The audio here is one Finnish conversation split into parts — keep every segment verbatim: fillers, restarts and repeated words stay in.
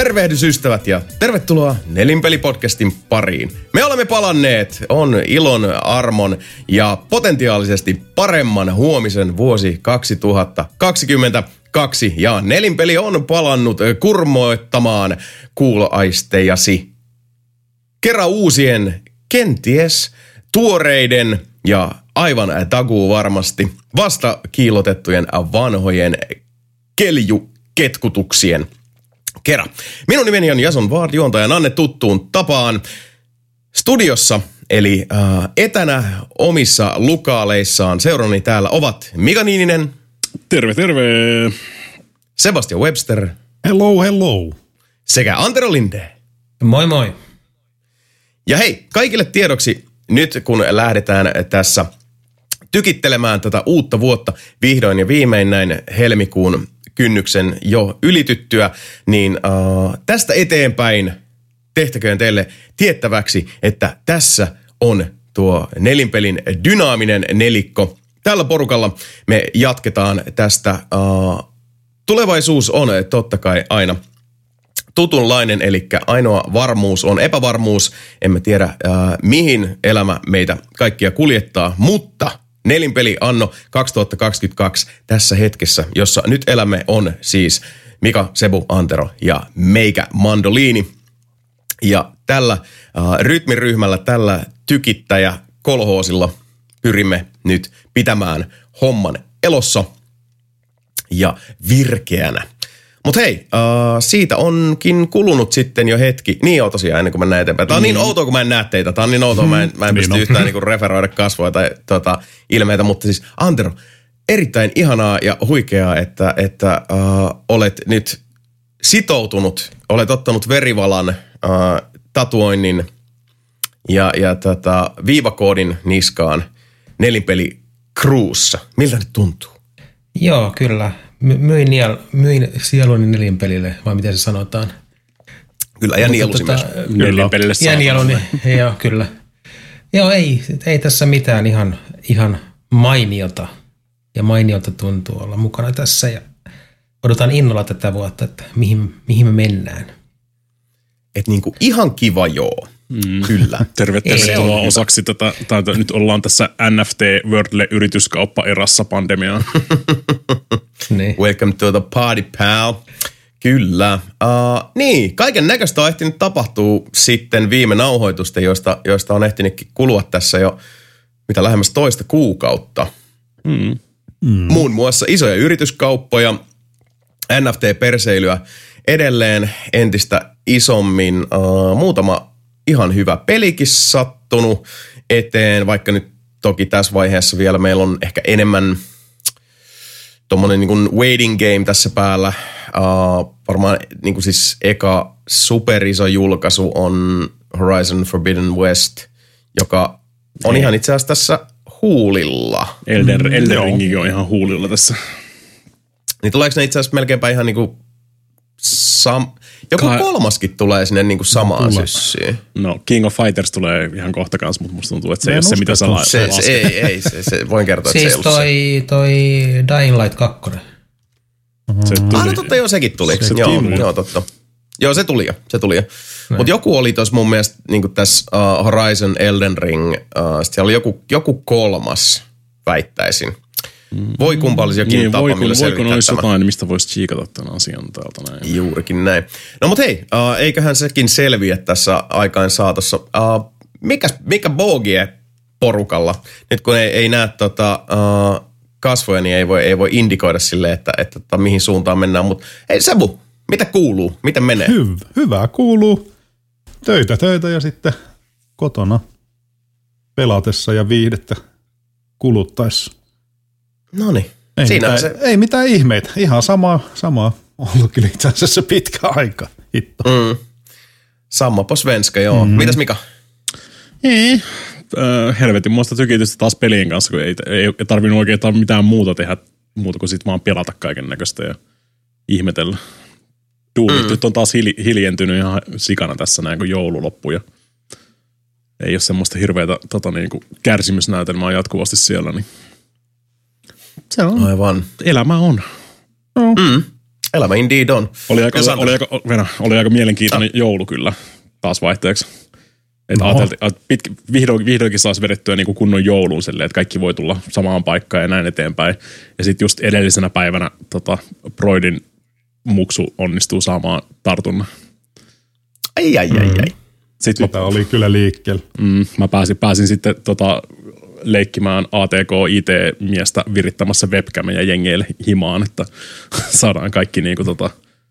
tervehdysystävät ja tervetuloa Nelinpeli-podcastin pariin. Me olemme palanneet, on ilon, armon ja potentiaalisesti paremman huomisen vuosi kaksituhattakaksikymmentäkaksi ja Nelinpeli on palannut kurmoittamaan kuuloaistejasi. Kerran uusien, kenties tuoreiden ja aivan taguu varmasti vasta kiilotettujen vanhojen keljuketkutuksien kerran. Minun nimeni on Jason Ward, juontaja Nanne tuttuun tapaan studiossa, eli äh, etänä omissa lukaaleissaan. Seurani täällä ovat Mika Niininen. Terve, terve. Sebastian Webster. Hello, hello. Sekä Antero Linde. Moi moi. Ja hei, kaikille tiedoksi nyt kun lähdetään tässä tykittelemään tätä uutta vuotta vihdoin ja viimein näin helmikuun kynnyksen jo ylityttyä, niin uh, tästä eteenpäin tehtäköön teille tiettäväksi, että tässä on tuo Nelinpelin dynaaminen nelikko. Tällä porukalla me jatketaan tästä. Uh, tulevaisuus on totta kai aina tutunlainen, eli ainoa varmuus on epävarmuus. Emme tiedä, uh, mihin elämä meitä kaikkia kuljettaa, mutta Nelinpeli anno kaksituhattakaksikymmentäkaksi tässä hetkessä, jossa nyt elämme, on siis Mika, Sebu, Antero ja meikä Mandoliini. Ja tällä uh, rytmiryhmällä, tällä tykittäjä kolhoosilla pyrimme nyt pitämään homman elossa ja virkeänä. Mutta hei, uh, siitä onkin kulunut sitten jo hetki. Niin joo tosiaan, ennen kuin mä näen eteenpäin. Tää on mm. niin outoa, kun mä en näe teitä. Tää on niin outoa, mä en, mä en pysty niin yhtään niinku referoida kasvoja tai tota, ilmeitä. Mutta siis Antero, erittäin ihanaa ja huikeaa, että, että uh, olet nyt sitoutunut. Olet ottanut verivalan, uh, tatuoinnin ja, ja tota, viivakoodin niskaan Nelinpeli Crewssa. Miltä nyt tuntuu? Joo, kyllä. My, myin, niel, myin sieluni Nelinpelille, vai miten se sanotaan? Kyllä, ja nielusi tota, myös. Nelinpelille ja nieluni, joo, kyllä. Joo, ei, ei tässä mitään, ihan, ihan mainiota. Ja mainiota tuntuu olla mukana tässä, ja odotan innolla tätä vuotta, että mihin, mihin me mennään. Et niinku ihan kiva joo. Mm. Kyllä. Tervetuloa osaksi tätä, tai nyt ollaan tässä N F T Worldle yrityskauppa-erassa pandemiaa. Niin. Welcome to the party, pal. Kyllä. Uh, niin, kaiken näköistä on ehtinyt tapahtua sitten viime nauhoitusten, joista, joista on ehtinytkin kulua tässä jo mitä lähemmäs toista kuukautta. Mm. Mm. Muun muassa isoja yrityskauppoja, N F T-perseilyä edelleen entistä isommin, uh, muutama ihan hyvä pelikin sattunut eteen, vaikka nyt toki tässä vaiheessa vielä meillä on ehkä enemmän tommonen niin kuin waiting game tässä päällä. Uh, varmaan niin kuin siis eka superiso julkaisu on Horizon Forbidden West, joka on Hei. ihan itse asiassa tässä huulilla. Elden, mm, Elden Ringikin on ihan huulilla tässä. Niin tuleeko ne itse asiassa melkeinpä ihan niinku sam... Joku Ka- kolmaskin tulee sinne niinku samaan syssyyn. No, King of Fighters tulee ihan kohta kanssa, mutta musta tuntuu, että se ei ole se, mitä sä la- se, se, ei, ei, se, se, voin kertoa, siis että se ei ollut toi, toi Dying Light kaksi. Uh-huh. Se tuli. Ah, no totta, joo, sekin tuli. Se joo, tuli. joo, totta. Joo, se tuli jo, se tuli jo. Mutta joku oli tuossa mun mielestä niinku tässä uh, Horizon Elden Ring, uh, sitten siellä oli joku, joku kolmas, väittäisin. Voi kumpa olisi jokin niin, tapa, voi, millä selvittää tämä. Olisi jotain, mistä voisi chiikata tämän asian täältä näin. Juurikin näin. No mut hei, uh, eiköhän sekin selviä tässä aikaan saatossa. Uh, mikä, mikä boogie porukalla? Nyt kun ei, ei näe tota, uh, kasvoja, niin ei voi, ei voi indikoida silleen, että, että, että mihin suuntaan mennään. Mutta hei Sebu, mitä kuuluu? Miten menee? Hyv- hyvää kuuluu. Töitä, töitä ja sitten kotona pelatessa ja viihdettä kuluttaessa. Noniin. Ei, Siinä se... ei mitään ihmeitä. Ihan sama, sama ollut kyllä itse asiassa pitkä aika. Hitto. Mm. Samma på svenska, joo. Mm. Mitäs Mika? Ei. Äh, helvetin muista tykitystä taas pelien kanssa, kun ei, ei tarvinnut oikein tarvi mitään muuta tehdä, muuta kuin sit vaan pelata kaiken näköistä ja ihmetellä. Duunit mm. nyt on taas hil, hiljentynyt ihan sikana tässä näin, kun joulu loppuu ja ei ole semmoista hirveätä tota, niin kuin kärsimysnäytelmää jatkuvasti siellä, niin se on. Aivan. Elämä on. No. Mm. Elämä indeed on. Oli aika, oli, oli, aika, Venä, oli aika mielenkiintoinen ah. joulu kyllä taas vaihteeksi. Että no. ajateltiin, että pitkä, vihdoin, vihdoinkin saisi vedettyä niin kuin kunnon jouluun silleen, että kaikki voi tulla samaan paikkaan ja näin eteenpäin. Ja sitten just edellisenä päivänä tota, Broidin muksu onnistuu saamaan tartunnan. Ai, ai, ai, ai. Mm. Sitä mä, oli kyllä liikkeellä. Mm, mä pääsin, pääsin sitten tota, leikkimään A T K I T-miestä virittämässä webcameja jengeille himaan, että saadaan kaikki niin kuin, tota,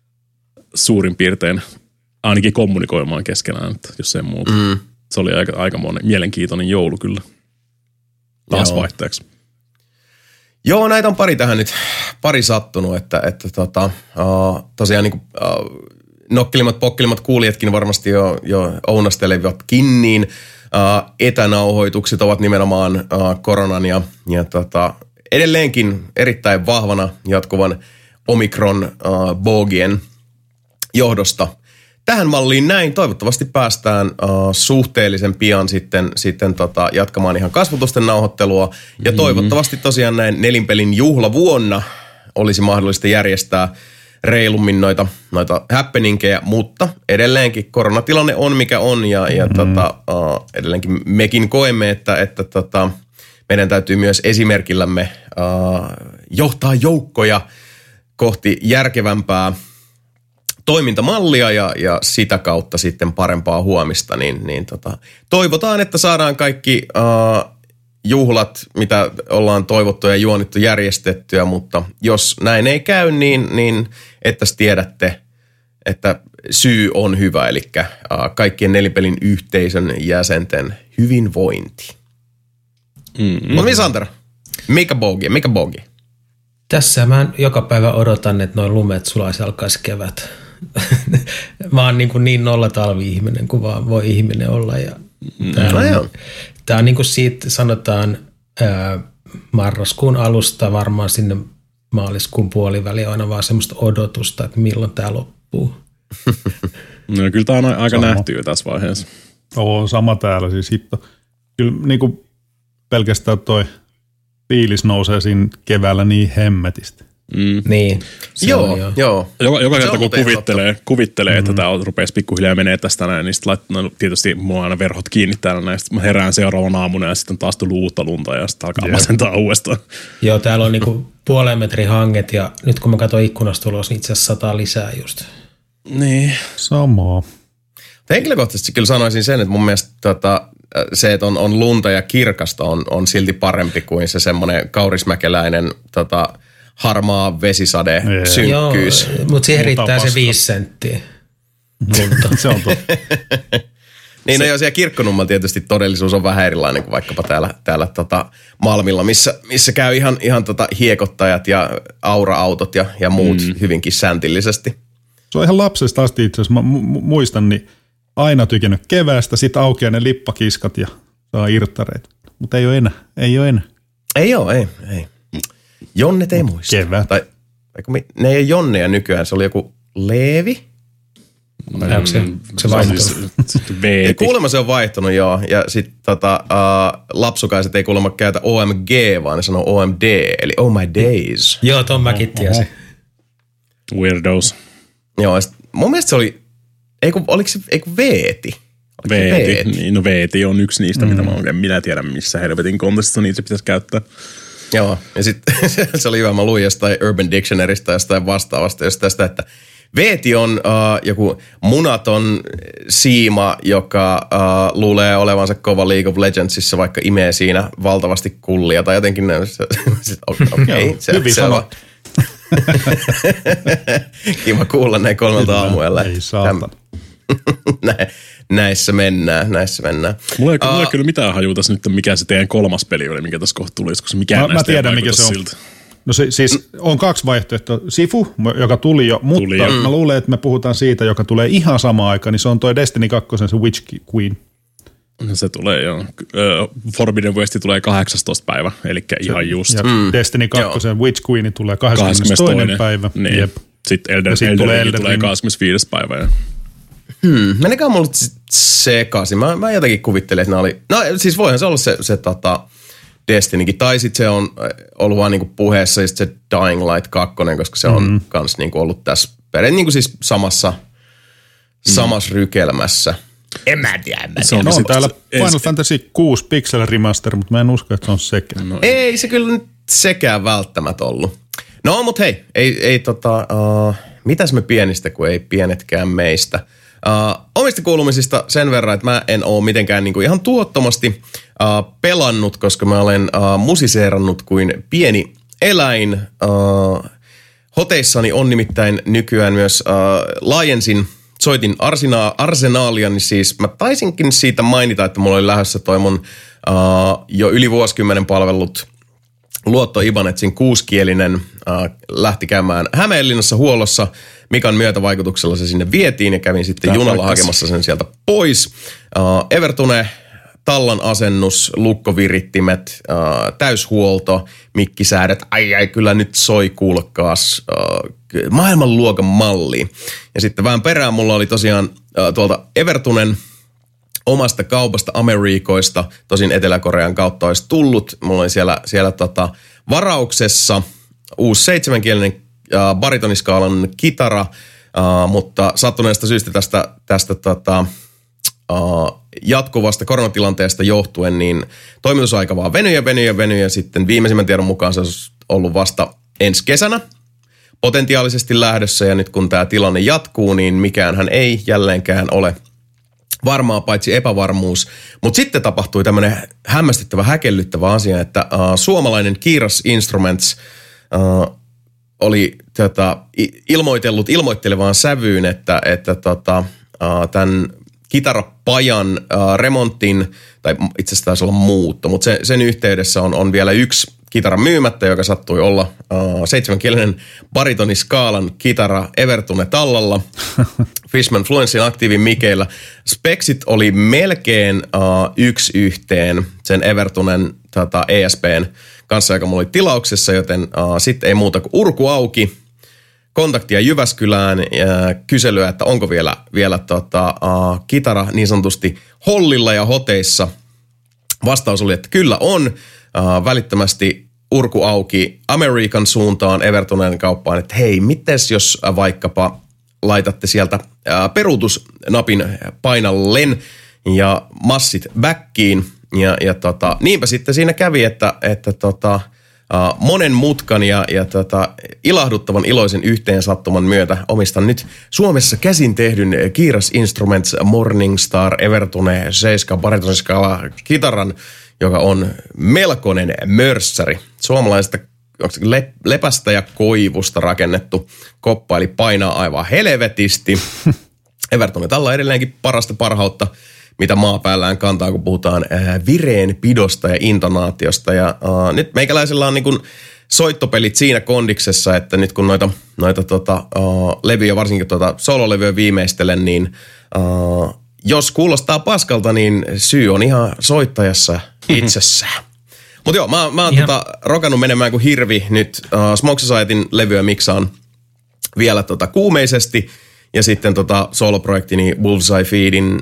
suurin piirtein ainakin kommunikoimaan keskenään, että jos ei muuta. Mm. Se oli aika, aika monen, mielenkiintoinen joulu kyllä. Taas Joo. vaihteeksi. Joo, näitä on pari tähän nyt, pari sattunut, että, että tota, uh, tosiaan niin kuin, uh, nokkelimmat, pokkelimmat kuulijatkin varmasti jo, jo ounastelevatkin, niin uh, etänauhoitukset ovat nimenomaan uh, koronan ja, ja tota, edelleenkin erittäin vahvana jatkuvan Omikron-boogien uh, johdosta. Tähän malliin näin. Toivottavasti päästään uh, suhteellisen pian sitten, sitten tota, jatkamaan ihan kasvotusten nauhoittelua. Ja toivottavasti tosiaan näin Nelinpelin juhlavuonna olisi mahdollista järjestää reilummin noita, noita happeningkeja, mutta edelleenkin koronatilanne on mikä on ja, ja mm-hmm. tota, uh, edelleenkin mekin koemme, että, että tota, meidän täytyy myös esimerkillämme uh, johtaa joukkoja kohti järkevämpää toimintamallia ja, ja sitä kautta sitten parempaa huomista, niin, niin tota, toivotaan, että saadaan kaikki uh, juhlat, mitä ollaan toivottu ja juonittu järjestettyä, mutta jos näin ei käy, niin, niin ettäs tiedätte, että syy on hyvä, eli uh, kaikkien Nelinpelin yhteisön jäsenten hyvinvointi. Mm-hmm. No missä Antero? Mikä bogi? Mikä bogi? Tässä mä joka päivä odotan, että noin lumet sulaisi alkaisi kevät. Mä oon niin, kuin niin nollatalvi-ihminen kuin vaan voi ihminen olla. Ja tää on, no tää on niin kuin siitä sanotaan ää, marraskuun alusta varmaan sinne maaliskuun puoliväliin aina vaan semmoista odotusta, että milloin tää loppuu. No kyllä tää on aika sama. Nähtyä tässä vaiheessa. Oo, sama täällä siis hitto. Kyllä niin kuin pelkästään toi fiilis nousee siinä keväällä niin hemmetistä. Mm. Niin. Joo, joo. joo. Joka, joka kerta kun kuvittelee, kuvittelee mm-hmm. että tämä rupeaisi pikkuhiljaa menee tästä näin, niin sitten no, tietysti mulla on aina verhot kiinni täällä näin. Sitten mä herään seuraavan aamuna ja sitten taas tullut uutta lunta ja sitten alkaa yeah. masentaa uudestaan. Joo, täällä on niinku puolen metrin hanget ja nyt kun mä katson ikkunasta ulos, niin itse asiassa sataa lisää just. Niin. Samaa. Henkilökohtaisesti kyllä sanoisin sen, että mun mielestä tota, se, että on, on lunta ja kirkasta on, on silti parempi kuin se semmoinen kaurismäkeläinen tota, harmaa vesisade yeah. synkkyys. Joo, mutta siihen riittää se viisi senttiä. Se on totta. Niin no joo, siellä Kirkkonummalla tietysti todellisuus on vähän erilainen kuin vaikkapa täällä, täällä tota Malmilla, missä, missä käy ihan, ihan tota hiekottajat ja aura-autot ja, ja muut mm. hyvinkin säntillisesti. Se on ihan lapsesta asti itse asiassa. Mä muistan, niin aina tykännyt keväästä, sit aukeaa ne lippakiskat ja saa irttareita. Mutta ei ole enää, ei ole enää. Ei ole, ei, ei. Jonnet ei muista. Kevät. Tai, ne ei ole Jonneja nykyään, se oli joku Leevi. Mm, onko se, onko se vaihtunut? Ja kuulemma se on vaihtunut, joo. Ja sitten tota, uh, lapsukaiset ei kuulemma käytä O M G, vaan ne sanoo O M D, eli Oh My Days. Joo, ton mäkin tiesin. Weirdos. Joo, sit, mun mielestä se oli, eiku, oliko se, eiku Veeti? Veeti, veeti? Niin, no Veeti on yksi niistä, mm. mitä mä en minä tiedä, missä helvetin kontestissa niitä se pitäisi käyttää. Joo, ja sitten se oli hyvä, mä luin jostain Urban Dictionarysta jostain vastaavasta, jos tästä, että veeti on uh, joku munaton siima, joka uh, luulee olevansa kova League of Legendsissa, vaikka imee siinä valtavasti kullia tai jotenkin ne. Okei, okay, se, se on. Kiva kuulla näin kolmelta aamuella. Ei saata. Näissä mennään, näissä mennään. Mulla ei, uh, mulla ei kyllä mitään haju tässä nyt, mikä se teidän kolmas peli oli, mikä tässä kohta tulisi, koska mikään mä, näistä mä tiedän, mikä se on. Siltä. No se, siis on kaksi vaihtoehtoa. Sifu, joka tuli jo, mutta tuli jo. Mä luulen, että me puhutaan siitä, joka tulee ihan samaan aikaan, niin se on toi Destiny kaksi, se Witch Queen. Se tulee joo. Forbidden West tulee kahdeksastoista päivä, eli ihan just. Ja mm. Destiny kaksi, Witch Queen tulee kahdeskymmenestoinen päivä. Niin. Jep. Sitten Elden, sit Elden, Elden Ring tulee kahdeskymmenesviides päivä. Ja. Hmm. Menekää mulle sekaisin. Mä, mä jotenkin kuvittelin, että nämä oli. No siis voihan se olla se, se tota, Destinykin. Tai sitten se on ollut vaan niinku puheessa se Dying Light kaksi, koska se on mm-hmm. kans niinku ollut tässä perin niinku siis samassa, mm. samassa rykelmässä. En mä tiedä, en mä tiedä. No on täällä Final Fantasy kuusi Pixel Remaster, mutta mä en usko, että se on sekään. No, ei se kyllä nyt sekään välttämättä ollut. No, mutta hei, ei, ei tota, uh, mitäs me pienistä, kun ei pienetkään meistä. Uh, omista kuulumisista sen verran, että mä en oo mitenkään niinku ihan tuottomasti uh, pelannut, koska mä olen uh, musiseerannut kuin pieni eläin. Uh, hoteissani on nimittäin nykyään myös uh, laajensin, soitin arsena- arsenaalia, niin siis mä taisinkin siitä mainita, että mulla oli lähdössä toi mun uh, jo yli vuosikymmenen palvellut Luotto Ibanetsin kuuskielinen uh, lähti käymään Hämeenlinnassa huollossa. Mikan myötävaikutuksella se sinne vietiin ja kävin sitten Tämä junalla paikkas. hakemassa sen sieltä pois. Uh, Evertune, tallan asennus, lukkovirittimet, uh, täyshuolto, mikkisäädöt. Ai ai, kyllä nyt soi kuulkaas uh, maailmanluokan malliin. Ja sitten vähän perään mulla oli tosiaan uh, tuolta Evertunen omasta kaupasta Amerikoista, tosin Etelä-Korean kautta olisi tullut. Mulla oli siellä, siellä tota varauksessa uusi seitsemänkielinen äh, baritoniskaalan kitara, äh, mutta sattuneesta syystä tästä, tästä tota, äh, jatkuvasta koronatilanteesta johtuen, niin toimitusaika vaan venyi ja venyi ja venyi, ja sitten viimeisimmän tiedon mukaan se olisi ollut vasta ensi kesänä potentiaalisesti lähdössä, ja nyt kun tämä tilanne jatkuu, niin mikäänhän ei jälleenkään ole varmaa, paitsi epävarmuus. Mutta sitten tapahtui tämmöinen hämmästyttävä, häkellyttävä asia, että uh, suomalainen Keras Instruments uh, oli tota, ilmoitellut ilmoittelevaan sävyyn, että, että tota, uh, tämän kitarapajan uh, remontin, tai itse asiassa taisi olla muutto, mutta se, sen yhteydessä on, on vielä yksi kitara myymättä, joka sattui olla uh, seitsemänkielinen baritoniskaalan kitara Evertune tallalla, Fishman Fluencein aktiivin mikeillä. Speksit oli melkein uh, yksi yhteen sen Evertunen tota, E S P:n kanssa, joka mulla oli tilauksessa, joten uh, sitten ei muuta kuin urku auki, kontaktia Jyväskylään ja kyselyä, että onko vielä, vielä tota, uh, kitara niin sanotusti hollilla ja hoteissa. Vastaus oli, että kyllä on. Uh, välittömästi urku auki Amerikan suuntaan Evertunen kauppaan, että hei, mites jos vaikkapa laitatte sieltä uh, peruutusnapin painallen ja massit backiin. Ja, ja tota, niinpä sitten siinä kävi, että, että tota, uh, monen mutkan ja, ja tota, ilahduttavan iloisen yhteensattuman myötä omistan nyt Suomessa käsin tehdyn Keras Instruments Morningstar Evertune seitsemän baritoniskala kitaran, joka on melkoinen mörssäri. Suomalaisesta le- lepästä ja koivusta rakennettu koppa, eli painaa aivan helvetisti. Evertune talla edelleenkin parasta parhautta, mitä maapäällään kantaa, kun puhutaan äh, vireenpidosta ja intonaatiosta. Ja äh, nyt meikäläisellä on niin kuin soittopelit siinä kondiksessa, että nyt kun noita, noita tota, äh, levyjä, varsinkin tuota sololevyä viimeistelen, niin äh, jos kuulostaa paskalta, niin syy on ihan soittajassa itsessään. Mutta joo, mä, mä oon tota, rokannut menemään kuin hirvi nyt uh, Smoke Societyn levyä miksaan vielä tota, kuumeisesti. Ja sitten tota, soloprojektini Bullseye Feedin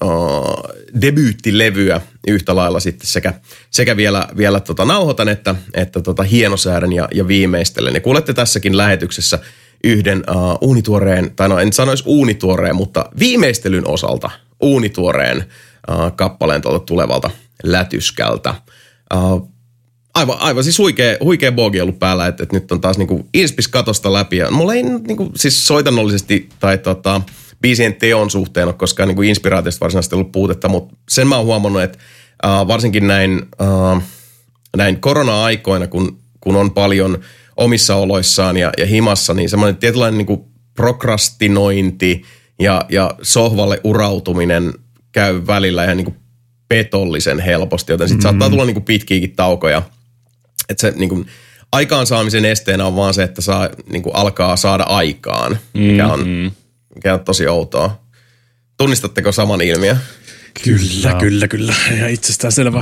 uh, debyyttilevyä yhtä lailla sitten sekä, sekä vielä, vielä tota, nauhoitan, että, että tota, hienosäädän ja, ja viimeistelen. Ja kuulette tässäkin lähetyksessä yhden uh, uunituoreen, tai no en sanoisi uunituoreen, mutta viimeistelyn osalta uunituoreen uh, kappaleen tuolta tulevalta lätyskältä. Uh, aivan, aivan siis huikea, huikea boogi ollut päällä, että, että nyt on taas niinku inspis katosta läpi. Ja mulla ei niinku, siis soitannollisesti tai tota, biisien teon suhteen ole koskaan niinku inspiraatiosta varsinaisesti ollut puutetta, mutta sen mä oon huomannut, että uh, varsinkin näin, uh, näin korona-aikoina, kun, kun on paljon omissa oloissaan ja, ja himassa, niin semmoinen tietynlainen niinku prokrastinointi ja, ja sohvalle urautuminen käy välillä ihan niinku petollisen helposti, joten sitten mm. saattaa tulla niinku pitkiäkin taukoja. Että se niinku aikaansaamisen esteenä on vaan se, että saa niinku alkaa saada aikaan, mikä on, mm-hmm. mikä on tosi outoa. Tunnistatteko saman ilmiön? Kyllä, no. kyllä, kyllä. Ja itsestään selvä.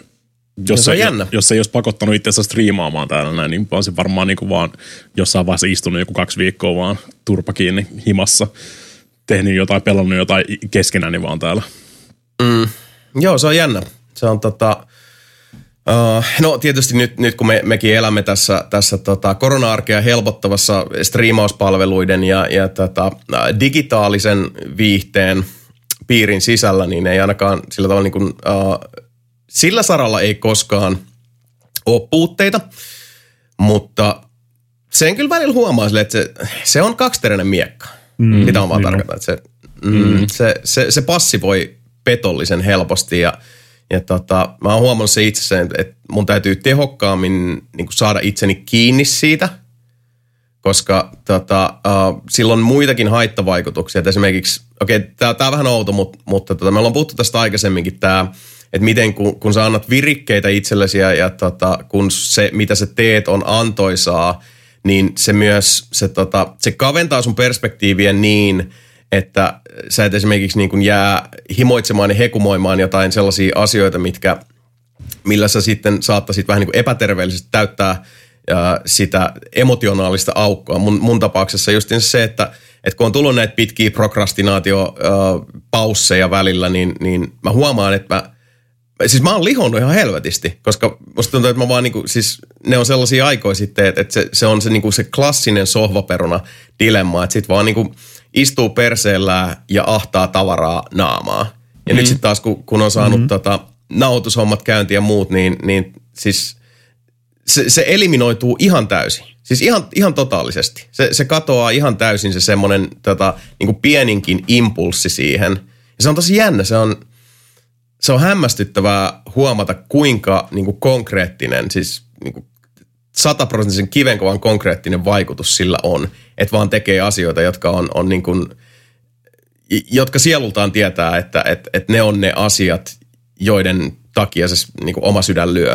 Jos se, jos ei olisi pakottanut itseänsä striimaamaan täällä näin, niin on se varmaan niinku vaan jossain vaiheessa istunut joku kaksi viikkoa vaan turpa kiinni himassa. Tehnyt jotain, pelannut jotain keskenäni vaan täällä. Mm. Joo, se on jännä. Se on tota, Uh, no tietysti nyt, nyt kun me, mekin elämme tässä, tässä tota, korona-arkea helpottavassa striimauspalveluiden ja, ja tota, digitaalisen viihteen piirin sisällä, niin ei ainakaan sillä tavalla niin kuin, uh, sillä saralla ei koskaan ole puutteita, mutta sen kyllä välillä huomaa sille, että se, se on kaksiteräinen miekka. Mm, Sitä on vaan niin tarkoittaa, että se, mm, se, se, se passivoi petollisen helposti ja Ja tota, mä oon huomannut se itsessään, että mun täytyy tehokkaammin niin kuin saada itseni kiinni siitä, koska tota, uh, sillä on muitakin haittavaikutuksia. Et esimerkiksi, okei, okay, tää, tää on vähän outo, mutta, mutta tota, me ollaan puhuttu tästä aikaisemminkin, tää, että miten kun, kun sä annat virikkeitä itsellesi ja, ja tota, kun se, mitä sä teet, on antoisaa, niin se myös, se, tota, se kaventaa sun perspektiiviä niin, että sä et esimerkiksi niin kuin jää himoitsemaan ja hekumoimaan jotain sellaisia asioita, mitkä, millä sä sitten saattaisit vähän niin kuin epäterveellisesti täyttää ää, sitä emotionaalista aukkoa. Mun, mun tapauksessa just se, että, että kun on tullut näitä pitkiä prokrastinaatiopausseja välillä, niin, niin mä huomaan, että mä, siis mä oon lihonnut ihan helvetisti, koska musta tuntuu, että mä vaan niinku, siis ne on sellaisia aikoja sitten, että, että se, se on se, niinku se klassinen sohvaperuna dilemma, että sit vaan niinku istuu perseellään ja ahtaa tavaraa naamaa. Ja mm-hmm. nyt sitten taas, kun, kun on saanut mm-hmm. tota, nauhoitushommat käyntiin ja muut, niin, niin siis se, se eliminoituu ihan täysin. Siis ihan, ihan totaalisesti. Se, se katoaa ihan täysin se semmoinen tota, niin pieninkin impulssi siihen. Ja se on tosi jännä. Se on, se on hämmästyttävää huomata, kuinka niin kuin konkreettinen, siis niin kuin sataprosenttisen kivenkovan konkreettinen vaikutus sillä on, että vaan tekee asioita, jotka on, on niin kuin, jotka sielultaan tietää, että et, et ne on ne asiat, joiden takia se niin kuin oma sydän lyö.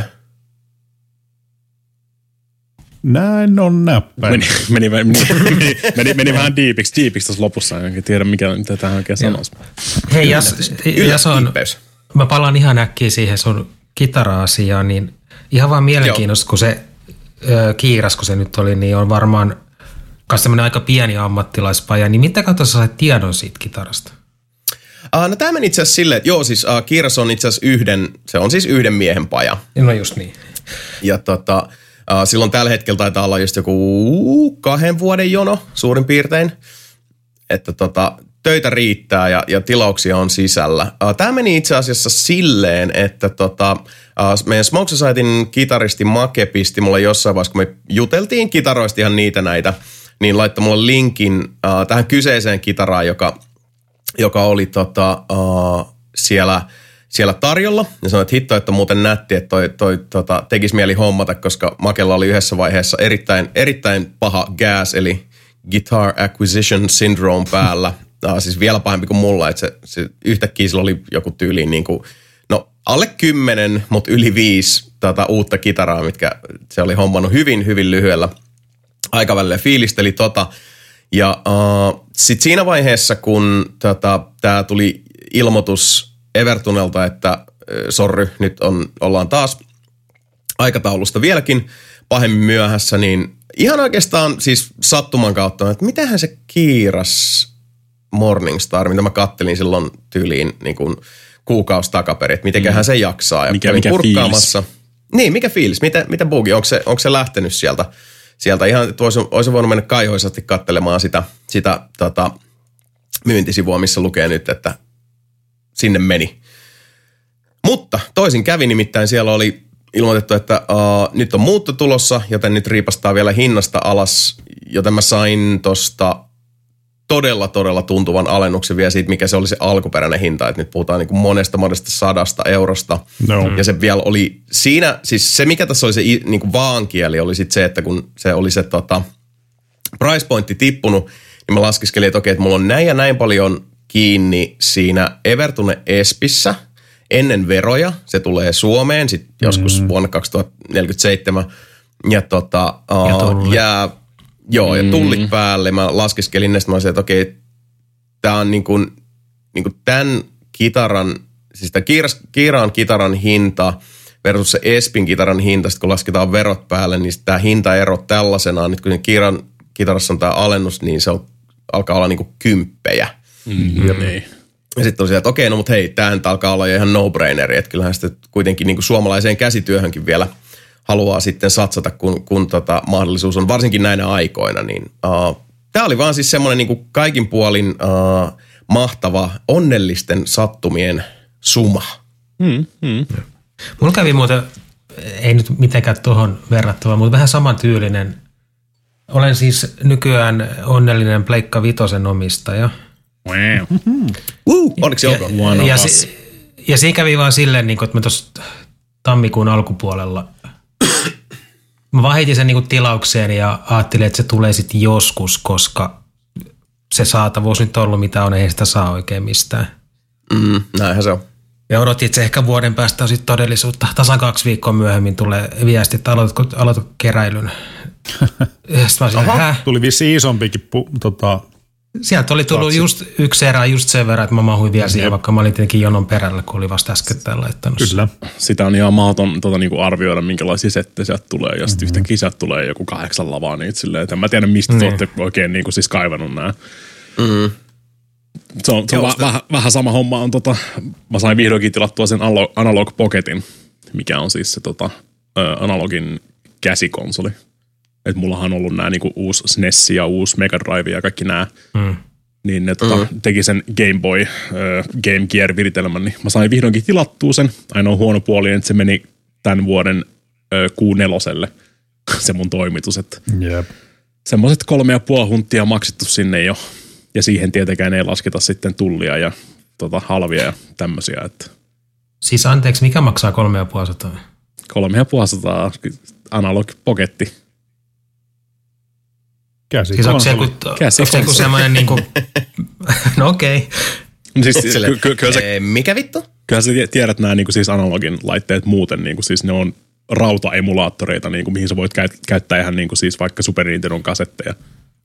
Näin on näppäin. Meni, meni, meni, meni, meni, meni vähän diipiksi, diipiksi tuossa lopussa, enkä tiedä mikä, mitä tähän oikein sanoisi. Hei, Jas, Jason, mä palaan ihan äkkiä siihen sun kitara-asiaan, niin ihan vaan mielenkiintoista, kun se Kiiras, kun se nyt oli, niin on varmaan myös semmoinen aika pieni ammattilaispaja, niin mitä kautta sä sait tiedon siitä kitarasta? Uh, no tämä meni itse asiassa silleen, että joo siis uh, Kiiras on itse asiassa yhden, se on siis yhden miehen paja. No just niin. Ja tota, uh, silloin tällä hetkellä taitaa olla just joku kahden vuoden jono suurin piirtein, että tota, töitä riittää ja, ja tilauksia on sisällä. Uh, tämä meni itse asiassa silleen, että tota, Uh, meidän Smoke Societyn kitaristi Make pisti mulle jossain vaiheessa, kun me juteltiin kitaroista ihan niitä näitä, niin laittoi mulle linkin uh, tähän kyseiseen kitaraan, joka, joka oli tota, uh, siellä, siellä tarjolla. Ja sanoi, että hitto, että on muuten nätti, että toi, toi tota, tekisi mieli hommata, koska Makella oli yhdessä vaiheessa erittäin, erittäin paha gas, eli Guitar Acquisition Syndrome päällä. Uh, siis vielä pahempi kuin mulla, että se, se yhtäkkiä sillä oli joku tyyliin niin kuin alle kymmenen, mutta yli viisi tota, uutta kitaraa, mitkä se oli hommannut hyvin, hyvin lyhyellä aikavälillä. Fiilisteli tota. Ja uh, sitten siinä vaiheessa, kun tota, tämä tuli ilmoitus Evertunelta, että äh, sorry, nyt on, ollaan taas aikataulusta vieläkin pahemmin myöhässä, niin ihan oikeastaan siis sattuman kautta, että mitähän se Kiiras Morningstar, mitä mä kattelin silloin tyyliin niin kuin kuukausi takaperin, että mitenköhän mm. se jaksaa. Ja mikä, mikä purkkaamassa. Fiilis? Niin, mikä fiilis? Mitä, mitä bugi? Onko se, onko se lähtenyt sieltä? Sieltä ihan, että olisi, olisi voinut mennä kaihoisasti katselemaan sitä, sitä tota, myyntisivua, missä lukee nyt, että sinne meni. Mutta toisin kävi, nimittäin siellä oli ilmoitettu, että uh, nyt on muutto tulossa, joten nyt riipastaa vielä hinnasta alas, joten mä sain tosta todella, todella tuntuvan alennuksen vielä siitä, mikä se oli se alkuperäinen hinta. Että nyt puhutaan niin kuin monesta, monesta sadasta eurosta. No. Ja se vielä oli siinä, siis se mikä tässä oli se niin kuin vaankieli, oli sitten se, että kun se oli se tota, price pointti tippunut, niin mä laskiskelin, että okei, että mulla on näin ja näin paljon kiinni siinä Evertune Espissä ennen veroja. Se tulee Suomeen sitten mm. joskus vuonna kaksituhattaneljäkymmentäseitsemän. Ja tota, uh, jää... Joo, ja tullit mm. päälle. Mä laskeskelin näistä, mä olisin, että okei, tää on niin kuin, niin kuin tämän kitaran, siis tämä Kiiraan kitaran hinta versus se Espin kitaran hinta, sit kun lasketaan verot päälle, niin tämä hintaero tällaisenaan, nyt kun se Kiiran kitarassa on tämä alennus, niin se on, alkaa olla niin kuin kymppejä. Mm-hmm. Ja, niin. Ja sitten on sieltä, että okei, no mutta hei, tämähän alkaa olla jo ihan no-braineri, että kyllähän sitten kuitenkin niin kuin suomalaiseen käsityöhönkin vielä haluaa sitten satsata, kun, kun tota mahdollisuus on, varsinkin näinä aikoina. Niin, uh, tämä oli vaan siis semmoinen niin kuin kaikin puolin uh, mahtava onnellisten sattumien suma. Mm, mm. Mulla kävi muuten, ei nyt mitenkään tuohon verrattava, mutta vähän samantyylinen. Olen siis nykyään onnellinen Pleikka Vitosen omistaja. Wow. Uh, onneksi olkoon. Ja, ja, si, ja siinä kävi vaan silleen, niin kuin, että mä tuossa tammikuun alkupuolella mä vahitin sen niin kuin tilaukseen ja ajattelin, että se tulee sitten joskus, koska se saatavuus nyt on ollut mitä on, ei sitä saa oikein mistään. Mm, näinhän se on. Ja odotin, että se ehkä vuoden päästä on sitten todellisuutta. Tasan kaksi viikkoa myöhemmin tulee viesti, että aloitatko, aloitatko keräilyn. Aha, tuli vissiin isompikin pu, tota, sieltä oli tullut Tatsi. just yksi erä just sen verran, että mä mahuin vielä siihen, vaikka mä olin tietenkin jonon perällä, kun oli vasta äskettäin laittanut. Kyllä. Sitä on ihan mahdoton tota, niinku arvioida, minkälaisia settejä sieltä tulee. Ja sitten mm-hmm. yhtäkkiä sieltä tulee joku kahdeksan lavaa niitä silleen, että en mä tiedä, mistä mm. te olette oikein niinku, siis kaivannut nämä. Mm. Se on, se on va- vähän, vähän sama homma. On, tota, mä sain vihdoinkin tilattua sen Analog Pocketin, mikä on siis se tota, analogin käsikonsoli. Että mullahan on ollut nämä niinku uusi S N E S ja uusi Mega Drive ja kaikki nämä. Mm. Niin ne tota, mm. teki sen Game Boy äh, Game Gear-viritelmän, niin mä sain vihdoinkin tilattua sen. Ainoa huono puoli, että se meni tämän vuoden äh, Q neljä se mun toimitus. Yep. Semmoiset kolme ja puoli hunttia maksettu sinne jo. Ja siihen tietenkään ei lasketa sitten tullia ja tota, halvia ja tämmöisiä. Että siis anteeksi, mikä maksaa kolme ja puoli sataa? Kolme ja puoli sataa Analog Pocketti. Käsi siis onko se joku, joku semmoinen niinku, no okei. Okay. Siis, ky- ky- kyllä sä, mikä vittu? Kyllä sä tiedät nämä niinku siis analogin laitteet muuten, niinku siis ne on rautaemulaattoreita, niinku, mihin sä voit käyt- käyttää ihan niinku siis vaikka Super Nintendon kasetteja.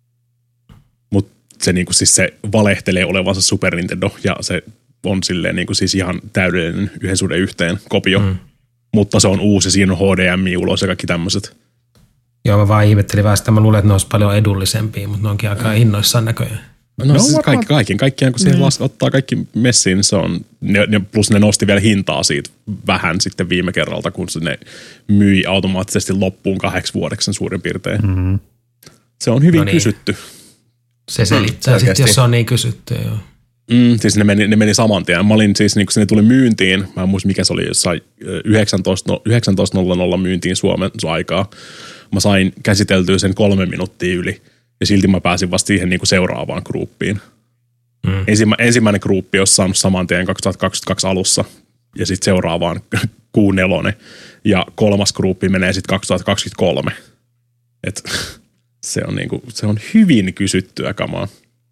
Mutta se, niinku siis se valehtelee olevansa Super Nintendo ja se on silleen niinku siis ihan täydellinen yhden suhde yhteen kopio. Mm. Mutta se on uusi, siinä on H D M I ulos ja kaikki tämmöiset. Joo, mä vaan ihmettelin vähän sitä. Mä luulen, että ne olisi paljon edullisempia, mutta ne onkin aika hinnoissaan näköjään. No, no siis kaikki, kaiken kaikkiaan, kun siihen mm. las, ottaa kaikki messiin, niin se on, ne, ne, plus ne nosti vielä hintaa siitä vähän sitten viime kerralta, kun se ne myi automaattisesti loppuun kahdeksi vuodeksi sen suurin piirtein. Mm-hmm. Se on hyvin no niin. kysytty. Se selittää mm, sitten, jos se on niin kysytty, joo. Mm, siis ne meni, ne meni saman tien. Mä olin siis, niin kun se tuli myyntiin, mä en muista mikä se oli, jossain yhdeksäntoista nolla nolla myyntiin Suomen aikaa. Mä sain käsiteltyä sen kolme minuuttia yli ja silti mä pääsin vasta siihen niin kuin seuraavaan gruppiin. Mm. Ensimmä, ensimmäinen gruppi olisi saanut saman tien kaksituhattakaksikymmentäkaksi alussa ja sitten seuraavaan Q neljä ja kolmas gruppi menee sitten kaksituhattakaksikymmentäkolme. Et se on, niin kuin, se on hyvin kysyttyä kamaa.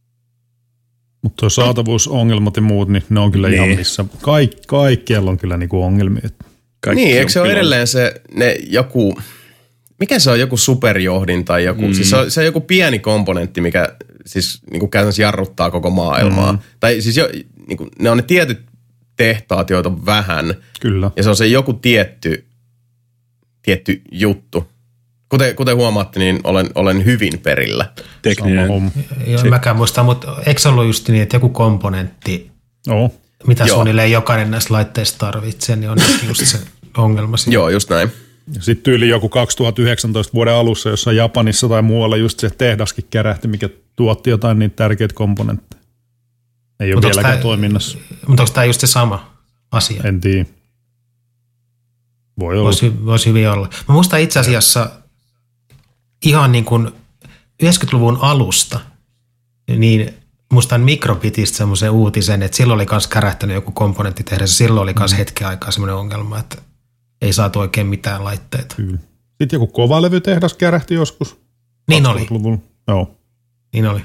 Mutta tuo saatavuusongelmat ja muut, niin ne on kyllä niin. ihan missä. Kaik, kaikkialla on kyllä niinku ongelmia. Kaikki niin, eikö se ole edelleen se ne joku, mikä se on, joku superjohdin tai joku, mm. siis se on, se on joku pieni komponentti, mikä siis niinku käytännössä jarruttaa koko maailmaa. Mm. Tai siis jo, niinku, ne on ne tietyt tehtaat, joita on vähän. Kyllä. Ja se on se joku tietty, tietty juttu. Kuten, kuten huomaatte, niin olen, olen hyvin perillä. Tekninen. Joo, en mäkään muista, mutta eikö se ollut just niin, että joku komponentti, no. mitä Joo. suunnilleen jokainen näistä laitteista tarvitsee, niin on just se ongelma siinä. Joo, just näin. Sitten tyyli joku kaksituhattayhdeksäntoista vuoden alussa, jossa Japanissa tai muualla just se tehdaskin kärähti, mikä tuotti jotain niin tärkeitä komponentteja. Ei ole vieläkään tämä, toiminnassa. Mutta onko tämä just se sama asia? En tiedä. Voi olla. Voisi, voisi hyvin olla. Mä muistan itse asiassa ihan niin kuin yhdeksänkymmentäluvun alusta, niin muistan Microbitistä semmoisen uutisen, että silloin oli myös kärähtänyt joku komponentti tehdä. Silloin oli myös hetken aikaa semmoinen ongelma, että ei saatu oikein mitään laitteita. Kyllä. Sitten joku kovalevytehdas kärähti joskus. Niin oli. Joo. Niin oli.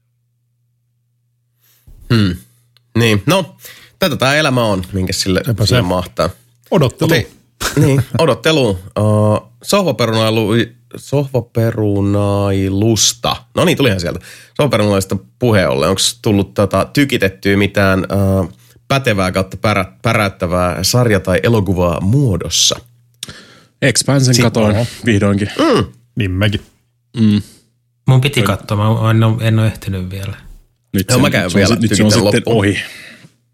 Hmm. Niin, no, tätä tämä elämä on, minkä sille, sille mahtaa. Odottelu. Oti, niin, odottelu. Uh, sohvaperunailu, sohvaperunailusta. No niin, tulihan sieltä. Sohvaperunailusta puheen ollen. Onko tullut tota, tykitettyä mitään uh, pätevää kautta pärä, päräyttävää sarja- tai elokuvaa muodossa? Expansen katoin vihdoinkin. Mm. Niin mäkin. Mm. Mun piti katsoa, mä en ole, en ole ehtinyt vielä. Nyt Joo, se, mä käyn se vielä on, nyt se on sitten loppuun. ohi.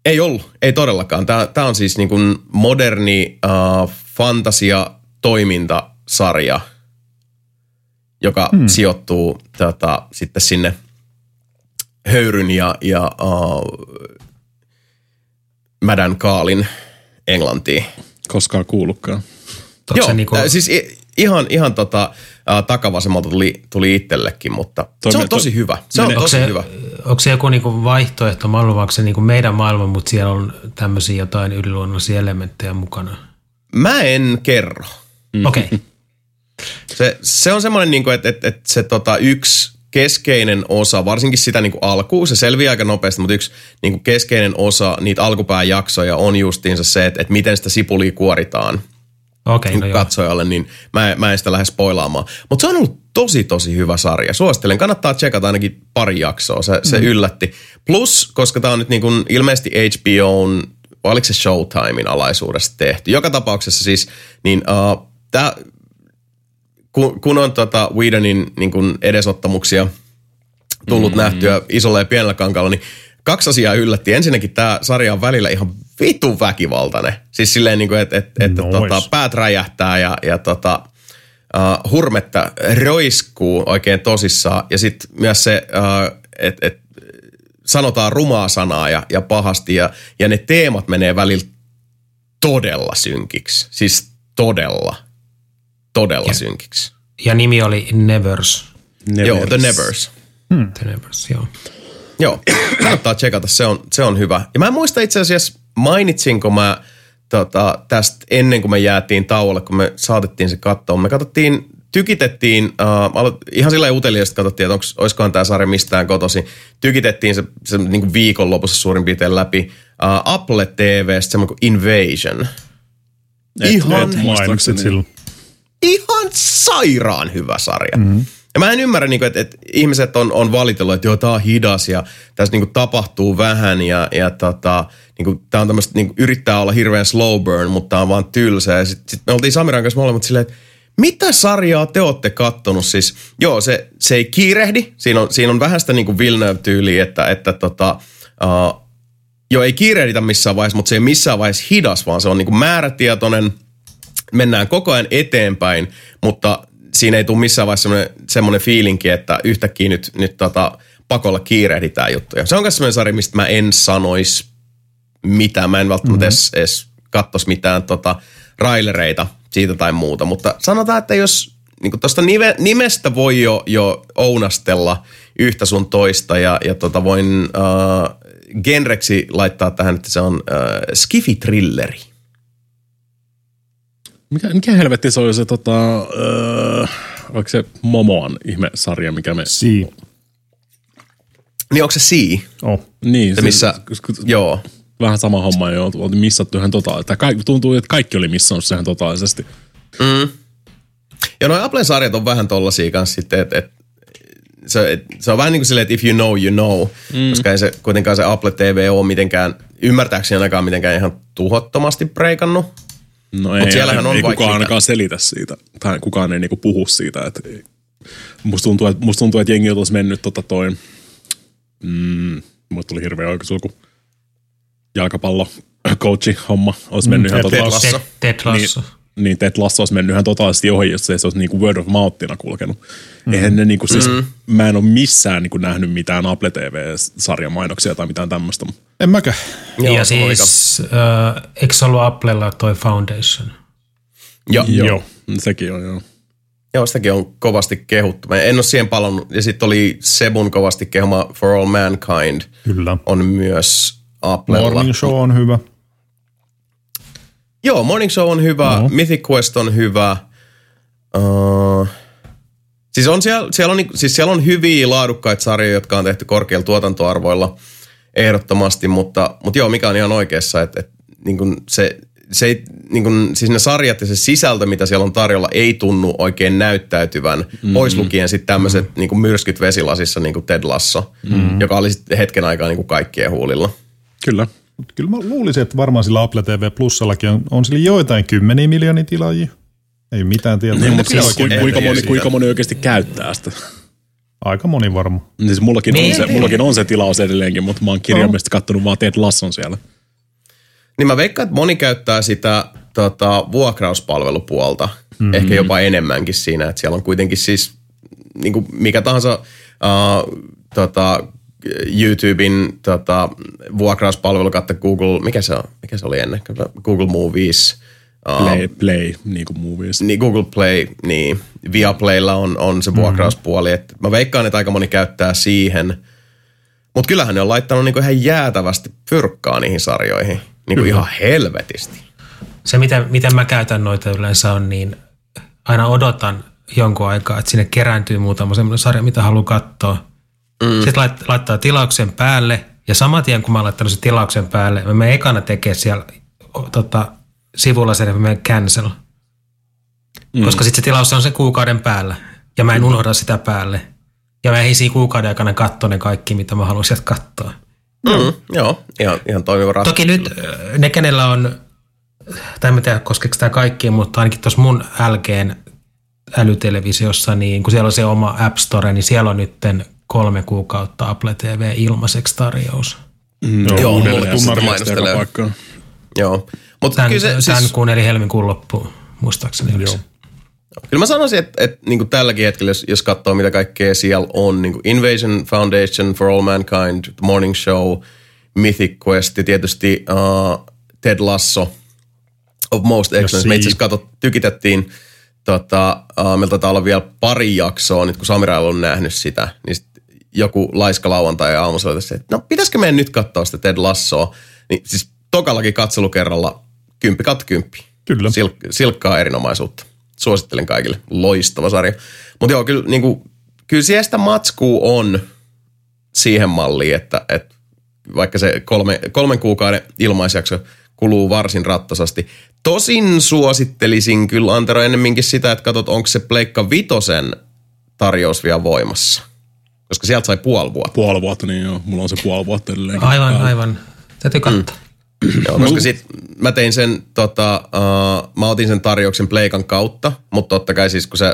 Ei ollut, ei todellakaan. Tämä, tämä on siis niin kuin moderni uh, fantasia-toimintasarja, joka hmm. sijoittuu tota, sitten sinne höyryn ja, ja uh, Mädän Kaalin Englantiin. Koskaan kuullutkaan. Joo, niinku... siis ihan, ihan tota, uh, takavasemmalta tuli, tuli itsellekin, mutta Toi se on tosi to... hyvä. Se on tosi se, hyvä. Onko se joku niinku vaihtoehto maailma, vai onko se niinku meidän maailma, mutta siellä on tämmöisiä jotain yliluonnollisia elementtejä mukana? Mä en kerro. Mm. Okei. Okay. Se, se on semmoinen, niinku, että, että, että se tota, yksi keskeinen osa, varsinkin sitä niinku alkuun, se selviää aika nopeasti, mutta yksi niinku keskeinen osa niitä alkupään jaksoja on justiinsa se, että, että miten sitä sipulia kuoritaan. Okay, no katsojalle, niin mä, mä en sitä lähde spoilaamaan. Mutta se on ollut tosi, tosi hyvä sarja. Suosittelen, kannattaa tsekata ainakin pari jaksoa. Se, mm. se yllätti. Plus, koska tää on nyt niin kuin ilmeisesti H B O:n, vai oliko se Showtimein alaisuudessa tehty. Joka tapauksessa siis, niin uh, tää, kun, kun on tota Whedonin niin kuin edesottamuksia tullut mm. nähtyä isolla ja pienellä kankalla, niin kaksi asiaa yllätti. Ensinnäkin tämä sarja on välillä ihan vitun väkivaltainen. Siis silleen, niin että et, et, nice. tota, päät räjähtää ja, ja tota, uh, hurmetta roiskuu oikein tosissaan. Ja sitten myös se, uh, että et, sanotaan rumaa sanaa ja, ja pahasti. Ja, ja ne teemat menee välillä todella synkiksi. Siis todella, todella ja, synkiksi. Ja nimi oli Nevers. Nevers. Joo, The Nevers. Hmm. The Nevers, joo. Joo, kannattaa tsekata, se on, se on hyvä. Ja mä en muista itse asiassa, mainitsinko mä tota, tästä ennen kuin me jäätiin tauolle, kun me saatettiin se katsoa. Me katsottiin, tykitettiin, uh, ihan sillä uteliaasti katsottiin, että onks, olisikohan tämä sarja mistään kotosi. Tykitettiin se, se niin kuin viikonlopussa suurin piirtein läpi. Uh, Apple T V:stä semmoinen kuin Invasion. Et, ihan, et silloin. Ihan sairaan hyvä sarja. Mm-hmm. Ja mä en ymmärrä, että, että ihmiset on, on valitellut, että joo, tää on hidas ja tässä niin kuin tapahtuu vähän ja, ja tota, niin kuin, tää on tämmöistä, niin kuin, yrittää olla hirveän slow burn, mutta tää on vaan tylsä. Ja sitten sit me oltiin Samiran kanssa molemmat silleen, että mitä sarjaa te ootte kattonut? Siis joo, se, se ei kiirehdi. Siinä on, siinä on vähän sitä niin kuin Villeneuve-tyyliä, että, että tota, uh, joo, ei kiirehditä missään vaiheessa, mutta se ei missään vaiheessa hidas, vaan se on niin kuin määrätietoinen. Mennään koko ajan eteenpäin, mutta siinä ei tule missään vaiheessa semmoinen, semmoinen fiilinki, että yhtäkkiä nyt, nyt tota, pakolla kiirehditään juttuja. Se on myös semmoinen sarja, mistä mä en sanoisi mitään. Mä en välttämättä mm-hmm. edes, edes katsoisi mitään tota, railereita siitä tai muuta. Mutta sanotaan, että jos niin tuosta nimestä voi jo, jo ounastella yhtä sun toista ja, ja tota voin uh, genreksi laittaa tähän, että se on uh, skifi-trilleri. Mikä, mikä helvetti se oli se, tota, öö, onko se Momoan ihme-sarja, mikä me... Sea. Niin onko se Sea? Oh. Niin. Se, missä, se, joo. Vähän sama homma jo, oltiin missattu ihan totaalisesti. Tuntuu, että kaikki oli missannut sen ihan totaalisesti. Mm. Ja noi Applen sarjat on vähän tollasia kanssa sitten, että et, se, et, se on vähän niin kuin silleen, että if you know, you know. Mm. Koska ei se kuitenkaan se Apple T V ole mitenkään, ymmärtääkseni ainakaan mitenkään ihan tuhottomasti breikannut. No ei, ei, ei kukaan ainakaan selitä siitä, tai kukaan ei niinku puhu siitä. Että musta, tuntuu, että, musta tuntuu, että jengi olisi mennyt tota toi, mm, mulle tuli hirveä oikeusulku, jalkapallo, coachi homma, olisi mennyt mm, ihan totaalisesti. Ted Lasso. Niin, niin Ted Lasso olisi mennyt ihan totaalisesti ohi, jos se olisi niinku word of mouthina kulkenut. Mm. Eihän ne niinku siis, mm. mä en ole missään niinku nähnyt mitään Apple T V-sarjan mainoksia tai mitään tämmöistä. En mäkään. Joo, ja siis, äh, eikö se ollut Applella toi Foundation? Joo. Joo, joo. Sekin on, joo. Joo, sitäkin on kovasti kehuttu. Mä en ole siihen palannut. Ja sitten oli Sebun kovasti kehuma For All Mankind. Kyllä. On myös Applella. Morning Show on hyvä. Joo, Morning Show on hyvä. No. Mythic Quest on hyvä. Uh, siis, on siellä, siellä, on, siis siellä on hyviä laadukkaita sarjoja, jotka on tehty korkeilla tuotantoarvoilla ehdottomasti, mutta, mutta joo, mikä on ihan oikeassa, että, että niin kuin se, se ei, niin kuin, siis ne sarjat ja se sisältö, mitä siellä on tarjolla, ei tunnu oikein näyttäytyvän, mm-hmm. pois lukien sitten tämmöiset mm-hmm. niin kuin myrskyt vesilasissa, niin kuin Ted Lasso, mm-hmm. joka oli sitten hetken aikaa niin kuin kaikkien huulilla. Kyllä. Kyllä mä luulisin, että varmaan sillä Apple T V Plusallakin on, on sillä joitain kymmeniä miljoonia tilaajia. Ei mitään tietoa. Niin, mutta siis, kuinka, moni, kuinka moni oikeasti käyttää sitä? Aika moni varma. Siis mullakin, niin, on se, mullakin on se tilaus edelleenkin, mutta mä oon kirjaimellisesti kattonut vaan Ted Lasson siellä. Niin mä veikkaan, että moni käyttää sitä tota, vuokrauspalvelupuolta. Mm-hmm. Ehkä jopa enemmänkin siinä, että siellä on kuitenkin siis niin kuin mikä tahansa uh, tota, YouTuben tota, vuokrauspalvelu, kautta Google, mikä se on? Mikä se oli ennen? Google Movies. Uh, Play, play niin kuin movies. Niin, Google Play, niin. Viaplaylla on, on se vuokrauspuoli. Mm-hmm. Et mä veikkaan, että aika moni käyttää siihen. Mutta kyllähän ne on laittanut niinku ihan jäätävästi fyrkkaa niihin sarjoihin. Niinku ihan helvetisti. Se, miten, miten mä käytän noita yleensä on, niin aina odotan jonkun aikaa, että sinne kerääntyy muutama semmoinen sarja, mitä haluaa katsoa. Mm. Sitten lait, laittaa tilauksen päälle, ja saman tien kun mä oon laittanut sen tilauksen päälle, mä menen ekana tekemään siellä tota, sivulla sen, että mä menen cancel. Mm. Koska sitten se tilaus on sen kuukauden päällä, ja mä en unohda sitä päälle. Ja mä ehdin siinä kuukauden aikana katsoa ne kaikki, mitä mä haluan sieltä katsoa. Mm. Joo, ihan, ihan toimiva ratkaisu. Toki nyt ne, kenellä on, tai en tiedä koskeeko tämä kaikkia, mutta ainakin tuossa mun L G:n älytelevisiossa, niin kun siellä on se oma App Store, niin siellä on nytten kolme kuukautta Apple T V ilmaiseksi tarjous. Mm, joo, joo, mulla uudelleen mainostelee. paikkaan. Joo. Mutta Tämän, kyllä se, tämän siis, kuun eli helmikuun loppuun, muistaakseni. Joo. kyllä mä sanoisin, että, että niin kuin tälläkin hetkellä, jos, jos katsoo mitä kaikkea siellä on, niin kuin Invasion Foundation for All Mankind, The Morning Show, Mythic Quest ja tietysti uh, Ted Lasso of Most Excellent. Me itse asiassa katsot, tykitettiin, tota, uh, meillä taitaa olla vielä pari jaksoa, nyt kun Samirailla on nähnyt sitä, niin sit joku laiska lauantai ja aamussa oli tässä, että no pitäisikö meidän nyt katsoa sitä Ted Lassoa, niin siis tokallakin katselukerralla kymppi kautta kymppi. Kyllä. Silk- silkkaa erinomaisuutta. Suosittelen kaikille. Loistava sarja. Mutta joo, kyllä, niinku, kyllä siellä sitä matskua on siihen malliin, että, että vaikka se kolme, kolmen kuukauden ilmaisjakso kuluu varsin rattosasti. Tosin suosittelisin kyllä, Antero, ennemminkin sitä, että katsot, onko se Pleikka Vitosen tarjous vielä voimassa. Koska sieltä sai puoli vuotta. Puoli vuotta, niin joo. Mulla on se puoli vuotta edelleenkin. Aivan, aivan. Täytyy katsoa. Mm. Joo, koska sit mä tein sen, tota, uh, mä otin sen tarjouksen Pleikan kautta, mutta totta kai siis kun sä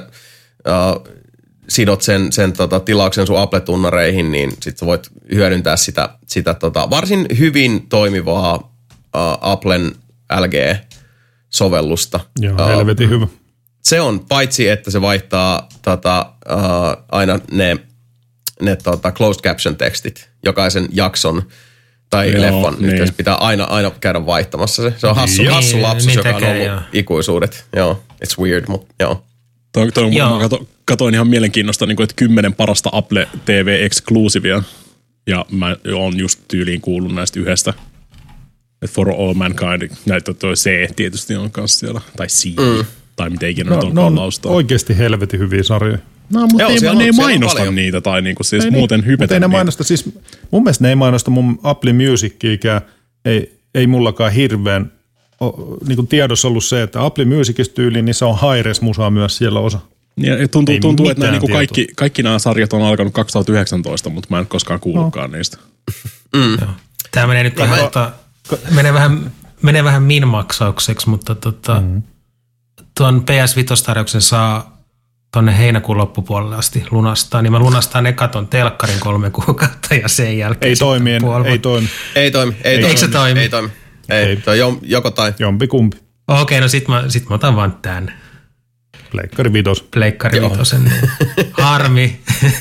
uh, sidot sen, sen tota, tilauksen sun Apple-tunnareihin, niin sit sä voit hyödyntää sitä, sitä tota, varsin hyvin toimivaa uh, Applen L G-sovellusta. Joo, Uh, helvetin hyvä. Se on, paitsi että se vaihtaa tota, uh, aina ne, ne tota, closed caption tekstit jokaisen jakson tai Joo, leffon niin. yhteydessä pitää aina, aina käydä vaihtamassa se. Se on hassu, Niin, hassu lapsus, niin joka on tekee, ollut joo. ikuisuudet. Joo, it's weird, mutta joo. Toi, toi, mä kato, katoin ihan mielenkiinnosta, niin kuin, että kymmenen parasta Apple T V-exclusivia. Ja mä oon just tyyliin kuullut näistä yhdestä. Että For All Mankind, näitä toi C tietysti on kanssa siellä. Tai C, mm. tai miten ikinä No, no, ne on on laustaa. oikeasti helvetin hyviä sarjoja. No, mutta Joo, ei, siellä ne on- ei siellä on mainosta paljon. niitä tai niinku siis Ei muuten niin, hypetä mutta ei ne niitä. mainosta, siis mun mielestä ne ei mainosta mun Apple Musicikään, ei, ei mullakaan hirveän o, niin kuin tiedossa ollut se, että Apple Musicista tyyliin, niin se on Hi-Res musaa myös siellä osa. Ja tuntuu, Ei tuntuu että nämä, mitään niinku kaikki, kaikki nämä sarjat on alkanut kaksituhattayhdeksäntoista, mutta mä en koskaan kuullutkaan no. niistä. Tämä menee nyt ihan, tota, menee vähän, menee vähän min-maksaukseksi, mutta tota, mm. tuon P S viisi-tarjouksen saa tuonne heinäkuun loppupuolelle asti lunastaa, niin mä lunastan eka ton telkkarin kolme kuukautta ja sen jälkeen Ei sitten toimi, en- puoli ei toimi. Ei toimi, ei Eikö toimi. se toimi? Ei toimi. Ei, Ei. toi on joko tai. Jompi kumpi. Okei, no sit mä, sit mä otan vaan tän Pleikkari vitos. pleikkari vitosen. Niin. Harmi.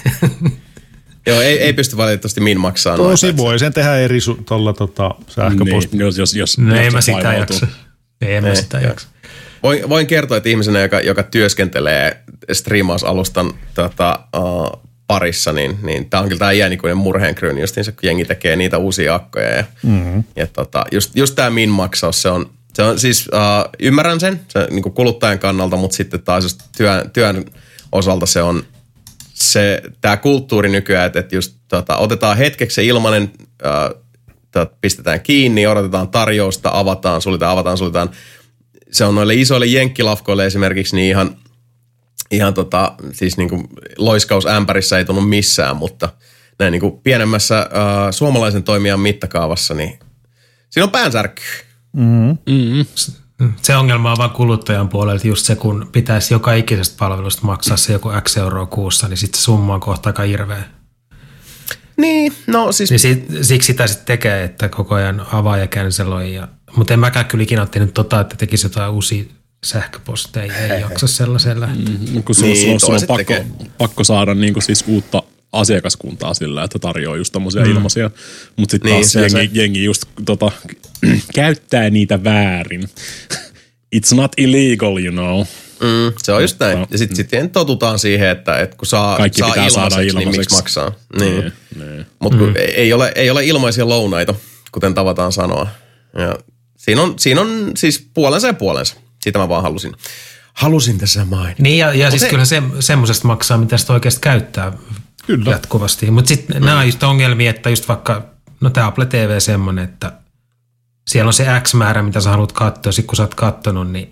Joo, ei, ei pysty valitettavasti min maksaa noita. Tosi voi sen tehdä eri su- tuolla tota, sähköpostilla. Niin, jos, jos, jos, No ei jos mä se sitä vaivautuu. jaksa. Ei mä Ei, sitä joo. jaksa. Voin, voin kertoa, että ihmisenä, joka, joka työskentelee striimausalustan tota, uh, parissa, niin, niin tämä on kyllä tämä iänikuinen murheenkryyni justiinsa, kun jengi tekee niitä uusia akkoja. Ja, mm-hmm. ja tota, just, just tämä min-maksaus, se on, se on siis, uh, ymmärrän sen, se niin kuin kuluttajan kannalta, mutta sitten taas just työn, työn osalta se on se, tämä kulttuuri nykyään, että, että just tota, otetaan hetkeksi se ilmanen, uh, tot, pistetään kiinni, odotetaan tarjousta, avataan, suljetaan, avataan, suljetaan. Se on noille isoille jenkkilafkoille esimerkiksi niin ihan, ihan tota, siis niin kuin loiskausämpärissä ei tunnu missään, mutta näin niin kuin pienemmässä äh, suomalaisen toimijan mittakaavassa, niin siinä on päänsärkky. Mm-hmm. Mm-hmm. Se ongelma on vaan kuluttajan puolelta just se, kun pitäisi joka ikisestä palvelusta maksaa se joku X euroa kuussa, niin sitten se summa on kohta aika hirveä. Niin, no siis... Niin sit, siksi sitä sitten tekee, että koko ajan avaa ja canceloi. Ja, mutta en mäkään kyllä ikinä ottanut tota, että tekisi jotain uusia sähköposteja, ei jaksa sellaisella. Mm, kun sulla Niin, on, sulla on pakko, tekee. pakko saada niinku siis uutta asiakaskuntaa sillä, että tarjoaa just tommosia mm. ilmaisia. Mutta sitten Niin, taas se- jengi, se. jengi just tota, käyttää niitä väärin. It's not illegal, you know. Mm, se on just näin. No. Ja sitten sit totutaan siihen, että, että kun saa, Kaikki saa pitää ilmaiseksi, saada niin miksi ilmaiseksi. maksaa. Niin. Nee, nee. Mutta mm. ei, ole, ei ole ilmaisia lounaita, kuten tavataan sanoa. Ja siinä, on, siinä on siis puolensa ja puolensa. Siitä mä vaan halusin. Halusin tässä mainita. Niin ja, ja siis se- kyllä se, semmoisesta maksaa, mitä sitä oikeasti käyttää Kyllä. jatkuvasti. Mutta sitten mm. nämä on just ongelmia, että just vaikka, no tämä Apple T V semmoinen, että siellä on se X määrä, mitä sä haluat katsoa. Sitten kun sä oot kattonut, niin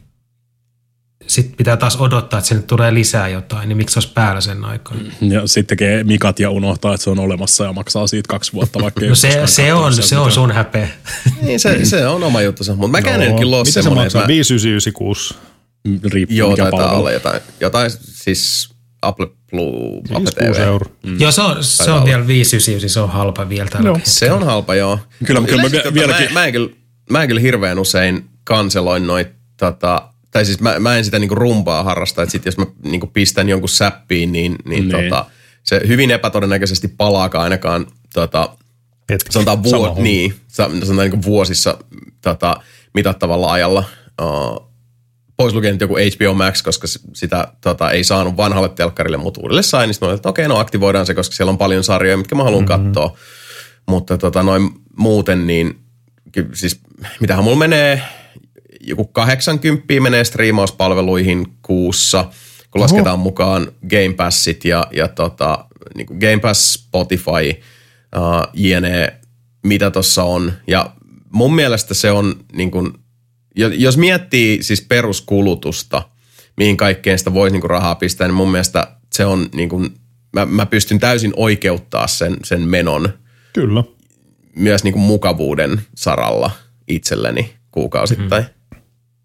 sitten pitää taas odottaa, että sinne tulee lisää jotain. Niin miksi se olisi päällä sen aikaa? Mm. Ja sitten tekee mikat ja unohtaa, että se on olemassa ja maksaa siitä kaksi vuotta, vaikka ei No ole se, koskaan se, katsonut on, sieltä se on mitään. sun häpeä. Niin se, se on oma juttusa. Mutta mäkään en kyllä ole Mitä se semmoinen, maksaa? että mä- viisi yhdeksän yhdeksän kuusi. Riippuu Joo, mikä taitaa palvelu. olla jotain, jotain siis Apple Blue, Apple viisi T V. kuusi euroa. Mm. Joo, se on, se on olla. vielä viisi yhdeksän, se on halpa vielä tällä Joo. hetkellä. Se on halpa, joo. Kyllä, kyllä mä Yleisesti vieläkin- ottaen Mä, mä, en kyllä, mä en kyllä hirveän usein kanseloin noit, tota, tai siis mä, mä en sitä niinku rumpaa harrasta, että sit jos mä niinku pistän jonkun säppiin, niin, niin Niin. tota, se hyvin epätodennäköisesti palaakaan ainakaan tota, Hetki. sanotaan, Sama vuo, homma. niin, sa- sanotaan niinku vuosissa tota, mitattavalla ajalla. Uh, pois lukien nyt joku H B O Max, koska s- sitä tota, ei saanut vanhalle telkkarille, mutta uudelle sai, niin sitten mä olin, että okei, no aktivoidaan se, koska siellä on paljon sarjoja, mitkä mä haluan mm-hmm. katsoa. Mutta tota, noin muuten, niin ky- siis mitähän mulla menee, joku kahdeksankymmentä menee striimauspalveluihin kuussa, kun Oho. lasketaan mukaan Game Passit ja, ja tota, niin kuin Game Pass, Spotify, uh, jne, mitä tossa on. Ja mun mielestä se on, niin kuin, jos miettii siis peruskulutusta, mihin kaikkeen sitä voisi niin kuin rahaa pistää, niin mun mielestä se on, niin kuin, mä, mä pystyn täysin oikeuttaa sen, sen menon Kyllä. myös niin kuin mukavuuden saralla itselleni kuukausittain. Mm.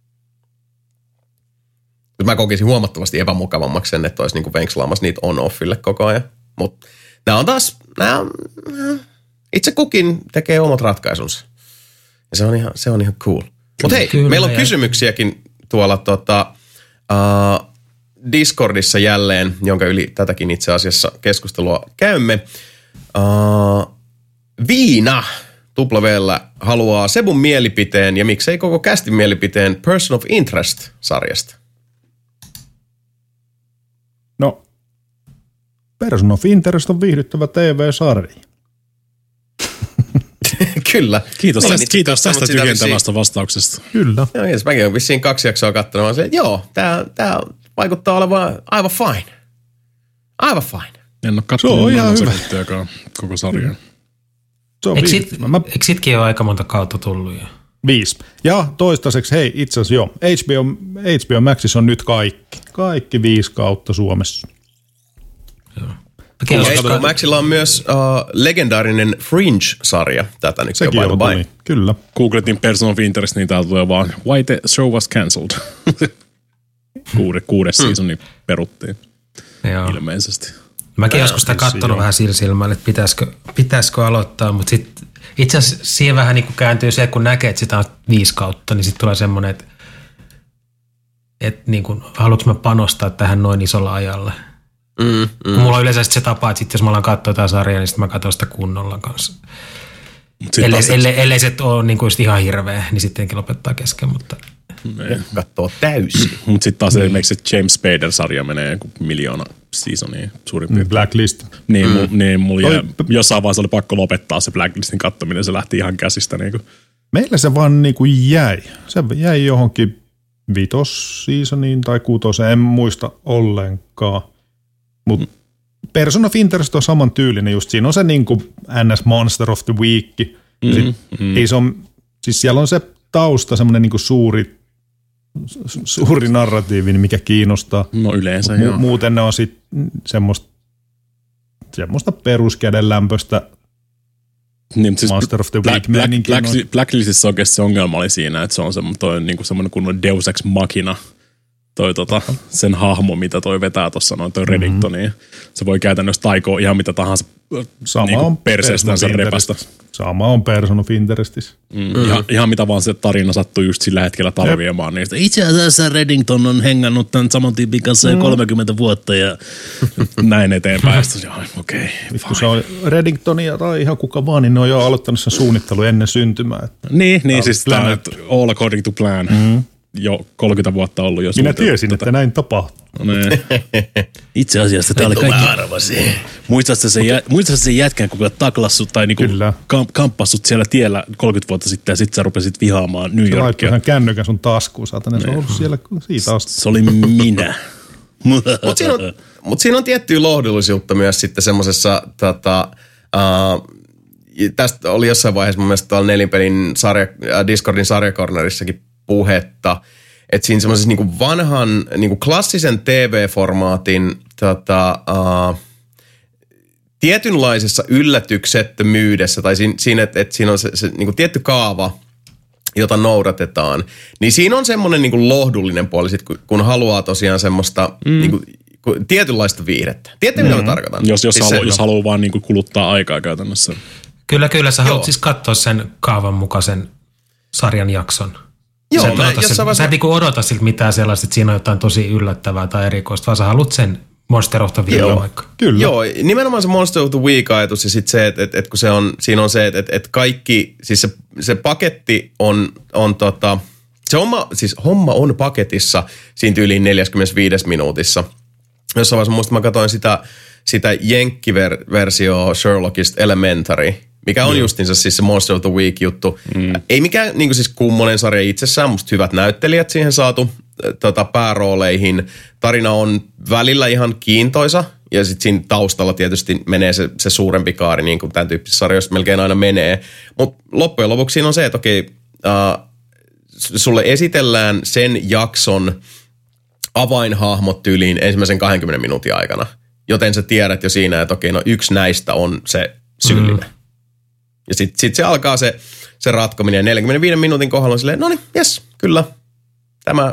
Mä kokisin huomattavasti epämukavammaksi sen, että olisi niin kuin venkslaamassa niitä on-offille koko ajan. Mutta nämä on taas, nämä on, itse kukin tekee omat ratkaisunsa. Ja se on ihan, se on ihan cool. Mutta hei, Kyllä, meillä on ja- kysymyksiäkin tuolla tota, uh, Discordissa jälleen, jonka yli tätäkin itse asiassa keskustelua käymme. Uh, Viina tuplavellä haluaa Sebun mielipiteen ja miksei koko kästin mielipiteen Person of Interest-sarjasta. No, Person of Interest on viihdyttävä T V-sarja. Kyllä. Kiitos Olen tästä, itse kiitos katsonut tästä sitä tyhjentävästä vastauksesta. Kyllä. Joo, yes, mäkin olen vissiin kaksi jaksoa katsonut. Mä olen silleen, että joo, tää, tää vaikuttaa olevan aivan fine. Aivan fine. En ole Se katsonut on ihan maailman hyvä. sekuntiakaan koko sarjan. Se on Eikö, sit, viihdyttävä. Mä eikö sitkin ole aika monta kautta tullut jo? Viisi. Ja toistaiseksi, hei, itse asiassa joo, H B O, H B O Maxissa on nyt kaikki. Kaikki viisi kautta Suomessa. Mäkin Ja joskus H B O Maxilla on myös uh, legendaarinen Fringe-sarja. Tätä nyt Sekin on on by the tuli. by. Kyllä. Googletin Person of Interest, niin täältä tulee vaan Why the show was cancelled. Kuude, kuudes Hmm. seasoni peruttiin Joo. ilmeisesti. Mäkin joskus sitä vissiin katsonut joo. vähän sillä silmällä, että pitäisikö, pitäisikö aloittaa, mutta sitten itse asiassa siihen vähän niin kuin kääntyy se, että kun näkee, että sitä on viisi kautta, niin sitten tulee semmoinen, että, että niin kuin, haluanko mä panostaa tähän noin isolla ajalla. Mm, mm. Kun mulla on yleensä sit se tapa, että sit jos mä alan katsoa jotain sarjaa, niin sitten mä katson sitä kunnolla kanssa. Mut sit Ellei, taas- ellei, ellei se ole niin kuin just ihan hirveä, niin sittenkin lopettaa kesken, mutta Niin. Katsoo täysin. Mutta sitten taas esimerkiksi se James Spader-sarja menee joku miljoona seasonia suurin piirtein. Blacklist. Niin, mm. mu, niin mulla jäi, Toi- jossain vaiheessa oli pakko lopettaa se Blacklistin kattominen, se lähti ihan käsistä. Niin kuin. Meillä se vaan niinku jäi. Se jäi johonkin vitos-seasoniin tai kutoseen, en muista ollenkaan. Mutta Person of Interest on saman tyylinen just. Siinä on se niinku N S Monster of the Week. Mm-hmm. Sit, mm-hmm. Ei se on, siis siellä on se tausta, semmoinen niinku suuri, su- suuri narratiivi, mikä kiinnostaa. No yleensä Mu- joo. muuten ne on sitten semmoista, semmoista peruskädenlämpöistä Niin, mutta siis Master of the Black, Week Black, meininkiä Black, Blacklistissa oikeasti se ongelma oli siinä, että se on semmo- toi, niin kuin semmoinen kunnon Deus Ex Machina toi tota, sen hahmo, mitä toi vetää tuossa noin toi Reddington, niin se voi käytännössä taikoa ihan mitä tahansa Sama niin on perseestänsä Person of repästä. Interest. Sama on Person of Interestissä. Mm. Mm. Ihan, ihan mitä vaan se tarina sattuu just sillä hetkellä tarviemaan. Niin itse asiassa Reddington on hengannut tämän saman tyypin kanssa mm. kolmekymmentä vuotta ja näin eteenpäin. Okei, okay, kun se on Reddingtonia tai ihan kuka vaan, niin ne on jo aloittanut sen suunnittelun ennen syntymää. Niin, niin siis tämä all according to plan. Mm. Jo kolmekymmentä vuotta ollut jo. Minä tiesin, että näin tapahtuu. No niin. Itse asiassa tämä oli kaikki. Muistatko se, jä, se jätkän, kuka taklassut tai niinku kamp, kamppassut siellä tiellä kolmekymmentä vuotta sitten ja sitten sä rupesit vihaamaan New Yorkia. Se laittoi ihan kännykän sun taskuun, saatana. Se on ollut siellä siitä asti. Se oli minä. Mutta siinä, mut siinä on tiettyä lohdullisuutta myös sitten semmoisessa, tota, uh, tästä oli jossain vaiheessa mun mielestä tuolla Nelinpelin sarja, uh, Discordin sarjakornerissakin puhetta, että siinä semmoisessa niinku vanhan, niinku klassisen T V-formaatin tota, uh, tietynlaisessa yllätyksettömyydessä, tai siinä, siinä että et siinä on se, se niinku tietty kaava, jota noudatetaan, niin siinä on semmoinen niinku lohdullinen puoli, sit, kun, kun haluaa tosiaan semmoista mm. niinku, tietynlaista viihdettä. Tiedätte, mitä mm. mä tarkoitan? Jos, jos, siis halu, se, jos haluaa vaan niinku kuluttaa aikaa käytännössä. Kyllä, kyllä. Sä haluat siis katsoa sen kaavan mukaisen sarjan jakson. Joo, sä et, mä, odota, jos sä, vasta... sä et niinku odota siltä mitään sellaista, että siinä on jotain tosi yllättävää tai erikoista, vaan sä haluat sen Monster of the Week vaikka. Kyllä. Joo, nimenomaan se Monster of the Week-ajatus ja sitten se, että et, et, kun se on, siinä on se, että et, et kaikki, siis se, se paketti on, on tota, se homma, siis homma on paketissa siinä tyyliin neljäkymmentäviisi minuutissa. Jossain vaiheessa muista mä katsoin sitä, sitä jenkkiversioa Sherlockista Elementary, mikä on mm. justiinsa siis se Monster of the Week-juttu. Mm. Ei mikään niin kuin siis kummonen sarja itsessään, musta hyvät näyttelijät siihen saatu tota, päärooleihin. Tarina on välillä ihan kiintoisa ja sitten siinä taustalla tietysti menee se, se suurempi kaari, niin kuin tämän tyyppisissä sarjoissa melkein aina menee. Mutta loppujen lopuksi siinä on se, että okei, äh, sulle esitellään sen jakson avainhahmot tyyliin ensimmäisen kahdenkymmenen minuutin aikana. Joten sä tiedät jo siinä, että okei, no yksi näistä on se syyllinen. Mm. Ja sitten sit se alkaa se, se ratkominen ja neljänkymmenenviiden minuutin kohdalla on silleen, no niin, jes, kyllä. Tämä,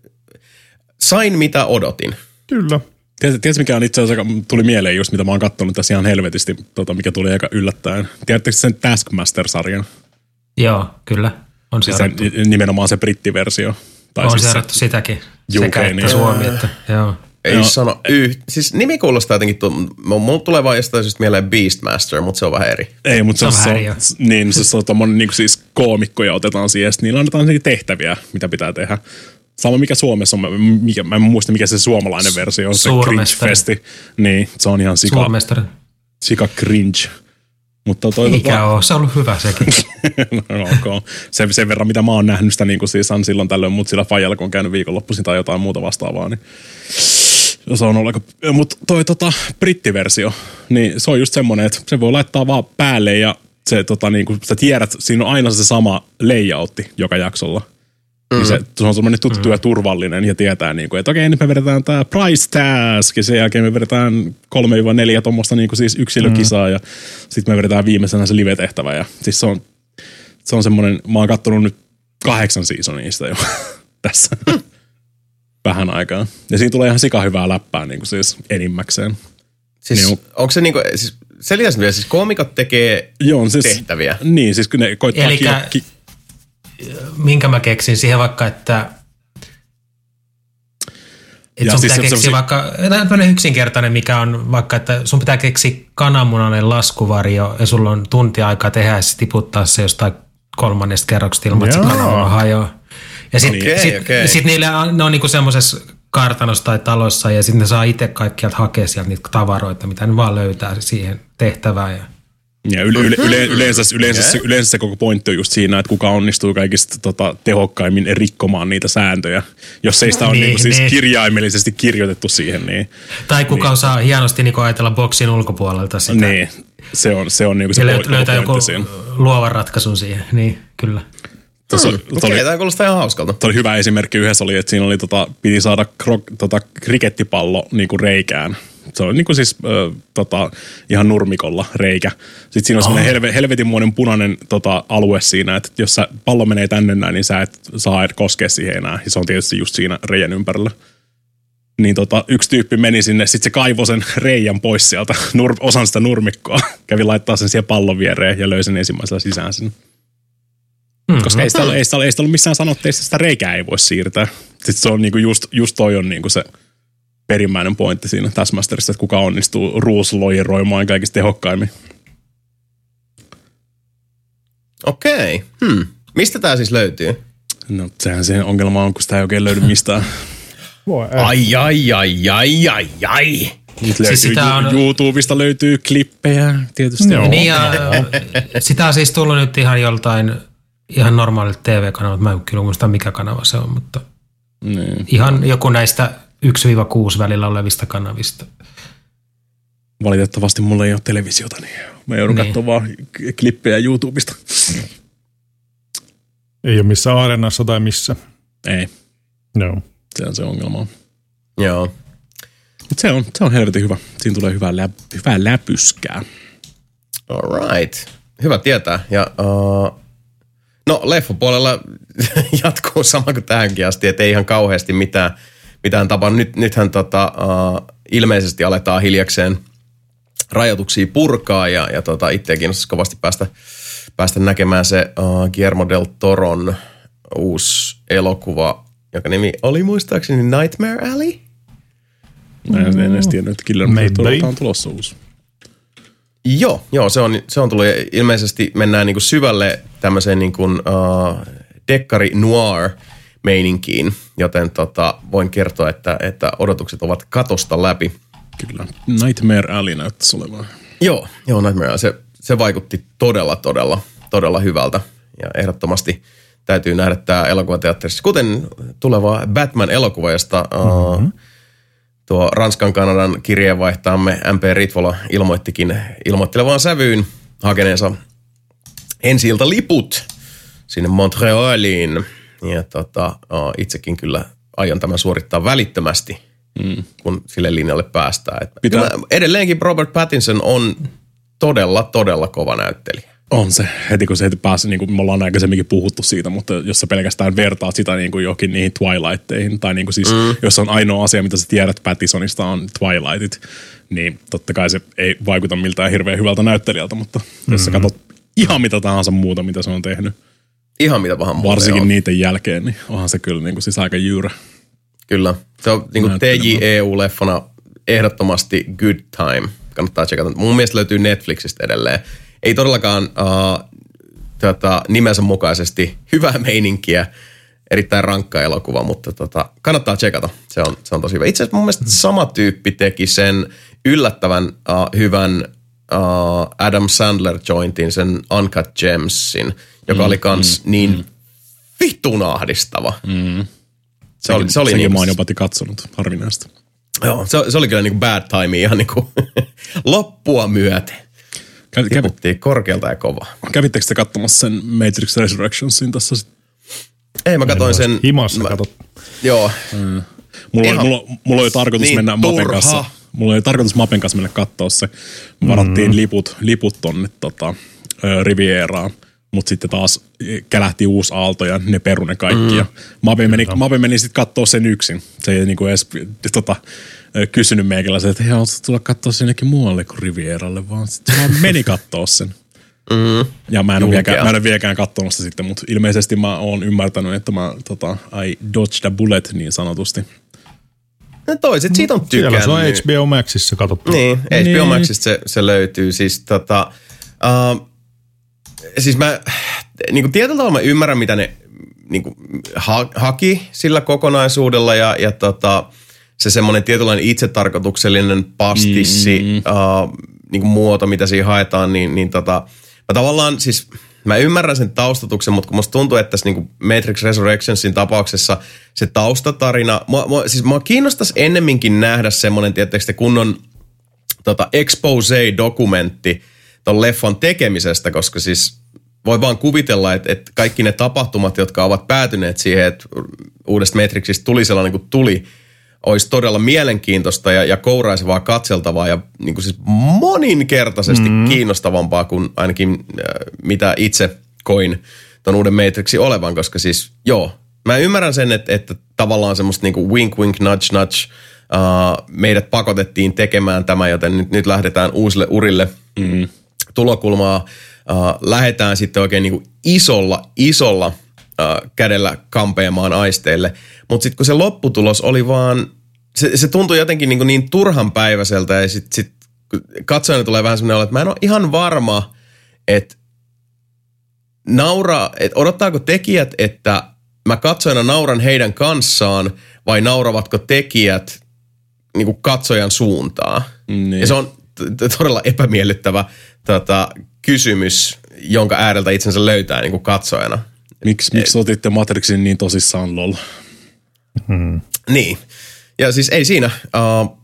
sain mitä odotin. Kyllä. Tiedätkö, mikä on itse asiassa, tuli mieleen just, mitä mä oon katsonut tässä ihan helvetisti, tota, mikä tuli aika yllättäen. Tiedättekö sen Taskmaster-sarjan? Joo, kyllä. On siis se, nimenomaan se brittiversio. Tai on siis seurattu se, sitäkin. U K, sekä että niin. Suomi, että joo. Ei no, sano yhtä. Siis nimi kuulostaa jotenkin, mulla tulee vaan jostain syystä mieleen Beastmaster, mutta se on vähän eri. Ei, mutta se, se on, on, se, niin, se on tommonen niin siis koomikkoja otetaan siihen, ja niillä annetaan tehtäviä, mitä pitää tehdä. Sama mikä Suomessa on, mikä, mä en muista mikä se suomalainen versio on, se Cringe-festi. Niin, se on ihan sika, sika cringe. Mutta toi, Eikä tota, ole, se on ollut hyvä sekin. no, okay. sen, sen verran, mitä mä oon nähnyt sitä, niin kuin siis on silloin tällöin mut sillä fajalla, kun on käynyt viikonloppuisin tai jotain muuta vastaavaa, niin se on ollut. Mutta toi tota, brittiversio, niin se on just semmoinen, että se voi laittaa vaan päälle ja se, tota, niin kuin sä tiedät, siinä on aina se sama layoutti joka jaksolla. Mm. Niin se, se on semmoinen tuttu mm. ja turvallinen ja tietää, niin kuin, että okei, nyt me vedetään tää price task ja sen jälkeen me vedetään kolme neljä tuommoista niin kuin siis yksilökisaa mm. ja sitten me vedetään viimeisenä se live-tehtävä. Ja siis se on, se on semmoinen, mä oon kattonut nyt kahdeksan seasonista jo tässä mm. vähän aikaa. Ja siinä tulee ihan sika hyvää läppää niin kuin siis enimmäkseen. Siis niin, onko se niin kuin, siis selitäisi vielä, siis koomikot tekee joo, siis, tehtäviä? Niin, siis kun ne koittaa Elikkä, ki- minkä mä keksin siihen vaikka, että et sun siis pitää keksiä se, vaikka, tämmöinen yksinkertainen, mikä on vaikka, että sun pitää keksiä kananmunainen laskuvario ja sulla on tunti aikaa tehdä ja tiputtaa se jostain kolmannesta kerroksesta ilman, että se kananmuna hajoaa. Ja sitten okay, sit, okay. sit niillä ne on niinku semmoisessa kartanossa tai talossa ja sitten ne saa itse kaikkialta hakea sieltä niitä tavaroita, mitä ne vaan löytää siihen tehtävään. Ja, ja yle, yle, yle, yleensä, yleensä, se, yleensä se koko pointti on just siinä, että kuka onnistuu kaikista tota, tehokkaimmin rikkomaan niitä sääntöjä. Jos ei sitä ole niin, niinku siis niin. kirjaimellisesti kirjoitettu siihen. Niin, tai kuka niin. osaa hienosti niinku ajatella boksin ulkopuolelta sitä. Niin, se on se, on niinku se pointti. Löytää joku siinä. Luovan ratkaisun siihen, niin kyllä. Hmm, Okei, okay, tämä kuulostaa ihan hauskalta. Tuo oli hyvä esimerkki yhdessä oli, että siinä oli tota, piti saada krok, tota, krikettipallo niinku reikään. Se oli niinku siis ö, tota, ihan nurmikolla reikä. Sitten siinä on semmoinen oh. helve, helvetinmoinen punainen tota, alue siinä, että jos sä, pallo menee tänne näin, niin sä et saa koskea siihen enää. Ja se on tietysti just siinä reijän ympärillä. Niin tota, yksi tyyppi meni sinne, sitten se kaivoi sen reijän pois sieltä, nur, osan sitä nurmikkoa. Kävi laittaa sen siihen pallon viereen ja löi sen ensimmäisellä sisään sinne. Mm-hmm. Koska ei sitä, ollut, ei, sitä ollut, ei sitä ollut missään sanotteissa, sitä reikää ei voi siirtää. Sitten se on niinku just, just toi on niinku se perimmäinen pointti siinä Taskmasterissa, että kuka onnistuu ruusloiroimaan kaikista tehokkaimmin. Okei. Okay. Hmm. Mistä tää siis löytyy? No sehän se ongelma on, kun sitä ei oikein löydy mistään. ai, ai, ai, ai, ai, ai. Nyt löytyy, siis on... YouTubesta löytyy klippejä tietysti. No, niin ja sitä on siis tullut nyt ihan joltain ihan normaalilta T V-kanavalta. Mä en kyllä muista mikä kanava se on, mutta niin. Ihan joku näistä yksi kuusi välillä olevista kanavista. Valitettavasti mulla ei ole televisiota, niin mä joudun niin. katsomaan vaan klippejä YouTubesta. Ei ole missään areenassa tai missä. Ei. No. Se on se ongelma. Joo. Mutta se on, se on helvetin hyvä. Siinä tulee hyvää, läp, hyvää läpyskää. All right. Hyvä tietää. Ja uh, no leffapuolella jatkuu sama kuin tähänkin asti, että ei ihan kauheasti mitään, mitään tapaa. Nyt, nythän tota, uh, ilmeisesti aletaan hiljakseen rajoituksia purkaa ja, ja tota, itseä kiinnostaisi kovasti päästä, päästä näkemään se uh, Guillermo del Toron uusi elokuva, joka nimi oli muistaakseni Nightmare Alley. Mä en edes tiennyt, että Guillermo del Toro on tulossa uusi. Joo, joo se, on, se on tullut. Ilmeisesti mennään niinku syvälle tämmöiseen niinku, uh, dekkari noir meininkiin, joten tota, voin kertoa, että, että odotukset ovat katosta läpi. Kyllä, Nightmare Alley näyttäisi olevan. Joo, joo Nightmare Alley, se, se vaikutti todella, todella, todella hyvältä ja ehdottomasti täytyy nähdä tämä elokuvateatterissa, kuten tuleva Batman-elokuva, josta mm-hmm. uh, tuo Ranskan Kanadan kirjeenvaihtaamme M P Ritvola ilmoittikin ilmoittelevaan sävyyn hakeneensa ensi-ilta liput sinne Montrealiin. Ja tota, uh, itsekin kyllä aion tämän suorittaa välittömästi, mm. kun sille linjalle päästään. Pitää. Edelleenkin Robert Pattinson on todella, todella kova näyttelijä. On se, heti kun se heti pääsi, niin kuin me ollaan aikaisemminkin puhuttu siitä, mutta jos sä pelkästään vertaat sitä niin kuin johonkin niihin Twilightteihin, tai niin kuin siis, mm. jos on ainoa asia, mitä sä tiedät Pattisonista on Twilightit, niin totta kai se ei vaikuta miltään hirveän hyvältä näyttelijältä, mutta mm-hmm. jos sä katsot ihan mitä tahansa muuta, mitä se on tehnyt, ihan mitä pahan muuta, varsinkin niiden jälkeen, niin onhan se kyllä niin kuin siis aika jyyrä. Kyllä, se on niin kuin T J E U-leffona ehdottomasti good time, kannattaa tsekata. Mun mielestä löytyy Netflixistä edelleen. Ei todellakaan uh, tota, nimensä mukaisesti hyvää meininkiä, erittäin rankka elokuva, mutta tota, kannattaa tsekata. Se on, se on tosi hyvä. Itse asiassa mun mielestä sama tyyppi teki sen yllättävän uh, hyvän uh, Adam Sandler jointin, sen Uncut Gemsin, joka mm, oli kans mm, niin mm. vitun ahdistava. Mm. Se oli, se oli niin, mä oon jopa katsonut harvinaista. Joo, se, se oli kyllä niin kuin bad time ihan niin kuin loppua myöten. Tiputtiin korkealta ja kovaa. Kävittekö te katsomassa sen Matrix Resurrectionsin tässä sitten? Ei, mä katsoin sen. Himassa katot. Joo. Mm. Mulla, oli, mulla, mulla oli tarkoitus niin mennä Mapen kanssa. Mulla oli tarkoitus Mapen kanssa mennä katsoa se. Me varattiin mm. liput, liput tonne tota, Rivieraan, mutta sitten taas kälähti uusi aalto ja ne peru ne kaikki. Mm. Mape meni, Mape meni sitten katsoa sen yksin. Se ei niinku edes tota, kysynyt meikäläisen, että hei, haluatko tulla katsoa sinnekin muualle kuin Rivieralle, vaan sitten vaan meni katsoa sen. Mm. Ja mä en, ole vieläkään, mä en ole vieläkään katsonut sitä sitten, mutta ilmeisesti mä oon ymmärtänyt, että mä tota, I dodged a bullet niin sanotusti. No toiset siitä on tykännyt. Siellä se on H B O Maxissa katsottu. Niin, H B O Maxissa se, se löytyy. Siis tota, uh, siis mä niin kuin tietyllä tavalla mä ymmärrän, mitä ne niin kuin, ha, haki sillä kokonaisuudella ja, ja tota, se semmoinen tietynlainen itsetarkoituksellinen pastissi mm-hmm. uh, niin kuin muoto, mitä siinä haetaan, niin, niin tota, mä tavallaan siis, mä ymmärrän sen taustatuksen, mutta kun musta tuntuu, että tässä niin kuin Matrix Resurrectionsin tapauksessa se taustatarina, mua, mua, siis mua kiinnostaisi ennemminkin nähdä semmoinen, tietysti kunnon tota, expose-dokumentti ton leffan tekemisestä, koska siis voi vaan kuvitella, että, että kaikki ne tapahtumat, jotka ovat päätyneet siihen, että uudesta Matrixista tuli sellainen kuin tuli, olisi todella mielenkiintoista ja, ja kouraisevaa katseltavaa ja niin kuin siis moninkertaisesti mm. kiinnostavampaa kuin ainakin äh, mitä itse koin ton uuden Matrixin olevan, koska siis joo, mä ymmärrän sen, että, että tavallaan semmoista niin kuin wink wink nudge nudge uh, meidät pakotettiin tekemään tämä, joten nyt, nyt lähdetään uusille urille mm. tulokulmaa. Uh, lähdetään sitten oikein niin kuin isolla, isolla uh, kädellä kampeamaan aisteille. Mutta sitten kun se lopputulos oli vaan, se, se tuntui jotenkin niin, niin turhanpäiväiseltä ja sitten sit, katsojana tulee vähän sellainen olo, että mä en ole ihan varma, että naura, että odottaako tekijät, että mä katsojana nauran heidän kanssaan vai nauravatko tekijät niin kuin katsojan suuntaan. Niin. Ja se on t- todella epämiellyttävä tota, kysymys, jonka ääreltä itsensä löytää niin kuin katsojana. Miks, miksi otitte Matrixin niin tosissaan, lol? Hmm. Niin. Ja siis ei siinä. Uh,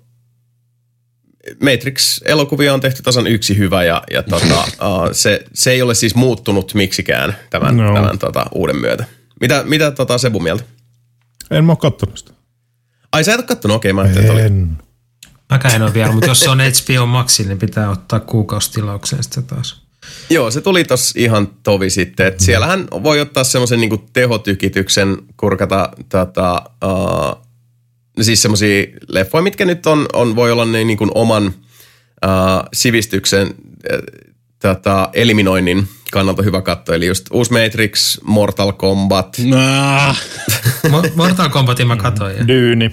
Matrix-elokuvia on tehty tasan yksi hyvä ja, ja tota, uh, se, se ei ole siis muuttunut miksikään tämän, no. tämän tota, uuden myötä. Mitä, mitä tota Sebu mieltä? En mä oo kattonut sitä. Ai sä et ole kattonut? Okei, mä ajattelin, että oli. Mäkään en ole vielä, mutta jos se on H B O Maxi, niin pitää ottaa kuukausitilaukseen sitä taas. Joo, se tuli tossa ihan tovi sitten. Että siellähän voi ottaa semmoisen niinku tehotykityksen, kurkata tota, uh, siis semmosia leffoja, mitkä nyt on, on voi olla ne niinku oman uh, sivistyksen uh, tota, eliminoinnin kannalta hyvä katto. Eli just uusi Matrix, Mortal Kombat. Nah. Mortal Kombatin mä katsoin. Ja. Dyyni.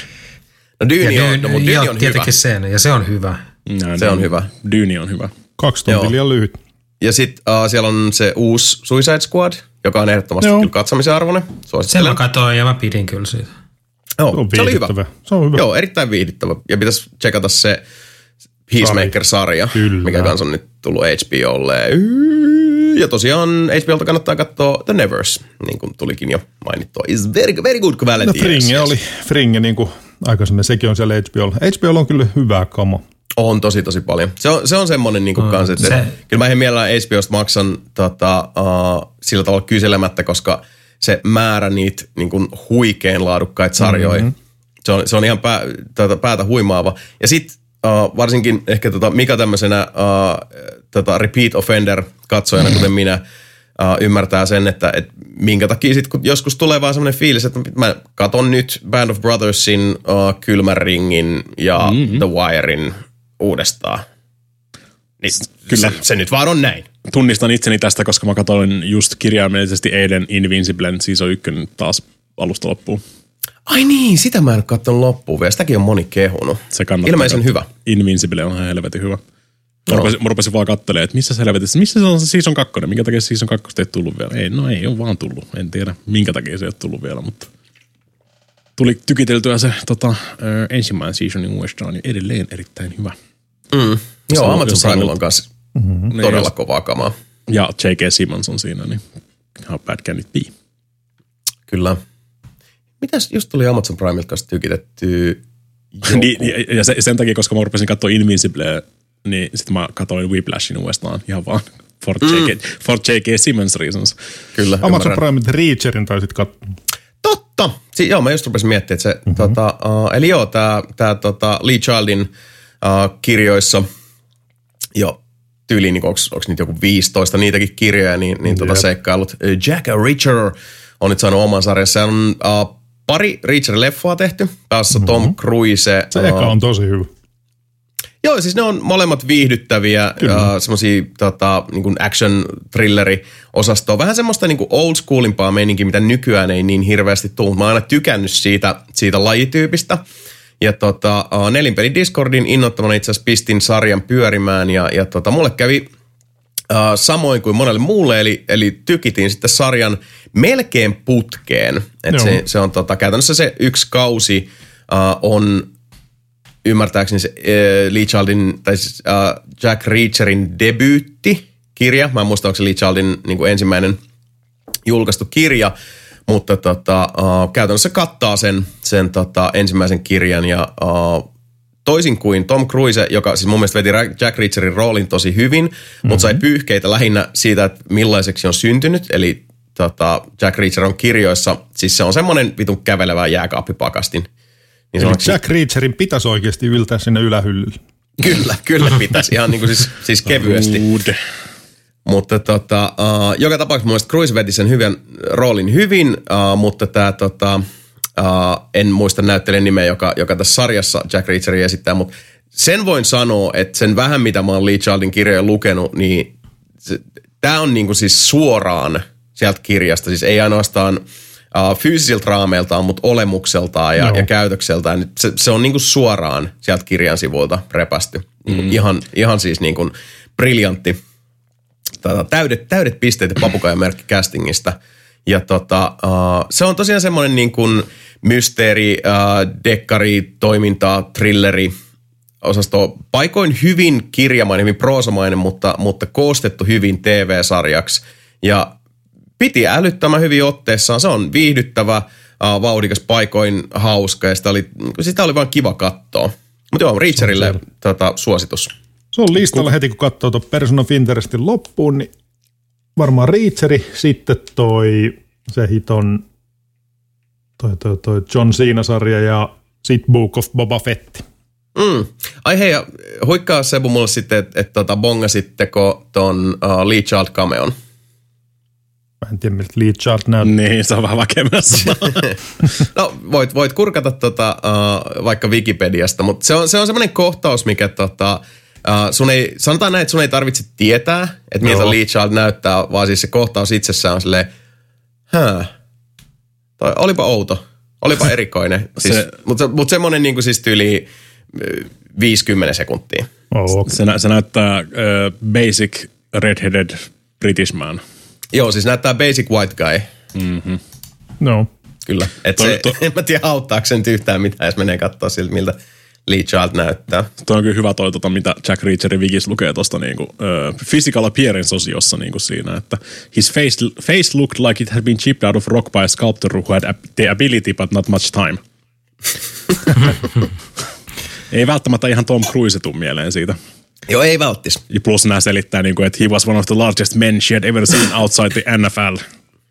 No Dyyni on, no, Dyyni on hyvä. Tietenkin sen, ja se on hyvä. No, se on hyvä. Dyyni on hyvä. Kaksi tuntia liian lyhyt. Ja sitten uh, siellä on se uusi Suicide Squad, joka on ehdottomasti Joo. kyllä katsomisen arvoinen. Sen mä katsoin ja mä pidin kyllä siitä. Joo, se, on se oli hyvä. Se on hyvä. Joo, erittäin viihdyttävä. Ja pitäisi checkata se Peacemaker-sarja, kyllä. mikä kanssa on nyt tullut H B Olle. Ja tosiaan H B Olta kannattaa katsoa The Nevers, niin kuin tulikin jo mainittua. It's very, very good quality. No Fringe oli, Fringe niin kuin aikaisemmin, sekin on siellä H B Olla. H B Olla on kyllä hyvää kama. On tosi, tosi paljon. Se on, se on semmoinen niin kuin mm, kans, että se. Kyllä mä ihan mielellään H B Osta maksan tota, uh, sillä tavalla kyselemättä, koska se määrä niitä niin kuin huikein laadukkaita sarjoja, mm-hmm. se, on, se on ihan pää, tota, päätä huimaava. Ja sitten uh, varsinkin ehkä tota, Mika tämmöisenä uh, tota, repeat offender katsojana, kuten minä, uh, ymmärtää sen, että et minkä takia sitten kun joskus tulee vaan semmoinen fiilis, että mä katon nyt Band of Brothersin, uh, Kylmän ringin ja mm-hmm. The Wirein uudestaan. Niin kyllä. Se, se nyt vaan on näin. Tunnistan itseni tästä, koska mä katsoin just kirjaimellisesti eilen Invinciblen season ykkönen taas alusta loppuun. Ai niin, sitä mä en ole katsonut loppuun vielä. Sitäkin on moni kehunut. Se kannattaa. Ilmeisen katsoa. Hyvä. Invincible on ihan helvetin hyvä. Mä rupesin, mä rupesin vaan katselemaan, että missä se helvetissä, missä se on se season kakkonen, minkä takia season kakkosta ei tullut vielä. Ei, no ei ole vaan tullut. En tiedä, minkä takia se ei ole tullut vielä, mutta tuli tykiteltyä se tota, äh, ensimmäinen seasonin uudestaan, niin edelleen erittäin hyvä. Mm. Joo, Amazon Primella on kanssa mm-hmm. todella kovaa kamaa. Ja J K. Simmons on siinä, niin how bad can it be? Kyllä. Mitäs just tuli Amazon Primelta kanssa tykitetty niin, ja sen takia, koska mä rupesin katsoa Invincible, niin sitten mä katsoin Whiplashin uudestaan ihan vaan for, mm. J K, for J K. Simmons reasons. Kyllä. Amazon Primelta Reacherin taisit katsoa. Totta! Si- joo, mä just rupesin miettimään, että se, mm-hmm. tota, uh, eli joo, tää, tää tota Lee Childin uh, kirjoissa, jo tyyliin, niin onko niitä joku viisitoista niitäkin kirjoja, niin, niin tota seikkailut. Jack Reacher on nyt saanut oman sarjassa. Se on uh, pari Reacher-leffoa tehty, päässä mm-hmm. Tom Cruise. Se uh, eka on tosi hyvä. Joo, siis ne on molemmat viihdyttäviä, uh, semmosia tota, niin kuin action-thrilleri-osastoa. Vähän semmoista niin kuin old schoolimpaa meininkiä, mitä nykyään ei niin hirveästi tule. Mä oon aina tykännyt siitä, siitä lajityypistä. Ja tota, uh, Nelinpeli Discordin innoittamana itse asiassa pistin sarjan pyörimään. Ja, ja tota, mulle kävi uh, samoin kuin monelle muulle, eli, eli tykitin sitten sarjan melkein putkeen. Et se, se on tota, käytännössä se yksi kausi uh, on ymmärtääkseni se äh, Lee Childin, tai siis äh, Jack Reacherin debyyttikirja. Mä en muista, onko se Lee Childin niin kuin ensimmäinen julkaistu kirja, mutta tota, äh, käytännössä kattaa sen, sen tota, ensimmäisen kirjan. Ja äh, toisin kuin Tom Cruise, joka siis mun mielestä veti Jack Reacherin roolin tosi hyvin, mm-hmm. mutta sai pyyhkeitä lähinnä siitä, että millaiseksi on syntynyt. Eli tota, Jack Reacher on kirjoissa, siis se on semmoinen vitun kävelevä jääkaappipakastin. Niin eli Jack Reacherin pitäisi oikeasti yltää sinne ylähyllylle. Kyllä, kyllä pitäisi. Ihan niin kuin siis, siis kevyesti. Rude. Mutta tota, uh, joka tapauksessa mun mielestä Cruise veti sen hyvän roolin hyvin, uh, mutta tämä tota, Uh, en muista näyttelijän nimeä, joka, joka tässä sarjassa Jack Reacheria esittää, mutta sen voin sanoa, että sen vähän mitä mä oon Lee Childin kirjoja lukenut, niin tämä on niinku siis suoraan sieltä kirjasta, siis ei ainoastaan uh, fyysisiltä raameiltaan, mutta olemukseltaan ja, no. ja käytökseltään. Se, se on niinku suoraan sieltä kirjan sivuilta repästy. Mm. Ihan, ihan siis niinku briljantti. Tätä, täydet, täydet pisteet ja papukaijamerkki castingista. Ja tota, uh, se on tosiaan semmoinen niin kuin mysteeri, uh, dekkari, toiminta, thrilleri, osasto. Paikoin hyvin kirjamainen, hyvin proosamainen, mutta, mutta koostettu hyvin T V-sarjaksi. Ja piti älyttömän hyvin otteessaan. Se on viihdyttävä, uh, vauhdikas, paikoin hauska ja sitä oli, sitä oli vaan kiva katsoa. Mutta joo, Reacherille tota, suositus. Se on listalla heti, kun katsoo tuon Person of Interestin loppuun, niin varmaan Reacheri, sitten toi se hiton toi, toi, toi John Cena-sarja ja sitten Book of Boba Fett. Mm. Ai hei, huikkaa Sebu mulle sitten, että et, tota, bongasitteko ton uh, Lee Child cameon? Mä en tiedä, miltä Lee Child näyttää. Niin, se on vähän vakemassa. No, voit, voit kurkata tota, uh, vaikka Wikipediasta, mutta se on, se on semmoinen kohtaus, mikä tota, uh, sun ei, sanotaan näin, että sun ei tarvitse tietää, että miltä Lee Child näyttää, vaan siis se kohtaus itsessään on silleen, hää, toi olipa outo, olipa erikoinen. Siis, se, mutta mut semmoinen niin kuin siis tyyli viisikymmentä sekuntia. Oh, okay. se, nä, se näyttää uh, basic redheaded British man. Joo, siis näyttää basic white guy. Mm-hmm. No. Kyllä. Et toi, se, toi, en mä tiedä auttaako sen yhtään mitään, jos menee katsoa siltä, miltä Lee Child näyttää. Toi on kyllä hyvä toi, tota, mitä Jack Reacherin Wikis lukee tuosta niinku, uh, physical appearance-osiossa niinku siinä, että his face, face looked like it had been chipped out of rock by a sculptor who had the ability but not much time. Ei välttämättä ihan Tom Cruise tuu mieleen siitä. Joo, ei välttis. Ja plus nämä selittää, niinku, että he was one of the largest men she had ever seen outside the N F L.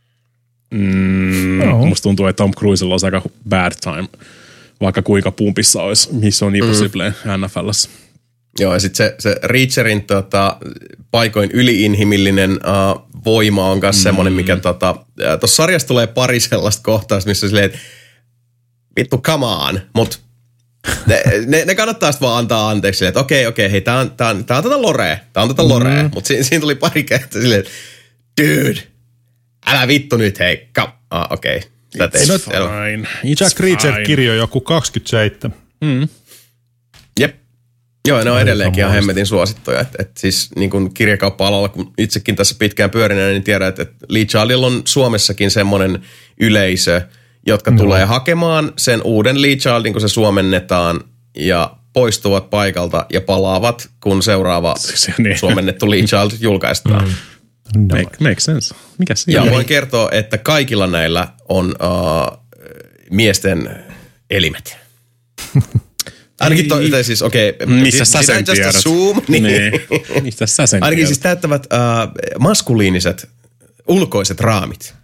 Mm, no. Musta tuntuu, että Tom Cruisella olisi aika bad time, vaikka kuinka pumpissa olisi Mission Impossible mm. N F L:ssä. Joo, ja sitten se, se Reacherin tota, paikoin yliinhimillinen uh, voima on myös mm. semmoinen, mikä tuossa tota, sarjassa tulee pari sellaista kohtausta, missä on silleen, että vittu, come on, mutta ne, ne, ne kannattaa sitten vaan antaa anteeksi, että okei, okei, hei, tää on, tää on, tää on tätä lorea, tää on tätä lorea, mm. mutta siinä, siinä tuli pari kertaa silleen, dude, älä vittu nyt, hei, come, ah, okei. Okay. It's fine. It's Jack Reacher-kirjo joku kaksikymmentäseitsemän. Mm. Jep. Joo, ne on edelleenkin ihan hemmetin suosittuja. Et, et siis niin kuin kirjakauppa-alalla, kun itsekin tässä pitkään pyörinä, niin tiedän, että et Lee Childilla on Suomessakin semmoinen yleisö, jotka no. tulee hakemaan sen uuden Lee Childin, kun se suomennetaan ja poistuvat paikalta ja palaavat, kun seuraava niin. suomennettu Lee Child julkaistaan. Mm. No. Make, make sense. Mikä siinä? Ja voin kertoa, että kaikilla näillä on uh, miesten elimet. Ainakin to, tai siis, okei. Okay, missä sä sen tiedät? Assume, niin. niin. Mistä sä sen Ainakin tiedät? siis täyttävät uh, maskuliiniset ulkoiset raamit.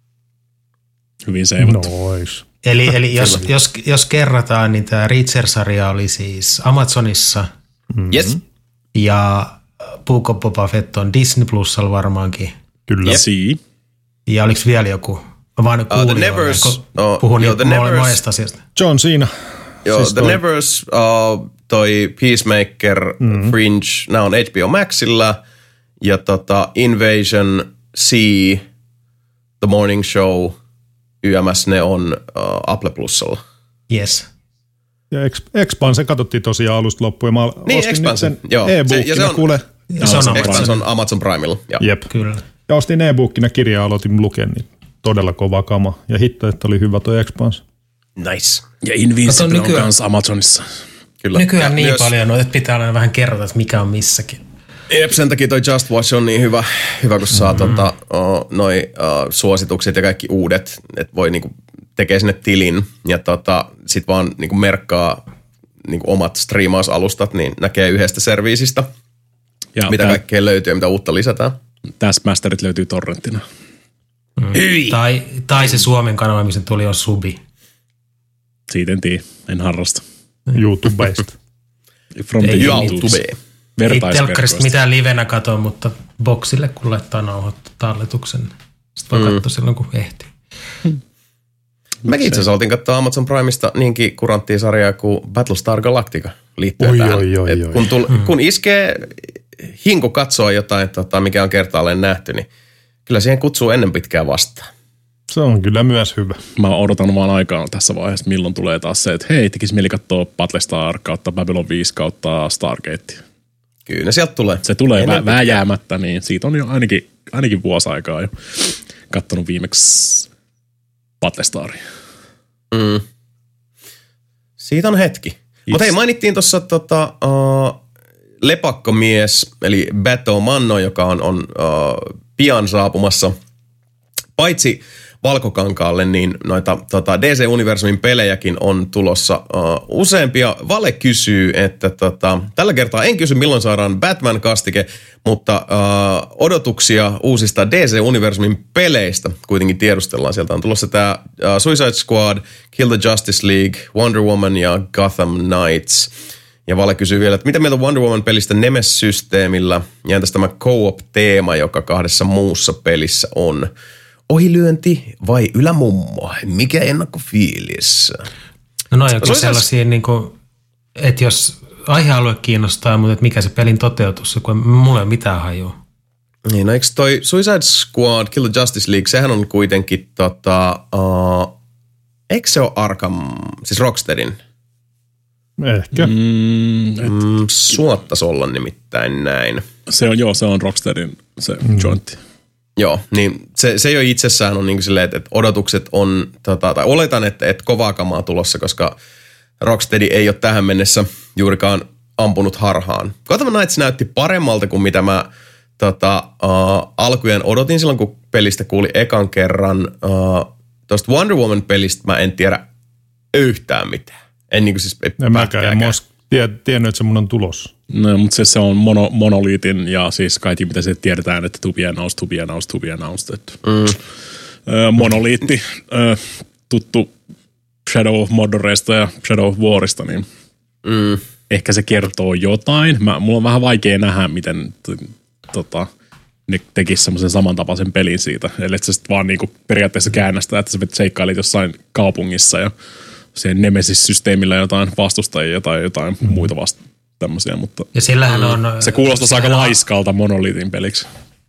Hyvin seivattu. Nois. Eli, eli jos, jos, jos kerrataan, niin tämä Reacher-sarja oli siis Amazonissa. Mm-hmm. Yes. Ja Book of Boba Fett on Disney Plusalla varmaankin. Kyllä. Yep. Ja oliko vielä joku? Mä vaan kuulin, uh, The Nevers, kun oh, puhun joo, niin monesta asiasta. John Cena. Joo, siis The toi. Nevers, uh, toi Peacemaker, mm-hmm. Fringe, nämä on H B O Maxilla. Ja tota Invasion, C, The Morning Show, Y M S, ne on uh, Apple Plusalla. Yes. Ja Expanse katsottiin tosiaan alusta loppuun. Mä niin, Expanse, joo. E-bookina, kuule. Se on Expanse on Amazon Primella. Jep. Kyllä. Ja ostin e-bookina kirjaa, aloitin lukea, niin todella kova kama. Ja hitto, että oli hyvä toi Expanse. Nice. Ja Invincible on nykyään, kanssa Amazonissa. Kyllä. Nykyään ja niin myös paljon, että pitää aina vähän kerrota, että mikä on missäkin. Jep, sen takia toi Just Watch on niin hyvä, hyvä kun saa mm-hmm. tota, uh, noi uh, suositukset ja kaikki uudet, että voi niinku tekee sinne tilin ja tota, sit vaan niinku merkkaa niinku omat striimausalustat, niin näkee yhdestä serviisistä, ja mitä tää, kaikkea löytyy ja mitä uutta lisätään. Taskmasterit löytyy torrenttina. Mm. Tai, tai se Suomen kanava, missä tuli on Subi. Siitä en tiedä, en harrasta. YouTubesta. From the YouTube. Ei telkkarista mitään livenä kato, mutta boksille kun laittaa nauhoittaa talletuksen. Sitten voi mm. katsoa silloin, kun ehtii. Mäkin itse asiassa oltiin katsoa Amazon Primeista niinkin kuranttia sarjaa kuin Battlestar Galactica liittyen oi, tähän. oi, oi, oi. Kun, tul, mm. kun iskee hinku katsoa jotain, tota, mikä on kertaalleen nähty, niin kyllä siihen kutsuu ennen pitkään vastaan. Se on kyllä myös hyvä. Mä odotan vaan aikaa tässä vaiheessa, milloin tulee taas se, että hei, tekisi mieli katsoa Battlestar kautta Babylon viisi kautta Stargate. Kyllä ne sieltä tulee. Se tulee vä- vääjäämättä, niin siitä on jo ainakin, ainakin vuosi aikaa jo kattonut viimeksi Battlestaria. Mm. Siitä on hetki. Mutta hei, mainittiin tuossa tota, uh, lepakkomies, eli Beto Manno, joka on, on uh, pian saapumassa. Paitsi Valkokankaalle, niin noita tota, D C-universumin pelejäkin on tulossa uh, useampia. Vale kysyy, että tota, tällä kertaa en kysy milloin saadaan Batman-kastike, mutta uh, odotuksia uusista D C-universumin peleistä kuitenkin tiedustellaan. Sieltä on tulossa tämä uh, Suicide Squad, Kill the Justice League, Wonder Woman ja Gotham Knights. Ja Vale kysyy vielä, että mitä mieltä Wonder Woman-pelistä Nemes-systeemillä ja entäs tämä co-op-teema, joka kahdessa muussa pelissä on. Ohilyönti vai ylämummo? Mikä ennakkofiilis? No noin joku sellaisia, niin kuin, että jos aihealue kiinnostaa, mutta että mikä se pelin toteutus, kun mulla ei ole mitään hajua. Niin, no eikö toi Suicide Squad, Kill the Justice League, sehän on kuitenkin tota, uh, eikö se ole Arkham, siis Rocksteadin? Ehkä. Mm, et, mm, suottaisi olla nimittäin näin. Se on, joo, se on Rocksteadin se mm. jointti. Joo, niin se, se jo itsessään on niin kuin silleen, että, että odotukset on, tota, tai oletan, että, että kovaa kamaa tulossa, koska Rocksteady ei ole tähän mennessä juurikaan ampunut harhaan. Gotham Knights näytti paremmalta kuin mitä mä tota, uh, alkujen odotin silloin, kun pelistä kuuli ekan kerran. Uh, Tuosta Wonder Woman-pelistä mä en tiedä yhtään mitään. En niin kuin siis en mäkään, en mä tie, tiennyt, että semmoinen on tulos. No, mutta se, se on mono, monoliitin ja siis kaikki mitä se tiedetään, että to be announced, to be announced, to be announced. Mm. Ö, monoliitti, ö, tuttu Shadow of Mordorista ja Shadow of Warista, niin mm. ehkä se kertoo jotain. Mä, mulla on vähän vaikea nähdä, miten t- tota, ne tekisi semmoisen samantapaisen pelin siitä. Eli että sä sit vaan niinku periaatteessa käännästä, että sä seikkailit jossain kaupungissa ja siihen Nemesis-systeemillä jotain vastustajia tai jotain mm. muita vasta tämmöisiä, mutta ja sillähän on, se kuulostaisi aika laiskalta monoliitin peliksi.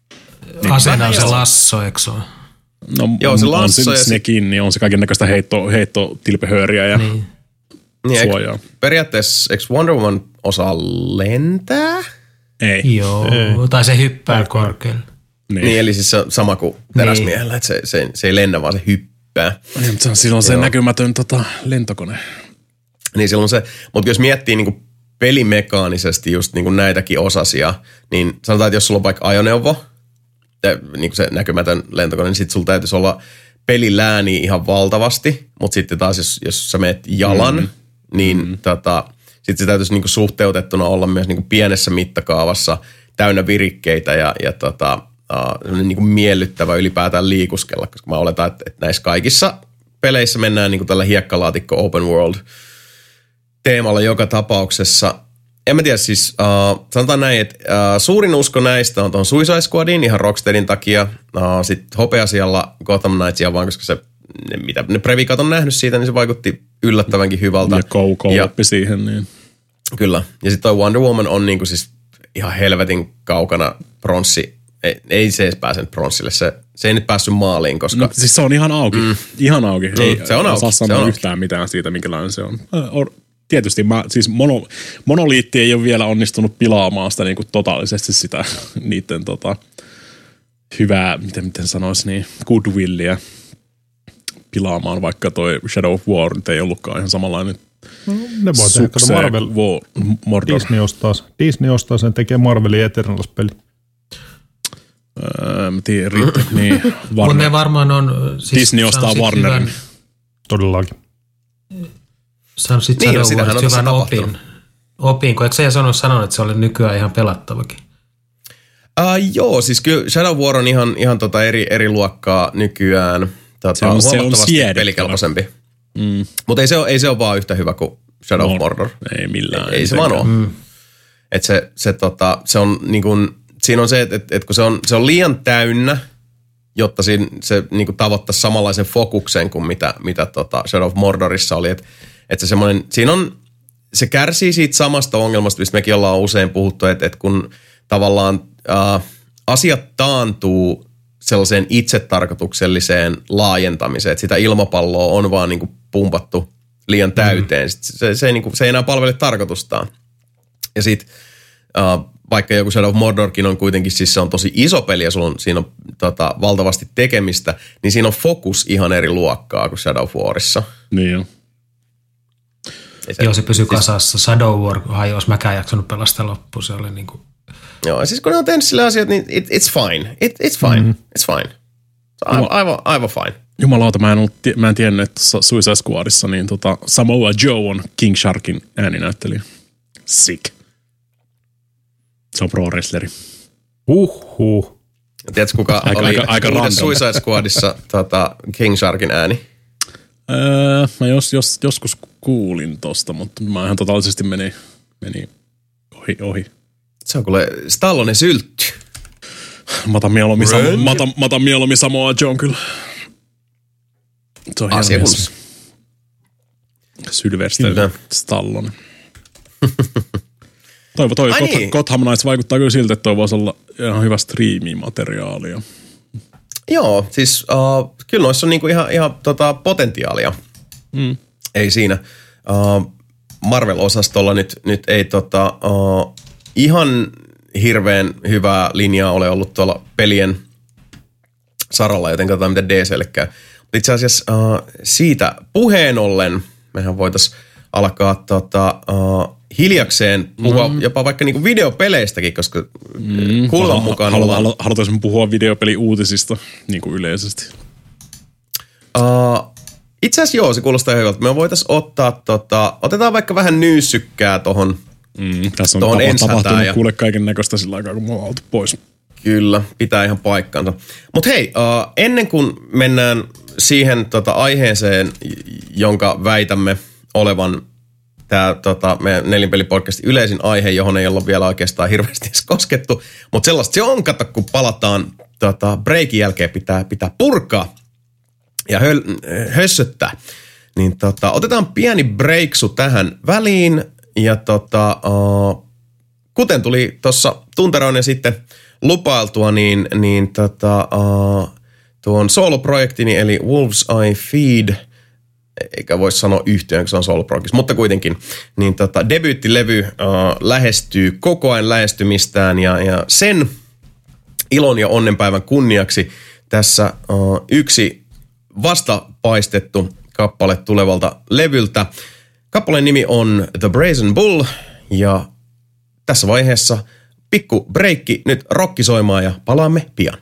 Aseena on se lasso, eikö se ole? No joo, se on lasso se ja nekin, niin on se kaiken näköistä heitto, heittotilpehööriä ja niin. suojaa. Niin, periaatteessa, eikö Wonder Woman osaa lentää? Ei. Joo, ei. Tai se hyppää korkealle. Niin. niin, eli siis se on sama kuin teräsmiehellä, että se, se, se ei lennä, vaan se hyppää. Niin, mutta silloin on se joo. näkymätön tota, lentokone. Niin silloin se, mutta jos miettii niin kuin pelimekaanisesti just niin kuin näitäkin osasia, niin sanotaan, että jos sulla on vaikka ajoneuvo, niin kuin se näkymätön lentokone, niin sitten sulla täytyisi olla pelilääniä ihan valtavasti, mutta sitten taas jos, jos sä meet jalan, mm. niin mm. tota, sitten se täytyisi niin kuin suhteutettuna olla myös niin kuin pienessä mittakaavassa täynnä virikkeitä ja, ja tota, uh, niin kuin miellyttävä ylipäätään liikuskella, koska mä oletan, että, että näissä kaikissa peleissä mennään niin kuin tällä hiekkalaatikko open world teemalla joka tapauksessa. En mä tiedä, siis uh, sanotaan näin, että uh, suurin usko näistä on tuon Suicide Squadin ihan Rocksteadin takia. Uh, Sitten hopeasialla Gotham Knightsia vaan, koska se, ne, mitä ne previkat on nähnyt siitä, niin se vaikutti yllättävänkin hyvältä. Ja co-co-oppi siihen, niin. Kyllä. Ja sitten toi Wonder Woman on niinku siis ihan helvetin kaukana pronssi. Ei, ei se edes pääse pronssille. Se, se ei nyt päässyt maaliin, koska... No, siis se on ihan auki. Mm. Ihan auki. Niin, ei se on auki. saa sanoa se on yhtään auki. Mitään siitä, minkälainen se on. Tietysti mä, siis mono, monoliitti ei ole vielä onnistunut pilaamaan sitä niin kuin totaalisesti sitä niiden tota, hyvää, miten, miten sanoisi, niin goodwillia pilaamaan, vaikka toi Shadow of War nyt ei ollutkaan ihan samanlainen. No, ne voi tehdä, kato Marvel, Mordor. Disney ostaa, Disney ostaa sen, tekee Marvelin Eternals-peli. Öö, mä tiedän, riittää, niin Mutta ne varmaan on... Siis Disney ostaa Warnerin. Hyvän, todellakin. Sano sit niin, Shadow War hyvän opin. Opin, kun eikö sä sanonut, sanonut, että se oli nykyään ihan pelattavakin? Uh, joo, siis kyllä Shadow War on ihan, ihan tota eri, eri luokkaa nykyään. Tota, se on, huomattavasti se on pelikelpoisempi. Mm. Mutta ei, ei se ole vaan yhtä hyvä kuin Shadow no, of Mordor. Ei millään. Ei, ei se vaan ole. Mm. Et se, se, tota, se on niin kun, siinä on se, että et, et kun se on, se on liian täynnä jotta siinä, se niin kuin tavoittaisi samanlaisen fokuksen kuin mitä, mitä tota Shadow of Mordorissa oli. Että et se semmoinen, siinä on, se kärsii siitä samasta ongelmasta, mistä mekin ollaan usein puhuttu, että et kun tavallaan äh, asiat taantuu sellaiseen itsetarkoitukselliseen laajentamiseen, että sitä ilmapalloa on vaan niin kuin pumpattu liian täyteen. Mm. Se, se, ei niin kuin, se ei enää palvele tarkoitustaan. Ja sitten äh, vaikka joku Shadow of Mordorkin on kuitenkin, siis se on tosi iso peli ja sulla on, siinä on tota, valtavasti tekemistä, niin siinä on fokus ihan eri luokkaa kuin Shadow of Warissa. Niin jo. Se, joo, se pysyy siis, kasassa. Shadow War hajosi, mäkään jaksanut pelastaa loppuun, se oli niin kuin... Joo, siis kun ne on tehnyt sille asiat, niin it, it's fine. It, it's fine. Mm-hmm. It's fine. Aivan, aivan, aivan fine. Jumalauta, mä en, ollut, mä en tiennyt, että Suicide Squadissa niin tota Samoa Joe on King Sharkin ääninäyttelijä. Sick. Se on pro-wrestleri. Uhuh. Tiedätkö, kuka aika, oli aika, aika random. Suicide Squadissa tota King Sharkin ääni? Öö, mä jos, jos, joskus kuulin tosta, mutta mä ihan totaalisesti meni, meni ohi, ohi. Se on kuule Stallone syltty. Mä otan mieluummin, Samo, mä otan, mä otan mieluummin Samoa Joe kyllä. Se on hieno mies. Sylvester Stallone. Toivo, toi Gotham, niin. Gotham Knights vaikuttaa kyllä siltä, että toi voisi olla ihan hyvä striimimateriaalia. Joo, siis uh, kyllä noissa on niinku ihan, ihan tota, potentiaalia. Mm. Ei siinä. Uh, Marvel-osastolla nyt, nyt ei tota, uh, ihan hirveän hyvää linjaa ole ollut tuolla pelien saralla, joten katsotaan mitä D C:lle käy. Mutta itse asiassa uh, siitä puheen ollen mehän voitaisiin alkaa tota, uh, hiljakseen puhua mm. jopa vaikka niinku videopeleistäkin, koska mm. kuulevan mukaan... Halutaan ollaan... halutaan puhua videopeli-uutisista niin kuin yleisesti. Uh, itse asiassa joo, se kuulostaa hyvältä. Me voitaisiin ottaa, tota, otetaan vaikka vähän nyysykkää tohon mm, tässä on tapa, tapahtunut ja... kuule kaiken näköistä sillä aikaa, kun me ollaan oltu pois. Kyllä, pitää ihan paikkansa. Mutta hei, uh, ennen kuin mennään siihen tota, aiheeseen, jonka väitämme olevan tämä tota, meidän Nelinpeli-podcastin yleisin aihe, johon ei olla vielä oikeastaan hirveästi edes koskettu. Mutta sellaista se on, kato, kun palataan tota, breakin jälkeen pitää, pitää purkaa ja höl, hössöttää. Niin tota, otetaan pieni breaksu tähän väliin. Ja tota, uh, kuten tuli tuossa tunteroinen sitten lupailtua, niin, niin tota, uh, tuon soloprojektini eli Wolf's Eye Feed, eikä voi sanoa yhtiön, kun se on soloprojekti, mutta kuitenkin, niin tota, debyyttilevy uh, lähestyy koko ajan lähestymistään ja, ja sen ilon ja onnenpäivän kunniaksi tässä uh, yksi vastapaistettu kappale tulevalta levyltä. Kappaleen nimi on The Brazen Bull ja tässä vaiheessa pikku breikki nyt rokkisoimaan ja palaamme pian.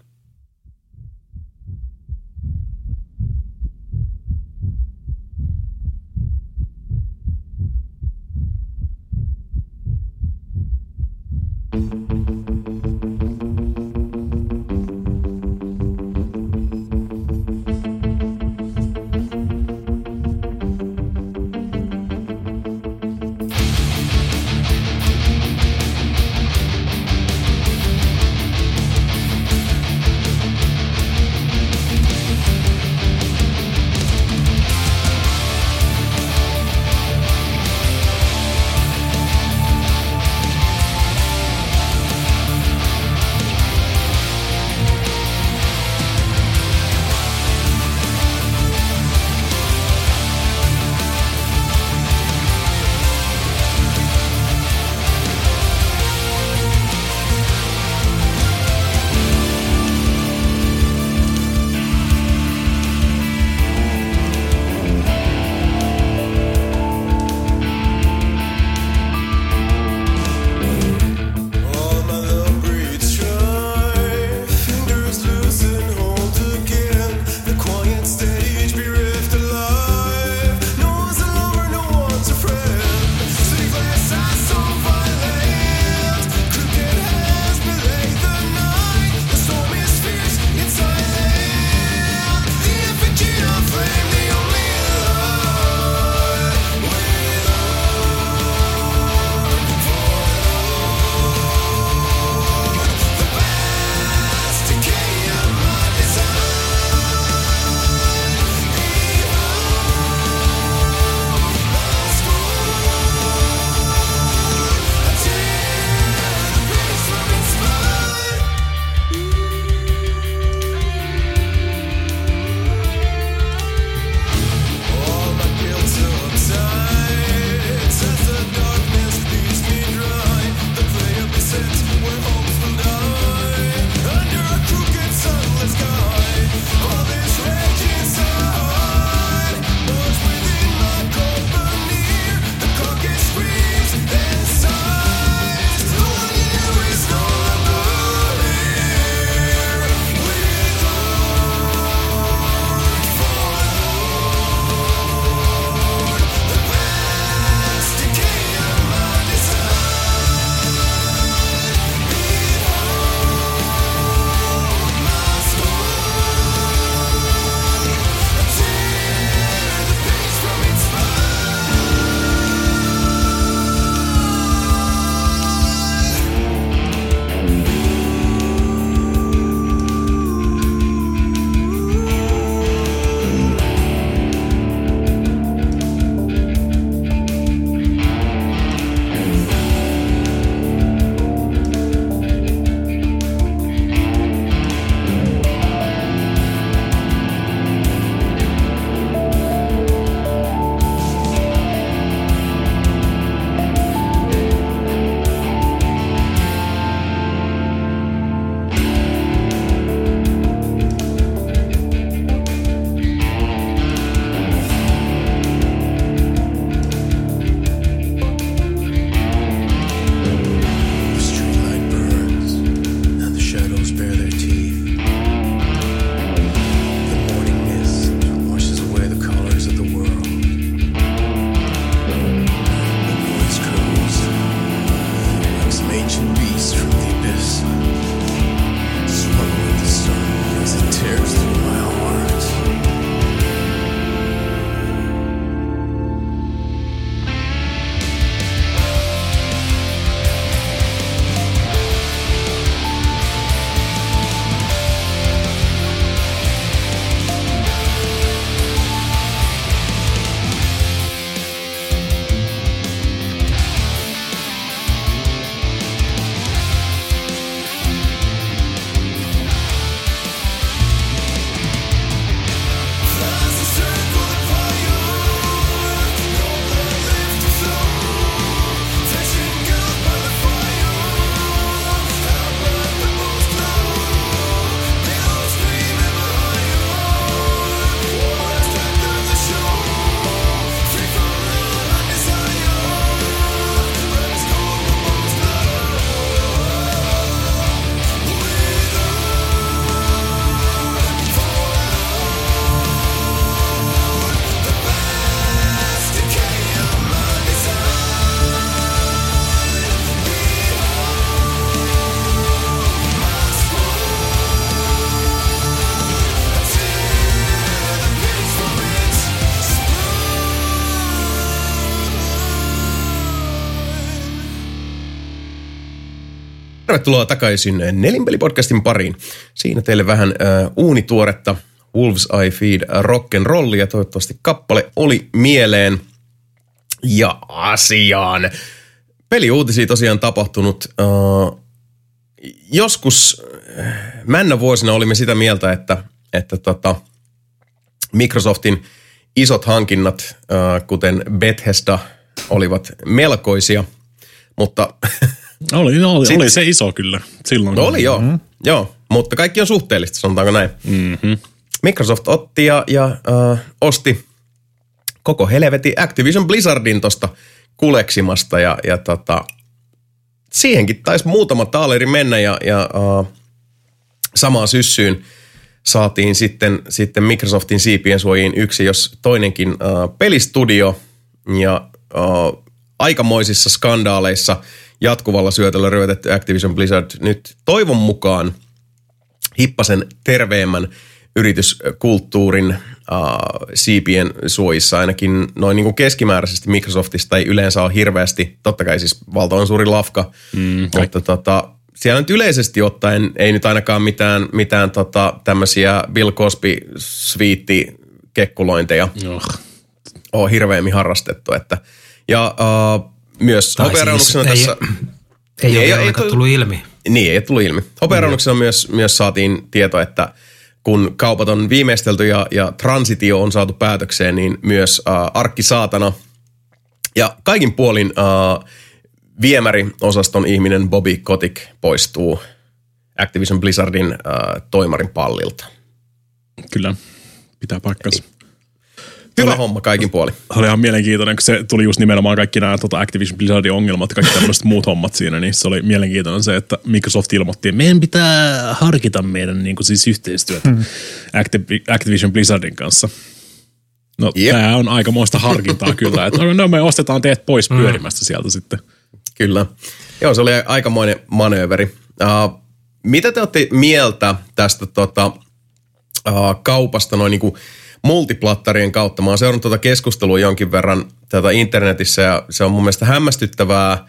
Tervetuloa takaisin Nelinpeli-podcastin pariin. Siinä teille vähän äh, uunituoretta Wolves Eye Feed rock'n'rollia. Toivottavasti kappale oli mieleen. Ja asiaan. Peliuutisia tosiaan tapahtunut. Äh, joskus äh, männä vuosina olimme sitä mieltä, että, että tota, Microsoftin isot hankinnat, äh, kuten Bethesda, olivat melkoisia, mutta... Oli, oli, Sit, oli se iso kyllä silloin. No oli joo, mm-hmm. joo, mutta kaikki on suhteellista, sanotaanko näin. Mm-hmm. Microsoft otti ja, ja äh, osti koko helvetin Activision Blizzardin tosta kuleksimasta ja, ja tota, siihenkin taisi muutama taaleri mennä ja, ja äh, samaan syssyyn saatiin sitten, sitten Microsoftin siipien suojiin yksi jos toinenkin äh, pelistudio ja äh, aikamoisissa skandaaleissa jatkuvalla syötöllä ryötetty Activision Blizzard nyt toivon mukaan hippasen terveemmän yrityskulttuurin äh, siipien suojissa. Ainakin noin niin kuin keskimääräisesti Microsoftista ei yleensä ole hirveästi, totta kai siis valtavan suuri lafka, mm, mutta tota, siellä nyt yleisesti ottaen ei nyt ainakaan mitään, mitään tota, tämmöisiä Bill Cosby-sviitti-kekkulointeja oh. ole hirveämmin harrastettu. Että, ja äh, myös hopearaunuksena siis tässä... Ei, ei ole ainakaan tullut ilmi. Niin, ei ole tullut ilmi. Hopearaunuksena mm. myös, myös saatiin tieto, että kun kaupat on viimeistelty ja, ja transitio on saatu päätökseen, niin myös äh, arkki saatana ja kaikin puolin äh, viemäriosaston ihminen Bobby Kotick poistuu Activision Blizzardin äh, toimarin pallilta. Kyllä, pitää paikkansa. Hyvä oli, homma kaikin puolin. Oli ihan mielenkiintoinen, kun se tuli just nimenomaan kaikki nämä tota Activision Blizzardin ongelmat ja kaikki tämmöiset muut hommat siinä, niin se oli mielenkiintoinen se, että Microsoft ilmoitti, että meidän pitää harkita meidän niin kuin siis yhteistyötä hmm. Activision Blizzardin kanssa. No yep. Tämä on aikamoista harkintaa kyllä, että no me ostetaan teet pois pyörimästä sieltä sitten. Kyllä. Joo, se oli aikamoinen manööveri. Uh, mitä te olette mieltä tästä tota, uh, kaupasta noin niin kuin multiplattarien kautta? Mä oon seurannut tuota keskustelua jonkin verran tätä internetissä ja se on mun mielestä hämmästyttävää.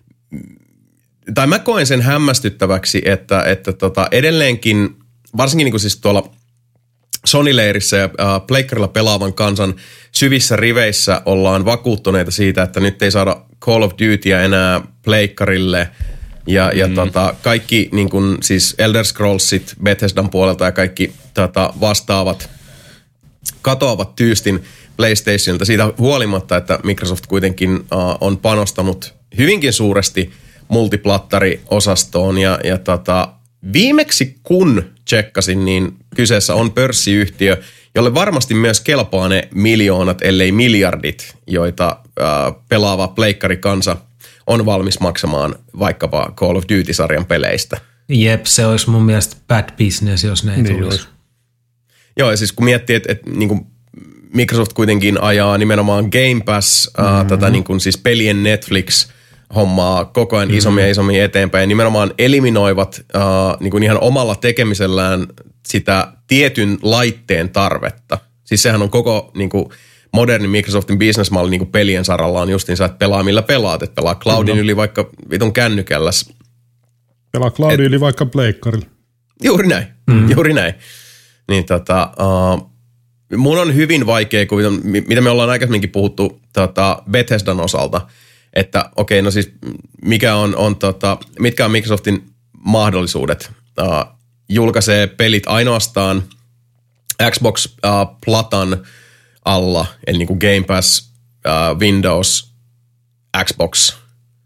Tai mä koen sen hämmästyttäväksi, että, että tota, edelleenkin, varsinkin niin kuin siis tuolla Sony-leirissä ja äh, pleikkarilla pelaavan kansan syvissä riveissä ollaan vakuuttuneita siitä, että nyt ei saada Call of Dutyä enää pleikkarille ja, mm. ja tota, kaikki niin kuin, siis Elder Scrollsit Bethesdan puolelta ja kaikki tota, vastaavat katoavat tyystin PlayStationilta siitä huolimatta, että Microsoft kuitenkin uh, on panostanut hyvinkin suuresti multiplattari-osastoon ja, ja tota, viimeksi kun tsekkasin, niin kyseessä on pörssiyhtiö, jolle varmasti myös kelpaa ne miljoonat, ellei miljardit, joita uh, pelaava pleikkarikansa on valmis maksamaan vaikkapa Call of Duty-sarjan peleistä. Jep, se olisi mun mielestä bad business, jos ne ei niin tulisi. Joo, ja siis kun miettii, että, että niin kuin Microsoft kuitenkin ajaa nimenomaan Game Pass, mm-hmm. uh, tätä niin kuin siis pelien Netflix-hommaa koko ajan mm-hmm. isommin ja isommin eteenpäin, ja nimenomaan eliminoivat uh, niin kuin ihan omalla tekemisellään sitä tietyn laitteen tarvetta. Siis sehän on koko niin kuin modernin Microsoftin business-malli niin kuin pelien saralla on justiinsa, että pelaa millä pelaat, että pelaa cloudin mm-hmm. yli vaikka vitun kännykälläs. Pelaa cloudin Et, yli vaikka pleikkarilla. Juuri näin, mm-hmm. juuri näin. Niin tota, uh, mun on hyvin vaikea kuvitella, mitä me ollaan aikaisemminkin puhuttu tota Bethesdan osalta, että okei, okay, no siis mikä on, on tota, mitkä on Microsoftin mahdollisuudet? Uh, julkaisee pelit ainoastaan Xbox-platan uh, alla, eli niin kuin Game Pass, uh, Windows, Xbox,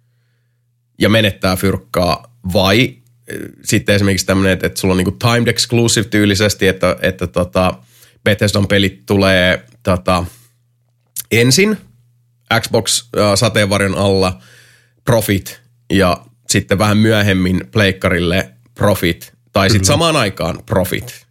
ja menettää fyrkkaa, vai sitten esimerkiksi tämmöinen, että, että sulla on niinku timed exclusive tyylisesti, että, että tota Bethesdan pelit tulee tota, ensin Xbox-sateenvarjon alla profit ja sitten vähän myöhemmin pleikkarille profit tai sitten samaan aikaan profit.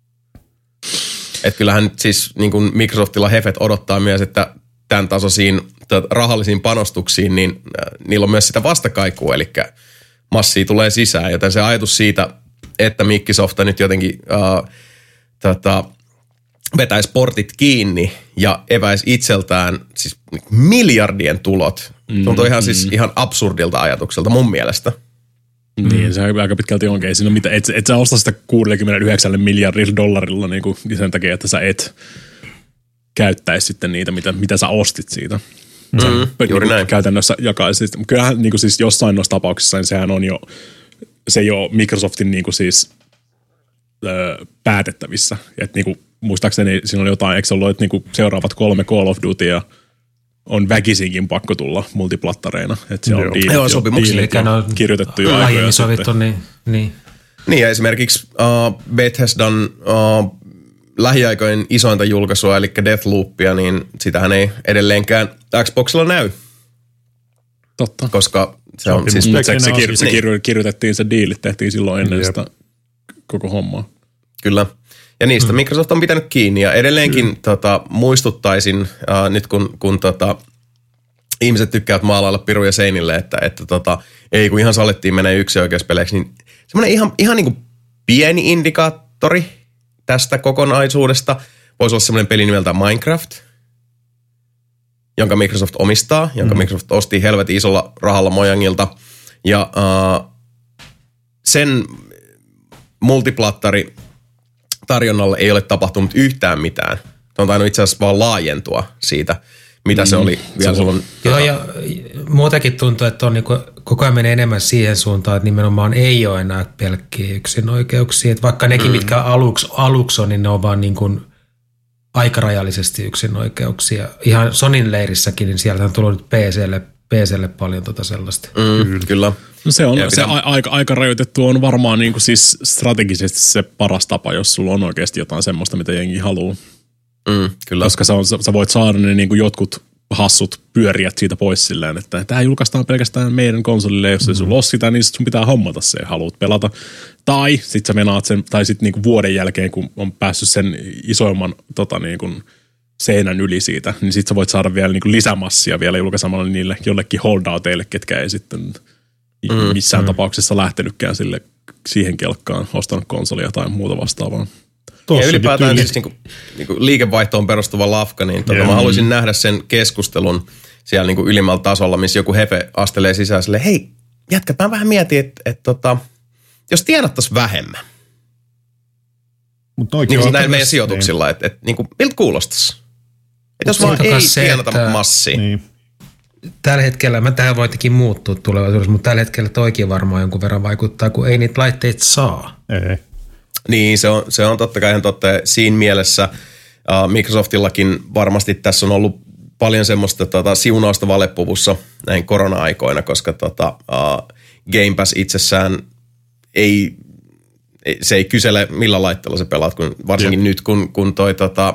Että kyllähän siis niin kuin Microsoftilla hefet odottaa myös, että tämän tasoisiin rahallisiin panostuksiin, niin niillä on myös sitä vastakaikua, eli massia tulee sisään, joten se ajatus siitä, että Microsoft nyt jotenkin uh, tota, vetäisi portit kiinni ja eväisi itseltään siis miljardien tulot, mm, tuntuu ihan, mm. siis, ihan absurdilta ajatukselta mun mielestä. Niin, se aika pitkälti onkin. Ei siinä mitä, et, et sä osta sitä kuusikymmentäyhdeksän miljardilla dollarilla niin kuin sen takia, että sä et käyttäisi sitten niitä, mitä, mitä sä ostit siitä. Sä Mm, juuri näin. Käytännössä jakaisit. Kyllähän niin kuin siis jossain noissa tapauksissa niin sehän on jo, se ei ole Microsoftin niin kuin siis öö, päätettävissä. Et niin kuin, muistaakseni siinä oli jotain, eikö se ollut, että niin kuin seuraavat kolme Call of Dutya on väkisinkin pakko tulla multiplattareina. Että se on diilit, Joo, jo, sopimuksia, diilit jo kirjoitettu jo aikoja aiemmin sovittu, niin, niin. Niin ja esimerkiksi uh, Bethesdan uh, lähiaikojen isointa julkaisua, eli Deathloopia, niin sitähän ei edelleenkään Xboxilla näy. Totta. Koska se on siis... Se, se, se, kir, se niin. kirjo, kirjoitettiin, se diilit tehtiin silloin ennen Jep. sitä koko hommaa. Kyllä. Ja niistä mm. Microsoft on pitänyt kiinni ja edelleenkin mm. tota, muistuttaisin uh, nyt kun, kun tota, ihmiset tykkäävät maalailla piruja seinille, että, että tota, ei kun ihan sallettiin menee yksioikeuspeleiksi, niin semmoinen ihan, ihan niin kuin pieni indikaattori tästä kokonaisuudesta voisi olla semmoinen peli nimeltä Minecraft, jonka Microsoft omistaa, jonka mm. Microsoft osti helvetin isolla rahalla Mojangilta. Ja uh, sen multiplattari tarjonnalle ei ole tapahtunut yhtään mitään. Se on tainnut itse asiassa vaan laajentua siitä, mitä mm. se oli vielä silloin. Joo, ja muutenkin tuntuu, että on niin kuin, koko ajan menee enemmän siihen suuntaan, että nimenomaan ei ole enää pelkkiä yksinoikeuksia. Että vaikka nekin, mm. mitkä aluksi, aluksi on, niin ne on vaan niin kuin aikarajallisesti yksinoikeuksia. Ihan Sonin leirissäkin, niin sieltä on tullut nyt P C:lle, P C:lle paljon tota sellaista. Mm, kyllä. No se on, ja se pitää... aika, aika rajoitettu on varmaan niin kuin siis strategisesti se paras tapa, jos sulla on oikeasti jotain semmoista, mitä jengi haluaa. Mm, kyllä. Koska sä, on, sä voit saada ne niin kuin jotkut hassut pyöriät siitä pois silleen, että tämä julkaistaan pelkästään meidän konsolille, jos ei sulla ole sitä, niin sun pitää hommata se ja haluat pelata. Tai sit sä menaat sen, tai sit niinku vuoden jälkeen, kun on päässyt sen isoimman tota niinku seinän yli siitä, niin sit sä voit saada vielä niinku lisämassia vielä julkaisemalla niille jollekin holdouteille, ketkä ei sitten mm, missään mm. tapauksessa lähtenytkään sille siihen kelkkaan, ostanut konsolia tai muuta vastaavaa. Ja ylipäätään siis niinku, niinku liikevaihtoon perustuva lafka, niin tota, mä haluaisin nähdä sen keskustelun siellä niinku ylimmällä tasolla, missä joku hefe astelee sisään silleen, hei, jätkät, mä vähän mietin, että et, tota, jos tienattaisiin vähemmän. Mutta niin näin meidän sijoituksilla, että et, niinku, miltä kuulostaisi? Että jos vaan ei se, tienata että massia. Niin. Tällä hetkellä, mä tähän voitakin muuttua tulevaisuudessa, mutta tällä hetkellä toikin varmaan jonkun verran vaikuttaa, kun ei niitä laitteita saa. Ei. Niin, se on, se on totta kai ihan totta. Siinä mielessä uh, Microsoftillakin varmasti tässä on ollut paljon semmoista tota, siunausta valepuvussa näin korona-aikoina, koska tota, uh, Game Pass itsessään ei, se ei kysele millä laitteella se pelaat, kun varsinkin Jep. nyt, kun, kun toi tota,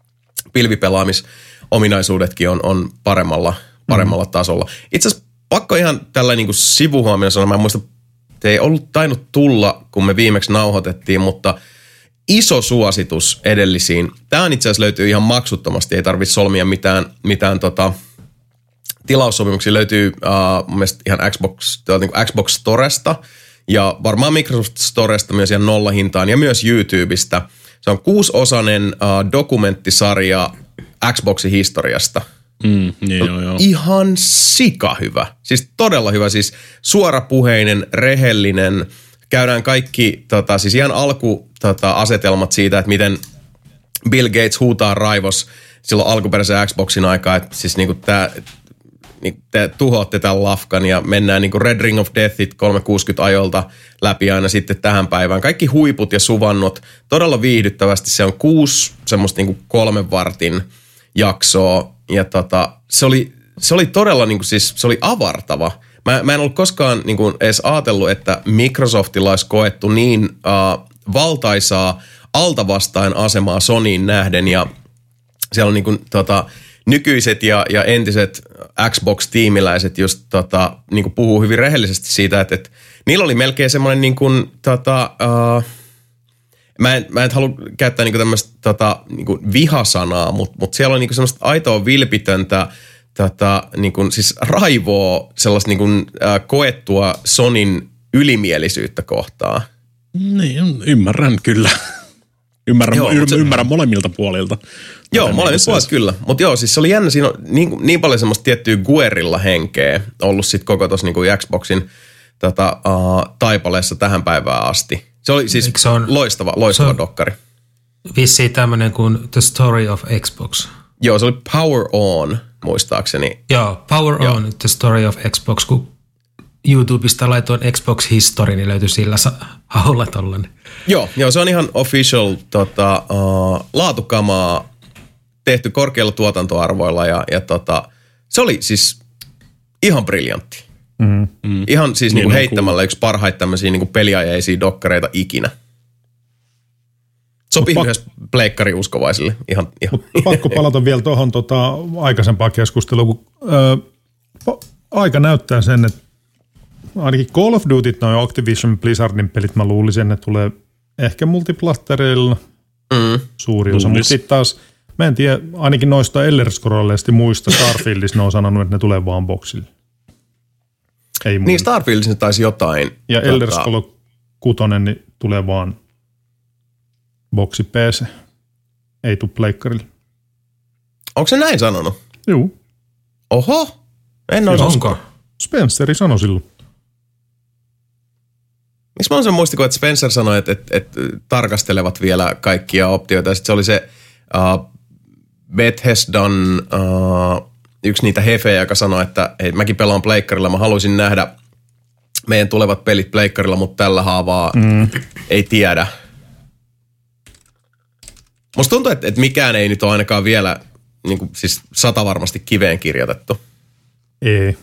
pilvipelaamisominaisuudetkin on, on paremmalla, paremmalla mm. tasolla. Itse asiassa pakko ihan tällainen niin kuin sivuhuomio sanoa, mä en muista, se ei ollut tainnut tulla, kun me viimeksi nauhoitettiin, mutta iso suositus edellisiin. Tämä itse asiassa löytyy ihan maksuttomasti, ei tarvitse solmia mitään, mitään tota, tilaussopimuksia. Löytyy uh, mun mielestä ihan Xbox, niin kuin Xbox Storesta ja varmaan Microsoft Storesta myös ihan nollahintaan ja myös YouTubesta. Se on kuusiosainen uh, dokumenttisarja Xboxin historiasta. Mm, niin joo, joo. Ihan sika hyvä. Siis todella hyvä. Siis suorapuheinen, rehellinen. Käydään kaikki tota, siis ihan alkuasetelmat tota, siitä, että miten Bill Gates huutaa raivos silloin alkuperäisen Xboxin aikaa, että siis niinku tää, niin te tuhoatte tämän lafkan ja mennään niinku Red Ring of Deathit kolmesataakuusikymmentä ajolta läpi aina sitten tähän päivään. Kaikki huiput ja suvannot. Todella viihdyttävästi. Se on kuusi semmoista niinku kolmen vartin jaksoa. Ja tota, se oli, se oli todella niinku siis, se oli avartava. Mä, mä en ollut koskaan niinku edes ajatellut, että Microsoftilla olisi koettu niin uh, valtaisaa altavastaan asemaa Sonyin nähden. Ja siellä on niinku tota, nykyiset ja, ja entiset Xbox-tiimiläiset just tota, niinku puhuu hyvin rehellisesti siitä, että, että niillä oli melkein semmoinen niinku, tota, uh, Mä en, mä en halua käyttää niinku tämmöistä tota, niinku vihasanaa, mutta mut siellä on niinku semmoista aitoa vilpitöntä tota, niinku, siis raivoa, sellaista niinku, äh, koettua Sonyn ylimielisyyttä kohtaan. Niin, ymmärrän kyllä. Ymmärrän, joo, y- se, ymmärrän molemmilta puolilta. Joo, molemmilta puolilta kyllä. Mutta joo, siis se oli jännä. Siinä on niin, niin paljon semmoista tiettyä guerilla henkeä ollut sit koko tuossa niinku Xboxin tota, uh, taipaleessa tähän päivään asti. Se oli siis se on, loistava, loistava on dokkari. Vissiin tämmöinen kuin The Story of Xbox. Joo, se oli Power On, muistaakseni. Joo, Power Joo. On, The Story of Xbox, kun YouTubesta laitoin Xbox History, niin löytyi sillä haulla tollainen. Joo, joo, se on ihan official tota, uh, laatukamaa, tehty korkeilla tuotantoarvoilla ja, ja tota, se oli siis ihan briljantti. Mm. Mm. Ihan siis niin niinku heittämällä yksi parhaita tämmöisiä niinku peliajeisia dokkareita ikinä. Sopii pak- myös pleikkariuskovaisille. Ihan, ihan. Pakko palata vielä tuohon tota, aikaisempaan keskusteluun, kun ö, aika näyttää sen, että ainakin Call of Duty, noin Activision Blizzardin pelit, mä luulisin, että tulee ehkä multiplattereilla mm. suuri osa, mutta sitten taas mä en tiedä, ainakin noista Elder Scrollista muista Starfieldissa ne on sanonut, että ne tulee vaan boksille. Ei niin Starfieldissa taisi jotain. Ja tota... Elder Scrolls kuusi niin tulee vaan boksi P C. Ei tule pleikkarille. Onko se näin sanonut? Joo. Oho. En ole Onko? Spenceri sanoi silloin. Miksi mä oon sen muistikuva, että Spencer sanoi, että, että, että tarkastelevat vielä kaikkia optioita. Sitten se oli se uh, Bethesdan uh, yksi niitä hefejä, joka sanoi, että hei, mäkin pelaan pleikkarilla. Mä haluaisin nähdä meidän tulevat pelit pleikkarilla, mutta tällä haavaa mm. ei tiedä. Musta tuntuu, että, että mikään ei nyt ole ainakaan vielä niin kuin, siis sata varmasti kiveen kirjoitettu. Ei.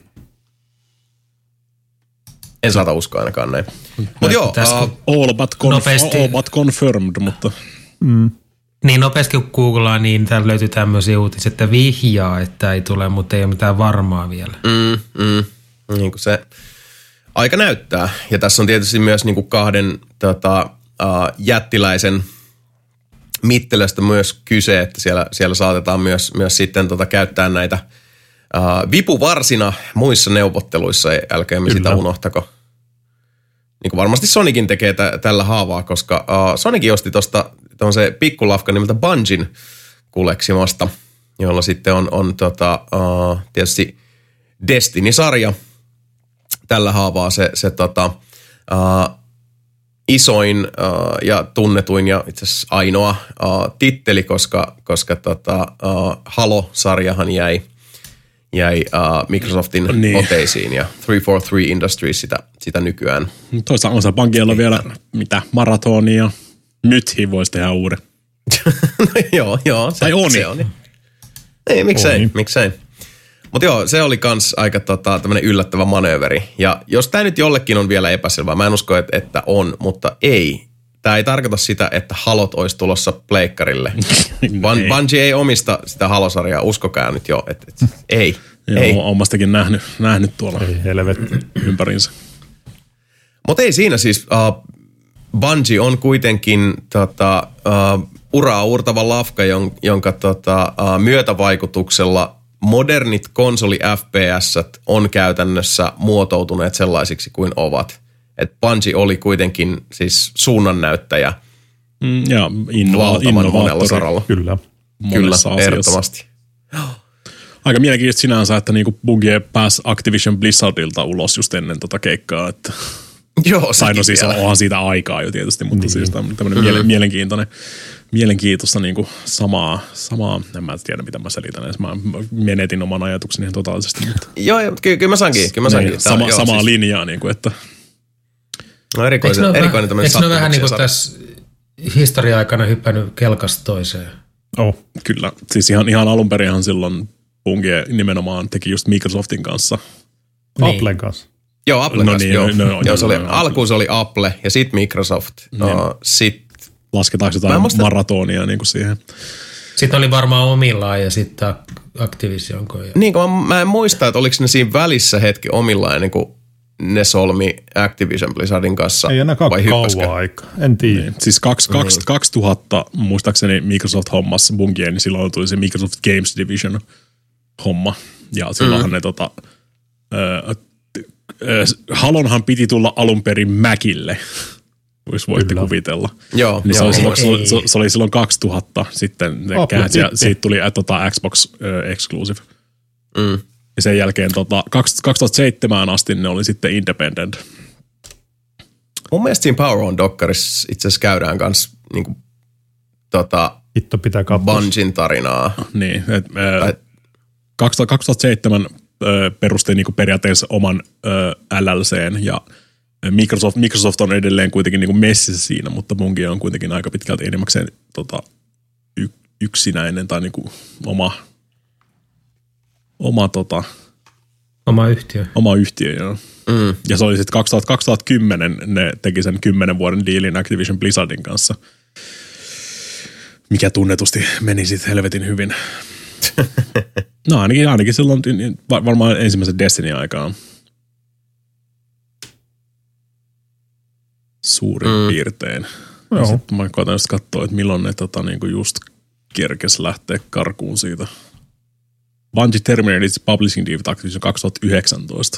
En saata uskoa ainakaan näin. Mutta joo. Uh, all, but conf- all but confirmed, mutta... Mm. Niin nopeasti kun googlaa, niin täällä löytyy tämmöisiä uutisia, että vihjaa, että ei tule, mutta ei ole mitään varmaa vielä. Mm, mm. Niin kuin se aika näyttää. Ja tässä on tietysti myös niin kuin kahden tota, uh, jättiläisen mittelöstä myös kyse, että siellä, siellä saatetaan myös, myös sitten tota, käyttää näitä uh, vipuvarsina muissa neuvotteluissa. Älkäämme sitä unohtako. Niin kuin varmasti Sonicin tekee t- tällä haavaa, koska uh, Sonicin osti tuosta tämmöisen pikkulafka nimeltä Bungin kuleksimosta, jolla sitten on, on tota, uh, tietysti Destiny-sarja. Tällä haavaa se, se tota, uh, isoin uh, ja tunnetuin ja itse asiassa ainoa uh, titteli, koska, koska tota, uh, Halo-sarjahan jäi, jäi uh, Microsoftin niin. oteisiin ja kolme neljäkymmentäkolme Industries sitä, sitä nykyään. Toisaalta on se Bungiella vielä mitä maratonia. Nyt voisi tehdä uuden. no joo, joo. Se, tai on. Se on. Ei, miksei, Oni. miksei. Mutta joo, se oli kans aika tota, tämmönen yllättävä manööveri. Ja jos tää nyt jollekin on vielä epäselvää, mä en usko, että, että on, mutta ei. Tää ei tarkoita sitä, että Halot olisi tulossa pleikkarille. Bun, Bungie ei omista sitä Halo-sarjaa, uskokaa nyt jo, että et, ei. Joo, ei. oon omastakin nähnyt, nähnyt tuolla ei helvetti ympäriinsä. Mutta ei siinä siis, uh, Bungie on kuitenkin tota, uh, uraa uurtava lafka, jonka tota, uh, myötävaikutuksella modernit konsoli F P S on käytännössä muotoutuneet sellaisiksi kuin ovat. Et Bungie oli kuitenkin siis suunnannäyttäjä mm, ja valtavan monella saralla. Kyllä. Kyllä, ehdottomasti. Aika mielenkiintoista sinänsä, että niinku Bungie pääsi Activision Blizzardilta ulos just ennen tota keikkaa. Että joo, tai no siis onhan siitä aikaa jo tietysti, mutta niin. siis tämmöinen mm-hmm. mielenkiintoinen, mielenkiintoista niinku samaa, samaa, en mä tiedä mitä mä selitän edes, mä menetin oman ajatukseni ihan totaalisesti. Mutta. Joo, ky- kyllä mä sankin, kyllä mä sankin. Niin, sama, joo, samaa siis linjaa niinku, että. No erikoinen, eikö erikoinen tämmöinen sattumuksia. Eikö ne vähän niin kuin tässä historia-aikana hypännyt kelkasta toiseen? Oh, kyllä. Siis ihan, ihan alun perinhan silloin Bungie nimenomaan teki just Microsoftin kanssa. Niin. Applen kanssa. Joo, Applen no kanssa, niin, joo. No, no, joo se oli, no, alkuun se oli Apple ja sitten Microsoft. No, sit. Lasketaanko jotain musta... maratonia niin kuin siihen? Sitten oli varmaan omillaan ja sitten Activision. Ja... Niin kuin mä, mä en muista, että oliko ne siinä välissä hetki omillaan ennen kuin ne solmi Activision Blizzardin kanssa. Ei ainakaan kauan aikaa, en tiedä. Niin. Siis kaksi, niin. kaksi, kaksituhatta muistaakseni Microsoft hommasi Bungie, niin silloin tuli se Microsoft Games Division homma. Ja silloinhan mm. ne tota, äh, äh, Halonhan piti tulla alun perin Macille, jos voitte Kyllä. kuvitella. Joo, niin joo. Se, oli silloin, se, se oli silloin kaksituhatta sitten ne käänsi ja siitä tuli äh, tota, Xbox äh, Exclusive. Mm. Ja sen jälkeen tota, kaksituhattaseitsemän asti ne oli sitten independent. mun mielestä siinä Power On-dokkarissa itse asiassa käydään kanssa niinku, tota, Hitto pitää katsoa. Bungin tarinaa. Niin, et, ää, kaksituhattaseitsemän ää, perusti niinku periaatteessa oman ää, L L C:n ja Microsoft, Microsoft on edelleen kuitenkin niinku messissä siinä, mutta munkin on kuitenkin aika pitkälti enimmäkseen tota, y, yksinäinen tai niinku oma, oma, tota, Oma yhtiö. oma yhtiö, joo. Mm. Ja se oli sitten kaksituhattakymmenen ne teki sen kymmenen vuoden diilin Activision Blizzardin kanssa, mikä tunnetusti meni sitten helvetin hyvin. No ainakin, ainakin silloin varmaan ensimmäisen Destiny-aikaan. Suurin mm. piirtein. Ja sitten mä koitan just katsoa, että milloin ne tota, niinku just kerkes lähteä karkuun siitä. Bungie terminated its publishing deal Activision kaksituhattayhdeksäntoista.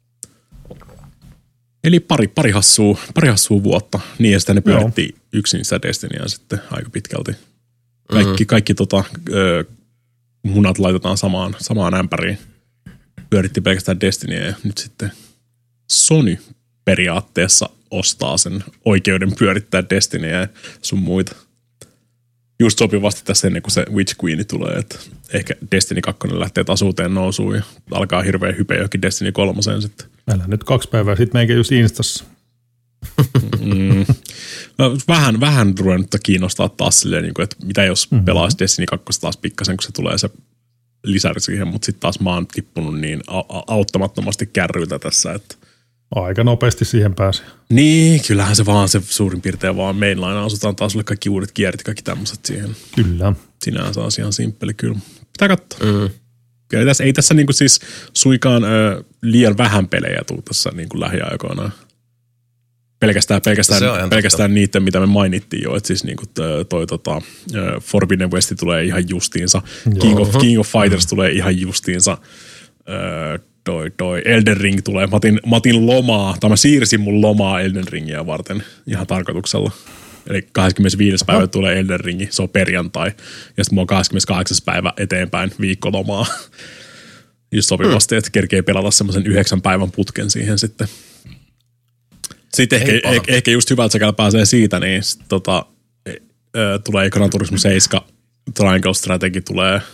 Eli pari, pari, hassua, pari hassua vuotta. Niin ja sitten ne pyöritti Joo. yksin sitä Destinyä sitten aika pitkälti. Kaikki, mm. kaikki tota, ö, munat laitetaan samaan, samaan ämpäriin. Pyöritti pelkästään Destinyä ja nyt sitten Sony periaatteessa ostaa sen oikeuden pyörittää Destinyä ja sun muita. Just sopivasti tässä ennen kuin se Witch Queen tulee, että ehkä Destiny kaksi lähtee taas uuteen nousuun ja alkaa hirveä hype johonkin Destiny kolmoseen sitten. Älä nyt kaksi päivää sitten meikä just Instassa. mm. Vähän, vähän ruvennut kiinnostaa taas silleen, että mitä jos mm-hmm. pelaisi Destiny kaksi taas pikkasen, kun se tulee se lisäri siihen, mutta sitten taas mä oon tippunut niin a- auttamattomasti kärryiltä tässä, että aika nopeasti siihen pääsee. Niin, kyllähän se vaan se suurin piirtein vaan mainline asutaan taas sulle kaikki uudet kierrit, kaikki tämmöiset siihen. Kyllä. Sinänsä on ihan simppeli, kyllä. Pitää katsoa. Mm. Ei tässä, ei tässä niinku siis suikaan ö, liian vähän pelejä tule tässä niinku lähiaikoina. Pelkästään, pelkästään, pelkästään niiden, mitä me mainittiin jo, että siis niinku toi, toi tota, Forbidden West tulee ihan justiinsa, King of, King of Fighters tulee ihan justiinsa, ö, toi, toi Elden Ring tulee, mä otin, mä otin lomaa, tai mä siirsin mun lomaa Elden Ringiä varten ihan tarkoituksella. Eli kahdeskymmenesviides päivä tulee Elden Ringi, se on perjantai, ja sitten mulla on kahdeskymmeneskahdeksas päivä eteenpäin viikkolomaa. Just sopivasti, mm. että kerkee pelata semmoisen yhdeksän päivän putken siihen sitten. Sitten ehkä, ehkä, ehkä just hyvältä sekä pääsee siitä, niin sit, tota, e, ö, tulee Gran Turismo seitsemän, Triangle Strategy tulee,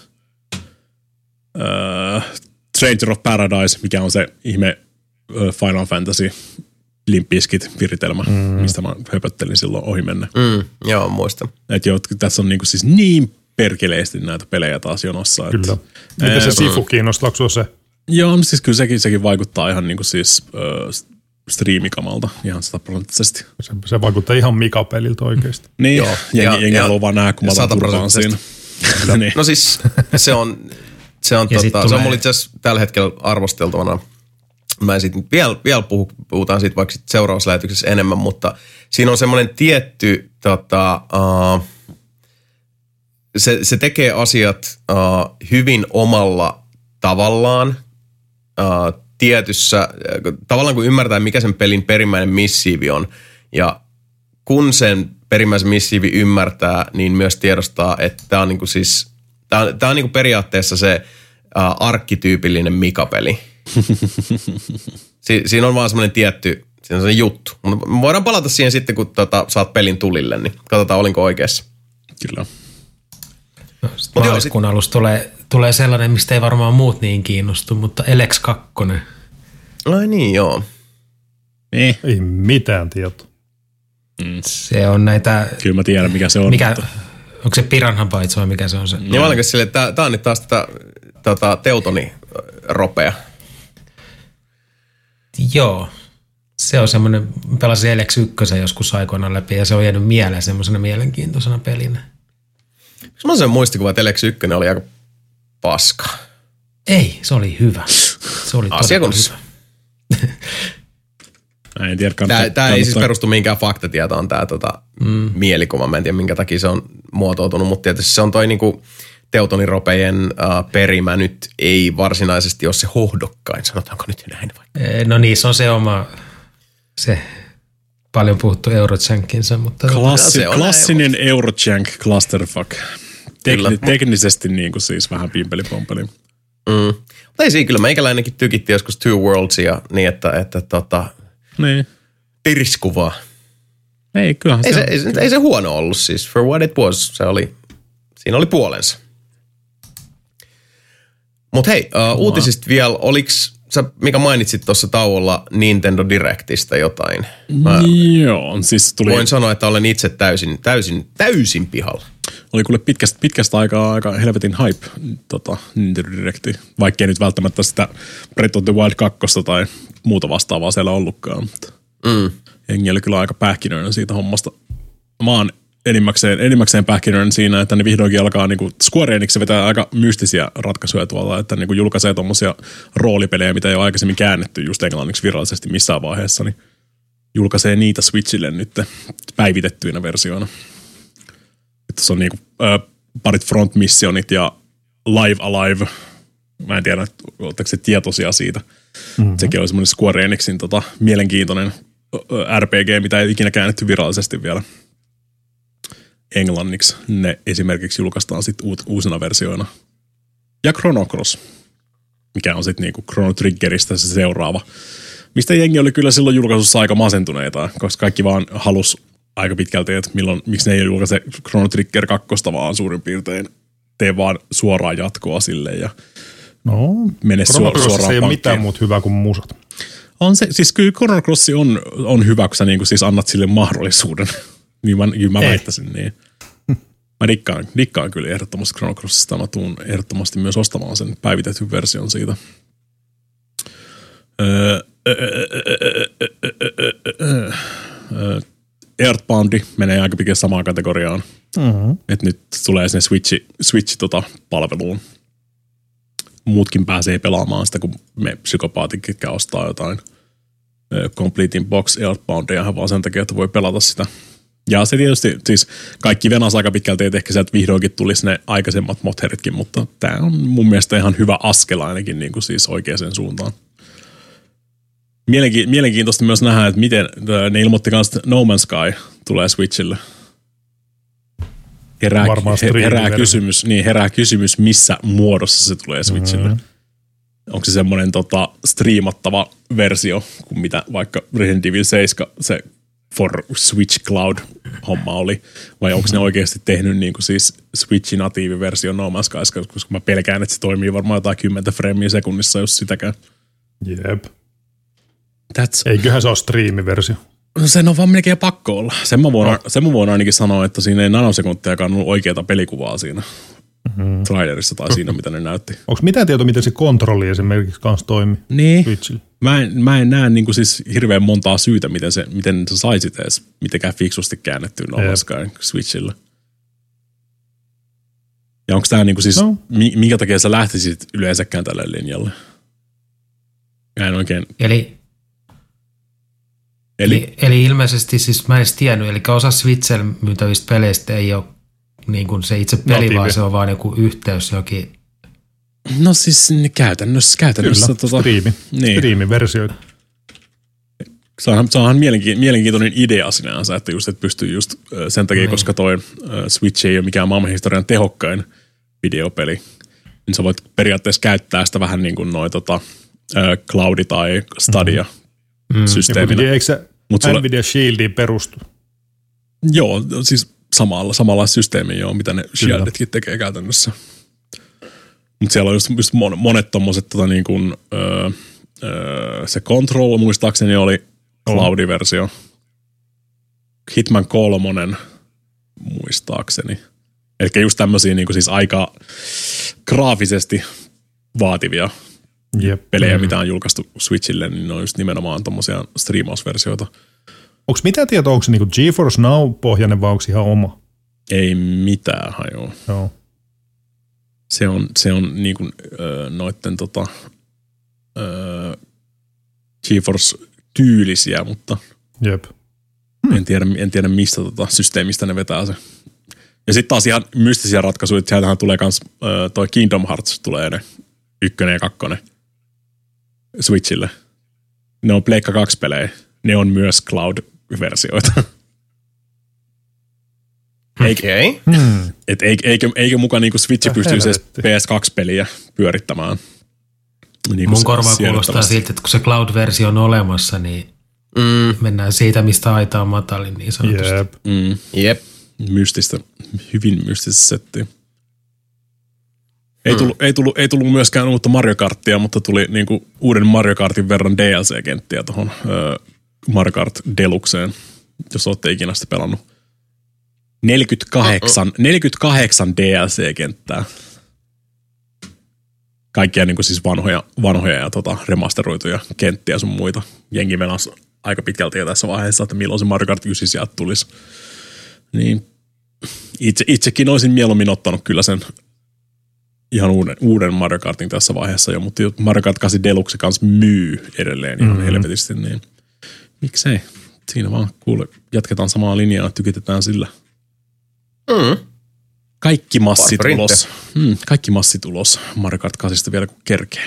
ö, Stranger of Paradise, mikä on se ihme ö, Final Fantasy Limp Bizkit viritelmä, mm. mistä mä höpöttelin silloin ohi mennä. Mm, joo, muistan. Että jo, tässä on niinku siis niin perkeleesti näitä pelejä taas jonossa. Kyllä. Miten se Sifu kiinnostaako sua se? Joo, no siis kyllä sekin, sekin vaikuttaa ihan niinku siis äh, striimikamalta ihan sataprosenttisesti. Se, se vaikuttaa ihan Mika-peliltä oikeasti. Niin, joo, jengi, jengi haluaa vaan nähdä, kun mä otan turvaan siinä. niin. No siis se on, se on, tota, se on mulla itse asiassa tällä hetkellä arvosteltavana. Mä en sitten vielä, vielä puhu, puhutaan siitä vaikka sit seuraavassa lähetyksessä enemmän, mutta siinä on semmoinen tietty, tota, uh, se, se tekee asiat uh, hyvin omalla tavallaan, uh, tietyssä, uh, tavallaan kun ymmärtää, mikä sen pelin perimmäinen missiivi on, ja kun sen perimmäisen missiivi ymmärtää, niin myös tiedostaa, että tämä on, niinku siis, tää on, tää on niinku periaatteessa se uh, arkkityypillinen Mika-peli. si- siinä on vaan semmoinen tietty, siinä on semmoinen juttu. Mutta me voidaan palata siihen sitten, kun tota, saat pelin tulille, niin katsotaan, olinko oikeassa. Kyllä. No, maaliskuun sit alussa tulee, tulee sellainen, mistä ei varmaan muut niin kiinnostu, mutta Elex kaksi. Ai niin, joo. Eh. Ei mitään tietoa. Mm. Se on näitä... Kyllä mä tiedän, mikä se on. Mikä, mutta... Onko se Piranha Bytes vai mikä se on se? No. Niin mä olenko silleen, että tää on nyt taas tätä tota, Teutoni ropea. Joo. Se on semmoinen, pelasin Elex yksi joskus aikoinaan läpi ja se on jäänyt mieleen semmoisena mielenkiintoisena pelinä. Mä oon sen muistikuva, että Elex yksi oli aika paska. Ei, se oli hyvä. Se oli todella hyvä. En tiedä, kannattaa, tää, tää ei siis perustu minkään faktatietoon tää tota, mm. mielikuva. Mä en tiedä, minkä takia se on muotoutunut, mutta tietysti se on toi niinku Teutoniropejen uh, perimä nyt ei varsinaisesti ole se hohdokkain, sanotaanko nyt näin vaikka? No niin, se on se oma, se paljon puhuttu Eurochankinsa, mutta... Klassi, klassinen Eurochank clusterfuck. Tekni, teknisesti niin kuin siis vähän pimpelipompeli. Mm. Mutta ei siinä kyllä, meikäläinenkin tykitti joskus Two Worldsia niin, että, että tota, niin. tirskuvaa. Ei, kyllähän ei se, se, ei, se, ei se huono ollut siis. For what it was. Se oli, siinä oli puolensa. Mutta hei, uh, uutisista vielä, oliks, sä Mika mainitsit tuossa tauolla Nintendo Directistä jotain? Mä Joo, siis tuli... Voin sanoa, että olen itse täysin, täysin, täysin pihalla. Oli kuule pitkästä, pitkästä aikaa aika helvetin hype tota, Nintendo Directi, vaikkei nyt välttämättä sitä Breath of the Wild kaksi tai muuta vastaavaa siellä ollutkaan, mutta mm. jengi oli kyllä aika pähkinöinen siitä hommasta. Mä oon enimmäkseen, enimmäkseen pähkinöinen siinä, että ne vihdoinkin alkaa, niinku, Square Enix vetää aika mystisiä ratkaisuja tuolla, että niinku julkaisee tommosia roolipelejä, mitä ei ole aikaisemmin käännetty just englanniksi virallisesti missään vaiheessa, niin julkaisee niitä Switchille nyt päivitettyinä versioina. Tässä on niinku, ö, parit Front Missionit ja Live Alive. Mä en tiedä, oletteko se tietoisia siitä. Mm-hmm. Sekin oli semmoinen Square Enixin tota, mielenkiintoinen R P G, mitä ei ikinä käännetty virallisesti vielä englanniksi. Ne esimerkiksi julkaistaan sitten uusina versioina. Ja Chrono Cross, mikä on sitten niinku Chrono Triggeristä se seuraava. Mistä jengi oli kyllä silloin julkaisussa aika masentuneita, koska kaikki vaan halus aika pitkälti, että milloin, miksi ne ei julkaise Chrono Trigger kaksi, vaan suurin piirtein tee vaan suoraan jatkoa sille ja no, mene su- suoraan pankkiin. Ei ole mitään muuta hyvää kuin musat. On se, siis kyllä Chrono Cross on, on hyvä, kun sä niinku siis annat sille mahdollisuuden. niin mä, mä väittäisin niin. Mä dikkaan, dikkaan kyllä ehdottomasti Chrono Crossista. Mä tuun ehdottomasti myös ostamaan sen päivitetyn version siitä. Öö, Earthboundi menee aika pitkään samaan kategoriaan. Mm-hmm. Että nyt tulee sinne Switchi, Switch tota palveluun. Muutkin pääsee pelaamaan sitä, kun me psykopaatit, ketkä ostaa jotain Complete in Box Earthboundia ihan vaan sen takia, että voi pelata sitä. Ja se tietysti, siis kaikki venas aika pitkälti, että ehkä sieltä vihdoinkin tulisi ne aikaisemmat modheritkin, mutta tämä on mun mielestä ihan hyvä askel ainakin niin kuin siis oikeaan suuntaan. Mielenki- mielenkiintoista myös nähdä, että miten ne ilmoitti kanssa, että No Man's Sky tulee Switchille. Herää, herää, kysymys, niin herää kysymys, missä muodossa se tulee Switchille. Mm-hmm. Onko se semmoinen tota, striimattava versio, kuin mitä vaikka Resident Evil seitsemän, se For Switch Cloud-homma oli, vai onko ne oikeasti tehnyt niin kuin siis Switchin natiiviversio No Man's Sky, koska mä pelkään, että se toimii varmaan jotain kymmentä freimiä sekunnissa, jos sitäkään. Jep. That's... Eiköhän se ole striimiversio. No sen on vaan melkein pakko olla. Sen mä voin, no. sen mä voin ainakin sanoa, että siinä ei nanosekuntiakaan ollut oikeata pelikuvaa siinä mm-hmm. trailerissa tai siinä, mitä ne näytti. Onko mitään tietoa, miten se kontrolli esimerkiksi kanssa toimii niin. Switchillä? Mä en, mä en näe niin kuin siis hirveän montaa syytä, miten, se, miten sä saisit edes mitenkään fiksusti käännettyä No Man's Sky Switchillä. Ja onko tää niin kuin siis, no. minkä takia sä lähtisit yleensäkään tälle linjalle? Mä en oikein... Eli... Eli, eli, eli ilmeisesti siis mä en edes tiennyt, eli osa Switchillä myytävistä peleistä ei ole niin kuin se itse peli, Natiivi. Vaan se on vaan joku yhteys jokin. No siis käytännössä. käytännössä Kyllä, tota, striimi. Niin. Striimiversioita. Se onhan, se onhan mielenki- mielenkiintoinen idea sinänsä, että just että pystyy just sen takia, niin. Koska toi Switch ei ole mikään maailmanhistorian tehokkain videopeli, niin sä voit periaatteessa käyttää sitä vähän niin kuin noi tota, Cloudi tai Stadia. Mm. Mm. systeeminä. Ja eikö se sulle... Nvidia Shieldiin perustu? Joo, siis samalla, samalla systeemiä joo, mitä ne Shielditkin tekee käytännössä. Mutta siellä on just, just monet tommoset tota niin kuin, öö, öö, se Control muistaakseni oli Cloudi-versio. Hitman kolmonen muistaakseni. Eli just tämmöisiä niin kuin siis aika graafisesti vaativia Jep. pelejä, mm. mitä on julkaistu Switchille, niin ne on just nimenomaan tommosia striimausversioita. Onko mitään tietoa, onko se niinku GeForce Now-pohjainen vai onko ihan oma? Ei mitään hajoa. Joo. Se on, se on niinku äh, noitten tota, äh, GeForce-tyylisiä, mutta Jep. Hmm. En, tiedä, en tiedä mistä tota systeemistä ne vetää se. Ja sitten taas ihan mystisiä ratkaisuja, että sieltähän tulee kans äh, toi Kingdom Hearts tulee ne ykkönen ja kakkonen Switchille. Ne on Pleikka kaksi pelejä. Ne on myös Cloud-versioita. Okei. Okay. Hmm. Et eikö, eikö, eikö mukaan niinku Switch pystyisi P S kaksi -peliä pyörittämään? Niin mun korvaa kuulostaa siltä, että kun se Cloud-versio on olemassa, niin Mm. Mennään siitä, mistä aita on matalin niin sanotusti. Jep. Mm. Jep. Mystistä, hyvin mystistä settiä. Ei, mm. tullut, ei, tullut, ei tullut myöskään uutta Mario Karttia, mutta tuli niinku uuden Mario Kartin verran D L C-kenttiä tuohon Mario Kart Deluxeen, jos olette ikinä sitä pelannut. neljäkymmentäkahdeksan, neljäkymmentäkahdeksan D L C-kenttää. Kaikkia niin kuin siis vanhoja, vanhoja ja tota, remasteroituja kenttiä sun muita. Jengi menasi aika pitkälti jo tässä vaiheessa, että milloin se Mario Kart yhdeksän sieltä tulisi. Niin itse, itsekin olisin mieluummin ottanut kyllä sen ihan uuden, uuden Mario Kartin tässä vaiheessa jo, mutta Mario Kart kahdeksan Deluxe kanssa myy edelleen ihan mm-hmm. helvetisti, niin miksei? Siinä vaan kuule, jatketaan samaa linjaa, tykitetään sillä. Mm. Kaikki massit ulos. Mm, kaikki massit ulos Mario Kart kahdeksan vielä kun kerkee.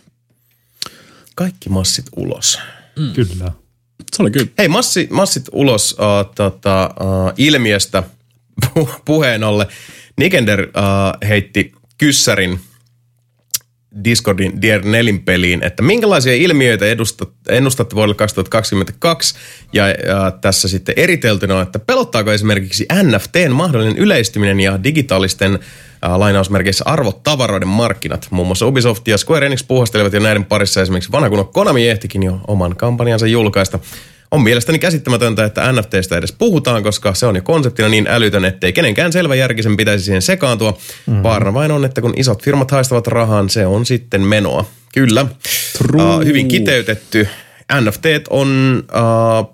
Kaikki massit ulos. Mm. Kyllä. Se oli kyllä. Hei, massi, massit ulos uh, tota, uh, ilmiöstä pu- puheen ollen. Nikender uh, heitti kyssärin Discordin Dier nelin peliin, että minkälaisia ilmiöitä edustat, ennustatte vuodelle kaksituhattakaksikymmentäkaksi, ja, ja tässä sitten eriteltynä on, että pelottaako esimerkiksi N F T:n mahdollinen yleistyminen ja digitaalisten äh, lainausmerkeissä arvotavaroiden markkinat. Muun muassa Ubisoft ja Square Enix puuhastelevat jo näiden parissa, esimerkiksi vanha kunnon Konami ehtikin jo oman kampanjansa julkaista. On mielestäni käsittämätöntä, että N F T:stä edes puhutaan, koska se on jo konseptina niin älytön, ettei kenenkään selväjärkisen pitäisi siihen sekaantua. Mm-hmm. Vaarana vain on, että kun isot firmat haistavat rahaan, se on sitten menoa. Kyllä. Uh, hyvin kiteytetty. N F T on, uh,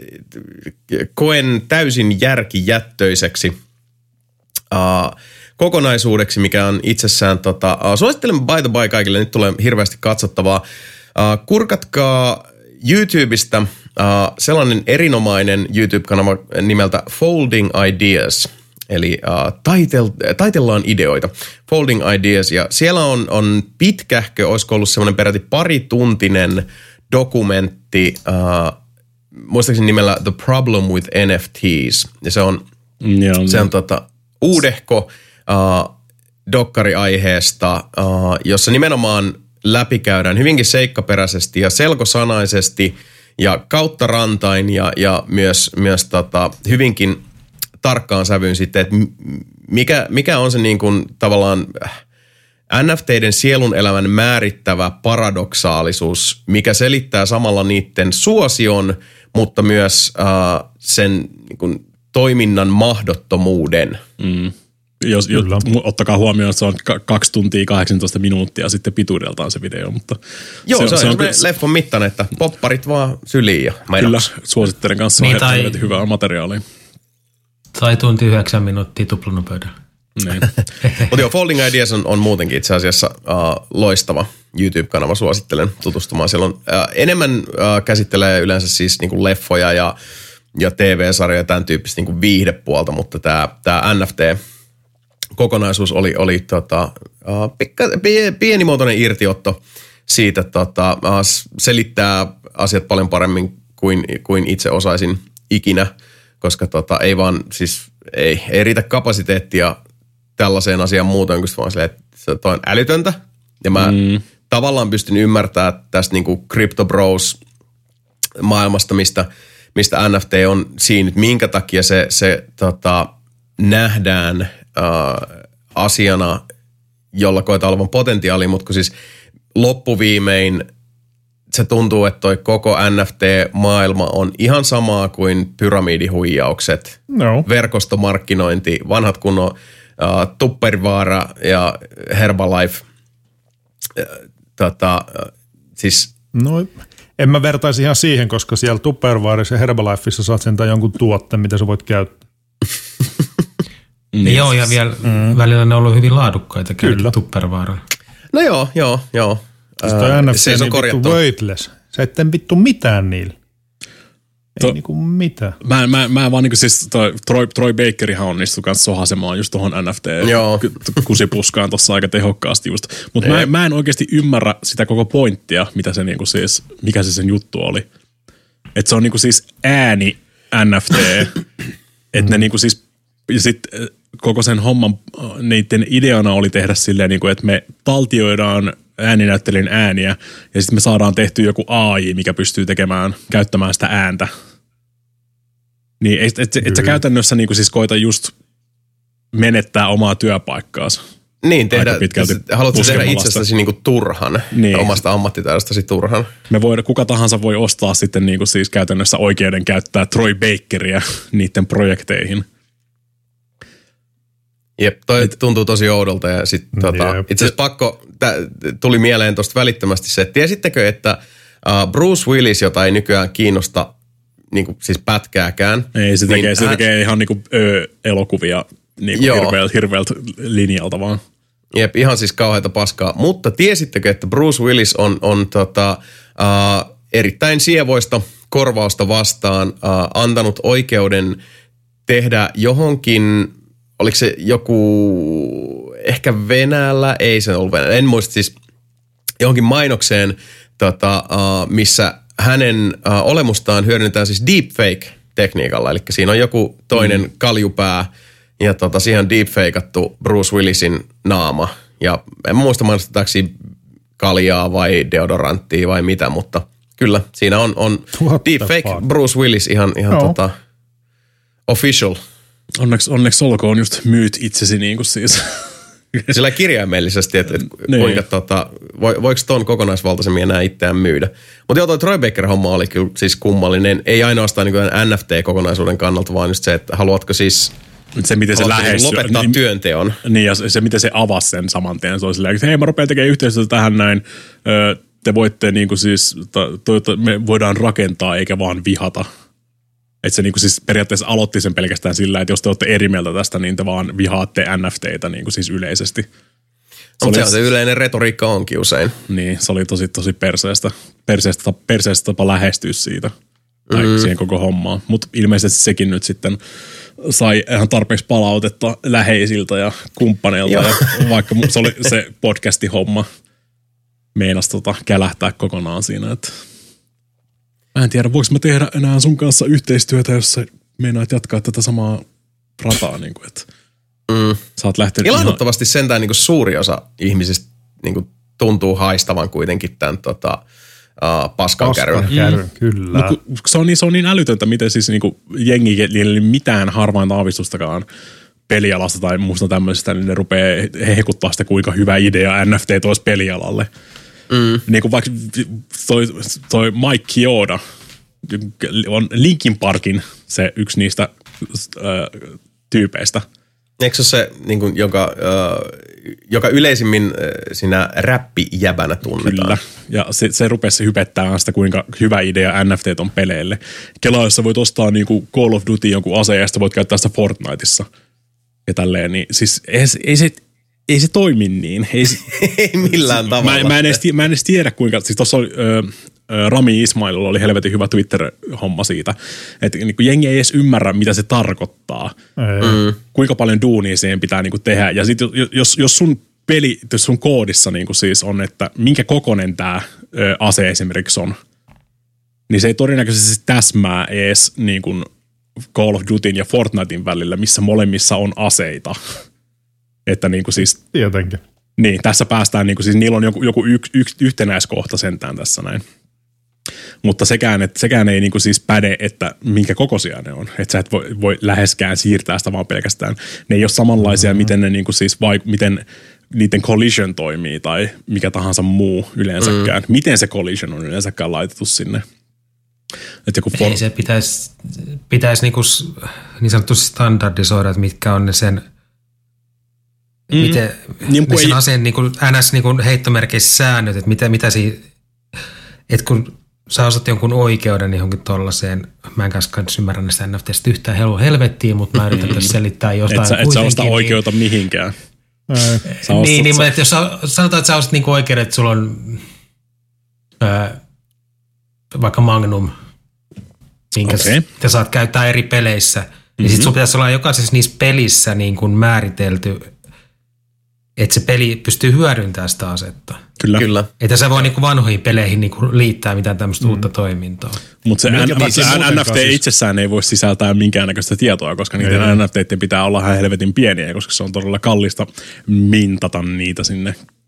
koen täysin järkijättöiseksi uh, kokonaisuudeksi, mikä on itsessään, tota, uh, suosittelen by the by kaikille, nyt tulee hirveästi katsottavaa. Uh, kurkatkaa YouTubesta uh, sellainen erinomainen YouTube-kanava nimeltä Folding Ideas, eli uh, taitel, taitellaan ideoita, Folding Ideas, ja siellä on, on pitkähkö, olisiko ollut semmoinen peräti parituntinen dokumentti, uh, muistaakseni nimellä The Problem with N F Ts, ja se on, Joo, se on tota, uudehko uh, dokkari-aiheesta, uh, jossa nimenomaan läpikäydään hyvinkin seikkaperäisesti ja selkosanaisesti ja kautta rantain ja, ja myös, myös tota, hyvinkin tarkkaan sävyyn sitten, että mikä, mikä on se niin kuin tavallaan N F T:den sielun elämän määrittävä paradoksaalisuus, mikä selittää samalla niiden suosion, mutta myös äh, sen niin kuin toiminnan mahdottomuuden. Mm. Jos, jos, ottakaa huomioon, että se on kaksi tuntia kahdeksantoista minuuttia sitten pituudeltaan se video, mutta... Joo, se, se on, se on kyllä, leffon mittainen, että popparit vaan syliin ja menoksi. Kyllä, suosittelen kanssa niin, tai, hyvää materiaalia. Tai tunti yhdeksän minuuttia tuplanopeudella. Niin. Mutta joo, Folding Ideas on, on muutenkin itse asiassa uh, loistava YouTube-kanava, suosittelen tutustumaan. Siellä on uh, enemmän uh, käsittelee yleensä siis niinku leffoja ja, ja T V-sarjoja ja tämän tyyppistä niinku viihdepuolta, mutta tämä tää N F T... kokonaisuus oli, oli tota, uh, pikka, pienimuotoinen irtiotto siitä, tota, uh, selittää asiat paljon paremmin kuin, kuin itse osaisin ikinä, koska tota, ei vaan siis, ei, ei riitä kapasiteettia tällaiseen asiaan muutoin, kun vaan silleen, että se on älytöntä. Ja mä mm. tavallaan pystyn ymmärtämään tästä niinku Crypto Bros maailmasta, mistä, mistä N F T on siinä, minkä takia se, se tota, nähdään Uh, asiana, jolla koetaan olevan potentiaalia, mutta kun siis loppuviimein se tuntuu, että toi koko N F T-maailma on ihan samaa kuin pyramidihuijaukset, no. verkostomarkkinointi, vanhat kunnon uh, Tupperware ja Herbalife. Uh, tota, uh, siis... No, en mä vertaisi ihan siihen, koska siellä Tupperwaressa ja Herbalifeissa saat sentään jonkun tuotteen, mitä sä voit käyttää. Niin. Joo, ja vielä mm. välillä ne on ollut hyvin laadukkaita. Kyllä. Tupperware. No joo, joo, joo. Siis toi äh, N F T se on vittu weightless. Sä et tee vittu mitään niillä. Ei to, niinku mitään. Mä, mä, mä vaan niinku siis, toi Troy, Troy Bakerihan onnistui kanssa sohasemaan just tohon N F T-kusipuskaan tossa aika tehokkaasti just. Mutta mä, mä en oikeasti ymmärrä sitä koko pointtia, mitä se niinku siis, mikä se sen juttu oli. Että se on niinku siis ääni N F T. Että ne niinku siis, ja sitten koko sen homman, niiden ideana oli tehdä silleen, että me taltioidaan ääninäyttelijän ääniä, ja sitten me saadaan tehtyä joku A I, mikä pystyy tekemään, käyttämään sitä ääntä. Niin et, et, et sä käytännössä niin kuin siis koita just menettää omaa työpaikkaasi. Niin, tehdä, haluatko tehdä itsestäsi niinku turhan, niin. omasta ammattitaidostasi turhan. Me voi, kuka tahansa voi ostaa sitten niinku siis käytännössä oikeuden käyttää Troy Bakeria niiden projekteihin. Jep, toi Et, tuntuu tosi oudolta ja sitten tota, itse asiassa pakko, tä, tuli mieleen tuosta välittömästi se, että tiesittekö, että uh, Bruce Willis, jota ei nykyään kiinnosta niinku siis pätkääkään. Ei, se tekee, niin se hän, tekee ihan niinku ö, elokuvia niinku hirveältä, hirveältä linjalta vaan. Jep, ihan siis kauheita paskaa. Mutta tiesittekö, että Bruce Willis on, on tota, uh, erittäin sievoista korvausta vastaan uh, antanut oikeuden tehdä johonkin, oliko se joku, ehkä Venäjällä, ei se ollut Venäjällä, en muista siis, johonkin mainokseen, tota, uh, missä hänen uh, olemustaan hyödynnetään siis deepfake-tekniikalla, eli siinä on joku toinen mm. kaljupää, ja tota, siihen on deepfakeattu Bruce Willisin naama. Ja en muista mainostetaanko kaljaa vai deodoranttia vai mitä, mutta kyllä siinä on, on deepfake Bruce Willis ihan, ihan no. tota, official. Onneksi, onneksi olkoon just myyt itsesi niin kuin siis. Sillä kirjaimellisesti, että et niin. kuinka tota, vo, voiko ton kokonaisvaltaisemmin enää itseään myydä. Mutta joo, toi Troy Baker-homma oli kyllä siis kummallinen. Ei ainoastaan niin kuin N F T-kokonaisuuden kannalta, vaan just se, että haluatko siis se, miten se lähestyy. Lopettaa niin, työnteon. Niin, ja se, miten se avasi sen saman tien. Se oli silleen, että hei, mä rupean tekemään yhteistyötä tähän näin. Te voitte niin kuin siis, to, to, me voidaan rakentaa eikä vaan vihata. Että se niin kuin siis periaatteessa aloitti sen pelkästään sillä, että jos te olette eri mieltä tästä, niin te vaan vihaatte N F T:tä niin kuin siis yleisesti. Se, oli, se on se yleinen retoriikka onkin usein. Niin, se oli tosi, tosi perseestä, perseestä, perseestä tapa lähestyä siitä. Tai mm. siihen koko hommaan. Mutta ilmeisesti sekin nyt sitten sai ihan tarpeeksi palautetta läheisiltä ja kumppaneilta. Ja vaikka se oli se podcasti homma meinasi tota kälähtää kokonaan siinä. Että mä en tiedä, voiko mä tehdä enää sun kanssa yhteistyötä, jos sä meinaat jatkaa tätä samaa rataa. Niin kuin, että mm. sä oot lähtenyt ilahduttavasti ihan sentään niin kuin suuri osa ihmisistä niin kuin tuntuu haistavan kuitenkin tämän tota, Uh, paskan kärryn. Mm. Kyllä. No, se, on niin, se on niin älytöntä, miten siis niinku jengi, ei mitään harvainta aavistustakaan pelialasta tai muusta tämmöisestä, niin ne rupeaa hehkuttaa sitä, kuinka hyvä idea N F T toisi pelialalle. Mm. Niin kuin vaikka toi, toi Mike Chioda on Linkin Parkin se yksi niistä äh, tyypeistä. Eikö se ole se, niin kuin, joka, äh, joka yleisimmin äh, siinä räppijäbänä tunnetaan? Kyllä, ja se, se rupesi hypettämään sitä, kuinka hyvä idea N F T on peleille. Kelaajassa voit ostaa niin kuin Call of Duty jonkun aseen, ja sitten voit käyttää sitä Fortniteissa. Ja tälleen, niin siis ei, ei, se, ei se toimi niin. Ei, se, ei millään tavalla. Mä, mä, en edes, mä en edes tiedä, kuinka, siis tuossa oli... Ö, Rami Ismaililla oli helvetin hyvä Twitter-homma siitä, että niin kuin jengi ei edes ymmärrä, mitä se tarkoittaa. Mm. Kuinka paljon duunia siihen pitää niin kuin tehdä. Ja sitten jos, jos sun peli, jos sun koodissa niin kuin siis on, että minkä kokoinen tämä ö, ase esimerkiksi on, niin se ei todennäköisesti täsmää edes niin kuin Call of Dutyn ja Fortnitein välillä, missä molemmissa on aseita. Että niin kuin siis... Jotenkin. Niin, tässä päästään, niin kuin, siis niillä on joku, joku yks, yks, yhtenäiskohta sentään tässä näin. Mutta sekään, että, sekään ei niin kuin siis päde, että minkä kokoisia ne on. Että sä et voi, voi läheskään siirtää sitä vaan pelkästään. Ne ei ole samanlaisia, mm-hmm. miten, ne niin kuin siis vaik- miten niiden collision toimii tai mikä tahansa muu yleensäkään. Mm. Miten se collision on yleensäkään laitettu sinne. Että joku for- ei se pitäisi, pitäisi niin, kuin, niin sanotusti standardisoida, että mitkä on ne sen... Mm. Miten niin, ne sen ei... aseen niin kuin, ns. Niin kuin heittomerkeissä säännöt, että mitä, mitä siinä, että kun sä osat jonkun oikeuden johonkin tollaiseen, mä en kanssa ymmärrä näistä N F T:stä yhtään hel- helvettiä, mutta mä yritän tässä selittää jotain et sä, kuitenkin. Et sä osta oikeutta niin, mihinkään. Sä niin, niin sä... että jos sä, sanotaan, että sä ostat niin oikeuden, että sulla on ää, vaikka Magnum, minkä okay. sä saat käyttää eri peleissä, niin mm-hmm. sit sun pitäisi olla jokaisessa niissä pelissä niin kuin määritelty, että se peli pystyy hyödyntämään sitä asetta. Kyllä. Kyllä. Että sä voi niinku vanhoihin peleihin niinku liittää mitään tämmöistä mm. uutta toimintaa. Mutta se N F T itsessään ei voi sisältää minkäännäköistä tietoa, koska niiden N F T:iden pitää olla ihan helvetin pieniä, koska se on todella kallista mintata niitä sinne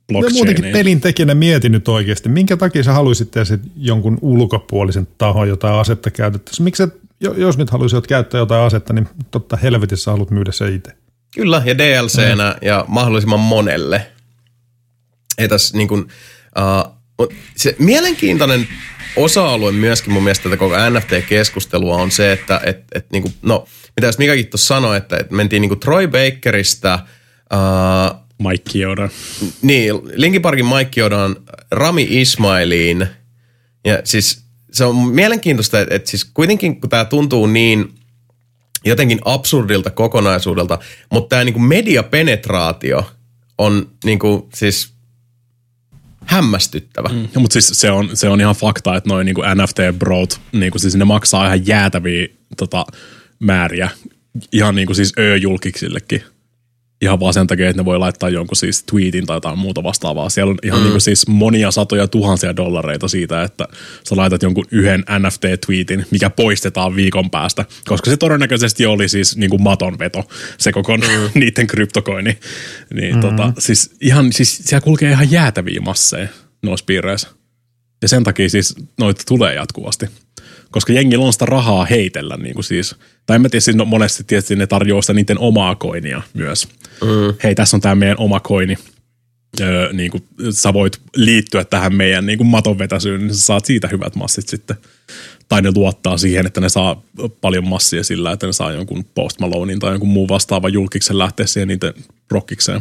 blockchainia. Muutenkin pelin tekijänä mietin nyt oikeasti, minkä takia sä haluaisit edes jonkun ulkopuolisen tahon jotain asetta käytettäisiin? Miksi et, jos nyt haluaisit käyttää jotain asetta, niin totta helvetissä haluat myydä se itse. Kyllä, ja D L C:nä mm. ja mahdollisimman monelle. Ei tässä niin kuin, uh, se mielenkiintoinen osa-alue myöskin mun mielestä tätä koko N F T-keskustelua on se, että et, et, niin kuin, no, mitä jos Mikakin tuossa sanoi, että et mentiin niin kuin Troy Bakerista, uh, Mike Chioda. Niin, Linkin Parkin Mike Chiodaan, Rami Ismailiin. Ja siis se on mielenkiintoista, että, että siis kuitenkin kun tämä tuntuu niin jotenkin absurdilta kokonaisuudelta, mutta tämä niinku mediapenetraatio on niinku siis hämmästyttävä. Mm. Ja, mutta siis se on, se on ihan fakta, että noin niinku N F T-brot, niinku siis ne maksaa ihan jäätäviä tota, määriä ihan niinku siis ö-julkiksillekin. Ihan vaan sen takia, että ne voi laittaa jonkun siis tweetin tai jotain muuta vastaavaa. Siellä on ihan mm. niinku siis monia satoja tuhansia dollareita siitä, että sä laitat jonkun yhden N F T-tweetin, mikä poistetaan viikon päästä. Koska se todennäköisesti oli siis niinku matonveto, se koko mm. niiden kryptokoini. Niin mm. tota, siis ihan, siis siellä kulkee ihan jäätäviä masseja noissa piireissä. Ja sen takia siis noita tulee jatkuvasti. Koska jengillä on sitä rahaa heitellä, niin kuin siis, tai en mä tiedä, siis no monesti tietysti ne tarjoaa sitä niiden omaa koinia myös. Mm. Hei, tässä on tämä meidän oma koini. Öö, niin kuin, sä voit liittyä tähän meidän niin kuin matonvetäisyyn, niin sä saat siitä hyvät massit sitten. Tai ne luottaa siihen, että ne saa paljon massia sillä, että ne saa jonkun Post Malonein tai jonkun muun vastaavan julkiksen lähteä siihen niiden rockikseen.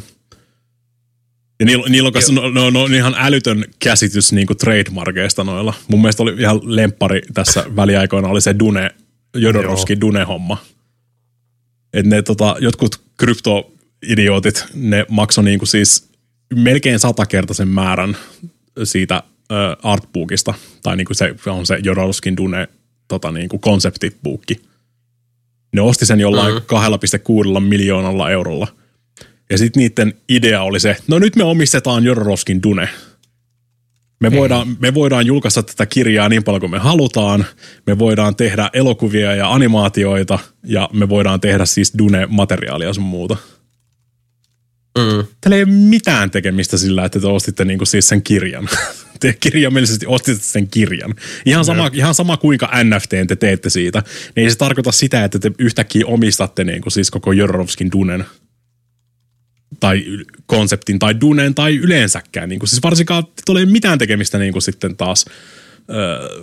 Ja niillä, niillä on kanssa no, no, no, ihan älytön käsitys niinku trademarkeista noilla. Mun mielestä oli ihan lemppari tässä väliaikoina oli se Dune, Jodorowskin Dune-homma. Että ne tota, jotkut kryptoidiootit, ne maksoi niinku siis melkein satakertaisen määrän siitä ö, artbookista. Tai niinku se on se Jodorowskin Dune tota, niinku konseptibuukki. Ne osti sen jollain mm-hmm. kaksi pilkku kuusi miljoonalla eurolla. Ja sitten niiden idea oli se, no nyt me omistetaan Jodorowskin Dune. Me voidaan, me voidaan julkaista tätä kirjaa niin paljon kuin me halutaan. Me voidaan tehdä elokuvia ja animaatioita ja me voidaan tehdä siis Dune-materiaalia sun muuta. Mm. Tällä ei ole mitään tekemistä sillä, että te ostitte niinku siis sen kirjan. Te kirjaimellisesti ostitte sen kirjan. Ihan sama, ihan sama kuinka N F T te teette siitä. Niin ei se tarkoita sitä, että te yhtäkkiä omistatte niinku siis koko Jodorowskin Dunen. Tai konseptin tai Duneen tai yleensäkään. Niin kuin, siis varsinkaan ei ole mitään tekemistä niin kuin sitten taas öö,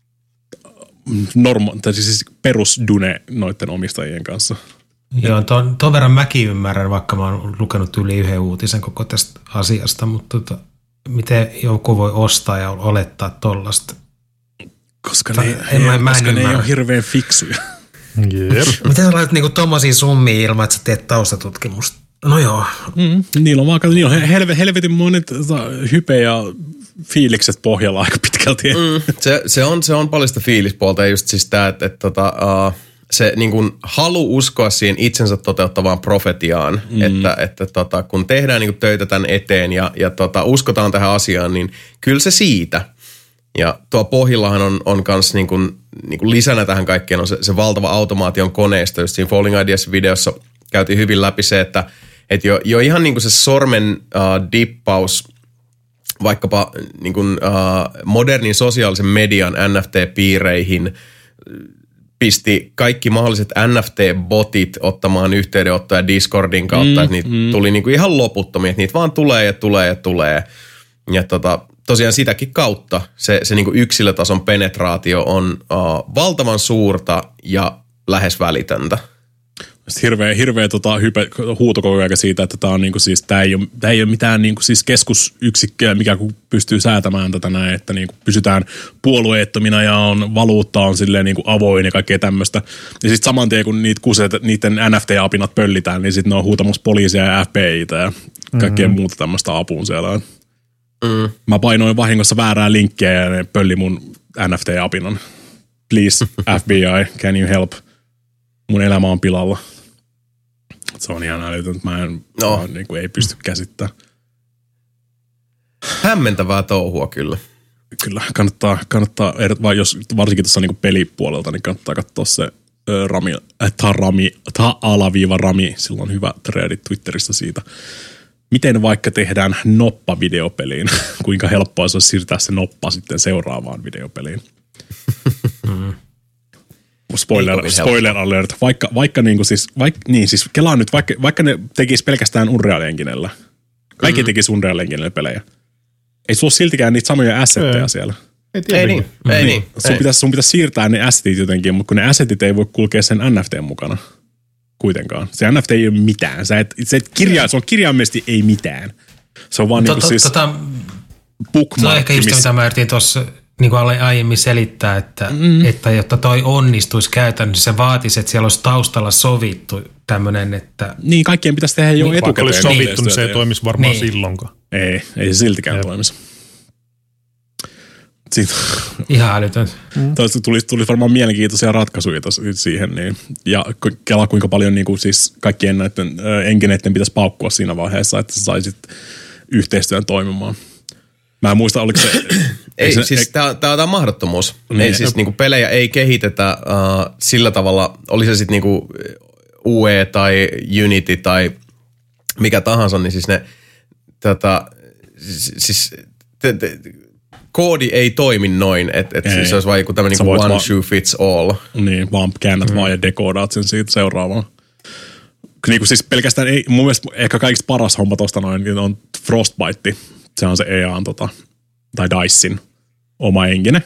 norma- tai siis perus Dune noiden omistajien kanssa. Joo, ton, ton verran mäkin ymmärrän, vaikka mä oon lukenut yli yhden uutisen koko tästä asiasta, mutta tota, miten joku voi ostaa ja olettaa tollasta? Koska ne, en, ei, mä koska ne ei ole hirveän fiksuja. Jep. Miten sä laitat niinku tommosia summia ilman, että sä teet taustatutkimusta? No joo. Mm, niillä on vaan, niillä on helve, helvetin monet hype ja fiilikset pohjalla aika pitkälti. Mm, se, se, on, se on paljon sitä fiilispuolta ja just siis tämä, että, että, että uh, se niin kuin halu uskoa siihen itsensä toteuttavaan profetiaan, mm. että, että tota, kun tehdään niin kuin töitä tämän eteen ja, ja tota, uskotaan tähän asiaan, niin kyllä se siitä. Ja tuo pohjillahan on, on kans niin kuin, niin kuin lisänä tähän kaikkeen on se, se valtava automaation koneisto. Just siinä Falling Ideas-videossa käytiin hyvin läpi se, että et jo, jo ihan niin kuin se sormen uh, dippaus vaikkapa niin kuin, uh, modernin sosiaalisen median N F T-piireihin pisti kaikki mahdolliset N F T-botit ottamaan yhteydenottoja Discordin kautta, mm, että niitä mm. tuli niin kuin ihan loputtomia, että niitä vaan tulee ja tulee ja tulee. Ja tota, tosiaan sitäkin kautta se, se niin kuin yksilötason penetraatio on uh, valtavan suurta ja lähes välitöntä. Hirveä, hirveä tota, hype, huuto koko ajan siitä, että tämä on niinku siis, tää ei ole, tää ei ole mitään niinku siis keskusyksikköä, mikä pystyy säätämään tätä näin, että niinku pysytään puolueettomina ja on, valuutta on silleen niinku avoin ja kaikkea tämmöistä. Ja sitten saman tien, kun niitä kuset, niiden N F T-apinat pöllitään, niin sitten ne on huutamassa poliisia ja F B I:tä ja kaikkea mm-hmm. muuta tämmöistä apuun siellä. Mm. Mä painoin vahingossa väärää linkkiä ja ne pölli mun N F T-apinan. Please, F B I, can you help? Mun elämä on pilalla. Se on ihan älytöntä. Mä en, no. mä niin kuin ei pysty käsittämään. Hämmentävää touhua kyllä. Kyllä, kannattaa, kannattaa jos varsinkin tuossa niin pelipuolelta, niin kannattaa katsoa se ö, Rami, äh, ta, Rami, ta alaviiva Rami. Sillä on hyvä threadi Twitteristä siitä. Miten vaikka tehdään noppa videopeliin? Kuinka helppoa se olisi siirtää se noppa sitten seuraavaan videopeliin? Mm. Spoiler, spoiler alert. Vaikka, vaikka, niin siis, vaikka niin siis kelaa nyt, vaikka, vaikka ne tekisi pelkästään Unreal Enginellä. Kaikki mm. tekisi Unreal Enginellä pelejä. Ei sulla siltikään niitä samoja assetteja siellä. Ei, ei niin, mm. ei niin. Sun, ei. Pitäisi, sun pitäisi siirtää ne assetit jotenkin, mutta kun ne assetit ei voi kulkea sen N F T:n mukana kuitenkaan. Se N F T ei ole mitään. Sä et, sä et kirjaa, se on kirjaimellisesti ei mitään. Se on vaan to, niinku to, siis tota, bookmarkki. Se on ehkä just se, mitä mä yritin tuossa niin kuin aiemmin selittää, että, mm. että jotta toi onnistuisi käytännössä, se vaatisi, että siellä olisi taustalla sovittu tämmöinen, että... Niin, kaikkien pitäisi tehdä jo niin, etukäteen. Vaikka olisi sovittu, niin se ei toimisi varmaan niin. silloinkaan. Ei, ei se siltikään Jep. toimisi. Siitä. Ihan älytöntä. Mm. Tulisi, tulisi varmaan mielenkiintoisia ratkaisuja siihen. Niin. Ja kelaa kuinka paljon niin kuin siis kaikkien näiden äh, engineiden pitäisi paukkua siinä vaiheessa, että sä saisit yhteistyön toimimaan. Mä en muista, oliko se... ei, se, siis ei, tää, tää on tää mahdottomuus. Niin, ei siis niinku pelejä ei kehitetä uh, sillä tavalla, oli se sitten niinku U E tai Unity tai mikä tahansa, niin siis ne tätä, siis te, te, koodi ei toimi noin, että et siis se olisi vain joku tämmöinen niinku one shoe fits all. Niin, vaan käännät mm. vaan ja dekoodaat sen siitä seuraavaan. Niin kuin siis pelkästään, ei, mun mielestä ehkä kaikista paras homma tosta noin on Frostbite. Se on se E A:n tota, tai DICEin oma engine,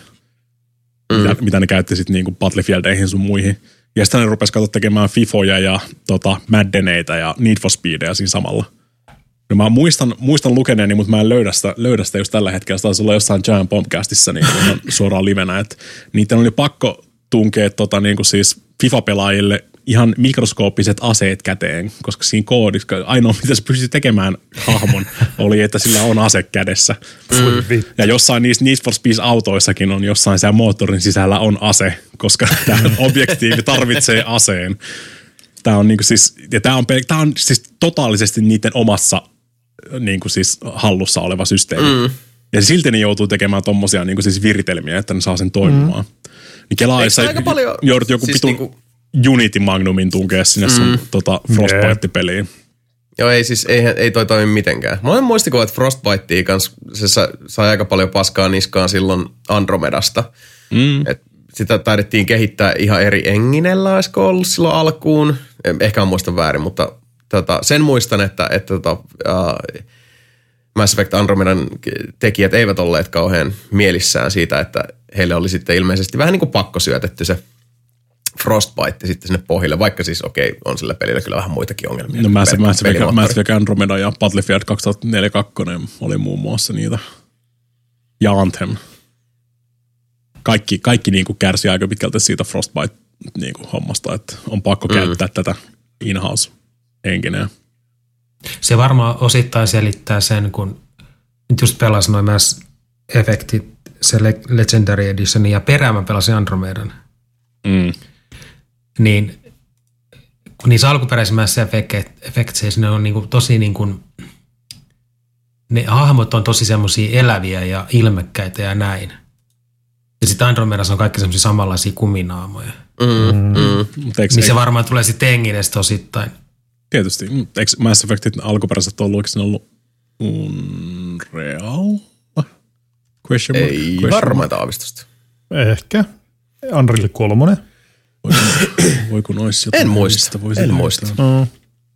mm. mitä, mitä ne käytti sitten niinku Battlefieldeihin sun muihin. Ja sitten ne rupesi katsoa tekemään Fifoja ja tota, Maddeneitä ja Need for Speedia siinä samalla. Ja mä muistan, muistan lukeneeni, mutta mä en löydä sitä, löydä sitä just tällä hetkellä. Se taisi olla jossain Giant Bombcastissa niin suoraan livenä. Että niiden oli pakko tunkea tota, niin kuin siis FIFA-pelaajille ihan mikroskooppiset aseet käteen, koska siinä koodissa ainoa, mitä se pystyi tekemään hahmon, oli, että sillä on ase kädessä. Mm. Ja jossain niissä Need for Speed-autoissakin on jossain siellä moottorin sisällä on ase, koska tämä objektiivi tarvitsee aseen. Tämä on, niinku siis, ja tämä on, tämä on siis totaalisesti niiden omassa niinku siis hallussa oleva systeemi. Mm. Ja silti ne joutuu tekemään tommosia niinku siis viritelmiä, että ne saa sen toimimaan. Mm. Niin kelaa, jos joudut joku siis pitun niinku Unity Magnumin tunkea sinne sun mm. tota, Frostbite-peliin. Joo, ei siis ei, ei toi toimi mitenkään. Mä olen muistikuva, että Frostbitea kanssa se sai aika paljon paskaa niskaan silloin Andromedasta. Mm. Et sitä taidettiin kehittää ihan eri enginellä, olisiko ollut silloin alkuun. Ehkä en muista väärin, mutta tota, sen muistan, että, että tota, uh, Mass Effect Andromedan tekijät eivät olleet kauhean mielissään siitä, että heille oli sitten ilmeisesti vähän niin kuin pakko syötetty se Frostbite sitten sinne pohjille, vaikka siis okei, okay, on sillä pelillä kyllä vähän muitakin ongelmia. No Mass Effect Andromeda ja Battlefield kaksituhattaneljäkymmentäkaksi oli muun muassa niitä. Ja Anthem. Kaikki, kaikki niin kuin kärsii aika pitkälti siitä Frostbite-hommasta, niin että on pakko mm. käyttää tätä in-house-engineä. Se varmaan osittain selittää sen, kun nyt just pelasin noin Mass Effectit, se Legendary Edition, ja perään mä pelasin Andromedan. Mm. Niin kun niissä alkuperäisissä Mass Effectseissä ne on niinku tosi niinku, ne hahmot on tosi semmosia eläviä ja ilmekkäitä ja näin. Ja sitten Andromedassa on kaikki semmosia samanlaisia kuminaamoja. Mm, mm. Niin se varmaan tulee sitten Enginestä osittain. Tietysti. Eikö Mass Effectit alkuperäiset ollut, eikö ne ollut Unreal? Question mark? Ei varmaita aavistusta. Ehkä. Unreal kolmonen. Voi kun ois jotain. En muista. En muista. Mm.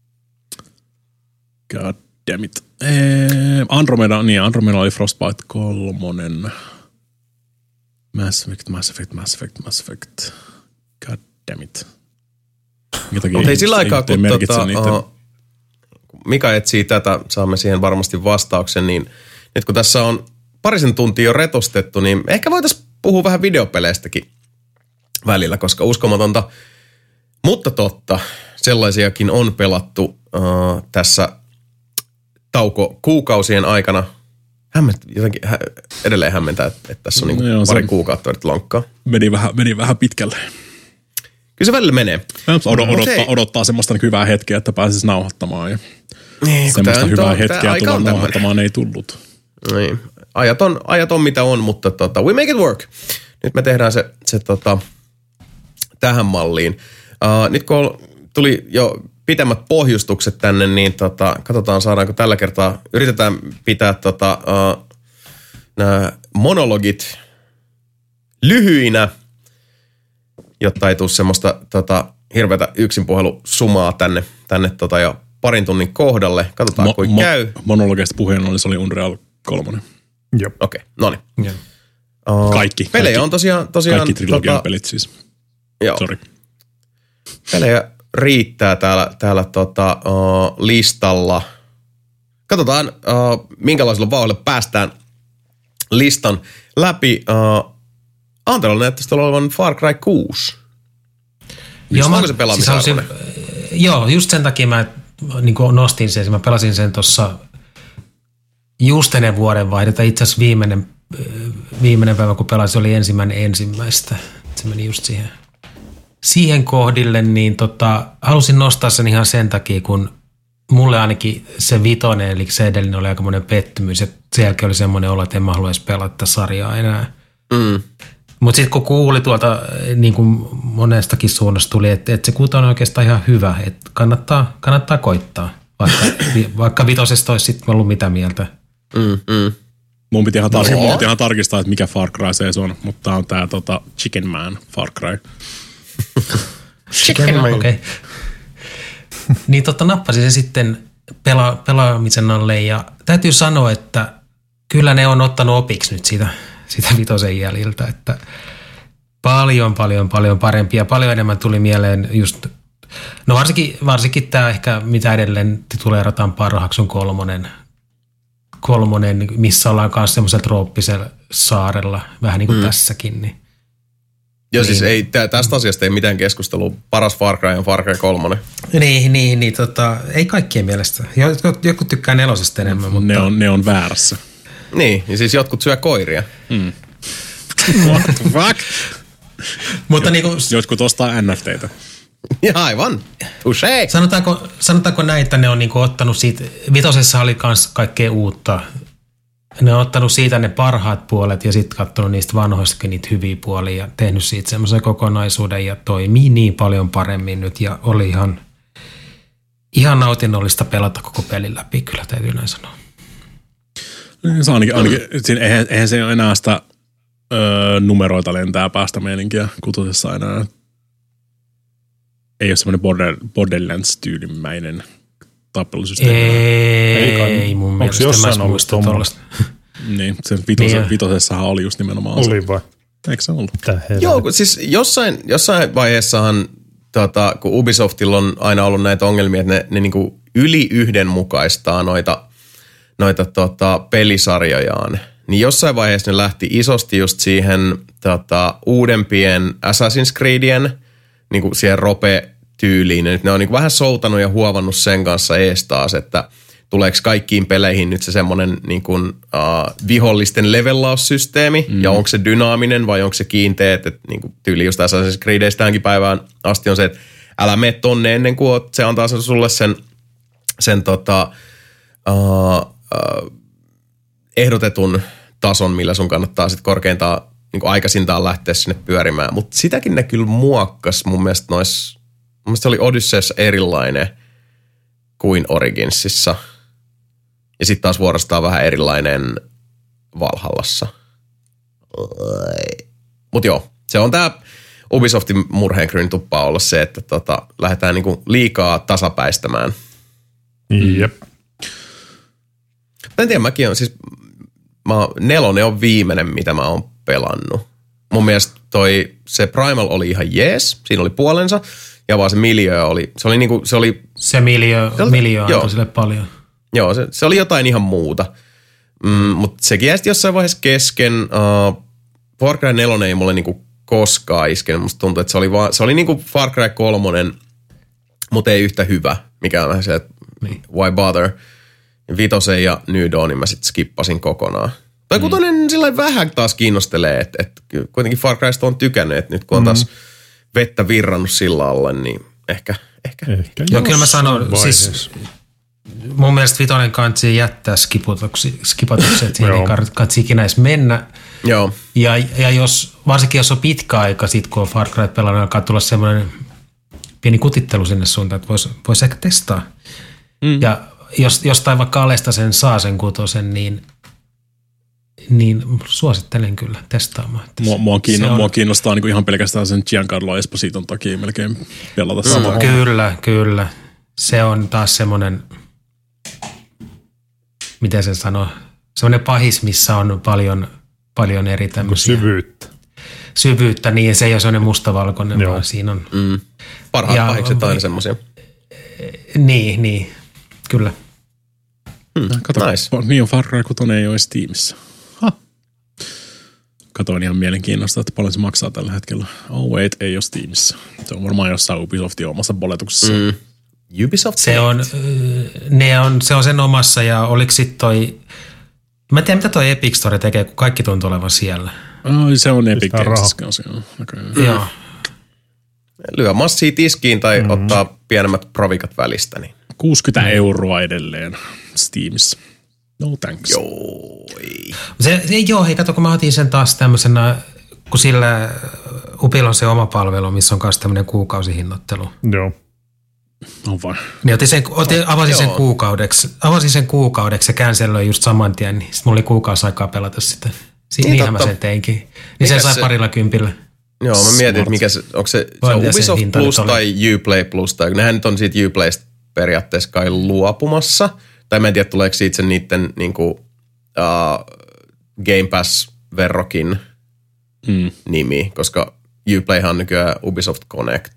God damn it. Eee, Andromeda, niin Andromeda oli Frostbite kolmonen. Mass Effect, Mass Effect, Mass Effect, Mass Effect. God damn it. Mutta ei sillä aikaa, kun tota, uh, Mika etsii tätä, saamme siihen varmasti vastauksen, niin nyt kun tässä on parisen tuntia jo retostettu, niin ehkä voitaisiin puhua vähän videopeleistäkin välillä, koska uskomatonta, mutta totta, sellaisiakin on pelattu uh, tässä tauko kuukausien aikana. Hämment, jotenkin hä, edelleen hämmentää, että, että tässä on niin no, pari kuukautta vedetty lonkkaa. Meni vähän, meni vähän pitkälle. Kyllä se välillä menee. Odot, odottaa, odottaa semmoista hyvää hetkeä, että pääsisi nauhoittamaan. Ja niin, semmoista hyvää on, hetkeä tulla nauhoittamaan ei tullut. Niin. Ajat on, ajat on mitä on, mutta tota, we make it work. Nyt me tehdään se, se tota, tähän malliin. Uh, nyt kun tuli jo pitemmät pohjustukset tänne, niin tota, katsotaan saadaanko tällä kertaa, yritetään pitää tota, uh, nämä monologit lyhyinä, jotta ei tule semmoista tota, hirveätä yksinpuhelusumaa tänne, tänne tota, jo parin tunnin kohdalle. Katsotaan, mo- kuin mo- käy. Monologeista puheen oli, se oli Unreal kolme. Joo. Okei, okay, no niin. Yeah. Uh, Kaikki. Pelejä kaikki, on tosiaan... tosiaan kaikki trilogian tota, pelit siis. Joo. Sorry. Pelejä riittää täällä, täällä tota, uh, listalla. Katsotaan, uh, minkälaisella vauhdilla päästään listan läpi. Uh, Anteella näyttäisi olevan Far Cry kuusi. Joo, onko se pelaamisarvoinen? Siis joo, just sen takia mä niin nostin sen. Mä pelasin sen tuossa just ennen vuodenvaihdetta. Itse asiassa viimeinen, viimeinen päivä, kun pelasin, oli ensimmäinen ensimmäistä. Se meni just siihen, siihen kohdille, niin tota, halusin nostaa sen ihan sen takia, kun mulle ainakin se vitonen, eli se edellinen oli aikamoinen pettymys. Ja sen jälkeen oli semmoinen olo, että en mä haluaisi pelata sarjaa enää. Mm. Mutta sitten kun kuuli tuolta, niin kuin monestakin suunnasta tuli, että, että se kuuta on oikeastaan ihan hyvä, että kannattaa, kannattaa koittaa, vaikka, vaikka vitosesta olisi sitten ollut mitä mieltä. Mm, mm. Mun piti ihan, tar- no. mun piti ihan tarkistaa, että mikä Far Cry se on, mutta tää on tää tota, Chicken Man Far Cry. Chicken Man, okei. Okay. Niin totta nappasin sen sitten pela- pelaamisen alle ja täytyy sanoa, että kyllä ne on ottanut opiksi nyt siitä, sitä vitosen jäljiltä, että paljon, paljon, paljon parempia. Paljon enemmän tuli mieleen just, no varsinkin, varsinkin tämä ehkä, mitä edelleen tituleerataan parhaaksi on kolmonen, kolmonen, missä ollaan myös semmoisella trooppisella saarella, vähän niin kuin mm. tässäkin. Niin. Joo, niin. siis ei, tä, tästä asiasta ei mitään keskustelua. Paras Far Cry on Far Cry kolme. Niin, niin, niin tota, ei kaikkien mielestä. Jotkut, jotkut tykkää nelosesta enemmän, mutta... Ne on, ne on väärässä. Niin, ja siis jotkut syö koiria. Mm. What the fuck? Mutta niinku... Jotkut ostaa N F T:tä. Ja aivan. Touché. Sanotaanko, sanotaanko näin, että ne on niinku ottanut siitä... Vitosessa oli kans kaikkea uutta. Ne on ottanut siitä ne parhaat puolet ja sitten katsonut niistä vanhoistakin niitä hyviä puolia ja tehnyt siitä semmoisen kokonaisuuden ja toimii niin paljon paremmin nyt ja oli ihan, ihan nautinnollista pelata koko pelin läpi, kyllä täytyy näin sanoa. Se ainakin, ainakin siinä eihän, eihän se ole enää sitä öö, numeroita lentää päästä meininkiä kutosessa enää. Ei ole semmoinen border, Borderlands-tyylimäinen tappelusysteemi. Ei, ei mun Onko mielestä. jossain ollut tuollaista? Niin, sen vitose, niin vitosessahan oli just nimenomaan oli vai? Eikö se ollut? Joo, siis jossain, jossain vaiheessahan, tota, kun Ubisoftilla on aina ollut näitä ongelmia, että ne, ne niinku yli yhdenmukaistaa noita, noita tota, pelisarjojaan, niin jossain vaiheessa ne lähti isosti just siihen tota, uudempien Assassin's Creedien niinku siihen rope-tyyliin. Nyt ne on niinku vähän soutanut ja huovannut sen kanssa ees taas, että tuleeko kaikkiin peleihin nyt se semmoinen niin kuin, uh, vihollisten levellaussysteemi, mm. ja onko se dynaaminen vai onko se kiinteä, että niin kuin tyyli just Assassin's Creedistä tähänkin päivään asti on se, että älä mene tonne ennen kuin oot, se antaa sulle sen, sen tota, uh, uh, ehdotetun tason, millä sun kannattaa sitten korkeintaan niin kuin aikaisintaan lähteä sinne pyörimään, mutta sitäkin ne kyllä muokkas mun mielestä nois, mun mielestä se oli Odysseyssa erilainen kuin Originsissa. Ja sitten taas vuorostaan vähän erilainen Valhallassa. Mut joo, se on tää Ubisoftin murheenkryyni tuppaa olla se, että tota, lähdetään niinku liikaa tasapäistämään. Jep. En tiedä, mäkin on siis, mä, nelonen on viimeinen, mitä mä oon pelannut. Mun mielestä toi, se Primal oli ihan jees, siinä oli puolensa, ja vaan se miljö oli, se oli niinku, se oli... Se miljö, miljö antoi sille paljon. Joo, se, se oli jotain ihan muuta. Mm, mutta sekin jäi jossain vaiheessa kesken. Uh, Far Cry neljä ei mulle niinku koskaan iskenyt. Musta tuntuu, että se oli, vaan, se oli niinku Far Cry kolme, mutta ei yhtä hyvä. Mikä on vähän se, että niin. Why bother? Vitosen ja New Dawnin mä sit skippasin kokonaan. Tai kutonen mm. sillä vähän taas kiinnostelee, että et kuitenkin Far Crysta on tykännyt, että nyt kun on taas mm. vettä virrannut sillä alle, niin ehkä... Ehkä, ehkä joo, kyllä mä sanon, siis mun mielestä vitonen kansi jättää skipatukset, että siihen ei kansi ikinä edes mennä. Joo. Ja, ja jos, varsinkin jos on pitkä aika sit, kun on Far Cry pelannut, alkaa tulla semmoinen pieni kutittelu sinne suuntaan, että voisi vois ehkä testaa. Mm. Ja jos jostain vaikka Alesta sen saa sen kutosen, niin, niin suosittelen kyllä testaamaan. Mua, mua, kiinno, on, mua kiinnostaa niin kuin ihan pelkästään sen Giancarlo Espositon takia melkein pelata samaa. Mm, kyllä, kyllä. Se on taas semmoinen, miten sen sanoo, semmoinen pahis, missä on paljon, paljon eri tämmöisiä. Syvyyttä. Syvyyttä, niin se ei ole semmoinen mustavalkoinen, Joo. vaan siinä on. Mm. Parhaat ja, pahikset aina semmoisia. Niin, niin, kyllä. Hmm, kato, nice. Niin on Far Cry kuusi ei ole Steamissa. Ha. Katoin ihan mielenkiinnosta, että paljon se maksaa tällä hetkellä. Oh wait, ei ole Steamissa. Se on varmaan jossain Ubisoftin omassa boletuksessa. Mm. Ubisoft? Se on, ne on, se on sen omassa ja oliko sitten toi, mä en tiedä mitä toi Epic Store tekee, kun kaikki tuntuu olevan siellä. Oh, se on Epic Games kanssa. Okay. Joo. Lyö massia tiskiin tai mm. ottaa pienemmät provikat välistä. Niin. kuusikymmentä euroa edelleen Steamissa. No thanks. Joo. Se, se, joo, hei kato, kun mä otin sen taas tämmöisenä, kun sillä Upilla on se oma palvelu, missä on myös tämmöinen kuukausihinnoittelu. Joo. On vai. Niin otin sen, otin, avasin, sen kuukaudeksi, avasin sen kuukaudeksi ja cancelloi just saman tien, niin sitten mulla oli kuukausi aikaa pelata sitä. Siinä niin, mä sen teinkin. Niin se sai se parilla kympillä. Joo, mä mietin, että mikä se, onko se, se on Ubisoft Plus tai Uplay Plus, tai nehän nyt on siitä Uplaysta periaatteessa kai luopumassa. Tai mä en tiedä, tuleeko siitä sen niiden niin kuin, uh, Game Pass-verrokin mm. nimi, koska Uplayhan on nykyään Ubisoft Connect.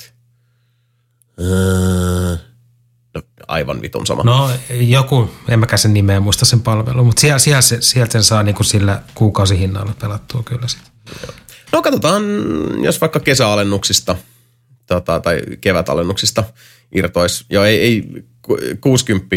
Uh, no, aivan vitun sama. No joku, en mäkään sen nimeä muista sen palvelun, mutta siellä, siellä, sieltä sen saa niin kuin sillä kuukausihinnalla pelattua kyllä sitten. No katsotaan, jos vaikka kesäalennuksista tota, tai kevätalennuksista irtoisi. Joo, ei, ei kuusikymmentä,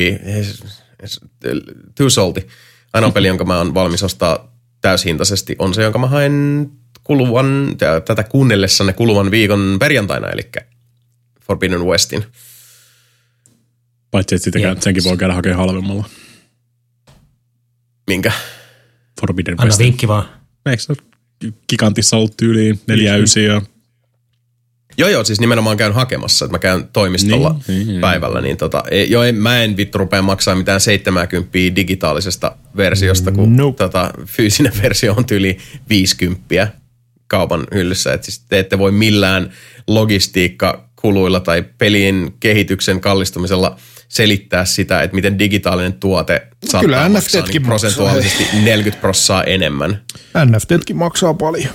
too salty. Ainoa peli, jonka mä oon valmis ostaa täyshintaisesti, on se, jonka mä haen kuluvan, tätä kuunnellessanne kuluvan viikon perjantaina, eli Forbidden Westin. Paitsi, että sitäkään, senkin voi käydä hakemaan halvemmalla. Minkä? Forbidden Westin. Anna vinkki vaan. Eikö se Gigantissa ollut tyyliin neljä ysiä? Joo, joo, siis nimenomaan käyn hakemassa, että mä käyn toimistolla niin, niin, päivällä, niin tota, ei, joo, en, mä en vittu rupea maksaa mitään seitsemänkymmentä digitaalisesta versiosta, kun nope. tota, fyysinen versio on tyyli viisikymmentä kaupan hyllyssä, että siis te ette voi millään logistiikkakuluilla tai pelien kehityksen kallistumisella selittää sitä, että miten digitaalinen tuote saattaa kyllä maksaa niin prosentuaalisesti neljäkymmentä prosenttia enemmän. N F T:tkin maksaa paljon.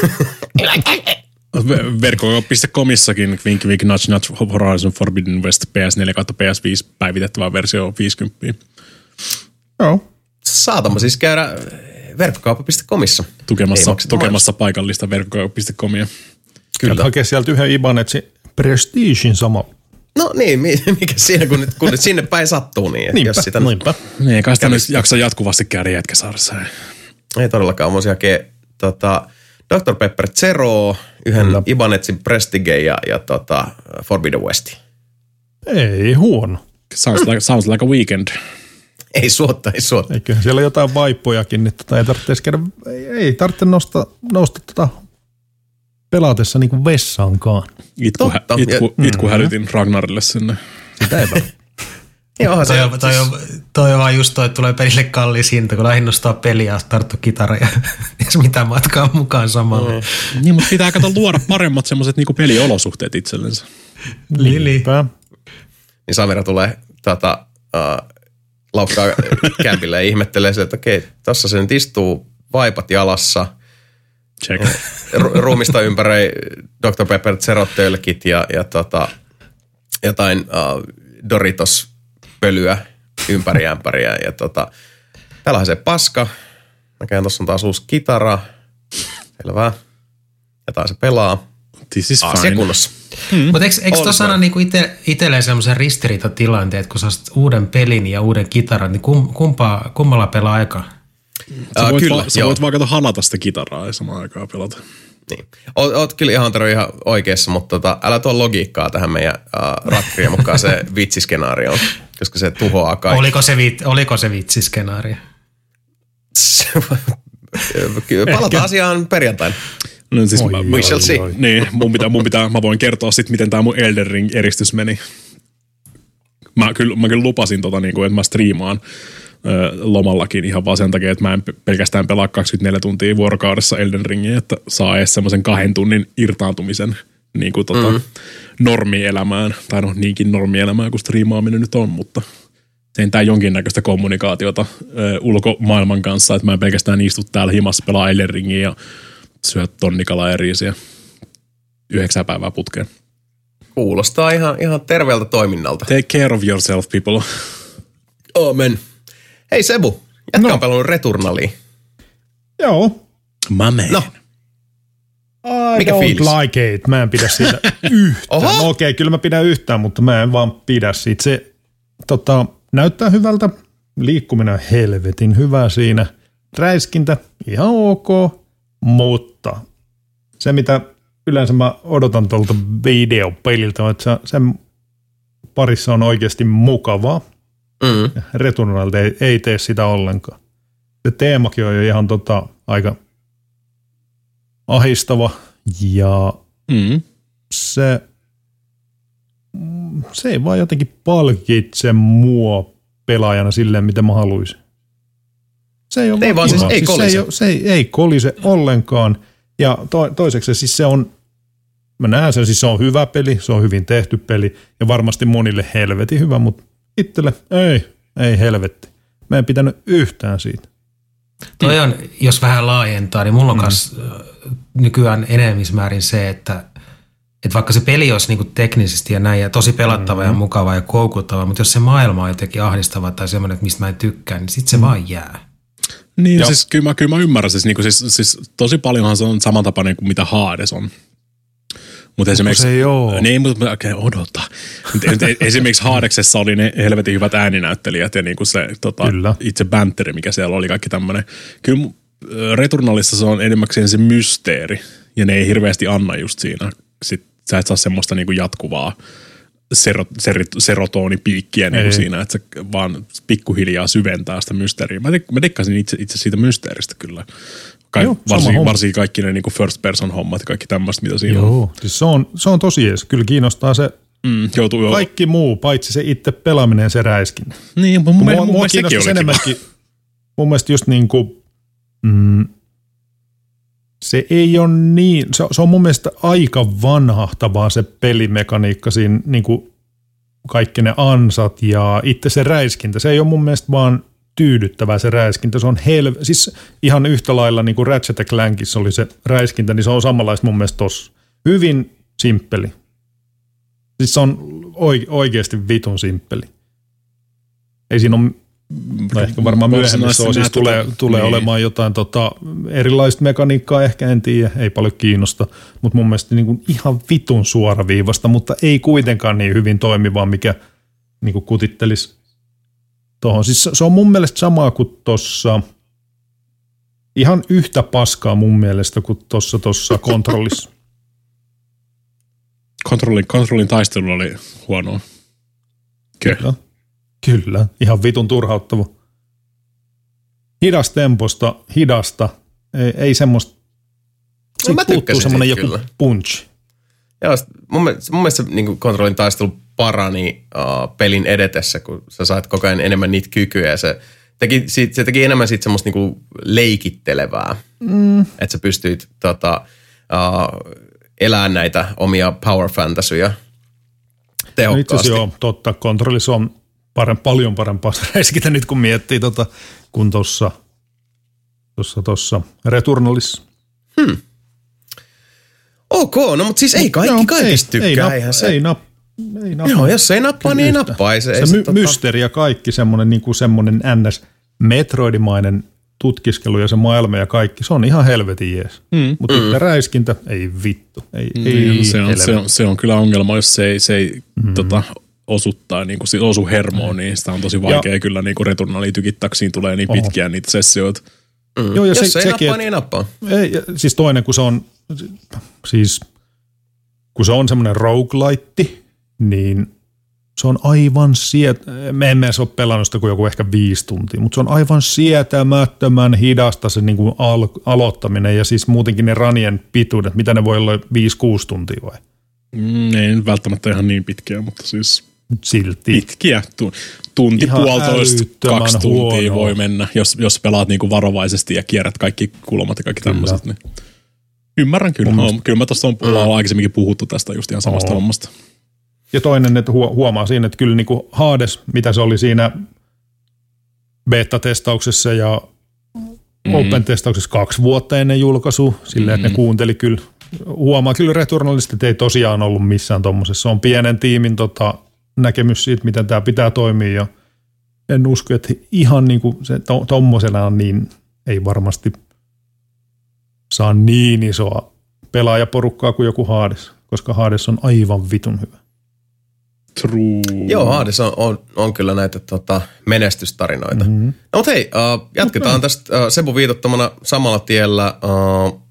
Verkko piste comissakin vinkki vinkki nudge nudge Horizon Forbidden West P S neljä kautta P S viisi päivitettävä versio on viisikymmentä. Joo. Saatamme siis käydä verkkokauppa piste comissa. Tukemassa, tukemassa paikallista verkkokauppa piste comia. Kyllä. Kyllä hakee sieltä yhden Ibanetsin Prestigein sama. No niin, mikä siinä, kun nyt, kun nyt sinne päin sattuu. Niin, niinpä, jos sitä niinpä. Niin, kai sitä nyt jaksaa jatkuvasti käydä jätkäsaarassa. Ei todellakaan, voisi hakea tota, doktor Pepper Zero, yhden Kyllä. Ibanetsin Prestige ja, ja tota, Forbidden West. Ei huono. Sounds like, sounds like a weekend. Ei suotta, ei suotta. Eiköhän siellä jotain vaippojakin, niin tota ei tarvitse käydä, ei, ei tarvitse nousta, nousta tota pelatessa niin kuin vessaankaan. Itku, hä, itku, ja, itku mm-hmm. hälytin Ragnarille sinne. Sitä ei ole. Joo, toi, on, toi, on, toi on vaan just toi, että tulee pelille kallis hinta, kun lähdin nostaa peliä, tarttu kitara ja jos mitä matkaa mukaan samalla. Mm. Niin, mutta pitää kato luoda paremmat semmoiset niinku peliolosuhteet itsellensä. Liipää. Niin Samira tulee tota, uh, laukkaa kämpille ja ihmettelee se, että okei, tossa se nyt istuu vaipat jalassa. Check. Ru- ruumista ympäri doktor Pepper Zero-tölkit ja, ja tota, jotain uh, Doritos-pölyä ympäri ämpäriä. Ja tota, täällä se paska. Mä käyn, tossa on taas uusi kitara. Selvä. Ja se pelaa. This is Aasia kunnossa. Hmm. Mutta eikö, eikö tuossa aina niinku ite, itselleen semmoisen ristiriitatilanteen, että kun sä uuden pelin ja uuden kitaran, niin kum, kumpaa, kummalla pelaa aikaa? Sä voit, uh, kyllä, va- sä voit vaan halata sitä kitaraa ja samaan aikaan pelata. Niin. Oot, oot kyllä ihan Antero ihan oikeassa, mutta tota, älä tuo logiikkaa tähän meidän uh, ratkrien mukaan se vitsiskenaario, koska se tuhoaa kaikki. Oliko se, vi- oliko se vitsiskenaario? Palataan asiaan perjantaina. No, siis Oi, mä, oi, mä, shall see. oi. niin, mun pitää, mun pitää, mä voin kertoa sit, miten tää mun Elden Ring-eristys meni. Mä kyllä, mä kyllä lupasin, tota, niin kuin, että mä striimaan ö, lomallakin ihan vaan sen takia, että mä en pelkästään pelaa kaksikymmentäneljä tuntia vuorokaudessa Elden Ringiä, että saa edes semmoisen kahden tunnin irtaantumisen niin kuin, tota, mm. normielämään. Tai no niinkin normielämään kuin striimaaminen nyt on, mutta sentään jonkinnäköistä kommunikaatiota ö, ulkomaailman kanssa, että mä en pelkästään istu täällä himassa pelaa Elden Ringiä ja syö tonnikalaa ja riisiä yhdeksän päivää putkeen. Kuulostaa ihan, ihan terveeltä toiminnalta. Take care of yourself, people. Amen. Hei Sebu, jätkä No. on pelannut Returnalia. Joo. My man. No, I Mikä don't fiilis? like it. Mä en pidä siitä yhtään. Oho. No okei, okay, kyllä mä pidän yhtään, mutta mä en vaan pidä siitä. Se tota, näyttää hyvältä. Liikkuminen on helvetin hyvä siinä. Räiskintä ihan ok, mutta se mitä yleensä mä odotan tuolta videopeliltä on, että se, sen parissa on oikeasti mukavaa. mm. Returnalta ei, ei tee sitä ollenkaan. Se teemakin on jo ihan tota, aika ahistava ja Mm. se, se ei vaan jotenkin palkitse mua pelaajana silleen, mitä mä haluaisin. Se ei, ole Ei vaan kiva. siis ei kolise. Se ei, ole- se ei, ei kolise ollenkaan. Ja to, toiseksi siis se on, mä näen sen, siis se on hyvä peli, se on hyvin tehty peli ja varmasti monille helvetin hyvä, mutta itselle ei, ei helvetti. Mä en pitänyt yhtään siitä. Toi on, jos vähän laajentaa, niin mulla on myös mm. nykyään enemmismäärin se, että, että vaikka se peli olisi niinku teknisesti ja näin ja tosi pelattava mm. ja mukava ja koukuttava, mutta jos se maailma on jotenkin ahdistava tai semmoinen, että mistä mä en tykkää, niin sit se mm. vaan jää. Niin, Joo. siis kyllä mä, kyllä mä ymmärrän. Siis, niin siis, siis tosi paljonhan se on samantapainen kuin mitä Hades on. Mutta esimerkiksi... se ei oo. Niin, mutta okei, okay, odota. Mut esimerkiksi Hadesessa oli ne helvetin hyvät ääninäyttelijät ja niinku se tota, itse bänteri, mikä siellä oli, kaikki tämmöinen. Kyllä Returnalissa se on enimmäkseen se mysteeri ja ne ei hirveästi anna just siinä. Sit sä et saa semmoista niinku jatkuvaa serot, ser, serotoonipiikkiä niinku siinä, että se vaan pikkuhiljaa syventää sitä mysteeriä. Mä, tik, mä tikkasin itse, itse siitä mysteeristä kyllä. Ka- Joo, varsinkin, varsinkin kaikki ne niinku first person hommat ja kaikki tämmöistä, mitä siinä Joo, on. siis se on, se on tosi jees. Kyllä kiinnostaa se Mm, joutuu jo. kaikki muu, paitsi se itse pelaaminen ja se räiskintä. Niin, mun, mun, Mua, mun mua mielestä sekin kiinnostaisi oli enemmänkin, mun mielestä just niin kuin, mm, se ei ole niin, se, se on mun mielestä aika vanhahtavaa se pelimekaniikka siinä niin kuin kaikki ne ansat ja itse se räiskintä. Se ei ole mun mielestä vaan tyydyttävää se räiskintä. Se on hel... siis ihan yhtä lailla niin kuin Ratchet and Clankissa oli se räiskintä, niin se on samanlaista mun mielestä tossa. Hyvin simppeli. Siis se on oikeasti vitun simppeli. Ei siinä ole, no ehkä varmaan myöhemmin se on, siis tulee, tulee niin. olemaan jotain tota, erilaista mekaniikkaa, ehkä en tiedä, ei paljon kiinnosta, mutta mun mielestä niin kuin ihan vitun suoraviivasta, mutta ei kuitenkaan niin hyvin toimivaa, mikä niin kuin kutittelisi tuohon. Siis se on mun mielestä samaa kuin tuossa, ihan yhtä paskaa mun mielestä kuin tuossa tuossa kontrollissa. Kontrollin, kontrollin taistelu oli huonoa. Kyllä. Kyllä, ihan vitun turhauttava. Hidas temposta, hidasta, ei, ei semmoista, No, mä puuttuu semmoinen joku kyllä. punch. Joo, mun mielestä, mun mielestä se niin kontrollin taistelu parani uh, pelin edetessä, kun sä saat koko ajan enemmän niitä kykyjä. Ja se teki, siitä, se teki enemmän siitä semmoista niin leikittelevää, mm. että sä pystyit tota, uh, elämään näitä omia power fantasyjä tehokkaasti. No itse asiassa joo, totta. Kontrollissa on parem, paljon parempaa räiskitä nyt, kun miettii tota, kuin tuossa tossa, tossa Returnalissa. Hmm. Ok, no mutta siis ei kaikki Joo, kaikista ei, tykkää. ei, Eihän napp, se, ei, napp, ei nappaa. joo, jos ei nappaa, niin ei yhtä. nappaa. Ei se, se, ei se se my, tota... mysteeri ja kaikki semmoinen, niin kuin semmoinen ns. Metroidimainen tutkiskelu ja se maailma ja kaikki, se on ihan helvetin jees. Mm. Mutta mm. räiskintä, ei vittu. Ei, Mm, ei se, on, se, on, se on kyllä ongelma, jos se ei, se ei mm. tota, osuttaa, niin kuin osu hermoon, niin sitä on tosi vaikea ja, kyllä niin kuin Returnalia tykittäksiin tulee niin oho. pitkiä niitä sessioita. Mm. Joo, ja jos se, ei sekin, nappaa, niin ei nappaa. Ei, siis toinen, kun se on, siis kun se on semmoinen roguelite, niin se on aivan siet... Me emme edes ole pelannut sitä kuin joku ehkä viisi tuntia, mutta se on aivan sietämättömän hidasta se niin kuin al- aloittaminen ja siis muutenkin ne ranien pituudet, mitä ne voi olla viisi kuusi tuntia vai? Mm, ei välttämättä ihan niin pitkiä, mutta siis silti. Pitkiä. Tunti, ihan puolitoista, kaksi tuntia huonoa. voi mennä, jos, jos pelaat niinku varovaisesti ja kierrät kaikki kulmat ja kaikki tämmöiset. Niin. Ymmärrän kyllä. No, kyllä mä tuossa on mm. aikaisemminkin puhuttu tästä just ihan samasta oh. hommasta. Ja toinen, että huomaa siinä, että kyllä niin kuin Hades, mitä se oli siinä beta-testauksessa ja mm-hmm. open-testauksessa kaksi vuotta ennen julkaisua, silleen, mm-hmm. että ne kuunteli kyllä. Huomaa kyllä Returnalistit ei tosiaan ollut missään tommosessa. Se on pienen tiimin tota, näkemys siitä, miten tämä pitää toimia ja en usko, että ihan niin kuin se to, tommosenaan niin ei varmasti saa niin isoa pelaajaporukkaa kuin joku Hades, koska Hades on aivan vitun hyvä. True. Joo, Hades on, on, on kyllä näitä tota, menestystarinoita. Mm-hmm. No mutta hei, uh, jatketaan okay. tästä uh, Sebu viitottamana samalla tiellä. Uh,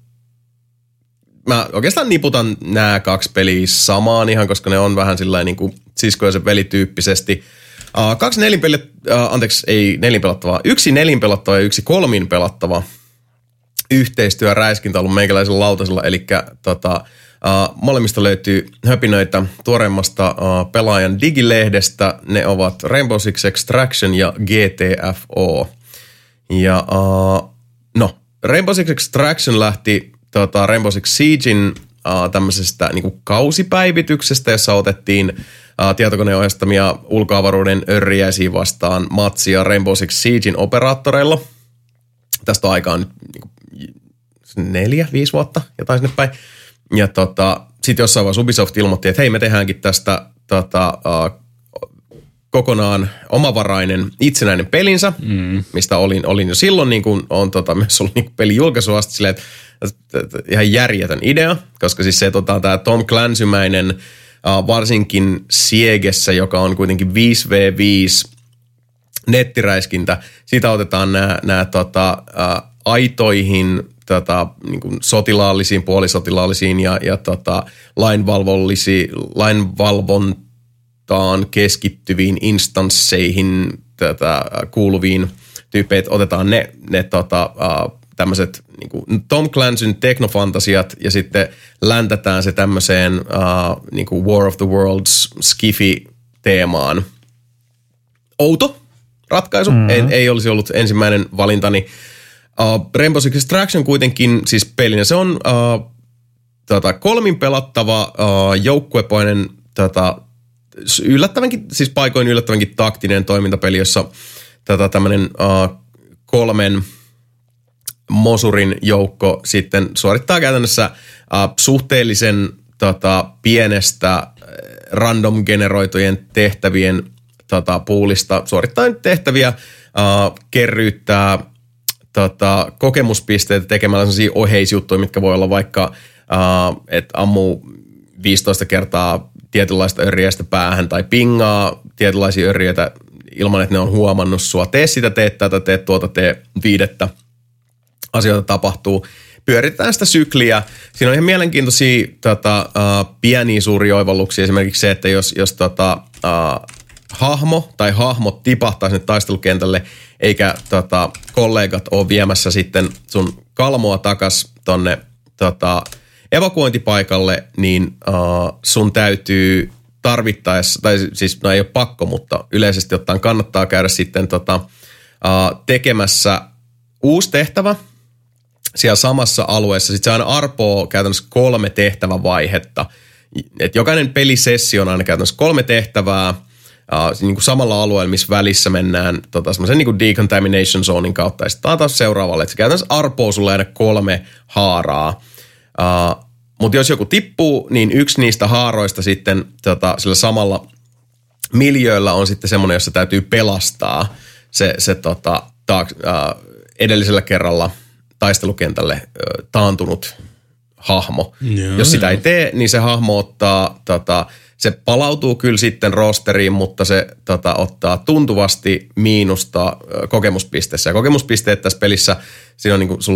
mä oikeastaan niputan nämä kaksi peliä samaan ihan, koska ne on vähän sillain niin kuin sisko ja se velityyppisesti. Uh, kaksi nelinpeliä, uh, anteeksi, ei nelinpelattavaa, yksi nelinpelattava ja yksi kolmin pelattava yhteistyö räiskintä ollut meikäläisellä lautasella, eli tota, uh, molemmista löytyy höpinöitä tuoreimmasta uh, pelaajan digilehdestä. Ne ovat Rainbow Six Extraction ja G T F O. Ja uh, no, Rainbow Six Extraction lähti tota, Rainbow Six Siegein uh, tämmöisestä niinku kausipäivityksestä, jossa otettiin uh, tietokoneohjastamia ulkoavaruuden örriäisiä vastaan matsia Rainbow Six Siegein operaattoreilla. Tästä on aikaa nyt niinku neljä, viisi vuotta, jotain sinne päin. Ja tota, sitten jossain vaiheessa Ubisoft ilmoitti, että hei, me tehdäänkin tästä tota, uh, kokonaan omavarainen itsenäinen pelinsä, mm. mistä olin, olin jo silloin, niin kuin on tota, myös ollut niin pelin julkaisu asti silleen, että, että, että ihan järjetön idea, koska siis se tota, tämä Tom Clancymäinen, uh, varsinkin Siegessä, joka on kuitenkin viisi vastaan viisi nettiräiskintä, siitä otetaan nämä, nämä tota, uh, aitoihin tota, niin kuin sotilaallisiin, puolisotilaallisiin ja, ja tota, lainvalvollisiin, lainvalvontaan keskittyviin instansseihin tota, kuuluviin tyyppeihin. Otetaan ne, ne tota, uh, tämmöiset niin kuin Tom Clancyn teknofantasiat ja sitten läntätään se tämmöiseen uh, niin kuin War of the Worlds skifi-teemaan. Outo ratkaisu. Mm-hmm. Ei, ei olisi ollut ensimmäinen valintani. Uh, Rainbow Six Extraction kuitenkin siis pelinä. Se on uh, tota, kolmin pelattava uh, joukkuepoinen tota, yllättävänkin, siis paikoin yllättävänkin taktinen toimintapeli, jossa tota, tämmöinen uh, kolmen mosurin joukko sitten suorittaa käytännössä uh, suhteellisen tota, pienestä random generoitujen tehtävien tota, poolista suorittaa tehtäviä, uh, kerryttää Tota, kokemuspisteitä tekemällä sellaisia oheisjuttuja, mitkä voi olla vaikka, uh, että ammuu viisitoista kertaa tietynlaista örriäistä päähän tai pingaa tietynlaisia örriöitä ilman, että ne on huomannut sua. Tee sitä, tee tätä, tee tuota, tee viidettä. Asioita tapahtuu. Pyöritetään sitä sykliä. Siinä on ihan mielenkiintoisia tota, uh, pieniä suuria oivalluksia. Esimerkiksi se, että jos, jos tota, uh, hahmo tai hahmot tipahtaa sinne taistelukentälle, eikä tota, kollegat ole viemässä sitten sun kalmoa takas tonne tota, evakuointipaikalle, niin uh, sun täytyy tarvittaessa, tai siis no ei ole pakko, mutta yleisesti ottaen kannattaa käydä sitten tota, uh, tekemässä uusi tehtävä siellä samassa alueessa. Sitten se aina arpoo käytännössä kolme tehtävävaihetta. Et jokainen pelisessio on aina käytännössä kolme tehtävää, Uh, niin kuin samalla alueella, missä välissä mennään tota, semmoisen niin kuin decontamination zonein kautta, ja sitten taas seuraavalle, että se käytännössä arpoo sulle aina kolme haaraa. Uh, mutta jos joku tippuu, niin yksi niistä haaroista sitten tota, sillä samalla miljööllä on sitten semmoinen, jossa täytyy pelastaa se, se tota, taak, uh, edellisellä kerralla taistelukentälle uh, taantunut hahmo. Joo, jos sitä joo. ei tee, niin se hahmo ottaa... Tota, se palautuu kyllä sitten rosteriin, mutta se tota, ottaa tuntuvasti miinusta kokemuspisteessä. Ja kokemuspisteet tässä pelissä, siinä on niin kuin, sulla on pelaajana, on niin kuin se käytännössä kattokokemus, mikä määrittää, ää,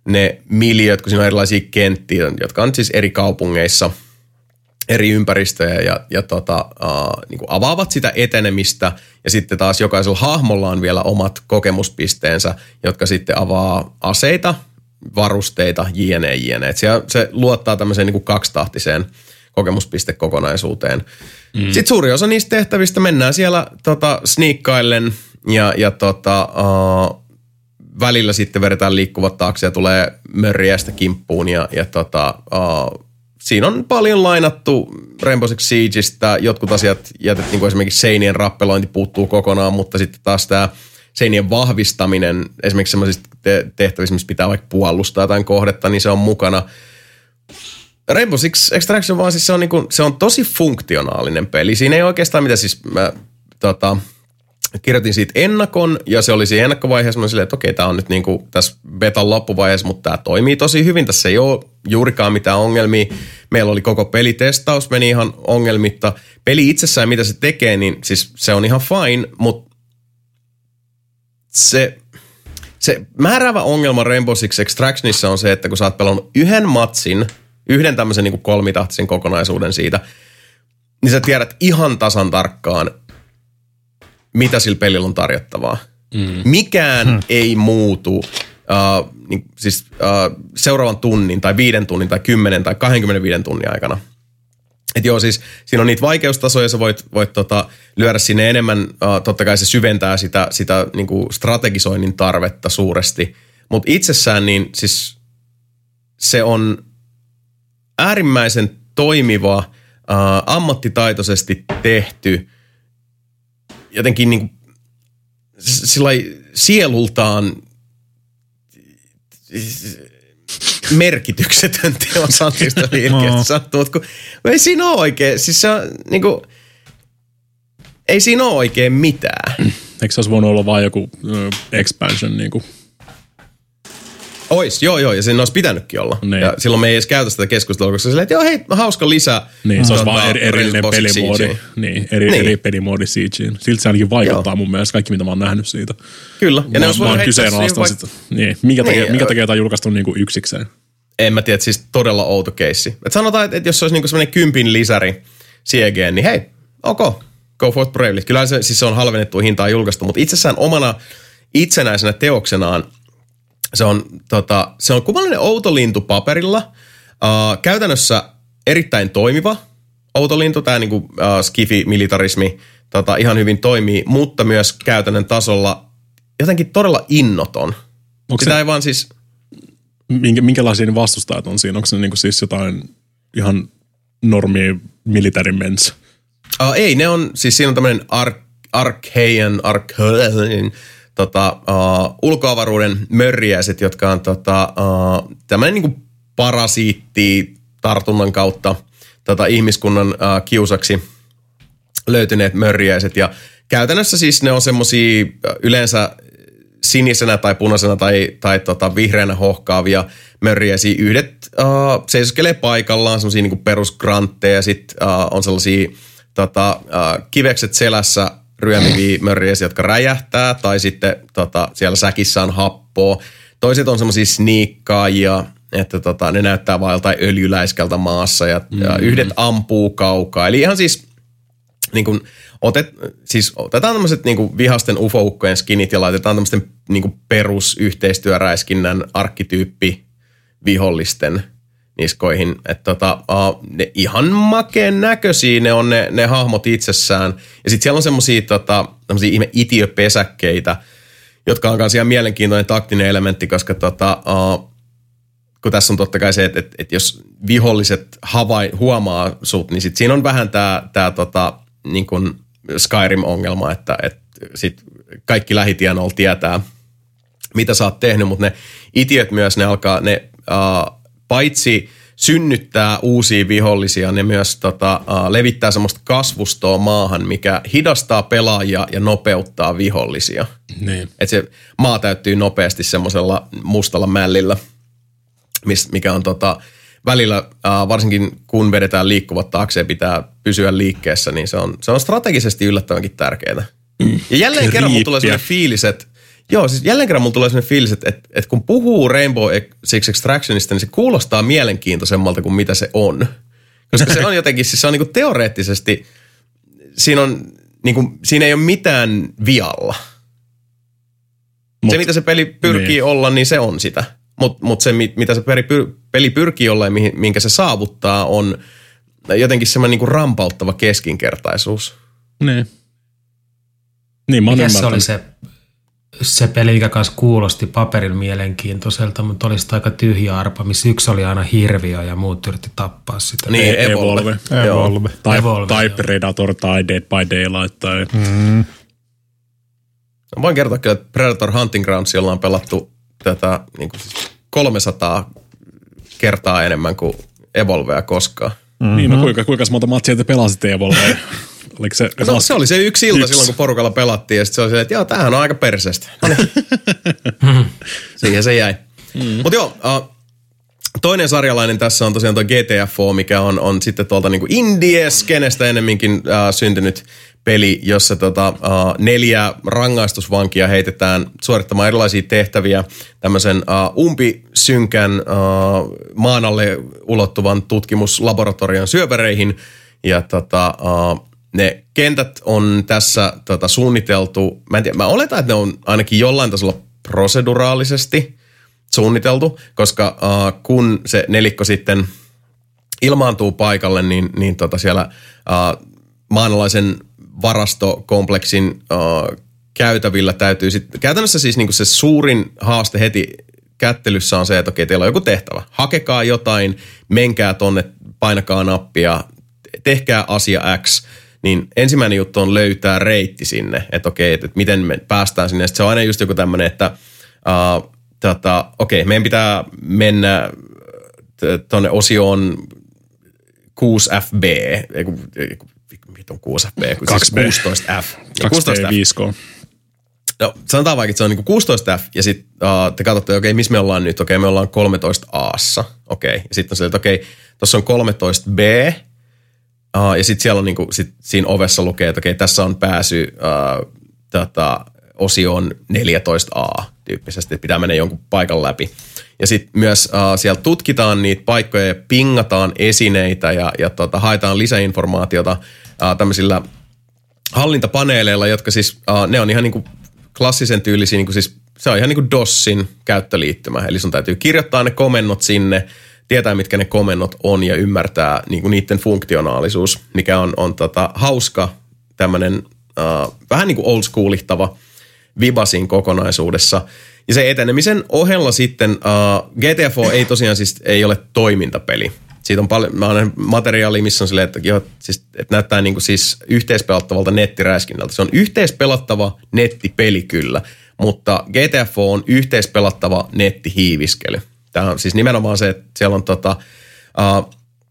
ne miljööt, kun siinä on erilaisia kenttiä, jotka on siis eri kaupungeissa, eri ympäristöjä ja, ja tota, uh, niin kuin avaavat sitä etenemistä. Ja sitten taas jokaisella hahmolla on vielä omat kokemuspisteensä, jotka sitten avaa aseita, varusteita, jne, jne. Et se, se luottaa tämmöiseen niin kuin kaksitahtiseen kokemuspistekokonaisuuteen. Mm. Sitten suuri osa niistä tehtävistä mennään siellä tota, sniikkaillen ja, ja tota, uh, välillä sitten vedetään liikkuvat taakse ja tulee mörriästä kimppuun ja, ja tota, uh, siinä on paljon lainattu Rainbow Six Siegeistä. Jotkut asiat jätettiin, kun esimerkiksi seinien rappelointi puuttuu kokonaan, mutta sitten taas tämä seinien vahvistaminen, esimerkiksi sellaisista tehtävissä, missä pitää vaikka puolustaa jotain kohdetta, niin se on mukana. Rainbow Six Extraction vaan siis se on, niinku, se on tosi funktionaalinen peli. Siinä ei oikeastaan mitä siis, mä tota, kirjoitin siitä ennakon ja se oli siinä ennakkovaiheessa. Mä silleen, että okei, tää on nyt niinku tässä betan loppuvaiheessa, mutta tää toimii tosi hyvin. Tässä ei ole juurikaan mitään ongelmia. Meillä oli koko pelitestaus, meni ihan ongelmitta. Peli itsessään, mitä se tekee, niin siis se on ihan fine, mutta se, se määräävä ongelma Rainbow Six Extractionissa on se, että kun sä oot pelannut yhden matsin, yhden tämmöisen niin kuin kolmitahtisen kokonaisuuden siitä, niin sä tiedät ihan tasan tarkkaan, mitä sillä pelillä on tarjottavaa. Mm. Mikään hmm. ei muutu uh, niin, siis, uh, seuraavan tunnin tai viiden tunnin tai kymmenen tai kaksikymmentäviisi tunnin aikana. Että joo, siis siinä on niitä vaikeustasoja, sä voit, voit tota, lyödä sinne enemmän, uh, totta kai se syventää sitä, sitä niin kuin strategisoinnin tarvetta suuresti. Mutta itsessään niin siis se on äärimmäisen toimiva, uh, ammattitaitoisesti tehty, jotenkin niin kuin sillai sielultaan merkityksetön teos Antista liikkeestä sattuu, kun ei siinä ole oikein, siis se on niin kuin, ei siinä ole oikein mitään. Eikö se olisi voinut olla vain joku uh, expansion niin kuin? Ois, joo joo, ja siinä olisi pitänytkin olla. Niin. Ja silloin me ei edes käytä sitä keskustelua, koska silleen, että joo hei, hauska lisää. Niin, se olisi vaan eri, erillinen pelimoodi. Niin, eri, niin. eri pelimoodi Siegeen. Siltä se ainakin vaikuttaa joo. mun mielestä, kaikki mitä mä oon nähnyt siitä. Kyllä. Ja mä, ne mä oon kyseenalaistan sitä. Niin, minkä takia, niin, minkä takia tämä on julkaistu niin kuin yksikseen? En mä tiedä, siis todella outo keissi. Et sanotaan, että, että jos se olisi niin kuin sellainen kympin lisäri Siegeen, niin hei, ok, go for it bravely. Kyllä se, siis se on halvennettua hintaa julkaistu, mutta itsessään omana itsenäisenä teoksenaan Se on, tota, se on kuvallinen outo lintu paperilla. Uh, käytännössä erittäin toimiva outo lintu. Tämä niinku, uh, skifi-militarismi tota, ihan hyvin toimii, mutta myös käytännön tasolla jotenkin todella innoton. Onko Sitä se, ei vaan siis... Minkä, minkälaisia ne vastustajat on siinä? Onko se niinku siis jotain ihan normia militarin mens? Uh, ei, ne on, siis siinä on tämmöinen Archaean, Archaean, Tota, uh, ulkoavaruuden mörriäiset, jotka on tota, uh, tämmöinen niinku parasiitti tartunnan kautta tota, ihmiskunnan uh, kiusaksi löytyneet mörriäiset. Ja käytännössä siis ne on semmosia yleensä sinisenä tai punaisena tai, tai tota, vihreänä hohkaavia mörriäisiä. Yhdet uh, seisoskelee paikallaan, semmosia niinku perusgrantteja, sit uh, on sellaisia tota, uh, kivekset selässä ryömiviä mörriäisiä, jotka räjähtää, tai sitten tota, siellä säkissä on happoa. Toiset on semmoisia sniikkaajia, että tota, ne näyttää vaan jotain öljyläiskältä maassa, ja, mm. ja yhdet ampuu kaukaa. Eli ihan siis, niin kuin, otet, siis otetaan tämmöiset niin kuin vihasten ufoukkojen skinit ja laitetaan tämmöisten niin kuin perusyhteistyöräiskinnän arkkityyppi vihollisten niskoihin. Että tota, uh, ne ihan makeen näköisiä ne on ne, ne hahmot itsessään. Ja sitten siellä on semmosia tota, ihme itiöpesäkkeitä, jotka on myös ihan mielenkiintoinen taktinen elementti, koska tota, uh, kun tässä on totta kai se, että, että, että jos viholliset havai, huomaa sut, niin sit siinä on vähän tää, tää tota, niin kuin Skyrim-ongelma, että, että sit kaikki lähitienoilla tietää, mitä sä oot tehnyt, mutta ne itiöt myös, ne alkaa, ne uh, paitsi synnyttää uusia vihollisia, ne myös tota, uh, levittää semmoista kasvustoa maahan, mikä hidastaa pelaajia ja nopeuttaa vihollisia. Niin. Että se maa täyttyy nopeasti semmoisella mustalla mällillä, mikä on tota, välillä, uh, varsinkin kun vedetään liikkuvat taakse ja pitää pysyä liikkeessä, niin se on, se on strategisesti yllättävänkin tärkeää. Mm. Ja jälleen kerran mulla tulee sellainen fiilis, että Joo, siis jälleen kerran mulla tulee sellainen fiilis, että, että, että kun puhuu Rainbow Six Extractionista, niin se kuulostaa mielenkiintoisemmalta kuin mitä se on. Koska se on jotenkin, siis se on niin kuin teoreettisesti, siinä, on, niin kuin, siinä ei ole mitään vialla. Mut, se, mitä se peli pyrkii niin. olla, niin se on sitä. Mutta mut se, mitä se peli pyrkii olla ja minkä se saavuttaa, on jotenkin semmoinen niin kuin rampauttava keskinkertaisuus. Niin. Niin, mä oon se oli se, se peli, mikä kanssa kuulosti paperilla mielenkiintoiselta, mutta oli aika tyhjä arpa, missä yksi oli aina hirviö ja muut yritti tappaa sitä. Niin, Evolve. Evolve. Evolve. Tai, Evolve, tai joo. Predator tai Dead by Daylight. Tai... Mm. Voin kertoa kyllä, että Predator Hunting Grounds, jolla on pelattu tätä niin kuin siis kolmesataa kertaa enemmän kuin Evolvea koskaan. Mm-hmm. Niin, no kuinka, kuinka monta matsia te pelasitte Evolvea? Oliko se, no, se oli se yksi ilta yksi. silloin, kun porukalla pelattiin, ja sitten se oli se, että joo, tämähän on aika perseestä. No niin. Siihen se jäi. Mm. Mutta joo, uh, toinen sarjalainen tässä on tosiaan tuo G T F O, mikä on, on sitten tuolta niinku indie-skenestä ennemminkin uh, syntynyt peli, jossa tota, uh, neljä rangaistusvankia heitetään suorittamaan erilaisia tehtäviä tämmöisen uh, umpisynkän uh, maan alle ulottuvan tutkimuslaboratorion syövereihin. Ja tota, uh, ne kentät on tässä tota, suunniteltu, mä en tiedä, mä oletan, että ne on ainakin jollain tasolla proseduraalisesti suunniteltu, koska uh, kun se nelikko sitten ilmaantuu paikalle, niin, niin tota siellä uh, maanalaisen varastokompleksin uh, käytävillä täytyy sitten, käytännössä siis niinku se suurin haaste heti kättelyssä on se, että okei, teillä on joku tehtävä. Hakekaa jotain, menkää tonne, painakaa nappia, tehkää asia X. Niin ensimmäinen juttu on löytää reitti sinne, että okei, että miten me päästään sinne. Sitten se on aina just joku tämmöinen, että uh, tota, okei, meidän pitää mennä tuonne osioon kuusi F B, mitä on kuusi F B? kaksi B. Siis kuusitoista F. kaksi B viisi K. No, sanotaan vaikka, että se on niinku kuusitoista F, ja sitten uh, te katsotte, okei, missä me ollaan nyt? Okei, me ollaan kolmetoista A:ssa. Okei, ja sitten on se, että okei, tuossa on kolmetoista B, uh, ja sitten siellä on niinku, sit siinä ovessa lukee, että okei, tässä on pääsy uh, tota, osioon neljätoista A tyyppisesti, että pitää mennä jonkun paikan läpi. Ja sitten myös uh, siellä tutkitaan niitä paikkoja ja pingataan esineitä ja, ja tota, haetaan lisäinformaatiota uh, tämmöisillä hallintapaneeleilla, jotka siis, uh, ne on ihan niinku klassisen tyylisiä, niinku siis, se on ihan niinku DOSin käyttöliittymä. Eli sun täytyy kirjoittaa ne komennot sinne, tietää mitkä ne komennot on ja ymmärtää niinku niiden funktionaalisuus, mikä on, on tota, hauska tämmöinen uh, vähän niin kuin old schoolihtava vibasin kokonaisuudessa. Ja se etenemisen ohella sitten uh, G T F O ei tosiaan siis ei ole toimintapeli. Siitä on paljon, mä olen materiaali, missä on silleen, että, jo, siis, että näyttää niin kuin siis yhteispelattavalta nettiräiskinnältä. Se on yhteispelattava nettipeli kyllä, mutta G T F O on yhteispelattava nettihiiviskely. Tämä on siis nimenomaan se, että siellä on tota, uh,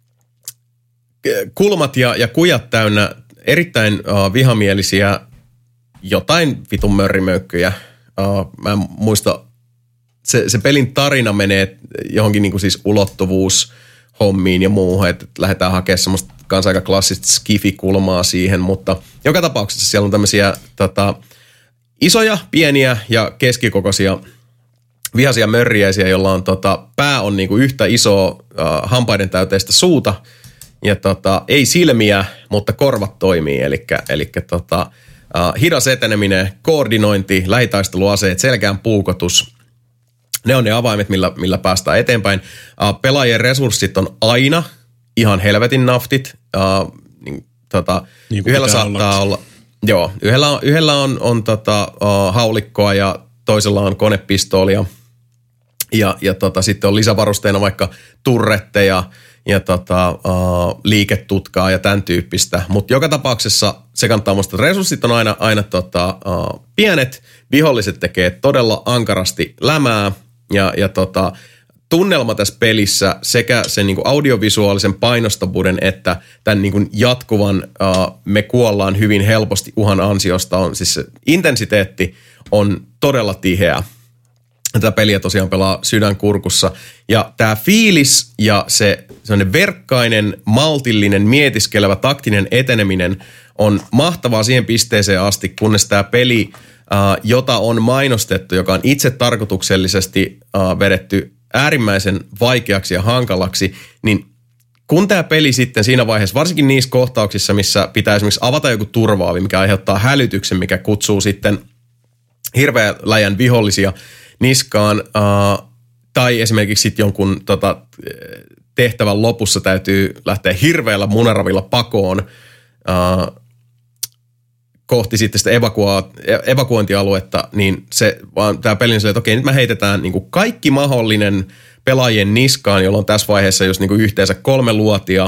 kulmat ja, ja kujat täynnä erittäin uh, vihamielisiä jotain vitun mörrimöykkyjä. Uh, mä en muista, se, se pelin tarina menee johonkin niin kuin siis ulottuvuus hommiin ja muuhun, että lähdetään hakemaan semmoista kanssa aika klassista skifi-kulmaa siihen, mutta joka tapauksessa siellä on tämmöisiä tota, isoja, pieniä ja keskikokoisia vihaisia mörriäisiä, jolla on tota, pää on niinku yhtä isoa uh, hampaiden täyteistä suuta ja tota, ei silmiä, mutta korvat toimii, eli tota, uh, hidas eteneminen, koordinointi, lähitaisteluaseet, selkään puukotus. Ne on ne avaimet, millä, millä päästään eteenpäin. Uh, pelaajien resurssit on aina ihan helvetin naftit. Uh, niin, tota, niin yhdellä saattaa olla, joo, yhdellä, yhdellä on, on tota, uh, haulikkoa ja toisella on konepistoolia. Ja, ja tota, sitten on lisävarusteena vaikka turretteja ja tota, uh, liiketutkaa ja tämän tyyppistä. Mutta joka tapauksessa se kannattaa muistaa, että resurssit on aina, aina tota, uh, pienet. Viholliset tekee todella ankarasti lämää. Ja, ja tota, tunnelma tässä pelissä sekä sen niin kuin audiovisuaalisen painostavuuden että tämän niin kuin jatkuvan uh, me kuollaan hyvin helposti uhan ansiosta on, siis se intensiteetti on todella tiheä. Tätä peliä tosiaan pelaa sydänkurkussa. Ja tämä fiilis ja se sellainen verkkainen, maltillinen, mietiskelevä, taktinen eteneminen on mahtavaa siihen pisteeseen asti, kunnes tämä peli, äh, jota on mainostettu, joka on itse tarkoituksellisesti äh, vedetty äärimmäisen vaikeaksi ja hankalaksi, niin kun tämä peli sitten siinä vaiheessa, varsinkin niissä kohtauksissa, missä pitää esimerkiksi avata joku turvaavi, mikä aiheuttaa hälytyksen, mikä kutsuu sitten hirveän läjän vihollisia niskaan, uh, tai esimerkiksi sitten jonkun tota, tehtävän lopussa täytyy lähteä hirveällä munaravilla pakoon uh, kohti sitten sitä evakua- evakuointialuetta, niin se vaan tämä peli on silleen, että okei, nyt me heitetään niin kuin kaikki mahdollinen pelaajien niskaan, jolloin tässä vaiheessa just niin kuin yhteensä kolme luotia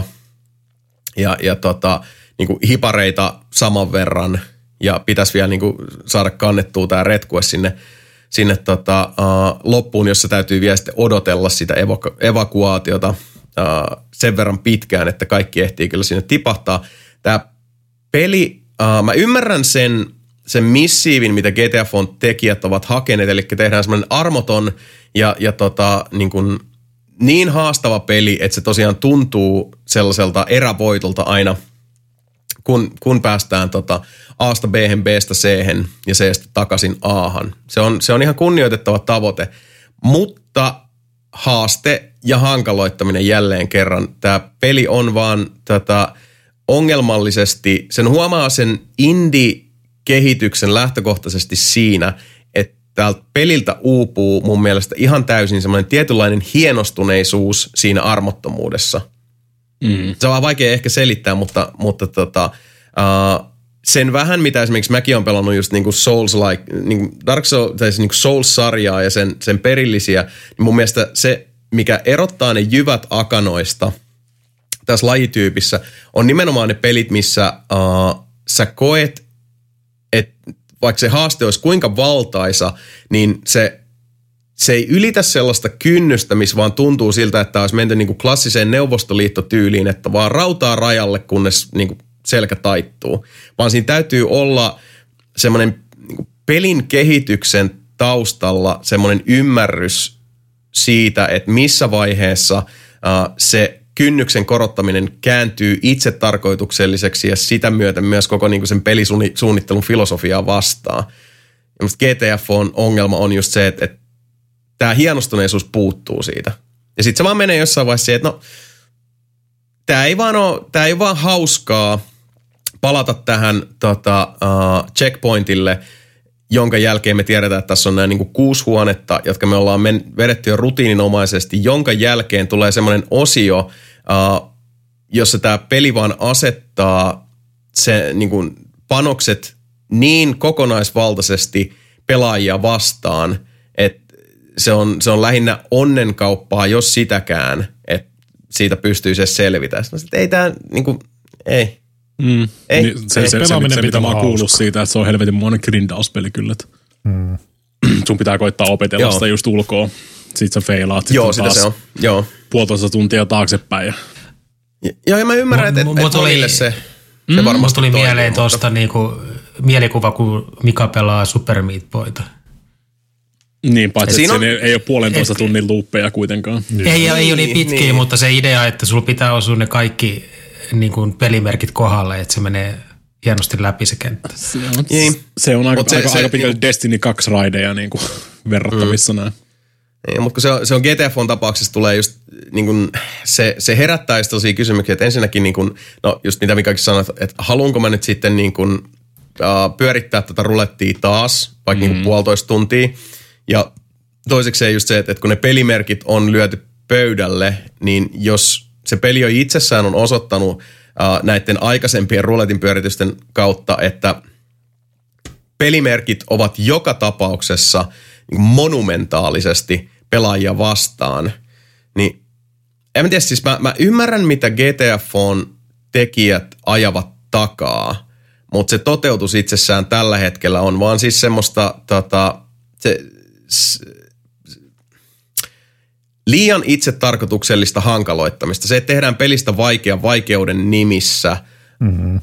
ja, ja tota, niin kuin hipareita saman verran, ja pitäisi vielä niin kuin saada kannettua tämä retkue sinne, sinne tota, uh, loppuun, jossa täytyy vielä sitten odotella sitä evaku- evakuaatiota uh, sen verran pitkään, että kaikki ehtii kyllä sinne tipahtaa. Tämä peli, uh, mä ymmärrän sen, sen missiivin, mitä G T A F:n tekijät ovat hakeneet, eli tehdään semmoinen armoton ja, ja tota, niin, kuin niin haastava peli, että se tosiaan tuntuu sellaiselta erävoitolta aina, kun, kun päästään tota A:sta B:hen, B:stä C:hen ja C:stä takaisin A:han. Se on, se on ihan kunnioitettava tavoite, mutta haaste ja hankaloittaminen jälleen kerran. Tämä peli on vaan tätä ongelmallisesti, sen huomaa sen indie-kehityksen lähtökohtaisesti siinä, että täältä peliltä uupuu mun mielestä ihan täysin semmoinen tietynlainen hienostuneisuus siinä armottomuudessa. Mm. Se on vaikea ehkä selittää, mutta, mutta tota, uh, sen vähän, mitä esimerkiksi mäkin olen pelannut just niin kuin Souls-like, niin kuin Dark Souls, tai niin kuin Souls-sarjaa ja sen, sen perillisiä, niin mun mielestä se, mikä erottaa ne jyvät akanoista tässä lajityypissä, on nimenomaan ne pelit, missä uh, sä koet, että vaikka se haaste olisi kuinka valtaisa, niin se Se ei ylitä sellaista kynnystä, missä vaan tuntuu siltä, että olisi menty niin kuin klassiseen neuvostoliittotyyliin, että vaan rautaa rajalle, kunnes niin kuin selkä taittuu. Vaan siinä täytyy olla semmoinen niin kuin pelin kehityksen taustalla semmoinen ymmärrys siitä, että missä vaiheessa uh, se kynnyksen korottaminen kääntyy itse tarkoitukselliseksi ja sitä myöten myös koko niin kuin sen pelisuunnittelun filosofiaa vastaan. Ja G T A F:n ongelma on just se, että, että tämä hienostuneisuus puuttuu siitä. Ja sitten se vaan menee jossain vaiheessa siihen, että no, tämä ei vaan ole, tämä ei vaan hauskaa palata tähän tota, uh, checkpointille, jonka jälkeen me tiedetään, että tässä on nämä niin kuin kuusi huonetta, jotka me ollaan men- vedetty jo rutiininomaisesti, jonka jälkeen tulee semmoinen osio, uh, jossa tämä peli vaan asettaa se, niin kuin panokset niin kokonaisvaltaisesti pelaajia vastaan, että Se on, se on lähinnä onnenkauppaa, jos sitäkään, että siitä pystyy se selvitä. No, ei tämä, niin kuin, ei. Mm. ei. Niin, se, ei. se, se, se, se mitä mä oon kuullut siitä, että se on helvetin monen grindauspeli kyllä. Mm. Sun pitää koittaa opetella Joo. sitä just ulkoa. Sitten sä feilaat. Joo, sitä se on. Joo. Puolitoista tuntia taaksepäin. Ja, ja, ja mä ymmärrän, että et, et monille se, se mm, varmasti tuli toimii, mieleen mutta tuosta niinku, mielikuva, kun Mika pelaa Super Meat Boyta. Niin, paitsi että on, ei, ei ole puolentoista et, tunnin luuppeja kuitenkaan. Ei, ei, ei ole niin pitkiä, niin. Mutta se idea, että sulla pitää osua ne kaikki niin kuin pelimerkit kohdalle, että se menee hienosti läpi se kenttä. Se on, niin. se on aika, se, aika, se, aika pitkälle Destiny kaksi raideja niin kuin verrattavissa mm. näin. Niin, mutta kun se on, se on G T A F:n tapauksessa tulee just niin kuin, se, se herättää just tällaisia kysymyksiä, että ensinnäkin niin kuin, no just mitä Mikakin sanoi, että haluanko mä nyt sitten niin kuin, uh, pyörittää tätä rulettia taas, vaikka mm. niin kuin puolitoista tuntia. Ja toisekseen just se, että kun ne pelimerkit on lyöty pöydälle, niin jos se peli jo itsessään on osoittanut uh, näiden aikaisempien ruletin pyöritysten kautta, että pelimerkit ovat joka tapauksessa monumentaalisesti pelaajia vastaan, niin en tiedä, siis mä, mä ymmärrän, mitä G T A F:n tekijät ajavat takaa, mutta se toteutus itsessään tällä hetkellä on vaan siis semmoista tota, se, liian itse tarkoituksellista hankaloittamista. Se, että tehdään pelistä vaikea vaikeuden nimissä, mm-hmm.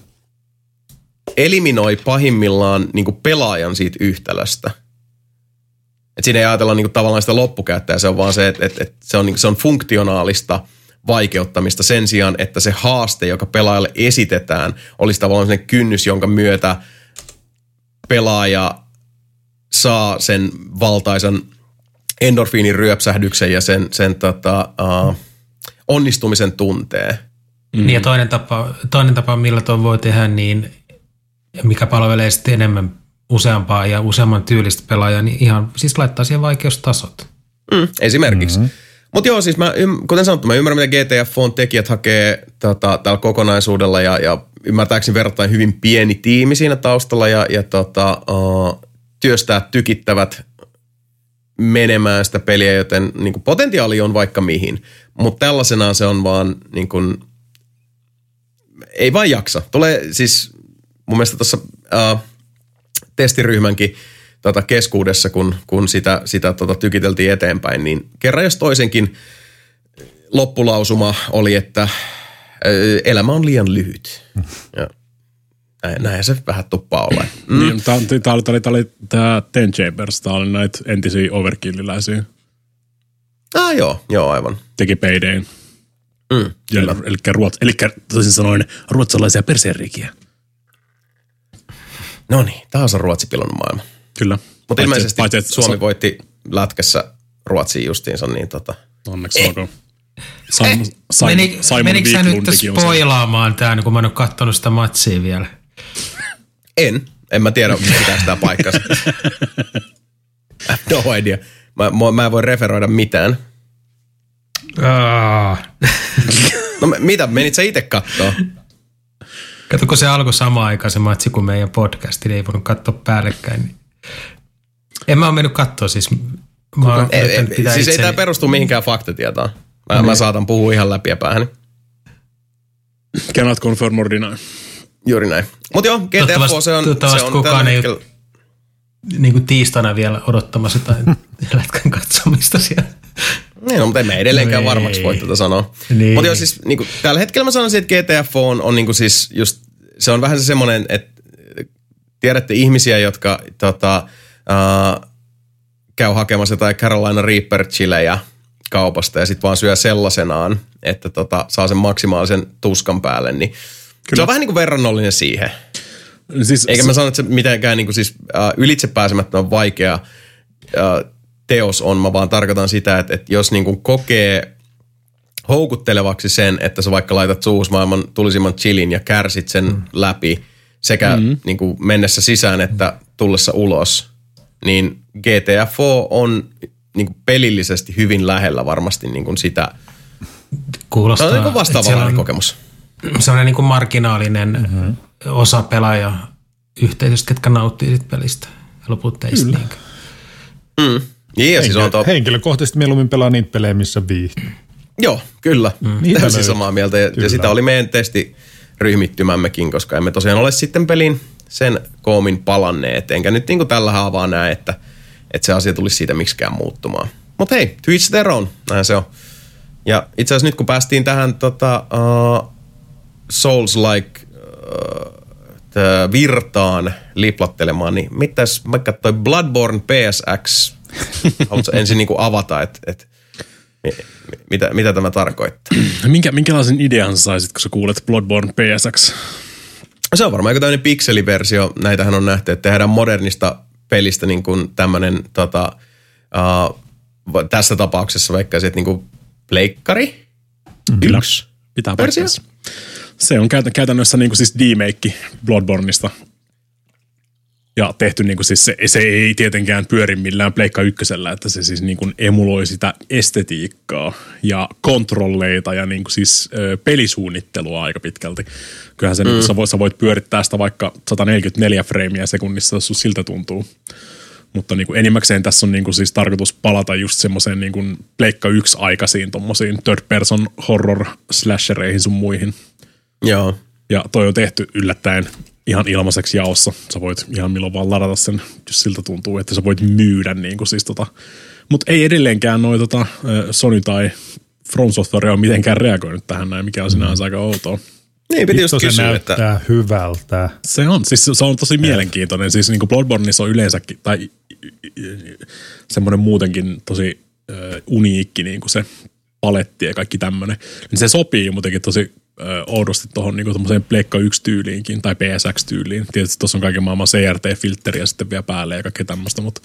eliminoi pahimmillaan niin kuin pelaajan siitä yhtälöstä. Että siinä ei ajatella niin kuin tavallaan sitä loppukäyttäjää, se on vaan se, että, että, että se, on, niin kuin, se on funktionaalista vaikeuttamista sen sijaan, että se haaste, joka pelaajalle esitetään, olisi tavallaan sen kynnys, jonka myötä pelaaja saa sen valtaisan endorfiinin ryöpsähdyksen ja sen, sen tota, uh, onnistumisen tunteen. Mm. Niin ja toinen tapa, toinen tapa, millä tuon voi tehdä, niin mikä palvelee sitten enemmän useampaa ja useamman tyylistä pelaajaa, niin ihan siis laittaa siihen vaikeustasot. Mm, esimerkiksi. Mm-hmm. Mutta joo, siis mä, kuten sanottu, mä ymmärrän, mitä G T A F:n tekijät hakee tota, tällä kokonaisuudella ja, ja ymmärtääkseni verrattain hyvin pieni tiimi siinä taustalla ja, ja tota, uh, työstää tykittävät menemään sitä peliä, joten niin kuin potentiaali on vaikka mihin. Mutta tällaisenaan se on vaan niin kuin, ei vaan jaksa. Tulee siis mun mielestä tuossa uh, testiryhmänkin tota, keskuudessa, kun, kun sitä, sitä tota, tykiteltiin eteenpäin, niin kerran jos toisenkin loppulausuma oli, että ö, elämä on liian lyhyt. Ja näinhän se vähän tuppaa olla. Mm. Niin, tämä oli, oli tämä Ten Chambers, tämä oli näitä entisiä overkilliläisiä. Ah joo, joo aivan. Teki Paydayn. Mm, eli, ruots, eli toisin sanoen ruotsalaisia perseenreikiä. No niin, taas on Ruotsi pilannut maailma. Kyllä. Mutta ilmeisesti paitsi, Suomi so- voitti lätkässä Ruotsiin justiinsa, niin tota... Onneksi olkoon. Simon, Simon, Meni, Simon menikö sä nyt spoilaamaan tämän, kun mä en ole katsonut sitä matsia vielä? En. En mä tiedä, mitä sitä paikkaa. No idea. Mä, mä en voi referoida mitään. No mitä, menit sä itse kattoo? Kato, kun se alkoi samaan aikaan se matsi kuin meidän podcast, niin ei voinut katsoa päällekkäin. Niin. En mä ole mennyt katsoa siis. Mä ei, ei, siis itseni. Ei tämä perustu mihinkään faktatietoon. Mä, mm. mä saatan puhua ihan läpi ja päähän. Cannot confirm or deny. Juuri näin. Mutta joo, G T A F se on... Toivottavasti on kukaan ei ole niin kuin tiistaina vielä odottamassa tai lätkän katsomista siellä. Niin, no, mutta emme edelleenkään no varmaksi voi tätä sanoa. Niin. Mutta joo, siis niin kuin, tällä hetkellä mä sanoisin, että G T A on, on niin kuin siis just, se on vähän se semmoinen, että tiedätte ihmisiä, jotka tota, uh, käy hakemassa jotain Carolina Reaper chilejä kaupasta ja sitten vaan syö sellaisenaan, että tota, saa sen maksimaalisen tuskan päälle, niin kyllä. Se on vähän niin kuin verrannollinen siihen. Siis, Eikä se... mä sano, että se mitenkään niin kuin siis, uh, ylitse pääsemättömän vaikea uh, teos on, mä vaan tarkoitan sitä, että, että jos niin kuin kokee houkuttelevaksi sen, että sä vaikka laitat suusmaailman tulisimman chilin ja kärsit sen mm. läpi sekä mm-hmm. niin kuin mennessä sisään että tullessa ulos, niin G T A F on niin kuin pelillisesti hyvin lähellä varmasti niin kuin sitä. Kuulostaa, se on niin vastaavanlainen kokemus. Se on niin kuin marginaalinen mm-hmm. osa pelaaja yhteisöstä, ketkä nauttii siitä pelistä ja loput teistä. Niin. Mm. Yeah, siis Henkilö, henkilökohtaisesti mieluummin pelaa niitä pelejä, missä viihtyy. Joo, kyllä. Mm. Täysin samaa mieltä. Ja, ja sitä oli meidän testiryhmittymämmekin, koska emme tosiaan ole sitten pelin sen koomin palanneet. Enkä nyt niin kuin tällä haavaa näe, että, että se asia tulisi siitä miksikään muuttumaan. Mutta hei, to each their own. Näin se on. Ja itse asiassa nyt kun päästiin tähän tota, uh, Souls-like uh, virtaan liplattelemaan, niin mitäs vaikka toi Bloodborne P S X, haluatko ensin niin kuin avata, että et, mitä, mitä tämä tarkoittaa? Minkä, minkälaisen idean sä saisit, kun sä kuulet Bloodborne P S X? Se on varmaan joku tämmöinen pikseliversio. Näitähän on nähty, että tehdään modernista pelistä niin kuin tämmöinen tota, uh, tässä tapauksessa vaikka se, että niin kuin pleikkari. Kyllä, pitää paikkansa. Se on käytännössä niin kuin siis remake Bloodborneista. Ja tehty niin kuin siis se, se ei tietenkään pyöri millään Pleikka ykkösellä, että se siis niin kuin emuloi sitä estetiikkaa ja kontrolleita ja niin kuin siis ö, pelisuunnittelua aika pitkälti. Kyllähän se, mm. niin kuin, sä, voit, sä voit pyörittää sitä vaikka sata neljäkymmentäneljä freimiä sekunnissa, jos siltä tuntuu. Mutta niin kuin enimmäkseen tässä on niin kuin siis tarkoitus palata just semmoiseen niin kuin Pleikka yksi aikaisiin tommosiin third person horror slashereihin sun muihin. Joo. Ja toi on tehty yllättäen ihan ilmaiseksi jaossa. Sä voit ihan milloin vaan ladata sen, jos siltä tuntuu, että sä voit myydä niin kuin siis tota. Mutta ei edelleenkään noi tota Sony tai From Software ole mitenkään reagoinut tähän näin, mikä on sinänsä aika outoa. Niin, piti just se kysyä, näyttää että... hyvältä. Se on, siis se on tosi mielenkiintoinen. Siis niin kuin Bloodborneissa on yleensäkin, tai semmoinen muutenkin tosi äh, uniikki niin kuin se paletti ja kaikki tämmöinen. Niin se sopii muutenkin tosi äh, oudosti tuohon niin tommoseen Pleikka yksi tyyliinkin tai P S X-tyyliin. Tietysti tuossa on kaiken maailman C R T-filtteriä sitten vielä päälle ja kaikkea tämmöistä, mutta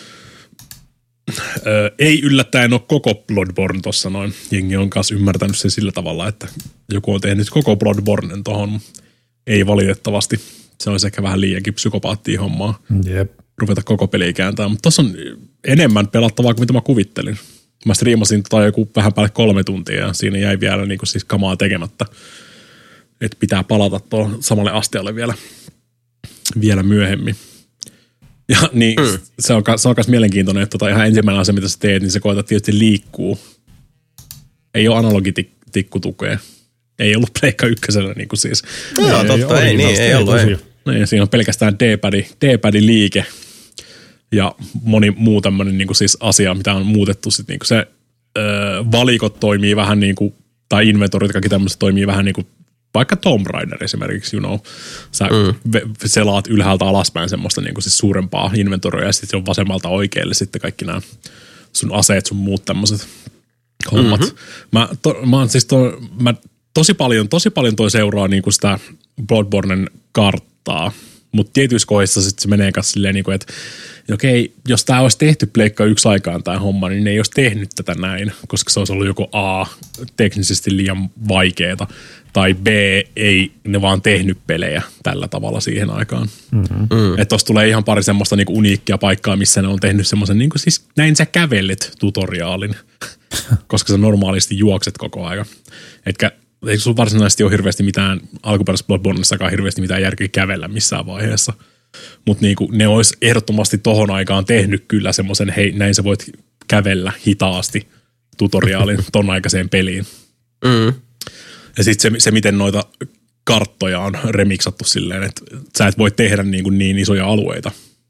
Öö, ei yllättäen ole koko Bloodborne tuossa noin. Jengi on kanssa ymmärtänyt sen sillä tavalla, että joku on tehnyt koko Bloodbornen tuohon. Ei valitettavasti. Se olisi ehkä vähän liiankin psykopaattia hommaa. Jep. Ruveta koko peliä kääntää. Mutta tuossa on enemmän pelattavaa kuin mitä mä kuvittelin. Mä striimasin tota joku vähän päälle kolme tuntia ja siinä jäi vielä niinku siis kamaa tekemättä. Että pitää palata tuohon samalle asteelle vielä, vielä myöhemmin. Ja niin, mm. se on, se on myös mielenkiintoinen, että tota ihan ensimmäinen asia, mitä sä teet, niin se koetat tietysti liikkuu. Ei ole analogitikkutukea. Ei ollut Pleikka ykkösellä niin kuin siis. Joo, ei, totta, ei, ei niin, ei ollut. Ei. Niin, siinä on pelkästään D-padi, D-padin liike ja moni muu tämmöinen niin kuin siis asia, mitä on muutettu. Sit, niin kuin se öö, valikot toimii vähän niin kuin, tai inventorit, kaikki tämmöiset toimii vähän niin kuin vaikka Tomb Raider esimerkiksi, you know, sä mm. selaat ylhäältä alaspäin semmoista niin kuin siis suurempaa inventoria ja sitten se on vasemmalta oikealle sitten kaikki nämä sun aseet, sun muut tämmöiset hommat. Mm-hmm. Mä, to, mä oon siis to, mä tosi paljon, tosi paljon toi seuraa niin kuin sitä Bloodbornen karttaa, mutta tietyissä kohdissa sitten se menee kanssa silleen niin kuin, että okei, jos tää olisi tehty Pleikka yksi aikaan tää homma, niin ne ei olisi tehnyt tätä näin, koska se olisi ollut joko A, teknisesti liian vaikeeta, tai B, ei ne vaan tehnyt pelejä tällä tavalla siihen aikaan. Mm-hmm. Mm. Että tossa tulee ihan pari semmoista niinku uniikkia paikkaa, missä ne on tehnyt semmoisen, niinku siis näin sä kävelet tutoriaalin, koska sä normaalisti juokset koko ajan. Etkä eikö sulla varsinaisesti ole hirveästi mitään, alkuperäisessä Bloodborneissakaan hirveästi mitään järkeä kävellä missään vaiheessa. Mutta niinku, ne olisi ehdottomasti tohon aikaan tehnyt kyllä semmoisen, hei näin sä voit kävellä hitaasti tutoriaalin ton aikaiseen peliin. Mm. Ja sitten se, se, miten noita karttoja on remiksattu silleen, että sä et voi tehdä niin, kuin niin isoja alueita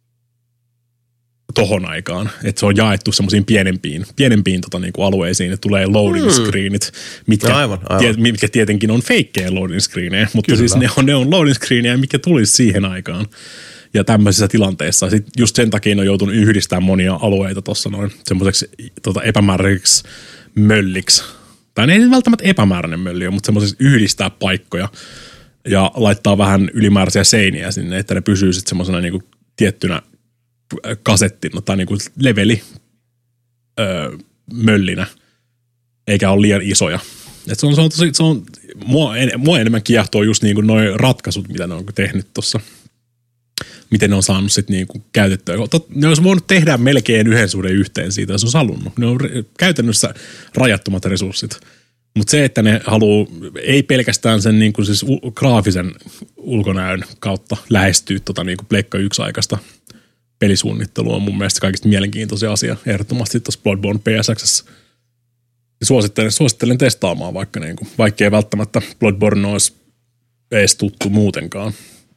tohon aikaan. Että se on jaettu semmoisiin pienempiin, pienempiin tota, niin kuin alueisiin, että tulee loading screenit, mitkä, no aivan, aivan. Tie, mitkä tietenkin on feikkejä loading screenejä, mutta Kyllä. siis ne on, ne on loading screenejä, mikä tulisi siihen aikaan. Ja tämmöisissä tilanteissa. Sitten just sen takia on joutunut yhdistämään monia alueita tuossa noin semmoiseksi tota, epämääräiseksi mölliksi. Tai ei välttämättä epämääräinen mölli, mutta semmoisessa yhdistää paikkoja ja laittaa vähän ylimääräisiä seiniä sinne, että ne pysyy sitten semmoisena niinku tiettynä kasettina tai niinku leveli öö, möllinä, eikä ole liian isoja. Et se on, se on tosi, se on, mua, en, mua enemmän kiehtoo just niinku noi ratkaisut, mitä ne on tehnyt tuossa. Miten ne on saanut sitten niinku käytettyä. Ne olisi voinut tehdä melkein yhden suhde yhteen siitä, jos olisi halunnut. Ne on käytännössä rajattomat resurssit. Mutta se, että ne haluaa, ei pelkästään sen niinku siis u- graafisen ulkonäön kautta lähestyä tota niinku Pleikka yksi aikaista pelisuunnittelua on mun mielestä kaikista mielenkiintoisia asia. Ehdottomasti tuossa Bloodborne P S X. Suosittelen, suosittelen testaamaan, vaikka, niinku, vaikka ei välttämättä Bloodborne olisi edes tuttu muutenkaan.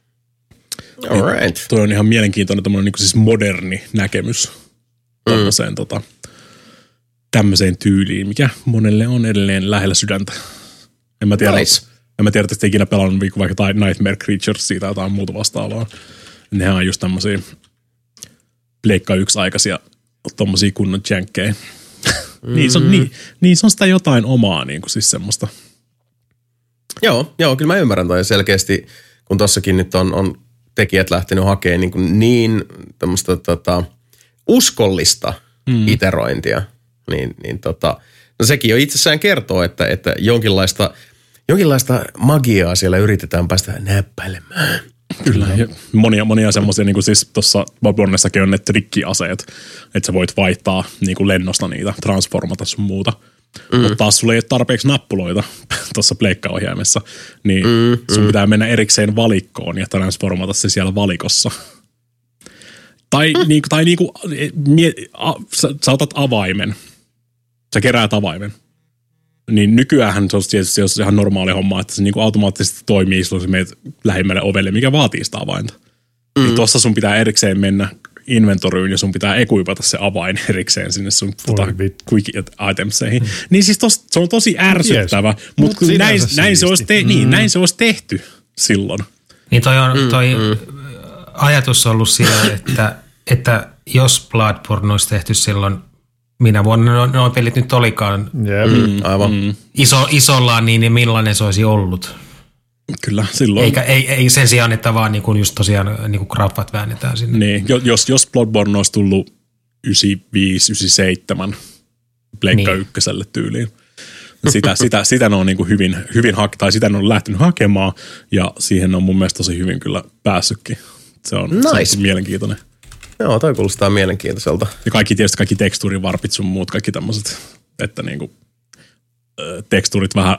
All right. Toi on ihan mielenkiintoinen tämmöinen niin siis moderni näkemys tämmöiseen, mm. tota, tämmöiseen tyyliin, mikä monelle on edelleen lähellä sydäntä. En mä tiedä, nice. en mä tiedä että ikinä pelannut vaikka Nightmare Creatures siitä tai jotain muuta vastaavaa. Nehän on just tämmöisiä Pleikka yksi aikaisia tommosia kunnon jänkkejä. Mm. niissä, on, ni, niissä on sitä jotain omaa niin kuin siis semmoista. Joo, joo, kyllä mä ymmärrän toi selkeästi, kun tossakin nyt on, on tekijät lähtenyt hakemaan niin, niin tämmöistä tota, uskollista mm. iterointia, niin, niin tota, no sekin jo itsessään kertoo, että, että jonkinlaista, jonkinlaista magiaa siellä yritetään päästä näppäilemään. Kyllä, ja monia, monia semmoisia, niin kuin siis tuossa Bloodbornessakin on ne trikkiaseet, että sä voit vaihtaa niin kuin lennosta niitä, transformata sun muuta. Mm. Mutta taas sulla ei ole tarpeeksi nappuloita tuossa pleikkaohjaimessa, niin mm, sun mm. pitää mennä erikseen valikkoon ja transformata se siellä valikossa. Tai, mm. niinku, tai niinku, mie, a, sä, sä otat avaimen, sä keräät avaimen. Niin nykyäänhän se on tietysti se ihan normaali homma, että se niinku automaattisesti toimii, silloin se meet lähimmälle ovelle, mikä vaatii sitä avainta. Mm. Niin tuossa sun pitää erikseen mennä inventoryyn ja sun pitää ekuipata se avain erikseen sinne sun tota, quick itemseihin. Mm. Niin siis tos, se on tosi ärsyttävä, yes. mutta Mut näin, näin, se olisi te, mm. niin, näin se olisi tehty silloin. Niin toi on toi mm, mm. ajatus ollut sillä, että, että jos Bloodborne olisi tehty silloin, minä vuonna nuo pelit nyt olikaan yeah. mm, aivan. Mm. Iso, isollaan, niin millainen se olisi ollut. Kyllä, silloin. Eikä, ei, ei sen sijaan, että vaan niin kuin just tosiaan niin kuin graffat väännetään sinne. Niin, jos, jos Bloodborne olisi tullut yhdeksänkymmentäviisi yhdeksänkymmentäseitsemän Pleikka niin. ykköselle tyyliin. Sitä, sitä, sitä ne on niin kuin hyvin, hyvin hak- tai sitä ne on lähtenyt hakemaan ja siihen on mun mielestä tosi hyvin kyllä päässytkin. Se on, nice. se on mielenkiintoinen. Joo, toi kuulostaa mielenkiintoiselta. Ja kaikki tietysti kaikki tekstuurivarpit sun muut, kaikki tämmöiset, että niin kuin, tekstuurit vähän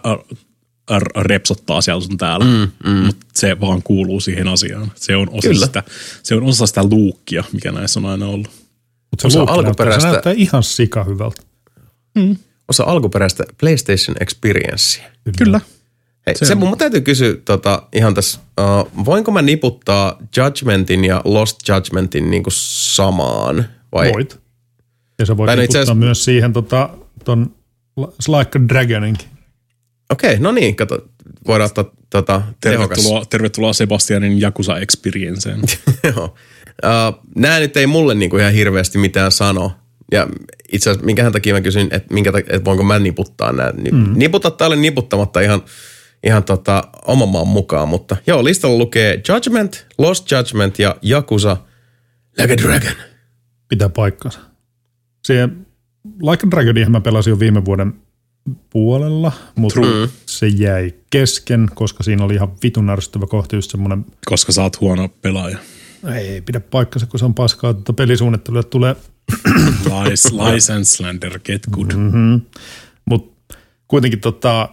repsottaa siellä sun täällä, mm, mm. mutta se vaan kuuluu siihen asiaan. Se on osa, sitä, se on osa sitä luukkia, mikä näissä on aina ollut. Mutta se luukki alkuperäistä... näyttää, se näyttää ihan sika hyvältä. Mm. Osa alkuperäistä PlayStation Experiencea. Kyllä. Kyllä. Hei, se, se mun täytyy kysyä tota, ihan tässä, uh, voinko mä niputtaa Judgmentin ja Lost Judgmentin niinku samaan? Vai? Voit. Ja sä voit niputtaa asiassa... myös siihen tota, ton Like a Dragoninkin. Okei, okay, no niin, kato, voidaan ottaa tota, tervetuloa, tervetuloa Sebastianin Yakuza Experienceen. Joo. Uh, nää nyt ei mulle niinku ihan hirveästi mitään sano. Ja itse asiassa minkähän takia mä kysyin, että, minkä takia, että voinko mä niputtaa nää. Mm. Niputa tai ole niputtamatta ihan, ihan tota, oman maan mukaan. Mutta joo, listalla lukee Judgment, Lost Judgment ja Yakuza Like a Dragon. Pitää paikkansa. Siihen Like a Dragonihan mä pelasin jo viime vuoden puolella, mutta mm. se jäi kesken, koska siinä oli ihan vitun ärsyttävä kohta just semmoinen... Koska sä oot huono pelaaja. Ei pidä paikkansa, kun se on paskaa, että pelisuunnittelulle tulee... Lies, lies and slander, get good. Mm-hmm. Mutta kuitenkin tota,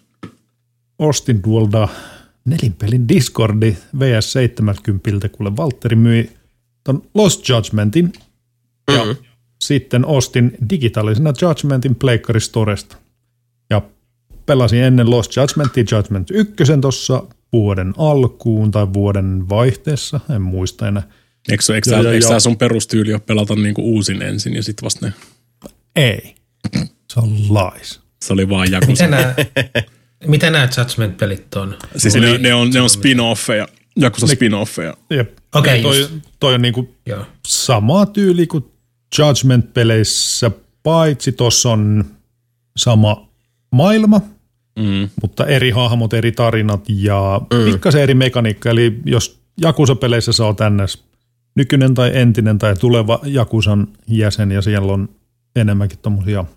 ostin tuolta nelinpelin Discordi V S seitsemänkymmentä, kuule Valtteri myi ton Lost Judgmentin ja mm-hmm. sitten ostin digitaalisena Judgmentin Pleikkari Storesta. Ja pelasin ennen Lost Judgmentia Judgment ykkösen tuossa vuoden alkuun tai vuoden vaihteessa, en muista enää. Eikö, eikö, ja, eikö tämä sun perustyyli ole pelata niinku uusin ensin ja sitten vasta ne? Ei. Se on lies. Se oli vaan Yakuza. Mitä nämä, mitä nämä Judgment-pelit on? Siis ne, ne on, ne on spin-offeja, Yakuza spin-offeja. Jep. Okei, okay, toi, toi on niinku sama tyyli kuin Judgment-peleissä, paitsi tuossa on sama maailma, mm. mutta eri hahmot, eri tarinat ja mm. pikkasen eri mekaniikka. Eli jos Yakuza-peleissä sä oot ns. Nykyinen tai entinen tai tuleva Yakuzan jäsen ja siellä on enemmänkin tommosia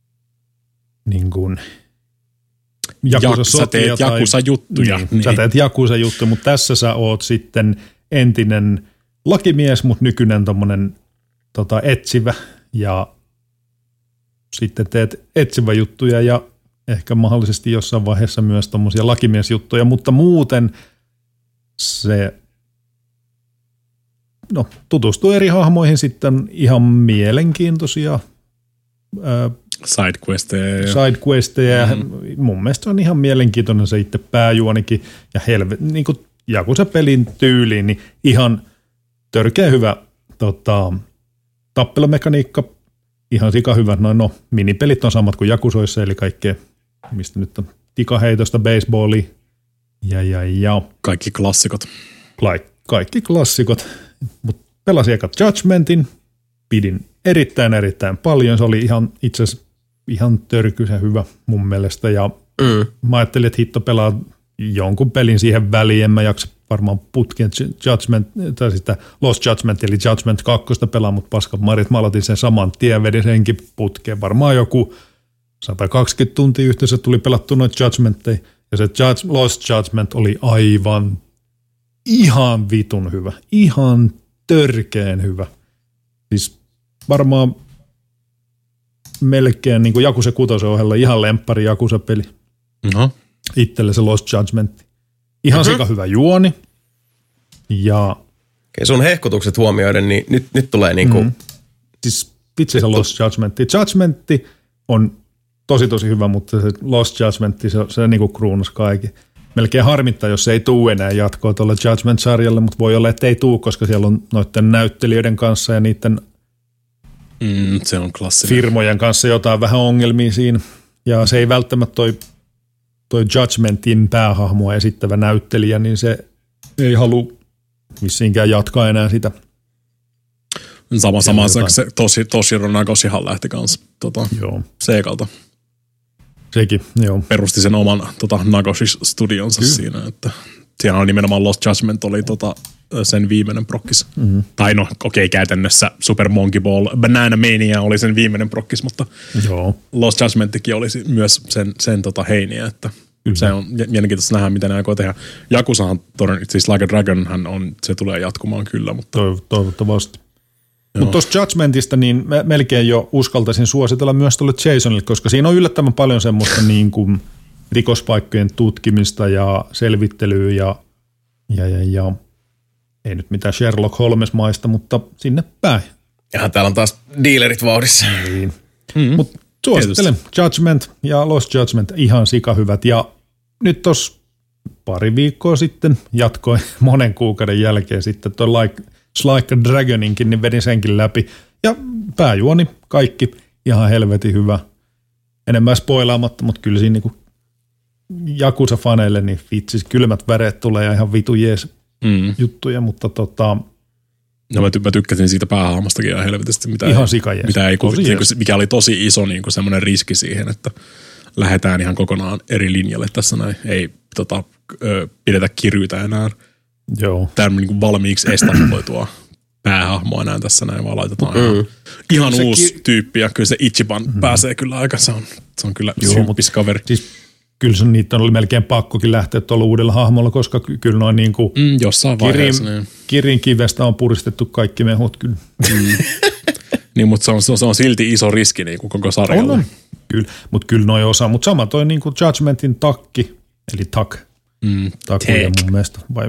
niin kuin Jak, sä teet Yakuza-juttuja. Niin, niin. Sä teet Yakuza-juttuja, mutta tässä sä oot sitten entinen lakimies, mutta nykyinen tommonen tota, etsivä ja sitten teet etsivä juttuja ja ehkä mahdollisesti jossain vaiheessa myös tommosia lakimiesjuttuja, mutta muuten se no, tutustuu eri hahmoihin sitten ihan mielenkiintoisia ää, sidequesteja. Sidequesteja. Mm-hmm. Mun mielestä on ihan mielenkiintoinen se itse pääjuonikin ja helvet, niin kuin Yakuza-pelin tyyliin, niin ihan törkeä hyvä tota, tappelumekaniikka, ihan sika hyvä. No, no, minipelit on samat kuin Yakuzoissa, eli kaikkea, mistä nyt on tikaheitosta, baseballia ja, ja, ja. Kaikki klassikot. Like, kaikki klassikot. Mutta pelasin eka Judgmentin, pidin erittäin erittäin paljon. Se oli ihan itse asiassa ihan törkyisen hyvä mun mielestä. Ja mm. mä ajattelin, että hitto pelaa jonkun pelin siihen väliin. En mä jaksa varmaan putkeen Judgment, tai sitä Lost Judgment, eli Judgment kaksi pelaa, mutta paskat marit. Mä aloitin sen saman tien, vedin senkin putkeen. Varmaan joku sata kaksikymmentä tuntia yhteensä tuli pelattu noita Judgmentteja. Ja se Judge, Lost Judgment oli aivan ihan vitun hyvä. Ihan törkeen hyvä. Siis varmaan melkein niin kuin Yakuza kuusi ohella ihan lemppari Yakuza-peli. No. Itselle se Lost Judgment. Ihan mm-hmm. sika hyvä juoni. Ja okei, sun hehkutukset huomioiden, niin nyt, nyt tulee niinku... Mm. Siis vitsi se Lost Judgment. Judgment on tosi tosi hyvä, mutta se Lost Judgment, se, se niinku kruunas kaikki. melkein harmittaa, jos ei tule enää jatkoa tuolle Judgment-sarjalle, mutta voi olla, että ei tule, koska siellä on noiden näyttelijöiden kanssa ja niiden mm, se on klassinen. firmojen kanssa jotain vähän ongelmia siinä. Ja se ei välttämättä toi, toi Judgmentin päähahmoa esittävä näyttelijä, niin se ei halua vissiinkään jatkaa enää sitä. Sama, sama se, se tosi, Toshiro Nagoshihan lähti kanssa tota, Seikalta. Sekin, joo. Perusti sen oman tota, Nagoshi-studionsa Kyllä. siinä, että siellä on nimenomaan Lost Judgment oli tota, sen viimeinen prokkis. Mm-hmm. Tai no, okei, okay, käytännössä Super Monkey Ball, Banana Mania oli sen viimeinen prokkis, mutta joo. Lost Judgmentikin oli myös sen, sen tota, heiniä, että Kyllä. se on mielenkiintoista nähdä, mitä ne aikoo tehdä. Jakusahan, siis Like a Dragon, hän on, se tulee jatkumaan kyllä, mutta toivottavasti. Mutta tuosta Judgmentista niin mä melkein jo uskaltaisin suositella myös tuolle Jasonille, koska siinä on yllättävän paljon semmoista niin kuin rikospaikkojen tutkimista ja selvittelyä ja, ja, ja, ja ei nyt mitään Sherlock Holmes-maista, mutta sinne päin. Ja täällä on taas dealerit vauhdissa. Niin. Mm-hmm. Mutta suosittelen Tietysti. Judgment ja Lost Judgment ihan sikahyvät. Ja nyt tuossa pari viikkoa sitten jatkoin monen kuukauden jälkeen sitten tuo Like Like a Dragoninkin, niin vedin senkin läpi. Ja pääjuoni, kaikki ihan helvetin hyvä. Enemmän spoilaamatta, mutta kyllä siinä niinku Yakuza-faneille niin vitsis, kylmät väreet tulee ja ihan vitu jees mm. juttuja, mutta tota... No mä, ty- mä tykkäsin siitä päähahmostakin ihan helvetisti, mitä ihan ei, sikajees. Mitä ei, kun, niin kuin, mikä oli tosi iso niin kuin semmoinen riski siihen, että lähdetään ihan kokonaan eri linjalle tässä näin. Ei tota, ö, pidetä kiryytä enää. Joo. Tämä niin valmiiksi estafloitua päähahmoa enää tässä näin, vaan laitetaan mm. ihan, ihan uusi ki- tyyppi. Ja kyllä se Ichiban mm. pääsee kyllä aika, se on, se on kyllä symppis kaveri. Siis kyllä se niitä oli melkein pakkokin lähteä tuolla uudella hahmolla, koska kyllä noin niin kuin mm, jossain vaiheessa. Kirin, kirin kivestä on puristettu kaikki mehut kyllä. Mm. niin, mutta se on, se on silti iso riski niin kuin koko sarjalle. On, on. Kyllä, mutta kyllä noin osa. Mutta sama toi niin kuin Judgmentin takki, eli tak. Mm, takuja mun mielestä, vai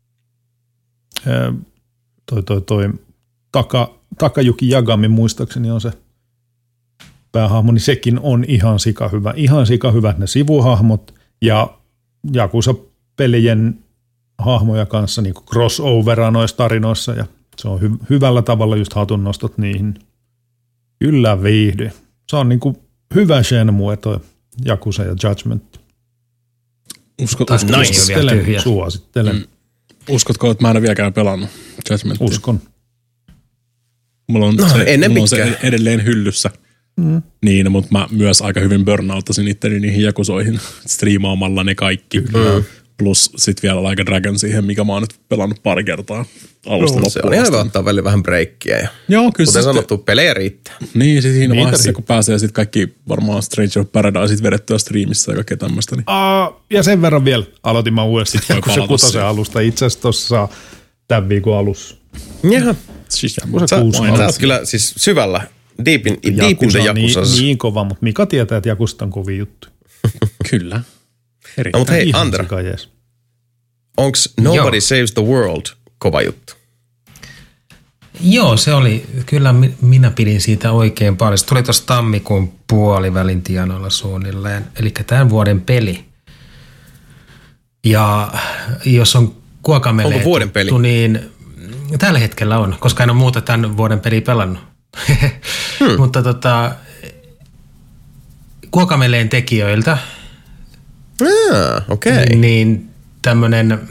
toi, toi, toi Taka, Takayuki Yagami muistaakseni on se päähahmo, niin sekin on ihan sika hyvä. Ihan sika hyvät ne sivuhahmot ja Yakuza-pelien hahmoja kanssa niin kuin crossoveraa noissa tarinoissa ja se on hy- hyvällä tavalla just hatunnostot niihin. Kyllä viihdy. Se on niin kuin hyvä Shenmue toi Yakuza ja Judgment. Uskot, uskot, suosittelen, suosittelen. Mm. Uskotko, että mä en ole vieläkään pelannut Judgmentia? Uskon. Mulla on, no, se, mulla on se edelleen hyllyssä. Mm. Niin, mutta mä myös aika hyvin burnouttasin itteni niihin jakusoihin striimaamalla ne kaikki. Mm. Plus sit vielä Like a Dragon siihen, mikä mä oon nyt pelannut pari kertaa alusta no, loppuun. Se on ihan hyvä ottaa välillä vähän breikkiä. Ja joo, kyllä. Kuten sanottu, pelejä riittää. Niin, siis siinä vaiheessa, kun pääsee sit kaikki varmaan Stranger of Paradise vedettyä striimissä ja kaikkea tämmöistä. Niin. Uh, ja sen verran vielä aloitin mä uudestaan, kun se kutosen alusta. Itse asiassa tuossa tämän viikon alussa. Jaha. Siis, sä, sä oot kyllä siis syvällä. Deep in, deep in the Yakusas. Niin, niin kova, mutta Mika tietää, että Jakusta on kovia juttu. Kyllä. No, mutta hei, Andra. Onks Nobody Joo. Saves the World kova juttu? Joo, se oli. Kyllä minä pidin siitä oikein paljon. Se tuli tuossa tammikuun puolivälin tienoilla suunnilleen. Eli tämän vuoden peli. Ja jos on Guacamelee... Onko vuoden peli? Niin tällä hetkellä on, koska en ole muuta tämän vuoden peliä pelannut. hmm. Mutta tota... Guacameleen tekijöiltä... Ah, okei. Okay. Niin tämmönen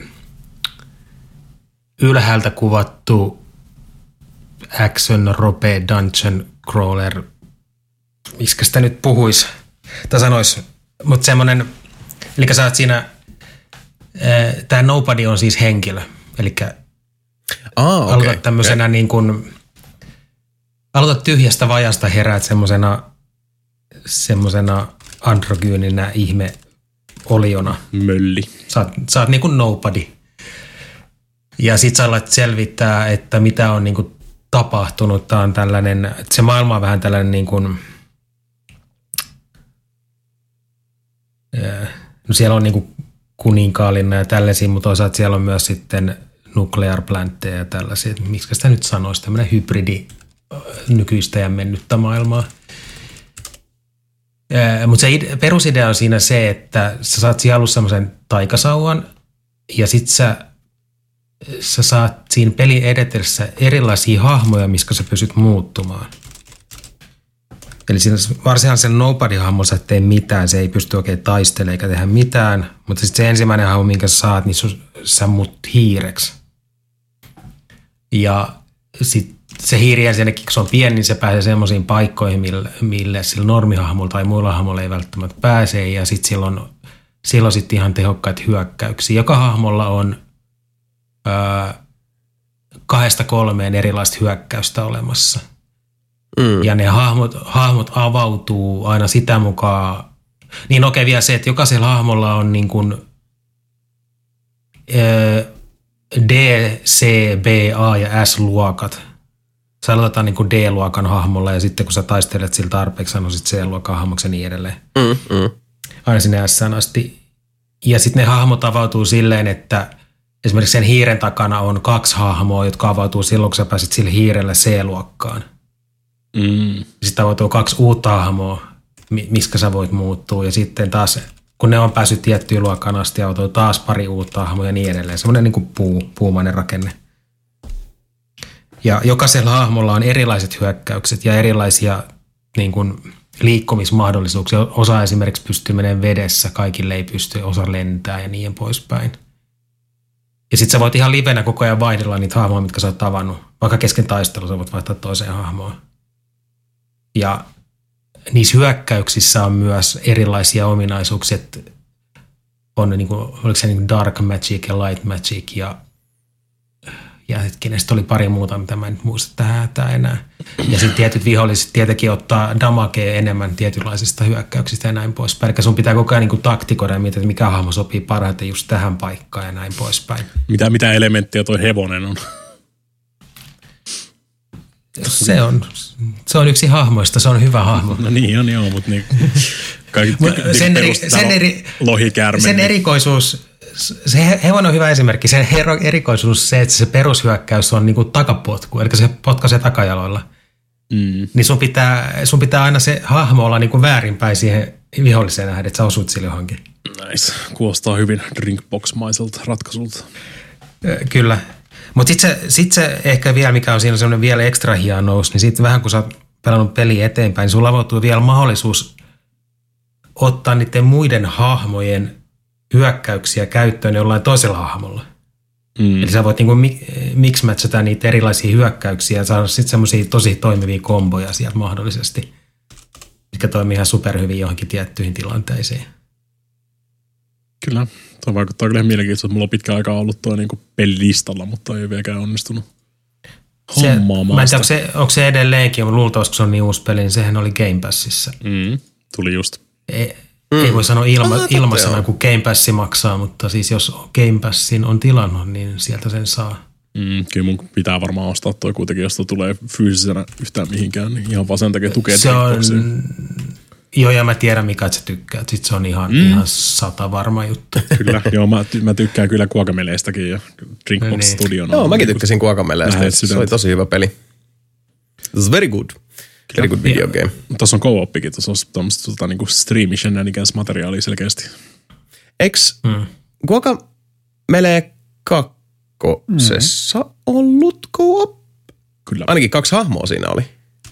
ylhäältä kuvattu action rope dungeon crawler, miskä sitä nyt puhuisi tai sanoisi, mutta semmoinen, eli sä oot siinä, tää Nobody on siis henkilö, eli ah, okay. aloitat tämmöisenä okay. niin kuin, aloitat tyhjästä vajasta, heräät semmosena semmosena androgyyninä ihme oliona. Mölli. Sä oot, sä oot niin kuin nobody. Ja sit sä alat selvittää, että mitä on niin kuin tapahtunut. Tää on tällainen, se maailma on vähän tällainen niin kuin, no siellä on niin kuin kuninkaallinen ja tällaisia, mutta toisaalta siellä on myös sitten nuclear plantteja ja tällaisia. Miksi sitä nyt sanoisi? Tämmöinen hybridi nykyistä ja mennyttä maailmaa. Mutta se ide- perusidea on siinä se, että sä saat siinä alussa semmoisen taikasauvan ja sit sä, sä saat siinä pelin edetessä erilaisia hahmoja, missä sä pysyt muuttumaan. Eli siinä varsinaisella Nobody-hahmolla sä et tee mitään, se ei pysty oikein taistelemaan eikä tehdä mitään, mutta sitten se ensimmäinen hahmo, minkä sä saat, niin sun, sä muut hiireksi. Ja sitten se hiiri ensinnäkin, kun se on pieni, niin se pääsee semmoisiin paikkoihin, mille, mille sillä normihahmolla tai muilla hahmoilla ei välttämättä pääse. Ja sitten silloin, silloin sitten ihan tehokkaita hyökkäyksiä. Joka hahmolla on ää, kahdesta kolmeen erilaista hyökkäystä olemassa. Mm. Ja ne hahmot, hahmot avautuu aina sitä mukaan. Niin okei vielä se, että jokaisella hahmolla on niin kuin ää, D, C, B, A ja S-luokat. Sä aloitetaan niin kuin D-luokan hahmolla ja sitten kun sä taistelet sillä tarpeeksi, sä nosit C-luokan hahmoksi ja niin edelleen. Mm, mm. Aina sinne S:ään asti. Ja sitten ne hahmot avautuu silleen, että esimerkiksi sen hiiren takana on kaksi hahmoa, jotka avautuu silloin, kun sä pääsit sille hiirelle C-luokkaan. Mm. Sitten avautuu kaksi uutta hahmoa, miskä sä voit muuttua. Ja sitten taas, kun ne on päässyt tiettyyn luokkaan asti, avautuu taas pari uutta hahmoa ja niin edelleen. Semmoinen niin kuin puu, puumainen rakenne. Ja jokaisella hahmolla on erilaiset hyökkäykset ja erilaisia niin kuin, liikkumismahdollisuuksia. Osa esimerkiksi pystyy menemään vedessä, kaikille ei pysty, osa lentää ja niin poispäin. Ja sitten sä voit ihan livenä koko ajan vaihdella niitä hahmoja, mitkä sä oot tavannut. Vaikka kesken taistelua sä voit vaihtaa toiseen hahmoon. Ja niissä hyökkäyksissä on myös erilaisia ominaisuuksia. On niin kuin, oliko se niin kuin dark magic ja light magic ja Ja hetkinen, sitten oli pari muuta, mitä mä en nyt muista tähän enää. Ja sitten tietyt viholliset tietenkin ottaa damagea enemmän tietynlaisista hyökkäyksistä ja näin poispäin. Eli sun pitää koko ajan niin kuin taktikoida ja miettiä, että mikä hahmo sopii parhaiten just tähän paikkaan ja näin poispäin. Mitä, mitä elementtiä toi hevonen on? Se on, se on yksi hahmoista, se on hyvä hahmo. No niin on, joo, mutta niin, kaikki sen, eri, sen, eri, sen erikoisuus... Se hevonen on hyvä esimerkki. Sen erikoisuus se, että se perushyökkäys on niin kuin takapotku, eli se potkaisee takajaloilla. Mm. Niin sun pitää, sun pitää aina se hahmo olla niin kuin väärinpäin siihen viholliseen nähden, että sä osut sille johonkin. Nice. Kuulostaa hyvin Drinkbox-maiselta ratkaisulta. Kyllä. Mutta sitten se, sit se ehkä vielä, mikä on siinä semmoinen vielä ekstra hienous, niin sitten vähän kun sä oot pelannut peliä eteenpäin, niin sulla avautuu vielä mahdollisuus ottaa niiden muiden hahmojen hyökkäyksiä käyttöön jollain toisella hahmolla. Mm. Eli sä voit niinku mix-matchata niitä erilaisia hyökkäyksiä ja saada sitten semmoisia tosi toimivia komboja sieltä mahdollisesti, mitkä toimii ihan superhyvin johonkin tiettyihin tilanteisiin. Kyllä. Tuo vaikuttaa kyllä mielenkiintoista. Mulla on pitkä aikaa ollut tuo niinku pelilistalla, mutta ei vieläkään onnistunut hommaamaan. Mä en tiedä, onko se, onko se edelleenkin, mutta luultavasti kun se on niin uusi peli, niin sehän oli Game Passissa. Mm. Tuli just. Ei, Mm. Ei voi sanoa ilma, ilmaisena, kun Game Pass maksaa, mutta siis jos Game Passin on tilannut, niin sieltä sen saa. Mm, kyllä mun pitää varmaan ostaa toi kuitenkin, jos toi tulee fyysisenä yhtään mihinkään, niin ihan vaan sen takia tukee se on, joo, ja mä tiedän, mikä sä tykkäät. Sitten se on ihan, mm. ihan sata varma juttu. Kyllä, joo, mä, mä tykkään kyllä Guacameleistäkin ja Drinkbox niin. Studion. Joo, mäkin tykkäsin Guacameleista. Se oli tosi hyvä peli. It was very good. Very good video game. Tuossa on co-oppikin, tuossa on tuommoista tota, niinku streami shenanigans-materiaalia selkeästi. Eiks mm. Guacamele kakkosessa mm. ollut co-op? Kyllä. Ainakin kaksi hahmoa siinä oli.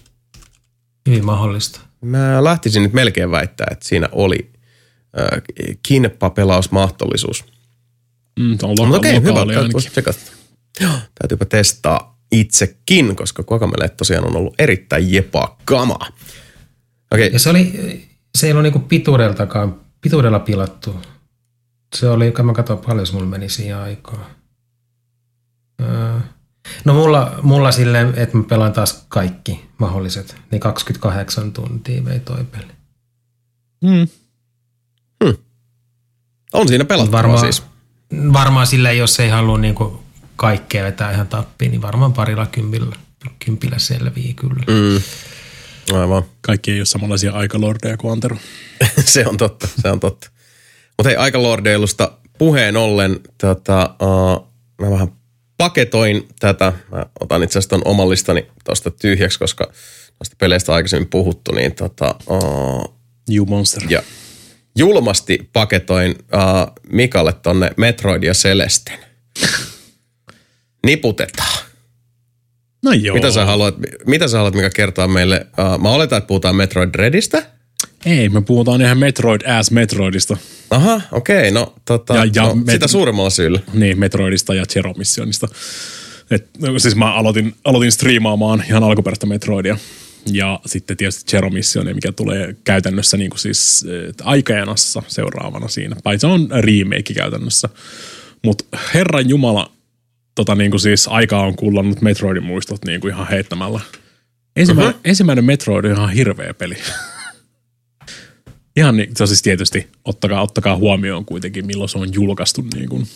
Hyvin mahdollista. Mä lähtisin nyt melkein väittää, että siinä oli äh, kinppapelausmahdollisuus. Mm, tämä on loka- okei, okay, lokaali hyvä. Täytyypä testaa itsekin, koska Guacamele tosiaan on ollut erittäin jepaa kamaa. Okay. Ja se oli, se ei ollut niinku pituudeltakaan, pituudella pilattu. Se oli, mä katsoin paljon, mulla meni siihen aikaa. No mulla, mulla silleen, että mä pelaan taas kaikki mahdolliset, niin kaksikymmentäkahdeksan tuntia vei toi peli. Hmm. Hmm. On siinä pelattavaa varmaan, siis. Varmaan silleen, jos ei halua niinku kaikkea vetää ihan tappiin, niin varmaan parilla kympillä, kympillä selvii kyllä. Mm. Aivan. Kaikki ei ole samanlaisia aikalordeja kuin Antero. Se on totta, se on totta. Mutta hei, aikalordeilusta puheen ollen, tota, uh, mä vähän paketoin tätä. Mä otan itse asiassa ton oman listani tosta tyhjäksi, koska noista peleistä aikaisemmin puhuttu, niin tota, uh, You Monster. Ja julmasti paketoin uh, Mikalle tonne Metroid ja Celesten. Niputetaan. No joo. Mitä sä haluat, mitä sä haluat Mika kertoa meille? Uh, mä oletan, että puhutaan Metroid Dreadistä. Ei, me puhutaan ihan Metroid as Metroidista. Aha, okei. Okay, no, tota, ja, ja no met- sitä suuremmalla syyllä. Niin, Metroidista ja Zero Missionista. Et, no, siis mä aloitin, aloitin striimaamaan ihan alkuperäistä Metroidia. Ja sitten tietysti Zero Missionia, mikä tulee käytännössä niin kuin siis aikajanassa seuraavana siinä. Tai se on remake käytännössä. Mutta Herran Jumala, tota niin kuin siis aikaa on kullannut Metroidin muistot niin kuin ihan heittämällä. Ensimmäinen, uh-huh. ensimmäinen Metroid on ihan hirveä peli. Ihan niin, se on siis tietysti, ottakaa, ottakaa huomioon kuitenkin, milloin se on julkaistu. Niin, kuin.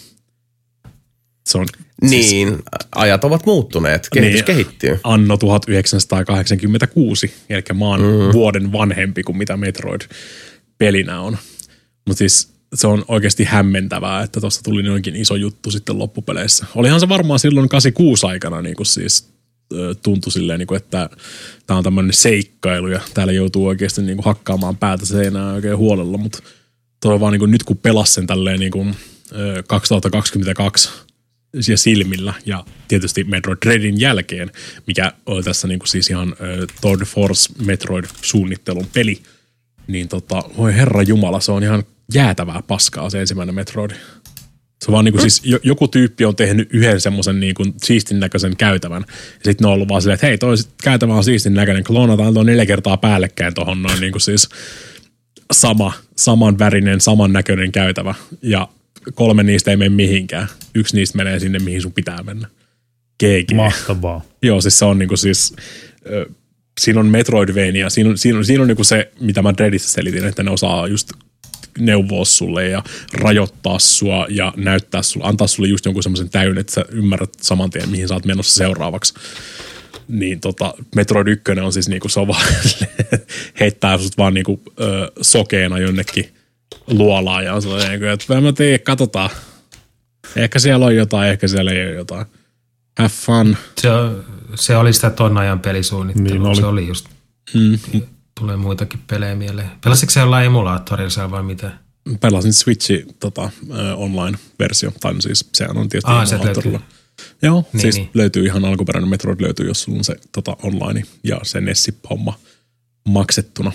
Se on, niin siis, ajat ovat muuttuneet, kehitys niin, kehittyy. Anno tuhatyhdeksänsataakahdeksankymmentäkuusi, eli mä oon mm. vuoden vanhempi kuin mitä Metroid-pelinä on. Mutta siis se on oikeasti hämmentävää, että tuossa tuli noinkin iso juttu sitten loppupeleissä. Olihan se varmaan silloin kahdeksankymmentäkuusi aikana niin kuin siis tuntui silleen, että tämä on tämmöinen seikkailu ja täällä joutuu oikeasti niin kuin hakkaamaan päätä seinää oikein huolella, mutta toi vaan niin kuin nyt kun pelasi sen tälleen niin kuin kaksituhattakaksikymmentäkaksi ja silmillä ja tietysti Metroid Dreadin jälkeen, mikä oli tässä niin kuin siis ihan Tour de Force Metroid-suunnittelun peli, niin tota, voi herra jumala, se on ihan jäätävää paskaa se ensimmäinen Metroid. Se vaan niinku siis joku tyyppi on tehnyt yhden semmoisen niinku siistin näköisen käytävän. Ja sitten ne on ollut vaan silleen, että hei, toi käytävä on siistin näköinen. Kloonataan tuo neljä kertaa päällekkäin tohon noin niinku siis sama, saman värinen, saman näköinen käytävä. Ja kolme niistä ei mene mihinkään. Yksi niistä menee sinne, mihin sun pitää mennä. G G. Mahtavaa. Joo, siis se on niinku siis, äh, siinä on Metroidvania. Siinä on, siinä on, siinä on niinku se, mitä mä Dreadissä selitin, että ne osaa just neuvoa sulle ja rajoittaa sua ja näyttää sulle, antaa sulle just jonkun semmoisen täyn, että sä ymmärrät saman tien, mihin sä oot menossa seuraavaksi. Niin tota, Metroid yksi on siis niinku, se on vaan heittää sut vaan niinku ö, sokeena jonnekin luolaan ja on sellainen, että mä tiedän, katsotaan. Ehkä siellä on jotain, ehkä siellä ei ole jotain. Have fun. Se, se oli sitä ton ajan pelisuunnittelua, niin oli. Se oli just... Mm. Tulee muitakin pelejä mieleen. Pelasitko se jollain emulaattorilla vai mitä? Pelasin Switchin tota, online-versio. Tai siis sehän on tietysti Aa, emulaattorilla. Joo, niin, siis niin. löytyy ihan alkuperäinen Metroid löytyy, jos sulla on se tota, online ja se Nessi-homma maksettuna.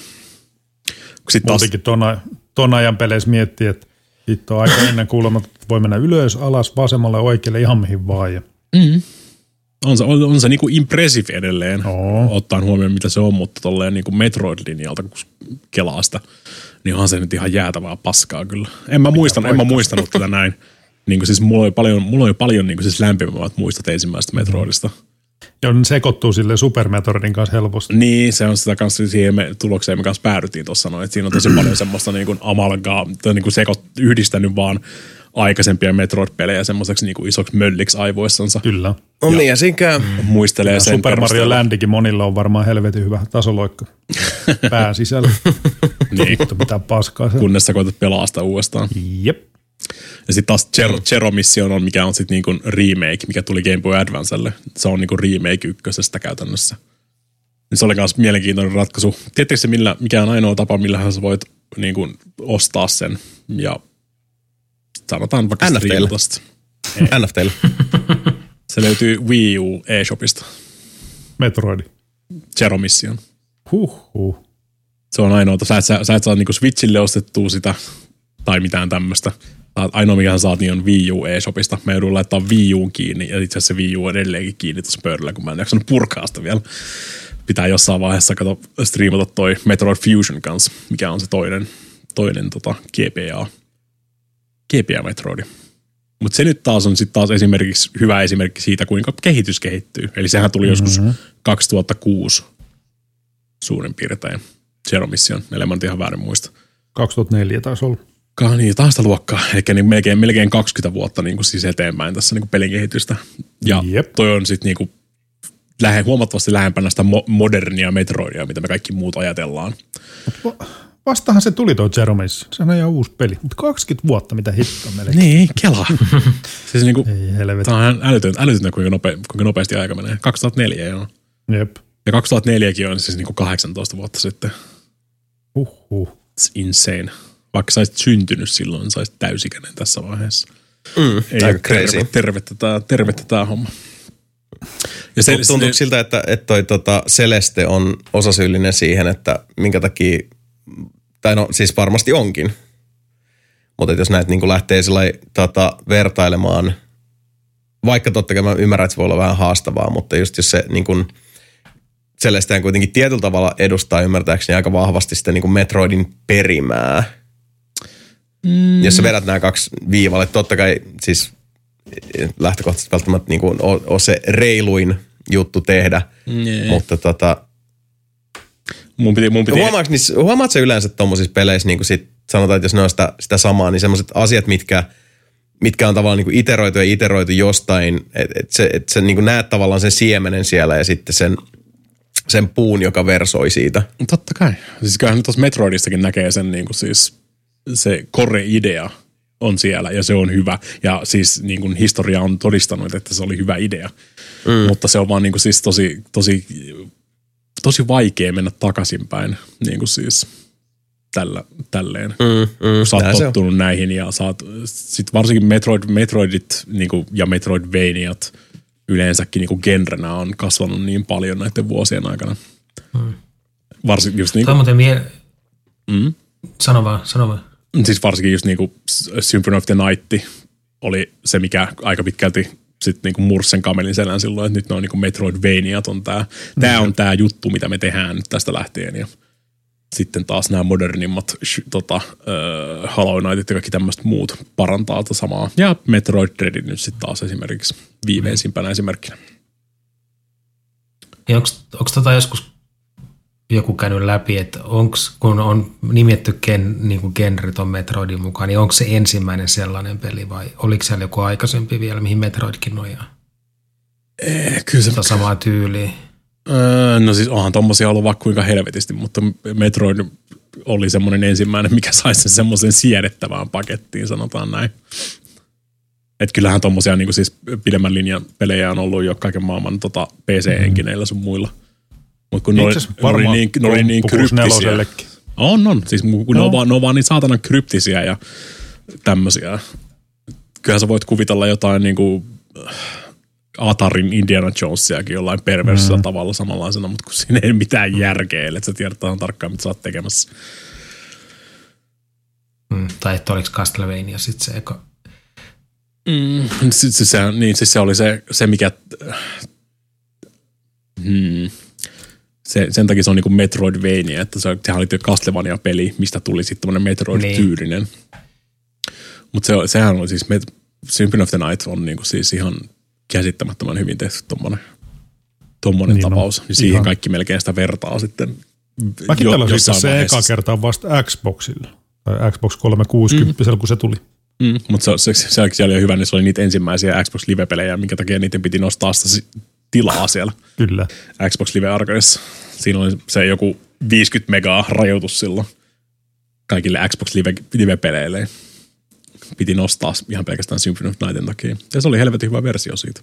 Muutenkin ton, ton ajan peleissä miettii, että hitto aika ennen kuulemat, että voi mennä ylös, alas, vasemmalle, oikealle, ihan mihin vaan. Ja. Mm. On se, on, on se niinku impressive edelleen, Oo. ottaen huomioon mitä se on, mutta tolleen niinku Metroid-linjalta, kun kelaa sitä, niin onhan se nyt ihan jäätävää paskaa kyllä. En mä, muistan, en mä muistanut tätä näin. Niinku siis mulla oli paljon, mulla oli paljon niinku siis lämpimämmät muistot ensimmäisestä Metroidista. Ja ne sekoittuu sille Super Metroidin kanssa helposti. Niin, se on sitä kanssa siihen me, tulokseen me kanssa päädyttiin tuossa noin, että siinä on tosi paljon semmoista niinku amalgaa, niinku sekot, yhdistänyt vaan aikaisempia Metroid-pelejä semmoiseksi niinku isoksi mölliksi aivoissansa. Kyllä. No niin, ja siinä muistelee ja sen Super Mario perusteella. Landikin monilla on varmaan helvetin hyvä tasoloikka pään sisällä. Niin. Mitä paskaa se. Kunnes sä koetat pelaa sitä uudestaan. Jep. Ja sitten taas Zero, Zero Mission on, mikä on sitten niinku remake, mikä tuli Game Boy Advancelle. Se on niinku remake ykkösestä käytännössä. Se oli myös mielenkiintoinen ratkaisu. Tiedättekö se, millä, mikä on ainoa tapa, millä sä voit niinku ostaa sen ja sanotaan vaikka N F T:llä. striimata sitä. N F T:llä. Se löytyy Wii U eShopista. Metroidi. Zero Mission. Huhhuh. Se on ainoa. Sä et, sä, sä et saa niinku Switchille ostettua sitä tai mitään tämmöistä. Ainoa, mikä saat, niin on Wii U eShopista. Mä joudun laittaa Wii Uun kiinni, ja itse asiassa se Wii U on edelleenkin kiinni tuossa pöydällä, kun mä en jaksanut purkaa sitä vielä. Pitää jossain vaiheessa kato, striimata toi Metroid Fusion kanssa, mikä on se toinen, toinen tota G P A. G P A Metroidi. Mutta se nyt taas on sitten taas esimerkiksi hyvä esimerkki siitä, kuinka kehitys kehittyy. Eli sehän tuli mm-hmm. joskus kaksituhattakuusi suurin piirtein. Zero Mission, ellei mä nyt ihan väärin muista. kaksituhattaneljä taisi olla. Ka, niin, taas sitä luokkaa. Eli niin melkein, melkein kaksikymmentä vuotta niin kuin siis eteenpäin tässä niin kuin pelin kehitystä. Ja Jep. toi on sitten niin kuin lähe, huomattavasti lähempänä sitä mo- modernia Metroidia, mitä me kaikki muut ajatellaan. Vastahan se tuli toi Zero Mission. Sehän on ihan uusi peli. Mutta kaksikymmentä vuotta, mitä hittoa melkein. Niin, kelaa. siis niin kuin, Ei helvetti. tämä on älytöntä, älytöntä kuinka, nope, kuinka nopeasti aika menee. kaksituhattaneljä joo. Jep. Ja kaksituhattaneljäkin on siis niin kuin kahdeksantoista vuotta sitten. Huhhuh. It's insane. Vaikka sä olisit syntynyt silloin, sä olisit täysikäinen tässä vaiheessa. Mm, Ei aika crazy. Tervettä tää, tervettä tää homma. Ja se, tuntuuko siltä, että, että toi tota Celeste on osasyyllinen siihen, että minkä takia, tai no siis varmasti onkin, mutta jos näet niin lähtee sillai, tota, vertailemaan, vaikka totta kai mä ymmärrän, että se voi olla vähän haastavaa, mutta just jos se niin kuin Celestehän kuitenkin tietyllä tavalla edustaa ymmärtääkseni aika vahvasti sitä niin kuin Metroidin perimää. Mm. Jos sä vedät nämä kaksi viivalle, totta kai siis lähtökohtaisesti välttämättä niin kuin ole, ole se reiluin juttu tehdä, nee. Mutta tota, mun piti, mun piti... huomaatko, niin, huomaatko sä yleensä tommosissa peleissä, niin kuin sit sanotaan, että jos ne on sitä, sitä samaa, niin semmoiset asiat, mitkä, mitkä on tavallaan niin kuin iteroitu ja iteroitu jostain, että et se, et sä niin kuin näet tavallaan sen siemenen siellä ja sitten sen, sen puun, joka versoi siitä. Totta kai. Siis kyllähän tuossa Metroidistakin näkee sen niin kuin siis se core-idea on siellä ja se on hyvä. Ja siis niin kuin historia on todistanut, että se oli hyvä idea. Mm. Mutta se on vaan niin kuin siis tosi, tosi, tosi vaikea mennä takaisinpäin niin kuin siis tällä, tälleen. Mm, mm, sä oot tottunut näihin ja saat, sit varsinkin Metroid, Metroidit niin kuin, ja Metroidvaniat yleensäkin niin kuin genrenä on kasvanut niin paljon näiden vuosien aikana. Mm. Varsinkin just niin kuin... Mie... Mm? Sano vaan, sano vaan. Siis varsinkin just niin kuin Symphony of the Night oli se, mikä aika pitkälti sitten niin kuin mursi sen kamelin selän silloin, että nyt ne on niin kuin Metroidvaniat on tää. Tää on tää juttu, mitä me tehdään nyt tästä lähtien. Ja sitten taas nämä modernimmat tota, uh, Hollow Knightit ja kaikki tämmöiset muut parantaa tätä samaa. Ja Metroid Dread nyt sitten taas esimerkiksi viimeisimpänä esimerkkinä. Onko tota joskus joku käynyt läpi, että onks, kun on nimetty gen, niin kuin genre ton Metroidin mukaan, niin onko se ensimmäinen sellainen peli vai oliko siellä joku aikaisempi vielä, mihin Metroidkin nojaa? Eh, kyllä se... Sitä samaa tyyliä. Öö, no siis onhan tommosia ollut vaikka kuinka helvetisti, mutta Metroid oli semmoinen ensimmäinen, mikä sai sen semmoisen siedettävään pakettiin, sanotaan näin. Että kyllähän tommosia niin kuin siis pidemmän linjan pelejä on ollut jo kaiken maailman tota, P C-engineillä sun muilla. Mutta kun ne oli, oli niin, ne oli niin kryptisiä. On, on. Siis kun no. ne, on vaan, ne on vaan niin saatanan kryptisiä ja tämmöisiä. Kyllähän sä voit kuvitella jotain niin kuin Atarin Indiana Jonesiakin jollain perversillä mm. tavalla samanlaisena, mutta kun siinä ei mitään järkeä, että sä tiedät tarkkaan, mitä sä oot tekemässä. Mm, tai että oliko Castlevania sitten se eka? Mm, siis, siis, se, niin, siis se oli se, se mikä... Hmm. Se, sen takia se on niinku Metroidvania, että se, sehän oli Castlevania-peli, mistä tuli sitten tämmöinen Metroid-tyyrinen. Niin. Mutta se, sehän oli siis, Symphony of the Night on niinku siis ihan käsittämättömän hyvin tehty tommonen, tommonen niin tapaus. No, niin siihen ihan. Kaikki melkein sitä vertaa sitten. Mäkin tällä siitä se eka kertaa vasta Xboxilla, tai Xbox kolmesataakuusikymmentä, mm. kun se tuli. Mm, mutta se, se, se, se oli hyvä, niin se oli niitä ensimmäisiä Xbox Live-pelejä, minkä takia niiden piti nostaa sitä tilaa siellä. Kyllä. Xbox Live Arcadeissa. Siinä oli se joku viisikymmentä megaa rajoitus silloin kaikille Xbox Live, Live-peleille. Piti nostaa ihan pelkästään Symphony of Nightin takia. Ja se oli helvetin hyvä versio siitä.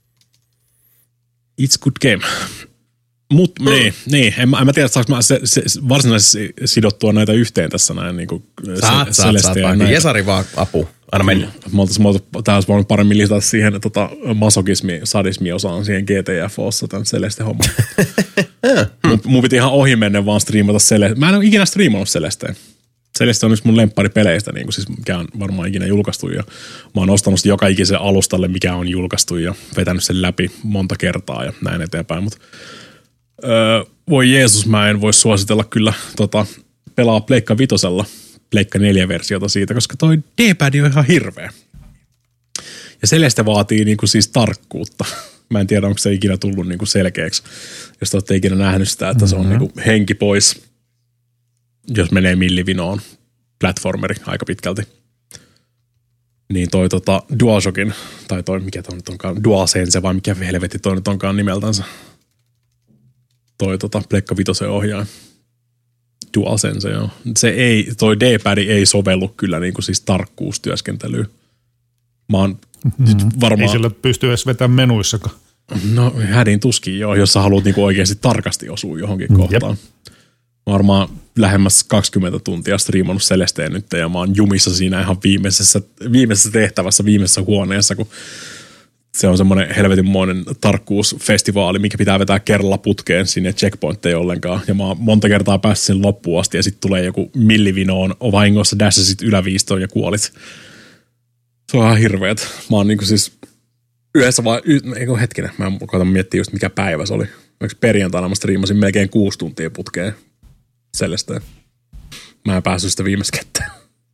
It's good game. Mutta mm. niin, niin, en, en mä tiedä, saanko mä se, se, varsinaisesti sidottua näitä yhteen tässä näin. Niin kuin saat, se, saat, saat. Jesari vaan apu. Aina mennä. Tämä olisi voinut paremmin lisätä siihen tota, masokismi, sadismi-osaan siihen G T F O:ssa tämän Celeste-homman. mun, mun piti ihan ohi mennä vaan striimata Celeste. Mä en ole ikinä striimannut Celesteen. Celeste on yksi mun lempparipeleistä, niin kuin siis, mikä on varmaan ikinä julkaistu. Ja mä oon ostanut sitä joka ikisen alustalle, mikä on julkaistu ja vetänyt sen läpi monta kertaa ja näin eteenpäin. Mutta öö, voi Jeesus, mä en voi suositella kyllä tota, pelaa Pleikka vitosella. Pleikka neljä versiota siitä, koska toi D-pad on ihan hirveä. Ja Celeste vaatii niinku siis tarkkuutta. Mä en tiedä, onko se ikinä tullut niinku selkeäksi, jos te olette ikinä nähnyt sitä, että se on mm-hmm. niinku henki pois, jos menee millivinoon. Platformeri aika pitkälti. Niin toi tota DualShockin, tai toi mikä toi nyt onkaan, DualSense vai mikä helvetti toi nyt onkaan nimeltänsä. Toi tota Pleikka vitosen ohjaaja. DualSense, joo. Se ei, toi D-pad ei sovellu kyllä niin kuin siis tarkkuustyöskentelyyn. Mä oon mm-hmm. varmaan... Ei sillä pysty edes vetämään menuissakaan. No hädin tuskin joo, jos sä haluat niin kuin oikeasti tarkasti osua johonkin mm, kohtaan. Jep. Varmaan lähemmäs kaksikymmentä tuntia striimannut Celesteen nyt ja mä oon jumissa siinä ihan viimeisessä, viimeisessä tehtävässä, viimeisessä huoneessa, kun se on semmoinen helvetinmoinen tarkkuusfestivaali, mikä pitää vetää kerralla putkeen sinne checkpointteja ollenkaan. Ja mä oon monta kertaa päässyt sen loppuun asti ja sitten tulee joku millivinoon, on vahingossa dashasit yläviistoon ja kuolit. Se on ihan hirveet. Mä oon niinku siis yhdessä vaan, y- eikö hetkinen, mä koitan miettiä just mikä päivä se oli. Onko perjantaina mä striimasin melkein kuusi tuntia putkeen Celesteen. Mä en päässyt sitä viimeistä kättä.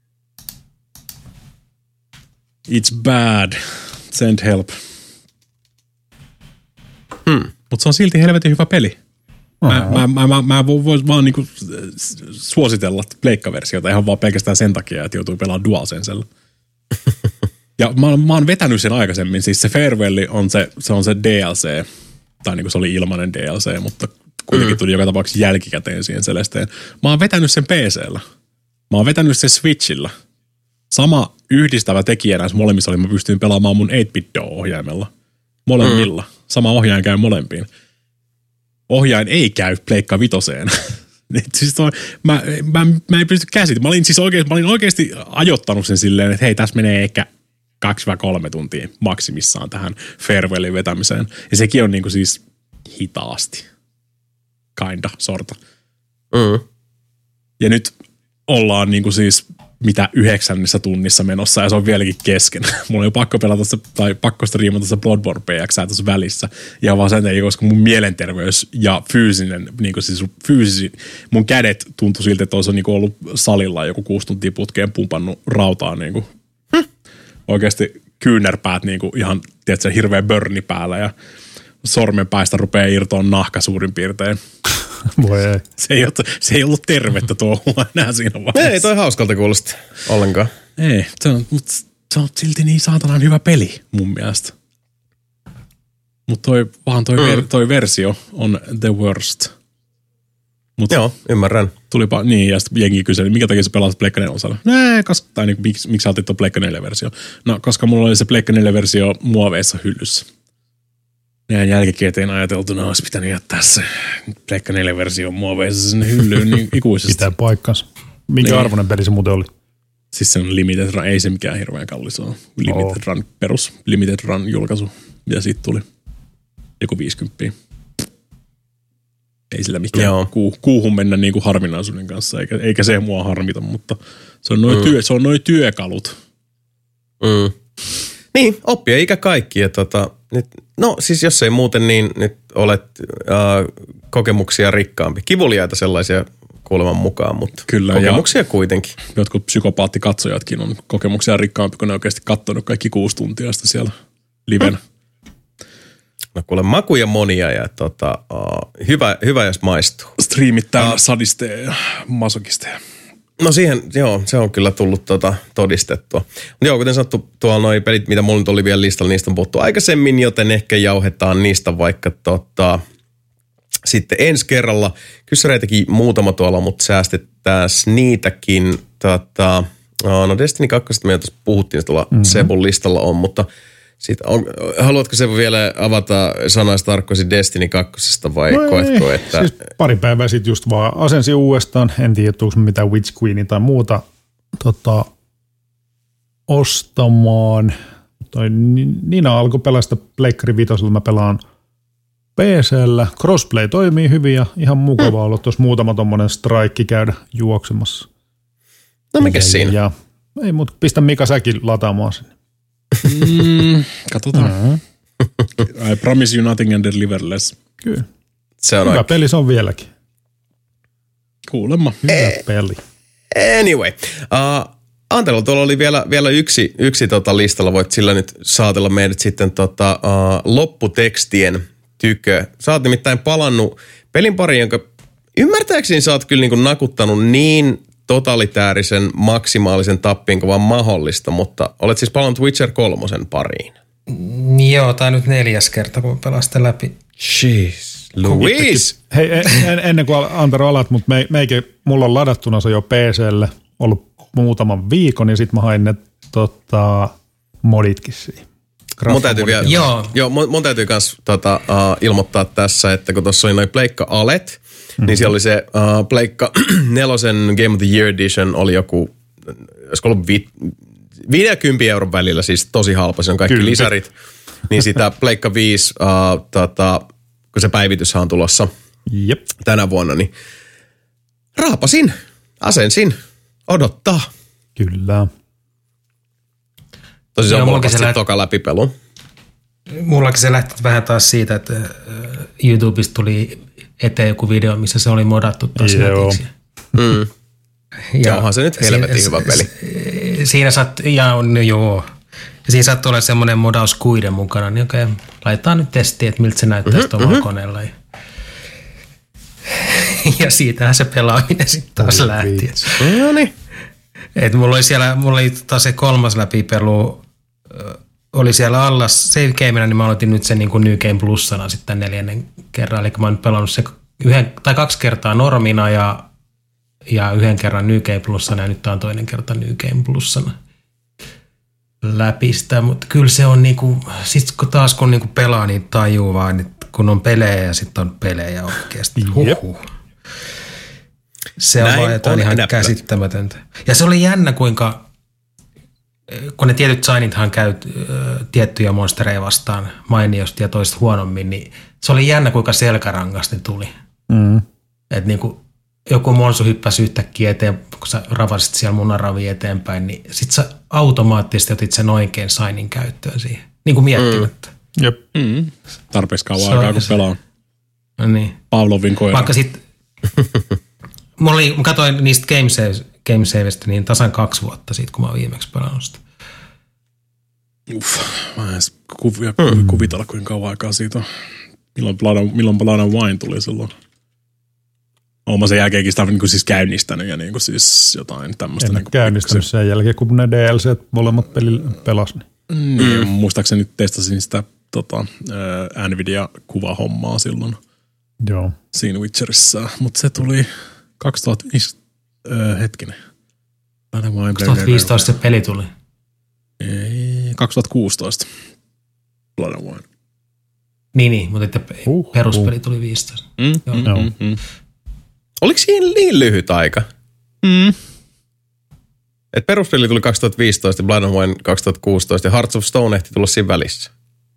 It's bad. Send help. Hmm. Mutta se on silti helvetin hyvä peli. Mä, mä, mä, mä, mä voin vaan niinku suositella pleikkaversiota ihan vaan pelkästään sen takia, että joutuu pelaamaan DualSensella. Ja mä, mä oon vetänyt sen aikaisemmin. Siis se Farewell on se, se, on se D L C. Tai niinku se oli ilmainen D L C, mutta kuitenkin tuli joka tapauksessa jälkikäteen siihen Celesteen. Mä oon vetänyt sen P C:llä. Mä oon vetänyt sen Switchillä. Sama yhdistävä tekijä näissä molemmissa oli, mä pystyin pelaamaan mun eight bit ohjaimella. Molemmilla. Mm. Sama ohjain käy molempiin. Ohjain ei käy Pleikka vitoseen. siis toi, mä, mä, mä en pysty käsittämään. Mä olin siis oikeasti, mä olin oikeasti ajoittanut sen silleen, että hei, tässä menee ehkä kaksi vai kolme tuntia maksimissaan tähän Farewellin vetämiseen. Ja sekin on niinku siis hitaasti. Kinda, sorta. Mm. Ja nyt ollaan niinku siis mitä yhdeksännessä tunnissa menossa, ja se on vieläkin kesken. Mulla on pakko pelata se, tai pakko striimata se Bloodborne P X tuossa välissä. Ja vaan sen takia, koska mun mielenterveys ja fyysinen, niinku siis fyysisi, mun kädet tuntui siltä, että olisi niinku ollut salilla joku kuusi tuntia putkeen pumpannut rautaa niinku. Hm. Oikeasti kyynärpäät niinku ihan, tiedätkö, hirveä börni päällä, ja sormenpäistä rupeaa irtoon nahka suurin piirtein. Voi ei. Se ei, ollut, se ei ollut tervettä tuo enää siinä vaiheessa. Ei toi hauskalta kuulosta ollenkaan. Ei, se on, mutta se on silti niin saatanan hyvä peli mun mielestä. Mutta toi, vaan toi, mm. ver, toi versio on the worst. Mut joo, ymmärrän. Tulipa, niin, ja sitten jengi kyseli, minkä takia sä pelaat Pleikka nelosella? Nää, koska, tai niin, miksi, miksi sä otit tuon Pleikka neljä-versio? No, koska mulla oli se Pleikka neljä-versio muoveissa hyllyssä. Ja jälkikäteen ajateltuna olisi pitänyt jättää se Pleikka neljä-versio muoveissa sinne hyllyyn niin ikuisesti. Pitää paikkansa. Minkä niin. arvoinen peli se muuten oli? Siis se on Limited Run, ei se mikään hirveän kallis ole. Limited oh. Run, perus Limited Run julkaisu. Ja siitä tuli joku viisikymmentä. Ei sillä mikään ku, kuuhun mennä niin kuin harvinaisuuden kanssa, eikä, eikä se mua harmita, mutta se on noin mm. työ, se on noi työkalut. Mm. Niin, oppia ikä kaikki. Ja tota, nyt, no siis jos ei muuten, niin nyt olet äh, kokemuksia rikkaampi. Kivuliaita sellaisia kuuleman mukaan, mutta kyllä, kokemuksia kuitenkin. Jotkut psykopaattikatsojatkin on kokemuksia rikkaampi, kun ne oikeasti katsonut kaikki kuusi tuntia sitä siellä livenä. Mm. No kuule, makuja monia ja tota, uh, hyvä, hyvä jos maistuu. Striimit täynnä uh, sadisteja ja masokisteja. No siihen, joo, se on kyllä tullut tota, todistettua. Mutta joo, kuten sanottu, tuolla noi pelit, mitä mulla nyt oli vielä listalla, niistä on puhuttu aikaisemmin, joten ehkä jauhetaan niistä vaikka tota, sitten ensi kerralla. Kyssäreitäkin muutama tuolla, mutta säästetään niitäkin. Tota, no Destiny kaksi, me tuossa puhuttiin, että tuolla mm-hmm. Sebun listalla on, mutta siitä on, haluatko Sebu vielä avata sanasta tarkkoisi Destiny kaksi vai no koetko, että... Siis pari päivää sitten just vaan asensi uudestaan, en tiedä, tuliko mitään Witch Queenin tai muuta tota, ostamaan. Toi Nina alkoi pelaa sitä Pleikkari vitosella, mä pelaan P C:llä. Crossplay toimii hyvin ja ihan mukava mm. olla tuossa muutama tommonen strike käydä juoksemassa. No mikä siinä? Ja, ei muuta, pistä Mika säkin lataamaan sinne. Mm, katsotaan. Mm-hmm. I promise you nothing and deliver less. Kyllä. Se on hyvä oikein. Peli se on vieläkin. Kuulemma. Hyvä e- peli. Anyway. Uh, Antelo, tuolla oli vielä, vielä yksi, yksi tota listalla. Voit sillä nyt saatella meidät sitten tota, uh, lopputekstien tykö. Sä oot nimittäin palannut pelin pariin, jonka ymmärtääkseni sä oot kyllä niin kuin nakuttanut niin totalitäärisen maksimaalisen tappiin kuin vaan mahdollista, mutta olet siis palannut Witcher kolmosen pariin. Joo, tai nyt neljäs kerta, kun pelasin läpi. Jeez, Louise! Hei, en, ennen kuin Antero alat, mutta me, meikin, mulla on ladattuna se jo P C:lle ollut muutaman viikon, ja sitten mä hain ne tota, moditkin siihen. Mun täytyy vielä, joo. Joo, mun, mun täytyy myös tota, uh, ilmoittaa tässä, että kun tuossa oli noin Pleikka-alet, Mm-hmm. Niin siellä oli se uh, Pleikka nelosen Game of the Year Edition oli joku, olisiko ollut vi, viisikymmentä euron välillä, siis tosi halpa, se on kaikki Kyllä. lisärit. Niin sitä Pleikka viisi, uh, tota, kun se päivityshän on tulossa Jep. tänä vuonna, niin raapasin, asensin, odottaa. Kyllä. Tosi se on volkasti läht... toka läpipelu. Mullakin se lähti vähän taas siitä, että YouTubesta tuli eteen joku video, missä se oli modattu taas netiksi. Mm. Ja onhan se nyt helvetin hyvä peli. Siinä saat, ja no joo. Ja siinä saattaa olla semmoinen modauskuide mukana, niin okei, laitetaan nyt testiin, että miltä se näyttää mm-hmm, omalla mm-hmm. koneella. Ja siitähän se pelaaminen sitten taas lähti. No niin. Et mulla oli siellä, mulla oli taas se kolmas läpipelu, oli siellä alla save gameina, niin mä aloitin nyt sen niin kuin New Game Plusana sitten neljännen kerran. Eli mä oon pelannut se yhden, tai kaksi kertaa normina ja, ja yhden kerran New Game Plusana ja nyt tää on toinen kerta New Game Plusana läpistä. Mutta kyllä se on niinku, sit kun taas kun niinku pelaa, niin tajuu vaan, että kun on pelejä ja sitten on pelejä oikeasti. Huhhuh. Se on Näin vaan jotain on ihan näppä. käsittämätöntä. Ja se oli jännä, kuinka, kun ne tietyt signithan käy äh, tiettyjä monstereja vastaan mainiosti ja toista huonommin, niin se oli jännä, kuinka selkärangasta ne tuli. Mm. Että niinku joku monsu hyppäsi yhtäkkiä eteen, kun sä ravasit siellä munaraviin eteenpäin, niin sit sä automaattisesti otit sen oikein signin käyttöön siihen. Niin kuin miettimättä. Mm. Jep. Mm. Tarpeeksi kauan aikaa, kun pelaa. No niin. Pavlovin koira. Vaikka sit, mulla oli, mä katsoin niistä Game Saves, Game Savesta niin tasan kaksi vuotta siitä, kun mä oon viimeksi pelannut sitä. Uff, mä en edes kuvia, mm. kuvitella, kuinka kauan aikaa siitä on. Milloin Blood, milloin Blood and Wine tuli silloin? Oon mä sen jälkeenkin sitä niin kuin siis käynnistänyt ja niin kuin siis jotain tämmöistä. En niin kuin käynnistänyt sen jälkeen, kun ne D L C molemmat peli pelas. Niin, mm. muistaakseni nyt testasin sitä tota, äh, Nvidia-kuvahommaa silloin. Joo. Siinä Witcherissa, mutta se tuli kaksituhattaviisi, äh, hetkinen. kaksituhattaviisitoista se peli tuli. Ei, kaksituhattakuusitoista. Blood and Wine. Niin, niin, mutta että uh, peruspeli uh. tuli viisitoista. Mm, Joo. mm, Joo. mm, mm. Oliko siinä niin lyhyt aika? Mm. Et peruspeli tuli kaksituhattaviisitoista, Blood and Wine kaksituhattakuusitoista ja Hearts of Stone ehti tulla siinä välissä.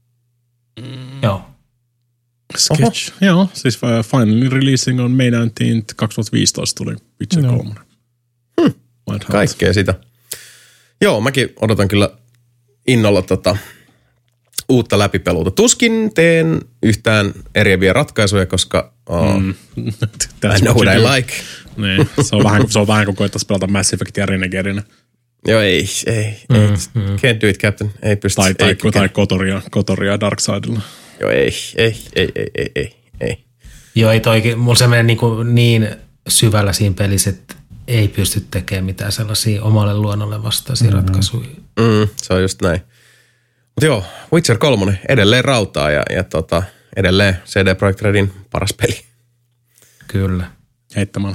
Mm. Joo. Sketch. Oho. Joo, siis uh, finally releasing on May nineteenth kaksituhattaviisitoista tuli Witcher no. kolme. Hmm. Kaikkea sitä. Joo, mäkin odotan kyllä innolla tota uutta läpipeluuta. Tuskin teen yhtään eriäviä ratkaisuja, koska uh, mm. I know what I like. Niin, se on vähän, se on vähän kuin koettaisi pelata Mass Effectia Renegadina. Joo, ei, ei, Mm, ei. mm. Can't do it, Captain. Ei pysty. Tai, tai, ei, tai Kotoria, Kotoria Darksidella. Joo, ei, ei, ei, ei, ei, ei, ei. Joo, ei toikin. Mulla se menee niin, niin syvällä siinä pelissä, että ei pysty tekemään mitään sellaisia omalle luonnolle vastaisia mm-hmm. ratkaisuja. Mm, se on just näin. Mutta joo, Witcher kolme edelleen rautaa ja, ja tota, edelleen C D Projekt Redin paras peli. Kyllä. Heittämällä.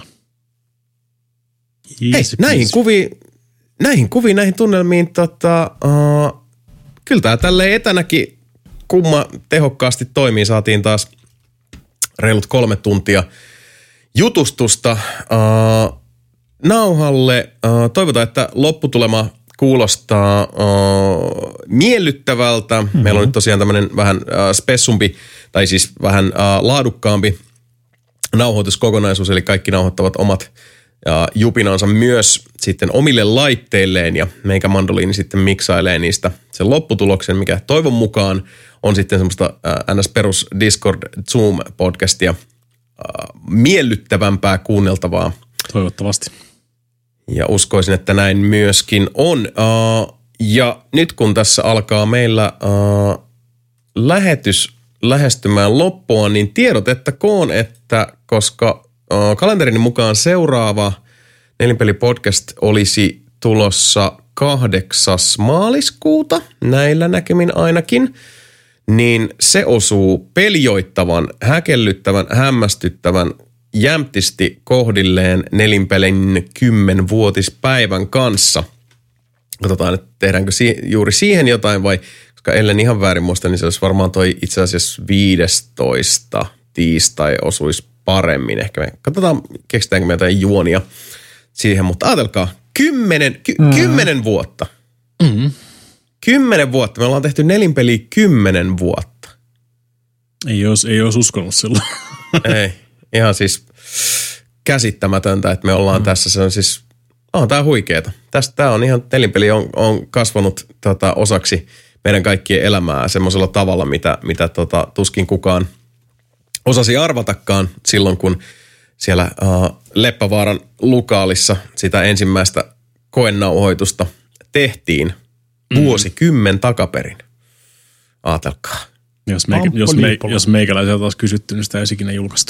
Hei, näihin kuviin, näihin kuviin, näihin tunnelmiin, tota, uh, kyllä tää tälleen etänäkin kumma tehokkaasti toimii. Saatiin taas reilut kolme tuntia jutustusta uh, nauhalle. Uh, toivotaan, että lopputulema kuulostaa uh, miellyttävältä. Mm-hmm. Meillä on nyt tosiaan tämmöinen vähän uh, spessumpi, tai siis vähän uh, laadukkaampi nauhoituskokonaisuus, eli kaikki nauhoittavat omat ja jupinansa myös sitten omille laitteilleen ja meikä mandoliini sitten miksailee niistä sen lopputuloksen, mikä toivon mukaan on sitten semmoista äh, N S-perus Discord Zoom-podcastia äh, miellyttävämpää kuunneltavaa. Toivottavasti. Ja uskoisin, että näin myöskin on. Äh, ja nyt kun tässä alkaa meillä äh, lähetys lähestymään loppua, niin tiedotettakoon, että koska kalenterin mukaan seuraava Nelinpeli-podcast olisi tulossa kahdeksas maaliskuuta, näillä näkymin ainakin, niin se osuu peljoittavan, häkellyttävän, hämmästyttävän, jämptisti kohdilleen Nelinpelin kymmenvuotispäivän kanssa. Katsotaan, että tehdäänkö si- juuri siihen jotain vai, koska ellen ihan väärin muista, niin se olisi varmaan toi itse asiassa viidestoista tiistai osuisi paremmin. Ehkä me katsotaan, keksitäänkö me jotain juonia siihen, mutta ajatelkaa, kymmenen, ky, mm. kymmenen vuotta. Mm. Kymmenen vuotta. Me ollaan tehty nelinpeliä kymmenen vuotta. Ei olisi, ei olisi uskonut silloin. Ei, ihan siis käsittämätöntä, että me ollaan mm. tässä. Se on siis, on tää huikeeta. Tästä tää on ihan, nelinpeli on, on kasvanut tota, osaksi meidän kaikkien elämää semmoisella tavalla, mitä, mitä tota, tuskin kukaan osasi arvatakaan silloin, kun siellä uh, Leppävaaran Lukaalissa sitä ensimmäistä koenauhoitusta tehtiin mm. vuosikymmen takaperin. Aatelkaa. Jos, meikä, jos, me, jos meikäläisiä taas kysytty, niin sitä ei ikinä julkaistu.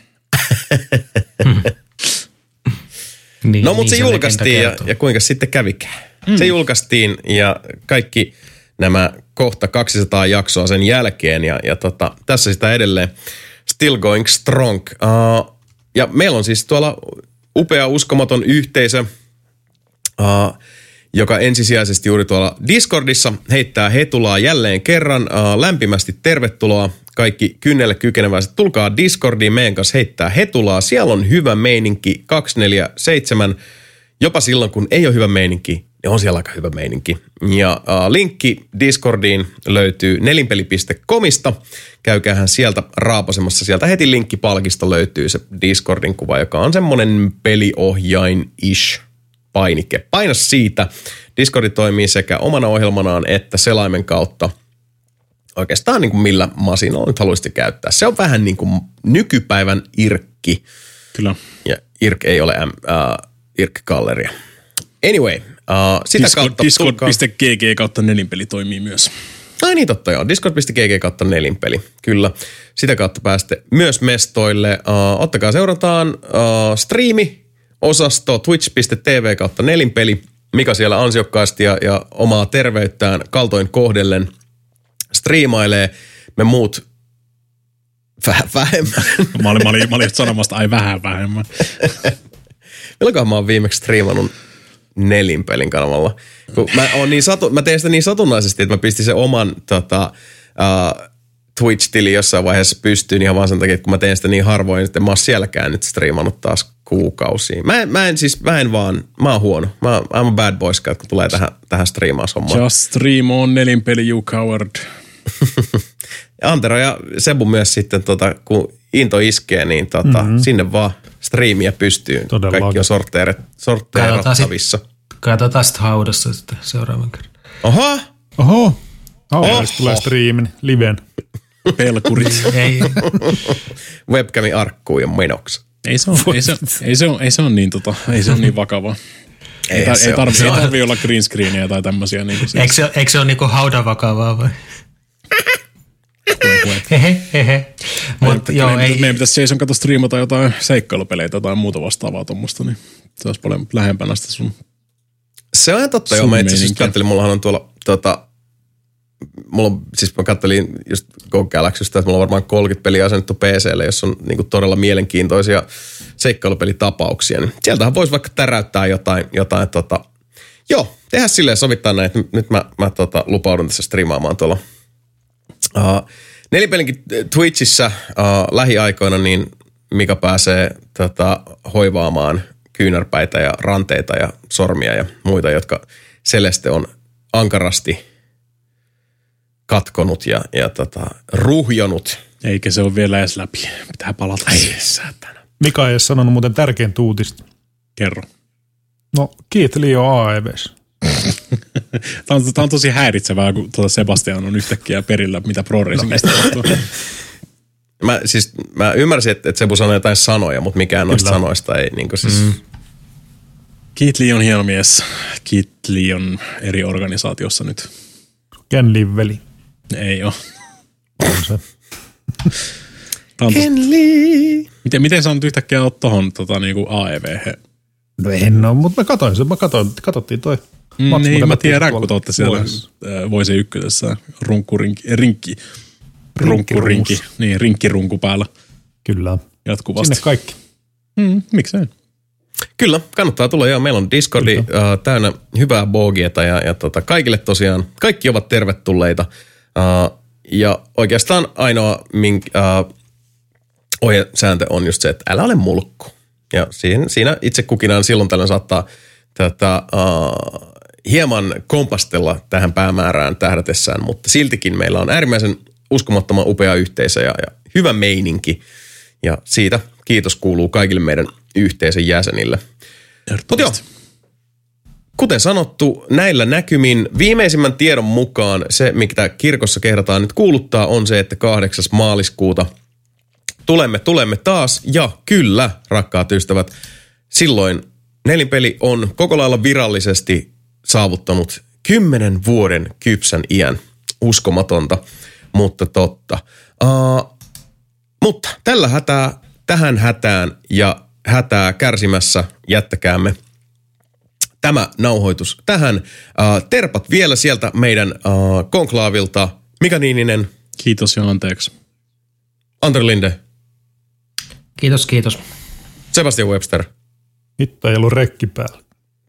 niin, no, mutta niin se julkaistiin ja, ja kuinka sitten kävikään. Mm. Se julkaistiin ja kaikki nämä kohta kaksisataa jaksoa sen jälkeen ja, ja tota, tässä sitä edelleen still going strong. Uh, ja meillä on siis tuolla upea uskomaton yhteisö, uh, joka ensisijaisesti juuri tuolla Discordissa heittää hetulaa jälleen kerran. Uh, lämpimästi tervetuloa kaikki kynnelle kykeneväiset. Tulkaa Discordiin meidän kanssa heittää hetulaa. Siellä on hyvä meininki kaksikymmentäneljä seitsemän. Jopa silloin, kun ei ole hyvä meininki, niin on siellä aika hyvä meininki. Ja uh, linkki Discordiin löytyy nelinpeli piste comista. Käykäähän sieltä raapasemassa. Sieltä heti linkkipalkista löytyy se Discordin kuva, joka on semmoinen peliohjain-ish painike. Paina siitä. Discordi toimii sekä omana ohjelmanaan että selaimen kautta. Oikeastaan niin kuin millä masinalla nyt haluaisitte käyttää. Se on vähän niin kuin nykypäivän irkki. Kyllä. Ja irk ei ole uh, irk-galleria. Anyway, uh, sitä Discord, kautta... Discord piste g g kautta nelinpeli toimii myös. Ai niin totta joo, Discord piste g g kautta nelinpeli, kyllä. Sitä kautta pääsette myös mestoille. Uh, ottakaa seurataan uh, striimi, osasto twitch piste t v kautta nelinpeli. Mika siellä ansiokkaasti ja, ja omaa terveyttään kaltoin kohdellen striimailee. Me muut vähän vähemmän. Mä olin, mä olin, mä olin sanomasta ai vähän vähemmän. Milloinkohan mä oon viimeksi striimannut nelinpelin kanavalla? Kun mä, oon niin satu, mä teen sitä niin satunnaisesti, että mä pistin sen oman tota, uh, Twitch-tili jossain vaiheessa pystyyn ihan vaan sen takia, että kun mä teen sitä niin harvoin, että mä oon sielläkään nyt striimannut taas kuukausia. Mä en, mä en siis, mä en vaan, mä oon huono. Mä, I'm a bad boy scout, kun tulee tähän, tähän striimaushommaan. Just stream on nelinpeli, you coward. Antero ja Sebu myös sitten, tota, kun into iskee, niin tota, mm-hmm. sinne vaan striimiä pystyy. Todellakin. Kaikki on sorteeret, sorteerattavissa. Katsotaan sitten haudassa sitten seuraavan kerran. Oho! Oho! Haudassa tulee striimin, liven. Pelkurit. Ei. Webcamin arkkuun ja menoksi. Ei se on, ei se, ei se on, ei se on niin tota, ei se on niin vakavaa. Ei, ei, ei tarvitse tarvi olla green screeniä tai tämmöisiä. Niin siis. Eikö se, eikö se ole niinku haudan vakavaa vai? Hehe, hehe. Mutta joo, meidän, ei. Meidän pitäisi Jason katsoa striimata jotain seikkailupeleitä tai muuta vastaavaa tuommoista, niin se olisi paljon lähempänä sitä sun. Se on ihan totta, joo. Mä itse asiassa kattelin, mullahan on tuolla, tota, mulla on, siis mä kattelin just Go Galaxysta, että mulla on varmaan kolmekymmentä peliä asennettu P C:lle, jos on niinku todella mielenkiintoisia seikkailupelitapauksia. Niin sieltähän voisi vaikka täräyttää jotain, jotain tota, joo, tehdä silleen, sovittaa näin, että nyt mä, mä tota, lupaudun tässä striimaamaan tuolla uh, nelipelinkin Twitchissä uh, lähiaikoina, niin Mika pääsee tota, hoivaamaan kyynärpäitä ja ranteita ja sormia ja muita, jotka Celeste on ankarasti katkonut ja, ja tota, ruhjonut. Eikä se ole vielä edes läpi. Pitää palata. Ai säätänä. Mika ei ole sanonut muuten tärkeintä uutista. Kerro. No, Keith Lee on A E V:ssä. Tämä on, tämä on tosi häiritsevää, kun tuota Sebastian on yhtäkkiä perillä, mitä pro-racingista tapahtuu. Mä, siis, mä ymmärsin, että, että Sebu sanoi jotain sanoja, mutta mikään noista Kyllä. sanoista ei niin kuin siis... Mm. Keith Lee on hieno mies. Keith Lee on eri organisaatiossa nyt. Ken Lee veli. Ei ole. On se. Ken Lee. Miten, miten sä on nyt yhtäkkiä ollut tohon tota, niinku A E V? No en ole, mutta mä katsoin sen. Mä katsoin, katsottiin toi. Mm, niin, mä tiedän, kun te olette siellä äh, Voise ykkösessä runkkurinki, rinkki, runkkurinki, niin rinkkirunku päällä. Kyllä. Jatkuvasti. Sinne kaikki. Mm, miksei? Kyllä, kannattaa tulla. Joo, meillä on Discordi uh, täynnä hyvää boogieta ja, ja tota, kaikille tosiaan, kaikki ovat tervetulleita. Uh, ja oikeastaan ainoa, mink, uh, ohjesääntö on just se, että älä ole mulkku. Ja siinä, siinä itse kukinaan silloin tällöin saattaa tätä, uh, hieman kompastella tähän päämäärään tähdätessään, mutta siltikin meillä on äärimmäisen uskomattoman upea yhteisö ja, ja hyvä meininki. Ja siitä kiitos kuuluu kaikille meidän yhteisön jäsenille. Mutta joo, kuten sanottu, näillä näkymin viimeisimmän tiedon mukaan se, mitä kirkossa kehdataan nyt kuuluttaa, on se, että kahdeksas maaliskuuta tulemme, tulemme taas. Ja kyllä, rakkaat ystävät, silloin Nelinpeli on koko lailla virallisesti saavuttanut kymmenen vuoden kypsän iän. Uskomatonta, mutta totta. Uh, mutta tällä hätää, tähän hätään ja hätää kärsimässä jättäkäämme tämä nauhoitus tähän. Uh, terpat vielä sieltä meidän uh, konklaavilta. Mika Niininen. Kiitos ja anteeksi. Antero Linde. Kiitos, kiitos. Sebastian Webster. Hitto ei ollut rekki päällä.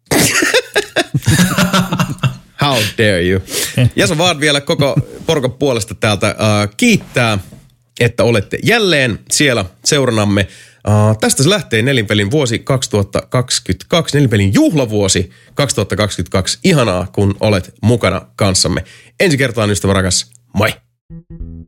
How dare you. Jason vaan vielä koko porukan puolesta täältä uh, kiittää, että olette jälleen siellä seuranamme. Uh, tästä se lähtee Nelinpelin vuosi kaksituhattakaksikymmentäkaksi, Nelinpelin juhlavuosi kaksituhattakaksikymmentäkaksi. Ihanaa, kun olet mukana kanssamme. Ensi kertaan, ystävä rakas. Moi!